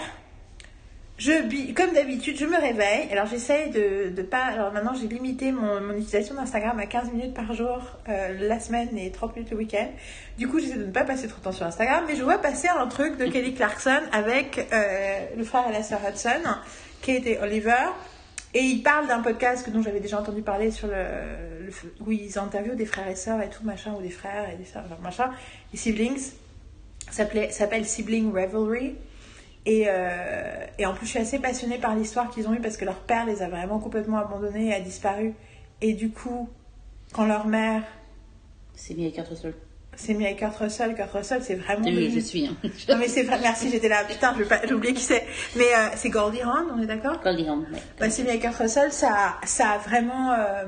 Je, comme d'habitude, je me réveille. Alors, j'essaye de, de pas... Alors, maintenant, j'ai limité mon, mon utilisation d'Instagram à quinze minutes par jour euh, la semaine et trente minutes le week-end. Du coup, j'essaie de ne pas passer trop de temps sur Instagram. Mais je vois passer un truc de Kelly Clarkson avec euh, le frère et la sœur Hudson, Kate et Oliver. Et ils parlent d'un podcast dont j'avais déjà entendu parler sur le, le où ils interviewent des frères et sœurs et tout, machin, ou des frères et des sœurs, genre machin. Les siblings. Ça s'appelle Sibling Revelry. Et, euh, et en plus, je suis assez passionnée par l'histoire qu'ils ont eue parce que leur père les a vraiment complètement abandonnés et a disparu. Et du coup, quand leur mère s'est mise avec Kurt Russell, s'est mise avec Kurt Russell, Kurt Russell, c'est vraiment. Oui, devenu... je suis. Hein. Non, mais c'est vrai, merci, j'étais là. Putain, j'ai oublié qui c'est. Mais euh, c'est Goldie Hawn, on est d'accord? Goldie Hawn, ouais. Bah, c'est mis avec Kurt Russell, ça, ça a vraiment. Euh...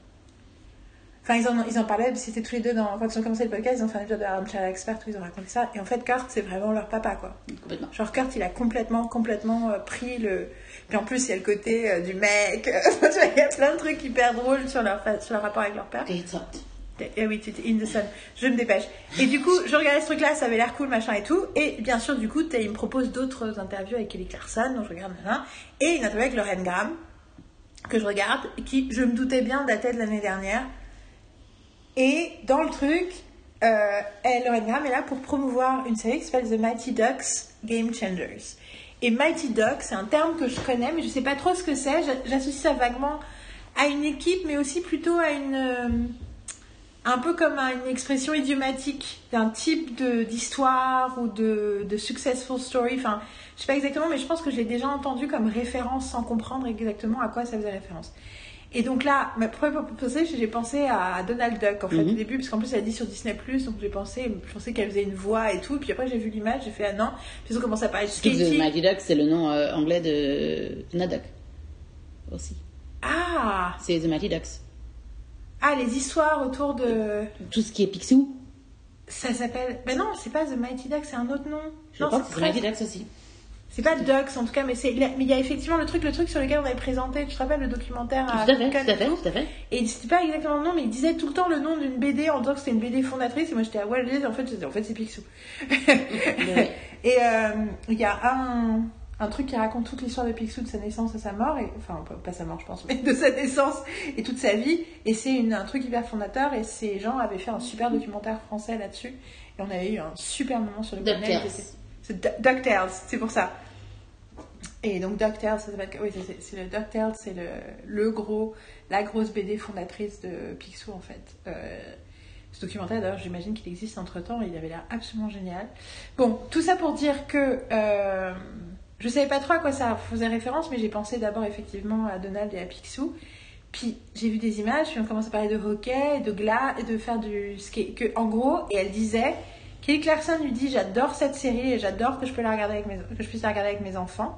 Enfin, ils en, ils en parlaient, c'était tous les deux dans. Quand ils ont commencé le podcast, ils ont fait un épisode de Armchair Expert où ils ont raconté ça. Et en fait, Kurt, c'est vraiment leur papa, quoi. Complètement. Genre, Kurt, il a complètement, complètement euh, pris le. Puis en plus, il y a le côté euh, du mec. Tu vois, il y a plein de trucs hyper drôles sur leur, sur leur rapport avec leur père. Get hot. Eh oui, tu étais in the sun. Je me dépêche. Et du coup, je regardais ce truc-là, ça avait l'air cool, machin et tout. Et bien sûr, du coup, il me propose d'autres interviews avec Kelly Clarkson, donc je regarde machin. Et une interview avec Lauren Graham, que je regarde, qui, je me doutais bien, datait de l'année dernière. Et dans le truc, euh, elle, Lauren Graham est là pour promouvoir une série qui s'appelle The Mighty Ducks Game Changers. Et Mighty Ducks, c'est un terme que je connais, mais je sais pas trop ce que c'est. J'associe ça vaguement à une équipe, mais aussi plutôt à une... Euh, un peu comme à une expression idiomatique d'un type de, d'histoire ou de, de successful story. Enfin, je sais pas exactement, mais je pense que je l'ai déjà entendu comme référence sans comprendre exactement à quoi ça faisait référence. Et donc là, ma première pensée, j'ai pensé à Donald Duck en fait mm-hmm. au début, parce qu'en plus elle a dit sur Disney plus, donc j'ai pensé, je pensais qu'elle faisait une voix et tout. Et puis après j'ai vu l'image, j'ai fait ah non. Puis ils ont commencé à parler de skating. The Mighty Duck, c'est le nom euh, anglais de Donald Duck aussi. Ah. C'est The Mighty Ducks. Ah, les histoires autour de... Tout ce qui est Picsou. Ça s'appelle... Ben non, c'est pas The Mighty Ducks, c'est un autre nom. Je non, crois que c'est The Mighty Ducks aussi. C'est pas Ducks en tout cas, mais c'est... Mais il y a effectivement le truc, le truc sur lequel on avait présenté, tu te rappelles, le documentaire à... Tout à fait, tout à fait, tout à fait. Et c'était pas exactement le nom, mais il disait tout le temps le nom d'une B D en disant que c'était une B D fondatrice, et moi j'étais à Walt Disney, en fait, en fait c'est Picsou. Et euh, il y a un... un truc qui raconte toute l'histoire de Picsou, de sa naissance à sa mort, et, enfin pas sa mort je pense, mais de sa naissance et toute sa vie, et c'est une, un truc hyper fondateur, et ces gens avaient fait un super documentaire français là-dessus, et on avait eu un super moment sur le panel. C'est DuckTales, c'est pour ça. Et donc DuckTales, ça s'appelle, oui c'est, c'est le DuckTales, c'est le, le gros, la grosse B D fondatrice de Picsou en fait. Euh, Ce documentaire, d'ailleurs, j'imagine qu'il existe entre-temps, et il avait l'air absolument génial. Bon, tout ça pour dire que... Euh, je savais pas trop à quoi ça faisait référence, mais j'ai pensé d'abord effectivement à Donald et à Picsou. Puis j'ai vu des images, puis on commence à parler de hockey, de glace, et de faire du skate. Que, en gros, et elle disait, Kelly Clarkson lui dit, j'adore cette série et j'adore que je, peux la regarder avec mes, que je puisse la regarder avec mes enfants.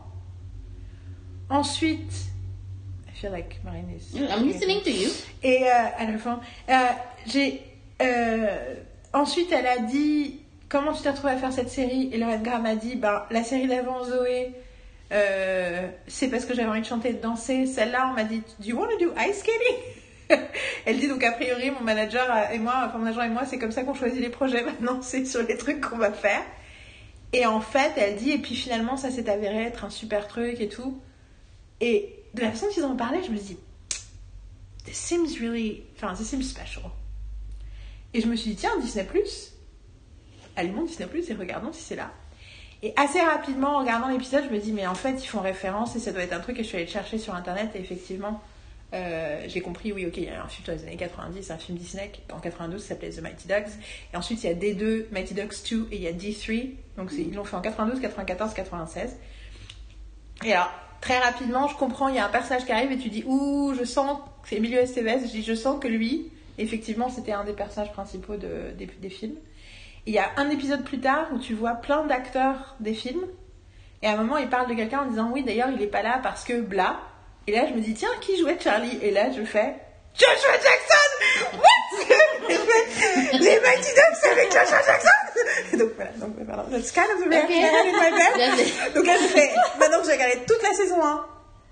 Ensuite, I feel like Marine is... I'm listening to you. Et euh, à la fin, euh, j'ai... Euh, ensuite, elle a dit... Comment tu t'es retrouvée à faire cette série? Et Lauren Graham a dit, ben, la série d'avant, Zoé, euh, c'est parce que j'avais envie de chanter et de danser. Celle-là, on m'a dit, do you want to do ice skating? Elle dit, donc a priori, mon manager et moi, enfin mon agent et moi, c'est comme ça qu'on choisit les projets. Maintenant, c'est sur les trucs qu'on va faire. Et en fait, elle dit, et puis finalement, ça s'est avéré être un super truc et tout. Et de la façon qu'ils en parlaient, je me dis, this seems really, enfin, this seems special. Et je me suis dit, tiens, Disney plus, allumons Disney plus et regardons si c'est là. Et assez rapidement, en regardant l'épisode, je me dis, mais en fait, ils font référence et ça doit être un truc. Et je suis allée le chercher sur Internet et effectivement, euh, j'ai compris, oui, ok, il y a un film dans les années quatre-vingt-dix, un film Disney en quatre-vingt-douze qui s'appelait The Mighty Ducks. Et ensuite, il y a D deux, Mighty Ducks deux et il y a D trois. Donc, c'est, ils l'ont fait en quatre-vingt-douze, quatre-vingt-quatorze, quatre-vingt-seize. Et alors, très rapidement, je comprends, il y a un personnage qui arrive et tu dis, ouh, je sens, c'est Emilio Estevez, je dis, je sens que lui, effectivement, c'était un des personnages principaux de, des, des films. Il y a un épisode plus tard où tu vois plein d'acteurs des films et à un moment il parle de quelqu'un en disant oui d'ailleurs il est pas là parce que bla, et là je me dis tiens qui jouait Charlie, et là je fais Joshua Jackson. What? Les Mighty Ducks avec Joshua Jackson. Et donc voilà, donc pardon, that's kind of the reaction I had in my bed. Donc là je fais, maintenant que j'ai regardé toute la saison un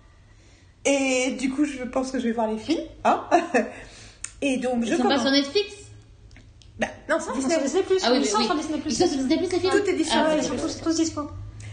et du coup je pense que je vais voir les films, hein. Et donc je Ils sont commence... pas sur Netflix? Bah, non, c'est Disney. Sur Disney plus. Ah oui, Ils sont oui. sur Disney plus. Ils sont sur Disney plus, les films? Tout est dispo. Ah, Ah, ouais, c'est ils sont d'accord. tous, tous dispo.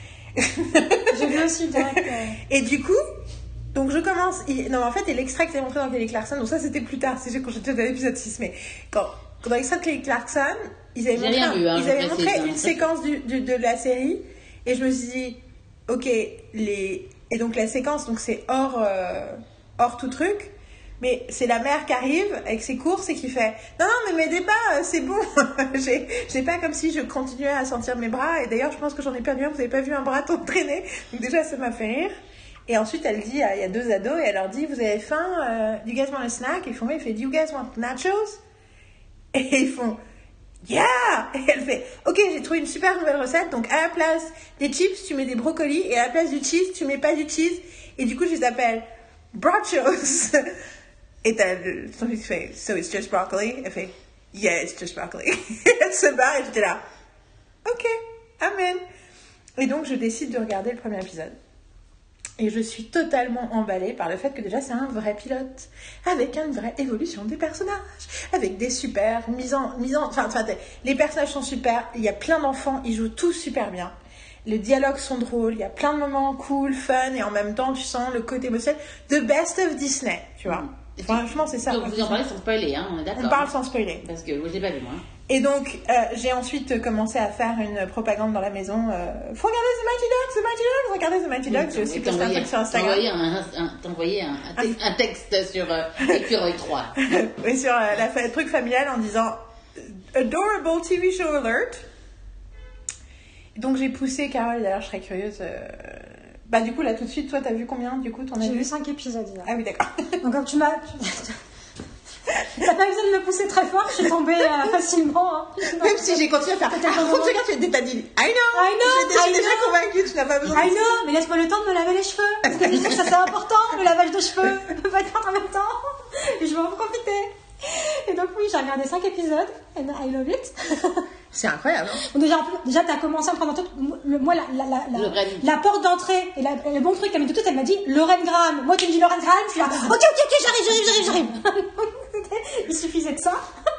J'ai vu aussi direct. Euh... Et du coup, donc je commence. Il... Non, en fait, et l'extrait que t'as montré dans Kelly Clarkson, donc ça c'était plus tard, c'est quand j'étais dans l'épisode six, mais quand, quand dans l'extrait de Kelly Clarkson, ils avaient J'ai montré, rien vu, hein, ils je avaient précise, montré hein, une ça séquence du, du, de la série, et je me suis dit, ok, les. Et donc la séquence, donc c'est hors, euh, hors tout truc. Mais c'est la mère qui arrive avec ses courses et qui fait non non mais m'aidez pas, c'est bon. j'ai, j'ai pas comme si je continuais à sentir mes bras, et d'ailleurs je pense que j'en ai perdu un, vous avez pas vu un bras tout traîné, donc déjà ça m'a fait rire. Et ensuite elle dit, il y a deux ados et elle leur dit vous avez faim, euh, do you guys want a snack? Et ils font oui, elle fait do you guys want nachos? Et ils font yeah. Et elle fait ok, j'ai trouvé une super nouvelle recette, donc à la place des chips tu mets des brocolis et à la place du cheese tu melle pas du cheese, et du coup je les appelle brachos. Et t'as son fils qui fait so it's just broccoli? Elle fait yeah it's just broccoli. Elle se barre et j'étais là ok, amen. Et donc je décide de regarder le premier épisode Et je suis totalement emballée par le fait que déjà c'est un vrai pilote, avec une vraie évolution des personnages, avec des super mises en... Mises en enfin, enfin, les personnages sont super, il y a plein d'enfants, ils jouent tous super bien. Les dialogues sont drôles, il y a plein de moments cool, fun, et en même temps tu sens le côté émotionnel. The best of Disney, tu vois. Mmh. Franchement, c'est ça. Donc vous en parlez sans spoiler, hein, on est d'accord. On parle sans spoiler. Parce que moi je l'ai pas vu, moi. Et donc, euh, j'ai ensuite commencé à faire une propagande dans la maison. Euh, faut regarder The Mighty Ducks, The Mighty Ducks, regardez The Mighty Ducks. J'ai aussi posté un truc sur Instagram. T'as envoyé un, un, t'as envoyé un, un, texte, un texte sur euh, Écureuil trois. Oui, sur euh, la, le truc familial en disant Adorable T V Show Alert. Donc, j'ai poussé Carole, d'ailleurs, je serais curieuse. Euh... Bah, du coup, là, tout de suite, toi, t'as vu combien, du coup, t'en as vu? J'ai vu cinq épisodes. Là. Ah oui, d'accord. Donc, comme tu m'as... T'as pas besoin de me pousser très fort, je suis tombée euh, facilement. Hein. Même si j'ai continué à faire. Ah, faut que tu regardes, tu t'as dit I know, I know, je suis déjà convaincue, tu n'as pas besoin I de know, mais laisse-moi le temps de me laver les cheveux. Parce que je sais que ça c'est important, le lavage de cheveux. On peut pas être en même temps. Et je vais en profiter. Et donc, oui, j'ai regardé cinq épisodes. And I love it. C'est incroyable. Hein. Bon, déjà, déjà tu as commencé à me prendre en tête. Moi, la, la, la, la, la porte d'entrée et la, le bon truc qu'elle m'a dit tout de suite, elle m'a dit Lorraine Graham. Moi, tu me dis Lorraine Graham, je suis là. Ok, ok, ok, j'arrive, j'arrive, j'arrive, j'arrive. Il suffisait de ça.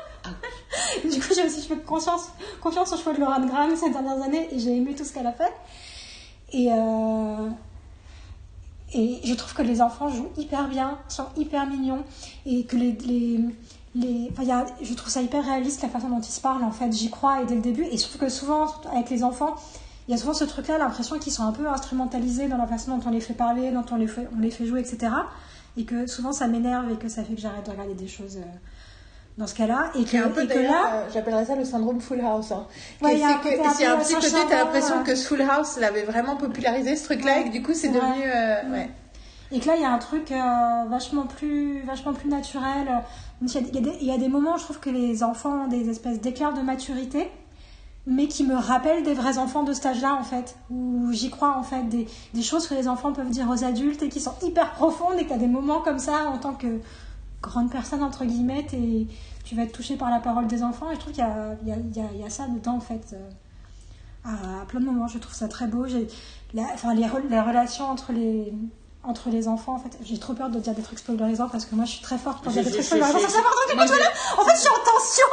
Du coup, j'ai aussi fait confiance, confiance au choix de Lorraine Graham ces dernières années et j'ai aimé tout ce qu'elle a fait. Et, euh, et je trouve que les enfants jouent hyper bien, sont hyper mignons et que les. les Les, enfin, y a, je trouve ça hyper réaliste la façon dont ils se parlent en fait, j'y crois et dès le début et surtout que souvent avec les enfants il y a souvent ce truc là, l'impression qu'ils sont un peu instrumentalisés dans la façon dont on les fait parler, dont on les fait, on les fait jouer, etc. Et que souvent ça m'énerve et que ça fait que j'arrête de regarder des choses euh, dans ce cas-là et que, un peu, et que là euh, j'appellerais ça le syndrome Full House hein. Ouais, c'est un que côté c'est un, un petit côté t'as l'impression euh... que Full House l'avait vraiment popularisé ce truc là ouais, et que du coup c'est, c'est devenu euh, ouais. Et que là il y a un truc euh, vachement plus vachement plus naturel. Il y, a, il, y a des, il y a des moments, je trouve que les enfants ont des espèces d'éclairs de maturité, mais qui me rappellent des vrais enfants de cet âge-là, en fait, où j'y crois, en fait, des, des choses que les enfants peuvent dire aux adultes et qui sont hyper profondes et qu'il y a des moments comme ça, en tant que grande personne, entre guillemets, et tu vas être touché par la parole des enfants, et je trouve qu'il y a, il y a, il y a, il y a ça dedans, en fait, à, à plein de moments, je trouve ça très beau. J'ai, la, enfin, les, les relations entre les... entre les enfants, en fait, j'ai trop peur de dire des trucs spoilerisants parce que moi je suis très forte pour dire des trucs spoilerisants. Ça, c'est important que tu là. En fait, je suis en tension.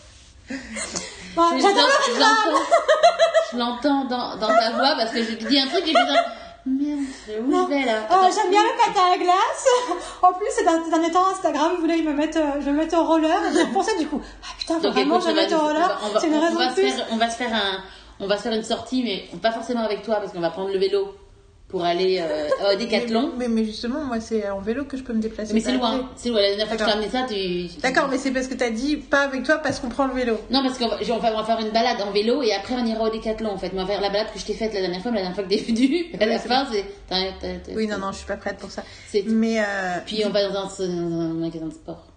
Bon, je, j'adore je, je, l'entends, je l'entends dans, dans ta voix parce que je te dis un truc et je dis merde, où je vais là euh, J'aime bien le patin à glace. En plus, ces derniers temps, Instagram voulait me mettre, euh, je me mettre au roller et j'ai repensé du coup. Ah putain, faut donc, vraiment écoute, je me mette au roller. On va, c'est une on, raison on va de plus. Faire, on va se faire un, on va se faire une sortie, mais pas forcément avec toi parce qu'on va prendre le vélo. Pour aller euh, au Décathlon. Mais, mais, mais justement, moi, c'est en vélo que je peux me déplacer. Mais c'est loin. C'est loin. La dernière fois que je t'ai amené ça, tu... D'accord, mais c'est parce que t'as dit pas avec toi parce qu'on prend le vélo. Non, parce qu'on va, on va faire une balade en vélo et après on ira au Décathlon. En fait, on va faire la balade que je t'ai faite la dernière fois, mais la dernière fois que t'es venue. À la fin, c'est... T'as, t'as, t'as, oui, non, non, je suis pas prête pour ça. C'est mais euh... Puis on va dans un, dans un magasin de sport.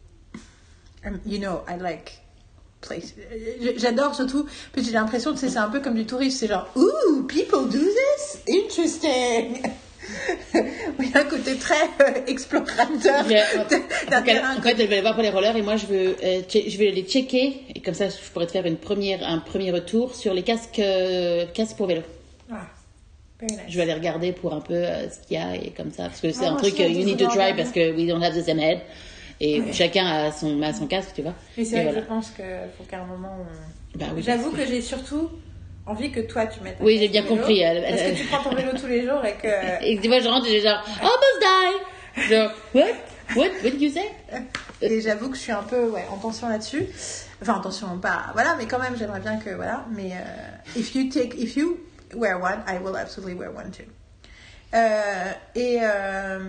Um, you know, I like... place. J'adore surtout, puis j'ai l'impression que c'est, c'est un peu comme du tourisme, c'est genre ooh, people do this, interesting. Il y a un côté très euh, explorateur. Yeah. Donc, elle, en fait, elle va aller voir pour les rollers et moi je veux, euh, je vais les checker et comme ça je pourrais te faire une première, un premier retour sur les casques, euh, casques pour vélo. Ah, very nice. Je vais aller regarder pour un peu euh, ce qu'il y a et comme ça parce que c'est ah, un truc aussi, uh, you need to try parce que we don't have the same head. Et ouais. Chacun a son, a son casque, tu vois. Et c'est et vrai voilà. Que je pense qu'il faut qu'à un moment... On... Bah, oui, j'avoue que j'ai surtout envie que toi, tu mettes un oui, j'ai bien vélo, compris. Elle, parce elle... que tu prends ton vélo tous les jours et que... Et tu vois, je rentre et j'ai genre, almost die. Genre, what? What? What did you say? Et j'avoue que je suis un peu ouais, en tension là-dessus. Enfin, en tension, pas... Voilà, mais quand même, j'aimerais bien que... Voilà, mais... Uh, if you take... If you wear one, I will absolutely wear one too. Euh, et... Euh...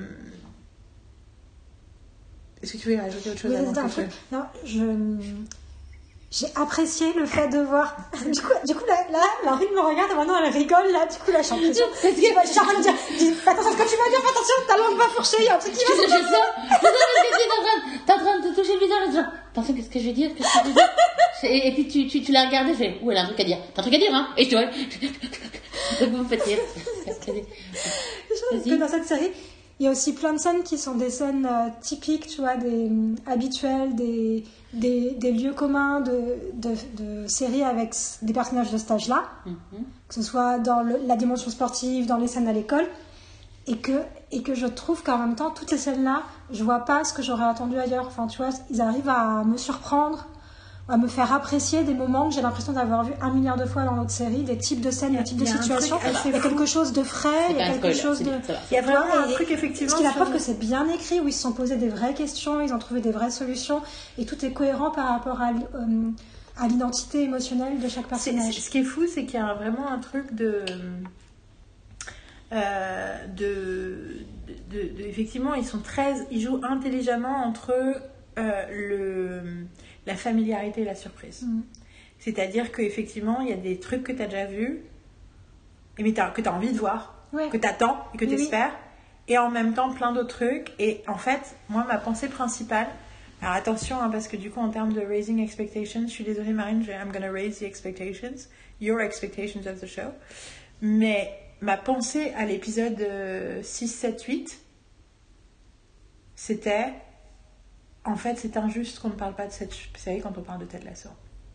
Est-ce que tu veux rajouter autre chose avant que je... Non, je... J'ai apprécié le fait de voir... Du coup, du coup là, là, Laurine me regarde et maintenant elle rigole, là, du coup, là, je suis en pression. Je suis en train de dire, fais attention à ce que tu vas dire, fais attention, ta langue va fourcher, il y a un truc qui va se passer. Je sais, t'es en train de te toucher le visage, genre, attention, qu'est-ce que je vais dire, qu'est-ce que je vais dire. Et, et puis tu, tu, tu la regardes et fais, ouh, elle a un truc à dire. T'as un truc à dire, hein? Et je te vois, vous me faites rire. Je pense que dans cette série, il y a aussi plein de scènes qui sont des scènes euh, typiques, tu vois, des euh, habituelles, des, des, des lieux communs de, de, de séries avec des personnages de cet âge-là, mm-hmm. que ce soit dans le, la dimension sportive, dans les scènes à l'école. et que, et que je trouve qu'en même temps, toutes ces scènes-là, je vois pas ce que j'aurais attendu ailleurs. Enfin, tu vois, ils arrivent à me surprendre, à me faire apprécier des moments que j'ai l'impression d'avoir vu un milliard de fois dans l'autre série, des types de scènes, des types de situations. Il y a quelque chose de frais, il y a quelque chose de... Il y a vraiment un truc, effectivement... Ce qui est la preuve que c'est bien écrit, où ils se sont posés des vraies questions, ils ont trouvé des vraies solutions, et tout est cohérent par rapport à, euh, à l'identité émotionnelle de chaque personnage. C'est, ce qui est fou, c'est qu'il y a vraiment un truc de... Euh, de, de, de, de... Effectivement, ils sont très... Ils jouent intelligemment entre euh, le... la familiarité et la surprise. Mmh. C'est-à-dire qu'effectivement, il y a des trucs que tu as déjà vus, mais t'as, que tu as envie de voir, ouais. que tu attends et que tu espères, oui. et en même temps plein d'autres trucs. Et en fait, moi, ma pensée principale, alors attention, hein, parce que du coup, en termes de raising expectations, je suis désolée Marine, je, I'm gonna raise the expectations, your expectations of the show. Mais ma pensée à l'épisode six, sept, huit, c'était... En fait, c'est injuste qu'on ne parle pas de cette série quand on parle de Ted Lasso.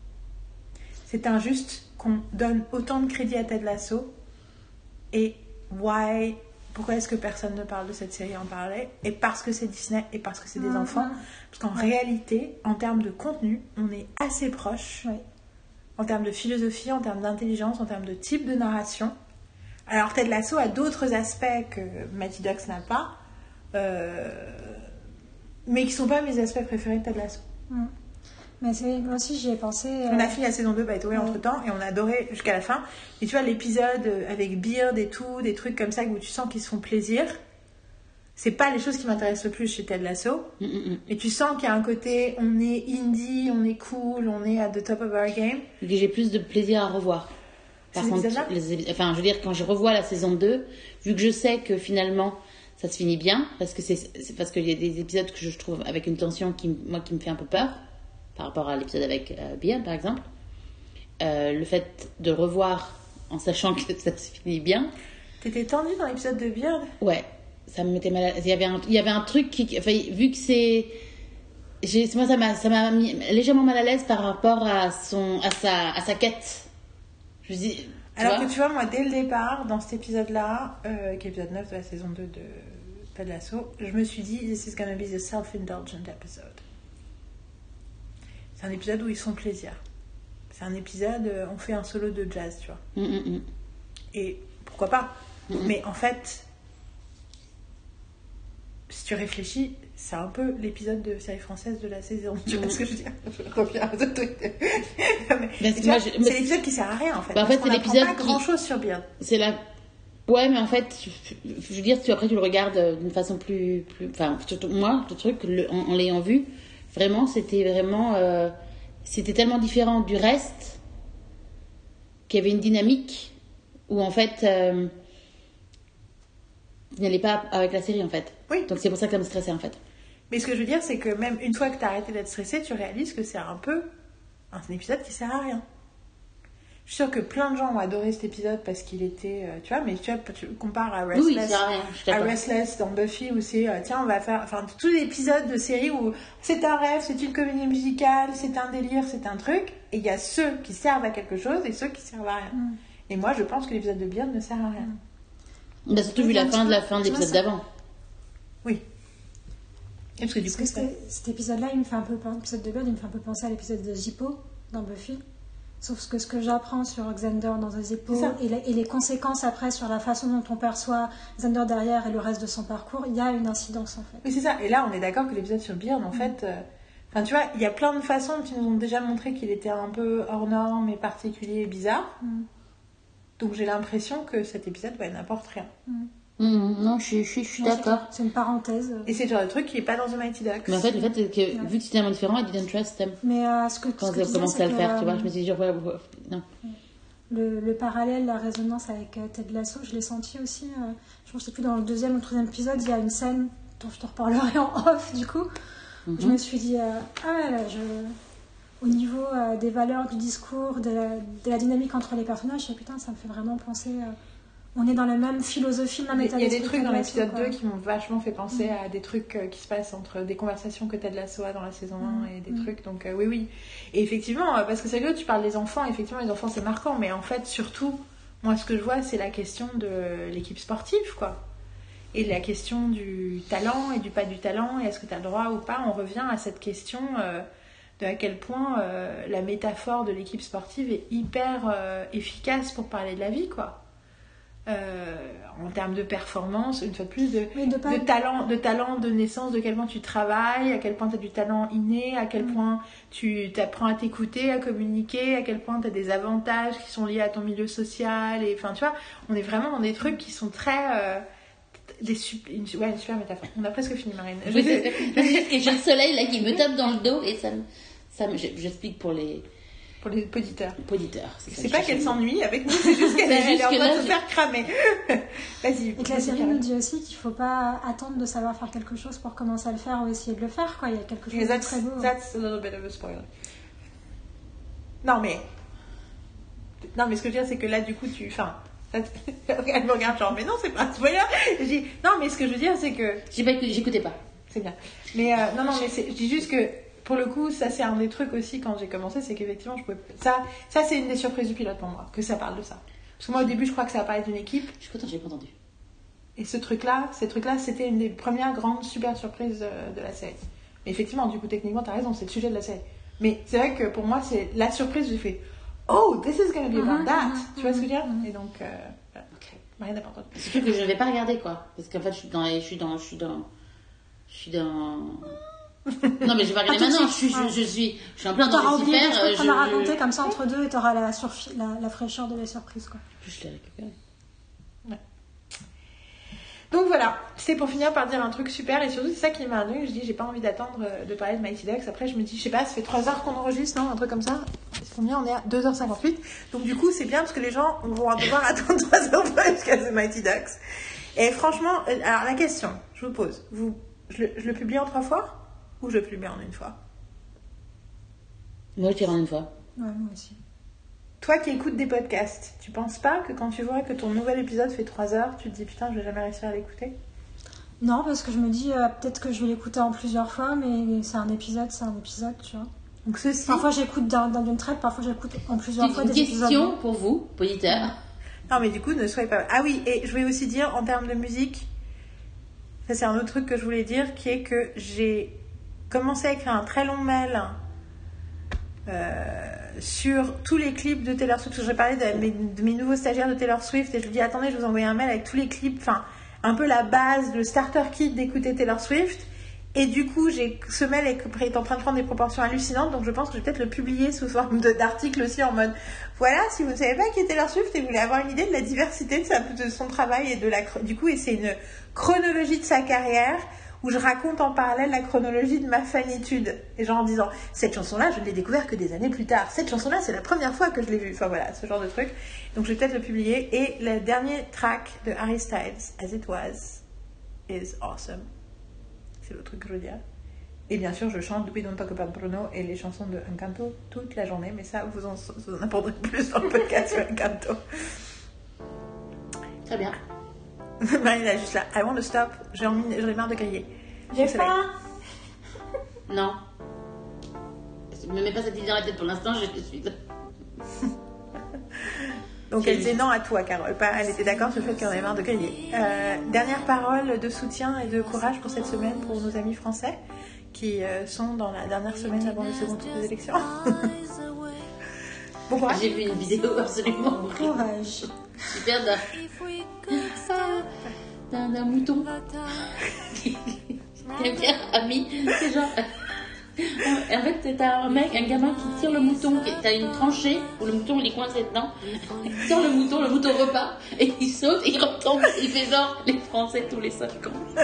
C'est injuste qu'on donne autant de crédit à Ted Lasso. Et why, pourquoi est-ce que personne ne parle de cette série en parlait? Et parce que c'est Disney et parce que c'est des mmh, enfants. Parce qu'en ouais. réalité, en termes de contenu, on est assez proche. Ouais. En termes de philosophie, en termes d'intelligence, en termes de type de narration. Alors Ted Lasso a d'autres aspects que Mighty Ducks n'a pas. Euh... mais qui ne sont pas mes aspects préférés de Ted Lasso. Mmh. Mais c'est, moi aussi j'y ai pensé. Euh... On a fini la saison deux, by the way, ouais. entre temps, et on a adoré jusqu'à la fin. Et tu vois, l'épisode avec Beard et tout, des trucs comme ça où tu sens qu'ils se font plaisir, c'est pas les choses qui m'intéressent le plus chez Ted Lasso. Mmh. Et tu sens qu'il y a un côté, on est indie, on est cool, on est at the top of our game. Et j'ai plus de plaisir à revoir. Par Ces contre, les, enfin, je veux dire, quand je revois la saison deux, vu que je sais que finalement ça se finit bien, parce que c'est, c'est parce qu'il y a des épisodes que je trouve avec une tension qui, moi, qui me fait un peu peur, par rapport à l'épisode avec euh, Beard, par exemple. Euh, le fait de le revoir en sachant que ça se finit bien. T'étais tendue dans l'épisode de Beard? Ouais, ça me mettait mal à l'aise. Il y avait un, il y avait un truc qui, enfin, vu que c'est, j'ai, moi, ça m'a, ça m'a mis légèrement mal à l'aise par rapport à son, à sa, à sa quête. Je me dis, alors vois que tu vois, moi, dès le départ, dans cet épisode-là, euh, qui est l'épisode neuf de la saison deux de Ted Lasso, je me suis dit, this is gonna be the self-indulgent episode. C'est un épisode où ils font plaisir. C'est un épisode, euh, on fait un solo de jazz, tu vois. Mm-mm. Et pourquoi pas? Mm-mm. Mais en fait, si tu réfléchis, c'est un peu l'épisode de série française de la saison. Tu vois mm-hmm. ce que je veux dire? Je reviens à ce truc. mais, mais vois, moi, je, c'est mais... l'épisode qui sert à rien en fait. Bah, en fait, c'est l'épisode pas grand chose sur Beard. C'est la. Ouais, mais en fait, je veux dire, tu, après tu le regardes d'une façon plus, plus... enfin, surtout moi, le truc, le, en, en l'ayant vu, vraiment, c'était vraiment, euh, c'était tellement différent du reste qu'il y avait une dynamique où en fait. Euh, il n'allait pas avec la série en fait. Oui. Donc c'est pour ça que ça me stressait en fait. Mais ce que je veux dire, c'est que même une fois que tu as arrêté d'être stressé, tu réalises que c'est un peu un épisode qui sert à rien. Je suis sûre que plein de gens ont adoré cet épisode parce qu'il était, euh, tu vois, mais tu vois, tu compares à Restless, oui, ça rien, à Restless dans Buffy où c'est, euh, tiens, on va faire, enfin, tous les épisodes de série où c'est un rêve, c'est une comédie musicale, c'est un délire, c'est un truc, et il y a ceux qui servent à quelque chose et ceux qui servent à rien. Mm. Et moi, je pense que l'épisode de Beard ne sert à rien. Mm. Bah, surtout vu la fin de la fin de l'épisode d'avant. Oui. Et parce que du parce coup, que cet, cet épisode-là, il me fait un peu, l'épisode de Beard, il me fait un peu penser à l'épisode de Zippo dans Buffy. Sauf que ce que j'apprends sur Xander dans Zippo et, et les conséquences après sur la façon dont on perçoit Xander derrière et le reste de son parcours, il y a une incidence en fait. Oui, c'est ça. Et là, on est d'accord que l'épisode sur Beard, en mm. fait, enfin, euh, tu vois, il y a plein de façons qui nous ont déjà montré qu'il était un peu hors norme et particulier et bizarre. Mm. Donc j'ai l'impression que cet épisode, bah, n'apporte rien. Mm. Mmh, non, je, je, je suis non, d'accord. C'est une parenthèse. Et c'est le genre de truc qui n'est pas dans The Mighty Ducks. Mais en fait, le fait c'est que, ouais. vu que c'est tellement différent, I didn't trust them. Mais euh, ce que quand vous avez commencé à le faire, euh, tu vois, je me suis dit, genre, ouais, ouais, non. Le, le parallèle, la résonance avec euh, Ted Lasso, je l'ai senti aussi. Euh, je pense que c'est plus dans le deuxième ou le troisième épisode, il y a une scène dont je te reparlerai en off, du coup. Mm-hmm. Je me suis dit, euh, ah ouais, là, je... au niveau euh, des valeurs, du discours, de la, de la dynamique entre les personnages, je sais, putain, ça me fait vraiment penser. Euh, On est dans la même philosophie, le même état d'esprit. Il y a des trucs dans l'épisode deux qui m'ont vachement fait penser mmh. à des trucs qui se passent entre des conversations que Ted Lasso a dans la saison mmh. un et des mmh. trucs. Donc, euh, oui, oui. Et effectivement, parce que c'est rigolo, tu parles des enfants. Effectivement, les enfants, c'est marquant. Mais en fait, surtout, moi, ce que je vois, c'est la question de l'équipe sportive, quoi. Et la question du talent et du pas du talent, et est-ce que tu as le droit ou pas, on revient à cette question euh, de à quel point euh, la métaphore de l'équipe sportive est hyper euh, efficace pour parler de la vie, quoi. Euh, en termes de performance, une fois de plus, de, de, pas... de, talent, de talent de naissance, de quel point tu travailles, à quel point tu as du talent inné, à quel mmh. point tu apprends à t'écouter, à communiquer, à quel point tu as des avantages qui sont liés à ton milieu social. Et, enfin, tu vois, on est vraiment dans des trucs qui sont très... Euh, des super, une, ouais, une super métaphore. On a presque fini, Marine. Je sais, que j'ai le soleil là qui me tape dans le dos et ça me... Ça me j'explique pour les... Pour les auditeurs. Auditeurs. C'est, c'est pas qu'elle s'ennuie avec nous, c'est juste qu'elle est, est en train de se faire cramer. Vas-y. Et que la série nous dit aussi qu'il faut pas attendre de savoir faire quelque chose pour commencer à le faire ou essayer de le faire, quoi. Il y a quelque chose de très beau. That's a little bit of a spoiler. Non, mais... Non, mais ce que je veux dire, c'est que là, du coup, tu... Enfin... Elle me regarde genre, mais non, c'est pas un spoiler. Je dis, non, mais ce que je veux dire, c'est que... J'ai pas écouté, j'écoutais pas. C'est bien. Mais euh, non, non, mais c'est, je dis juste que... Pour le coup, ça c'est un des trucs aussi quand j'ai commencé, c'est qu'effectivement, je pouvais... ça, ça c'est une des surprises du pilote pour moi, que ça parle de ça. Parce que moi au début, je crois que ça parlait d'une équipe. Je suis contente, j'ai pas entendu. Et ce truc-là, ces trucs-là, c'était une des premières grandes super surprises de la série. Mais effectivement, du coup, techniquement, t'as raison, c'est le sujet de la série. Mais c'est vrai que pour moi, c'est la surprise, j'ai fait oh, this is gonna be about mm-hmm, that. mm-hmm, Tu vois ce que je veux dire? mm-hmm. Et donc, euh, voilà. Okay. Rien n'a pas entendu. C'est sûr que je ne vais pas regarder, quoi. Parce qu'en fait, je suis dans. Je suis dans. Je suis dans. Je suis dans. Non, mais je vais pas regarder maintenant. Je suis, je, je suis, je suis en plein dans les hyper. Tu vas raconter comme ça entre deux et tu auras la, surfi- la, la fraîcheur de la surprise, quoi. En plus, je l'ai récupéré. Ouais. Donc voilà, c'était pour finir par dire un truc super et surtout c'est ça qui m'a amené. Je dis, j'ai pas envie d'attendre de parler de Mighty Ducks. Après, je me dis, je sais pas, ça fait trois heures qu'on enregistre, non? Un truc comme ça. C'est combien? On est à deux heures cinquante-huit. Donc du coup, c'est bien parce que les gens vont devoir attendre trois heures jusqu'à The Mighty Ducks. Et franchement, alors la question, je vous pose, vous, je le, je le publie en trois fois? Ou je le publie en une fois? Moi, je dirais en une fois. Ouais, moi aussi. Toi qui écoutes des podcasts, tu penses pas que quand tu vois que ton nouvel épisode fait trois heures, tu te dis putain, je vais jamais réussir à l'écouter? Non, parce que je me dis euh, peut-être que je vais l'écouter en plusieurs fois, mais c'est un épisode, c'est un épisode, tu vois. Donc ceci... Parfois j'écoute dans, dans une traite, parfois j'écoute en plusieurs c'est fois une des épisodes. question pour vous, auditeurs. Non, mais du coup, ne soyez pas... Ah oui, et je voulais aussi dire, en termes de musique, ça c'est un autre truc que je voulais dire, qui est que j'ai commencé à écrire un très long mail euh, sur tous les clips de Taylor Swift, parce que je parlais de mes, de mes nouveaux stagiaires de Taylor Swift, et je lui dis, attendez, je vous envoie un mail avec tous les clips, enfin, un peu la base, le starter kit d'écouter Taylor Swift. Et du coup, j'ai, ce mail est, est en train de prendre des proportions hallucinantes, donc je pense que je vais peut-être le publier sous forme de, d'article aussi en mode voilà, si vous ne savez pas qui est Taylor Swift et vous voulez avoir une idée de la diversité de, sa, de son travail et de la. Du coup, et c'est une chronologie de sa carrière où je raconte en parallèle la chronologie de ma fanitude. Et genre en disant cette chanson-là, je ne l'ai découvert que des années plus tard. Cette chanson-là, c'est la première fois que je l'ai vue. Enfin voilà, ce genre de truc. Donc je vais peut-être le publier. Et le dernier track de Harry Styles, As It Was, is awesome. C'est le truc que je veux dire. Et bien sûr, je chante We Don't Talk About Bruno et les chansons de Encanto toute la journée. Mais ça, vous en, vous en apprendrez plus dans le podcast sur Encanto. Très bien. Marine est juste là. I want to stop. J'ai, envie, j'en ai marre de griller. J'ai faim. Non. Ne me mets pas cette idée dans la tête pour l'instant, je suis... Donc elle disait non à toi, Carole. Pas, elle était d'accord sur le fait qu'on avait marre de griller. Euh, dernière parole de soutien et de courage pour cette semaine pour nos amis français qui euh, sont dans la dernière semaine avant le second tour des élections. Bon courage. J'ai vu une vidéo absolument Bon courage. super d'un, d'un, d'un mouton qui est bien ami. C'est genre... En fait, t'as un mec, un gamin qui tire le mouton, t'as une tranchée où le mouton il est coincé dedans. Il tire le mouton, le mouton repart et il saute et il retombe. Il fait genre les Français tous les cinq ans.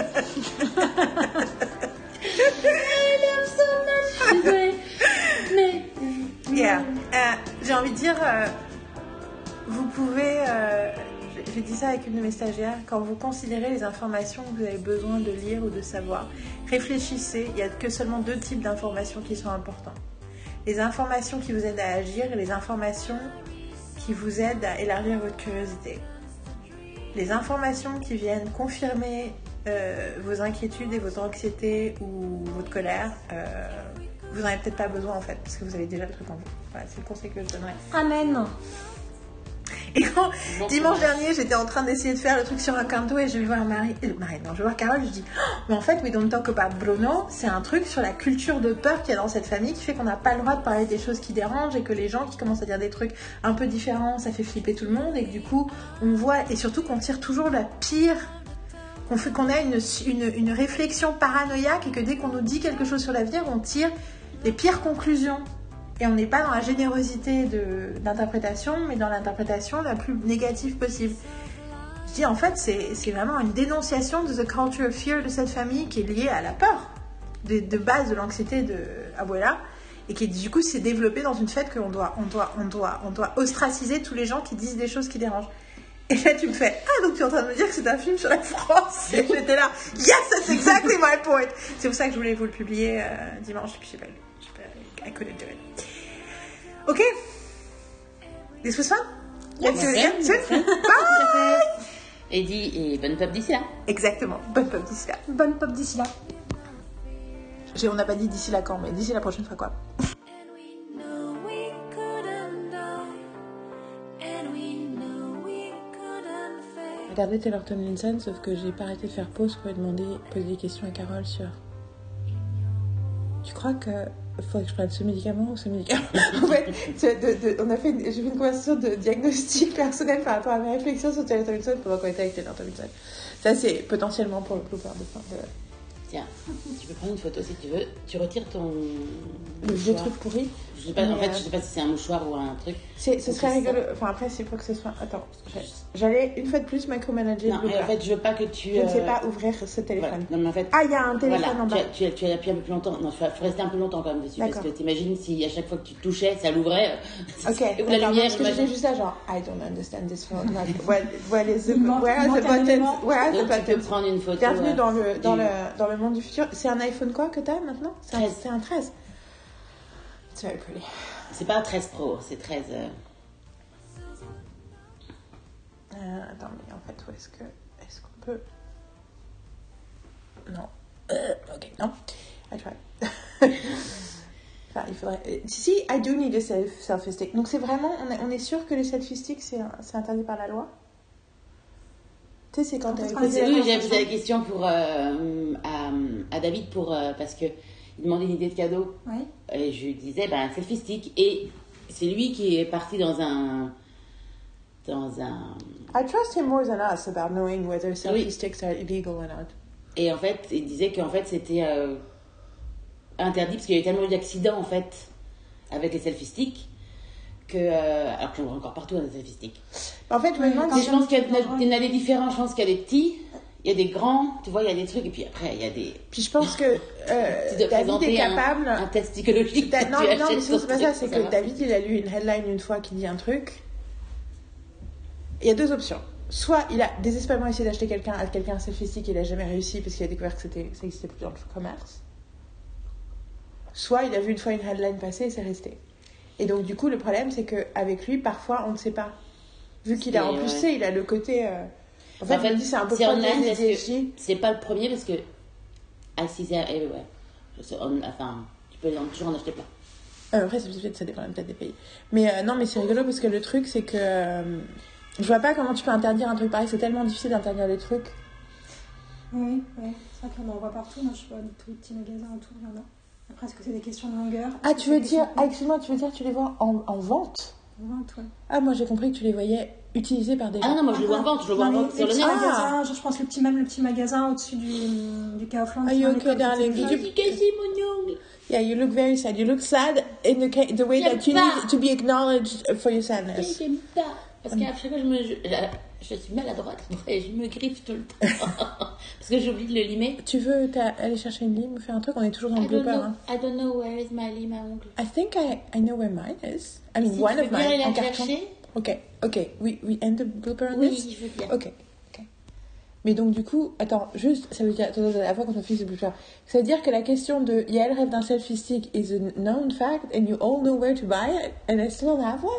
I love so much. Désolée. Mais. Yeah. Euh, j'ai envie de dire, euh, vous pouvez. Euh, j'ai dit ça avec une de mes stagiaires. Quand vous considérez les informations que vous avez besoin de lire ou de savoir, réfléchissez. Il n'y a que seulement deux types d'informations qui sont importantes. Les informations qui vous aident à agir et les informations qui vous aident à élargir votre curiosité. Les informations qui viennent confirmer euh, vos inquiétudes et votre anxiété ou votre colère, euh, vous n'en avez peut-être pas besoin en fait, parce que vous avez déjà le truc en vous. Voilà, c'est le conseil que je donnerais. Amen. Et quand Bon dimanche courage. dernier, j'étais en train d'essayer de faire le truc sur Encanto et je vais voir Marie, euh, Marie non, je vais voir Carole, je dis, oh, mais en fait, We Don't Talk About Bruno, c'est un truc sur la culture de peur qu'il y a dans cette famille qui fait qu'on n'a pas le droit de parler des choses qui dérangent et que les gens qui commencent à dire des trucs un peu différents, ça fait flipper tout le monde et que du coup, on voit, et surtout qu'on tire toujours la pire, qu'on fait, qu'on a une, une, une réflexion paranoïaque et que dès qu'on nous dit quelque chose sur l'avenir, on tire les pires conclusions. Et on n'est pas dans la générosité de, d'interprétation, mais dans l'interprétation la plus négative possible. Je dis, en fait, c'est, c'est vraiment une dénonciation de the culture of fear de cette famille qui est liée à la peur, de, de base de l'anxiété de Abuela, et qui, du coup, s'est développée dans une fête qu'on doit, on doit, on doit, on doit ostraciser tous les gens qui disent des choses qui dérangent. Et là, tu me fais, ah, donc tu es en train de me dire que c'est un film sur la France. Et j'étais là, yes, that's exactly my point. C'est pour ça que je voulais vous le publier euh, dimanche, et puis je sais pas, je sais pas, I couldn't do it. Ok. This was fun. Let's do it again soon. Bye. Et dit, et bonne pub d'ici là. Exactement. Bonne pub d'ici là. Bonne pop d'ici là. J'ai- On n'a pas dit d'ici là quand, mais d'ici la prochaine fois quoi. And we knew we couldn't die. And we knew we couldn't fail. Regardez Taylor Tomlinson, sauf que j'ai pas arrêté de faire pause pour lui demander, poser des questions à Carole sur. Tu crois que faudrait que je prenne ce médicament ou ce médicament? En fait, c'est de, de, on a fait, une- j'ai fait une conversation de diagnostic personnel par rapport à mes réflexions sur Taylor Tomlinson pendant qu'on était avec Taylor Tomlinson. Ça, c'est potentiellement pour le blooper de fin de. Tiens, tu peux prendre une photo si tu veux. Tu retires ton. Le vieux mouchoir. truc pourri. Je sais pas, en Mais, fait, euh, je sais pas si c'est un mouchoir ou un truc. C'est, ce Donc, serait c'est ça. rigolo. Enfin, après, c'est pour que ce soit. Attends, j'allais une fois de plus micromanager le Non, et blooper. en fait, je veux pas que tu. Je ne sais euh, pas ouvrir ce voilà. téléphone. Non, mais en fait. Ah, il y a un téléphone Voilà, en tu bas. as, tu, as, tu as appuyé un peu plus longtemps. Non, il faut rester un peu longtemps quand même dessus. Parce D'accord. que t'imagines si à chaque fois que tu touchais, ça l'ouvrait. Ok, Ou la d'accord, lumière, parce que imagine. j'étais juste là, genre, I don't understand this phone. Like, what, what is the, Il manque- where il are the manque un buttons? élément. Where are the Donc, tu peux buttons? prendre une photo. Bienvenue euh, dans le, dans, du- le, dans le monde du futur. C'est un iPhone quoi que t'as maintenant? C'est un, treize. c'est un treize. It's very pretty. C'est pas un treize Pro, c'est treize. euh, Euh, attends, mais en fait, où est-ce que. Est-ce qu'on peut. Non. Euh, ok, non. I try. Enfin, il faudrait. euh, Si, I do need a self- selfie stick. Donc, c'est vraiment. On est, on est sûr que le selfie stick, c'est, un- c'est interdit par la loi? Tu sais, c'est quand Quand t'avais on posé sera- la Oui, j'avais question. posé la question pour, euh, à, à David pour, euh, parce qu'il demandait une idée de cadeau. Oui. Et je lui disais, ben, un selfie stick. Et c'est lui qui est parti dans un. Dans un. I trust him more than us about knowing whether selfie Oui. sticks are illegal or not. Et en fait, il disait qu'en fait, c'était euh, interdit parce qu'il y avait tellement eu d'accidents, en fait, avec les selfie sticks. Que, euh, alors que j'en vois encore partout dans les selfie sticks. En fait, je me Oui, demande quand Mais si je pense qu'il y a, il y en a des différents. Je pense qu'il y a des petits, il y a des grands, tu vois, il y a des trucs. Et puis après, il y a des. Puis je pense que euh, Tu dois David présenter est un- capable. Un, test psychologique. Da- que non, tu non, achètes mais sinon, ton c'est pas truc ça. pour C'est que savoir. David, il a lu une headline une fois qui dit un truc. Il y a deux options. Soit il a désespérément essayé d'acheter quelqu'un à quelqu'un un selfie stick et il a jamais réussi parce qu'il a découvert que c'était, ça existait plus dans le commerce. Soit il a vu une fois une headline passer et c'est resté. Et donc, du coup, le problème, c'est qu'avec lui, parfois, on ne sait pas. Vu qu'il a, en C'est- plus, ouais. tu sais, il a le côté. euh, En fait, En fait, je me dis, c'est un peu c'est proche online des parce A D H que D. c'est pas le premier parce que I see that everywhere. Je sais, on- enfin, tu peux en- toujours en acheter plein. Euh, après, c'est peut-être, ça dépend peut-être des pays. Mais euh, non, mais c'est rigolo parce que le truc, c'est que euh, je vois pas comment tu peux interdire un truc pareil. C'est tellement difficile d'interdire des trucs. Oui, oui. C'est vrai qu'on en voit partout. Moi, je vois tous les petits magasins autour, il y en a. Après, est-ce que c'est des questions de longueur? Ah, Est-ce que tu c'est veux des dire, questions ah, excuse-moi, tu veux dire, tu les vois en, en vente? de vente, ouais. Ah, moi j'ai compris que tu les voyais utilisés par des gens. Ah non, moi je le vois en vente, je le vois en Non, vente les- sur les le petits net. magasins, genre, je pense le petit, même le petit magasin au-dessus du, du Kaufland. Are you qui vend okay, les coques, darling? c'est Did ça. you- J'ai cassé mon ongle. Yeah, you look very sad. You look sad in the, ca- the way J'aime that you pas. need to be acknowledged for your Oui, sadness. j'aime pas. Parce qu'à chaque fois, je, me, je, je suis maladroite et je me griffe tout le temps. Parce que j'oublie de le limer. Tu veux t'as- aller chercher une lime ou faire un truc? On est toujours dans I le don't, blooper. know, Hein. I don't know where is my lime à ongles. I think I, I know where mine is. I mean, Si one tu of veux bien mine. aller En la carton. chercher. Ok, ok. We, we end the blooper on Oui, this? je veux bien. Ok, ok. Mais donc, du coup, attends, juste, ça veut dire, attends, attends, la fois qu'on a fait ce blooper, ça veut dire que la question de Yael rêve d'un selfie stick is a known fact and you all know where to buy it and I still don't have one?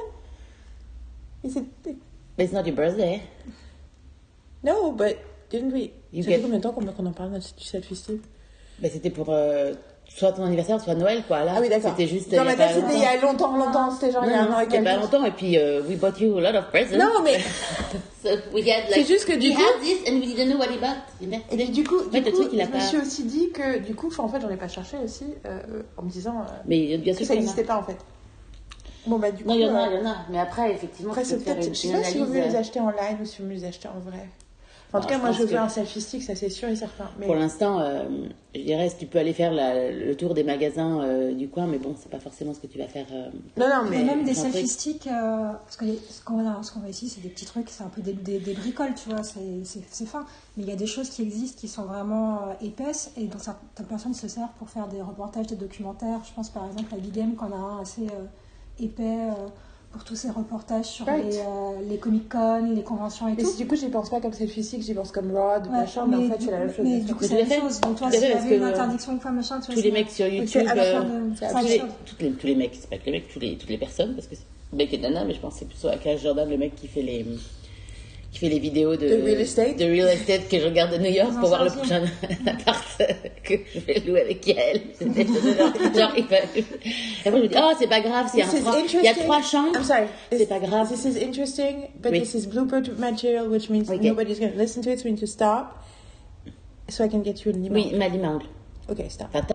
Is it. But it's not your birthday. No, but didn't we. You Ça fait get- combien de temps qu'on qu'on en parle du selfie stick? Ben, c'était pour euh, soit ton anniversaire, soit Noël, quoi. Là, Ah oui, d'accord. c'était juste. Dans il y ma a pas tête, c'était il y a longtemps, longtemps. C'était genre il y a Non, un non, an et c'était quelques. pas longtemps. Et puis, euh, we bought you a lot of presents. Non, mais. So we had, like, C'est juste que du we coup- had this and we didn't know what he bought. Et puis du coup, Ouais, du le coup truc, il a je pas- me suis aussi dit que du coup, enfin, en fait, j'en ai pas cherché aussi euh, en me disant euh, Mais bien que sûr ça qu'il y en a. n'existait pas en fait. Bon bah du coup. Non, il y en a, euh, il y en a. Mais après, effectivement, Après, tu c'est peux faire peut-être. une, Je sais une pas si vous analyse. mieux les euh, acheter en ligne ou si vous mieux les acheter en vrai. Enfin, en tout Non, cas, je moi, pense je fais que- un selfie stick, ça c'est sûr et certain. Mais Pour l'instant, euh, je dirais, si tu peux aller faire la- le tour des magasins euh, du coin, mais bon, c'est pas forcément ce que tu vas faire. euh, non, non, Mais mais. même des c'est un selfie truc. sticks, euh, parce que les- ce qu'on a, ce qu'on voit ici, c'est des petits trucs, c'est un peu des, des, des bricoles, tu vois, c'est, c'est, c'est fin. Mais il y a des choses qui existent qui sont vraiment euh, épaisses et dont certaines personnes se servent pour faire des reportages, des documentaires. Je pense par exemple à Big Game, qu'on a un assez euh, épais euh, pour tous ces reportages sur Right. les, euh, les Comic-Con, les conventions et Mais tout. si du coup, j'y pense pas comme selfie stick, j'y pense comme rod, Ouais, machin, mais, en fait, du, c'est la même chose. mais bien du sûr. coup, Mais c'est tu la l'as même fait chose. Donc toi, Tu l'as s'il y fait, parce avait une que, interdiction ou quoi, machin, tu vois, tous c'est- les mecs sur YouTube, à la euh, fin de- c'est ça tous, absurde. les, absurde. toutes les, tous les mecs, c'est pas que les mecs, tous les, toutes les personnes, parce que c'est mec et nana, mais je pense que c'est plutôt à Cash Jordan, le mec qui fait les, qui fait les vidéos de, De real estate. de real estate que je regarde de New York Ils en pour voir le sont prochain appart que je vais louer avec Yael. C'était genre, genre, il fait- et après je me dis, oh, c'est pas grave, s'il y a, This un is trois- il y a interesting. trois chambres. I'm sorry. C'est This- pas grave. This is interesting, but Oui. this is blooper material, which means Ok. nobody's going to listen to it, so we need to stop. So I can get you an email. Oui, Mali Mangle. Ok, stop. Enfin,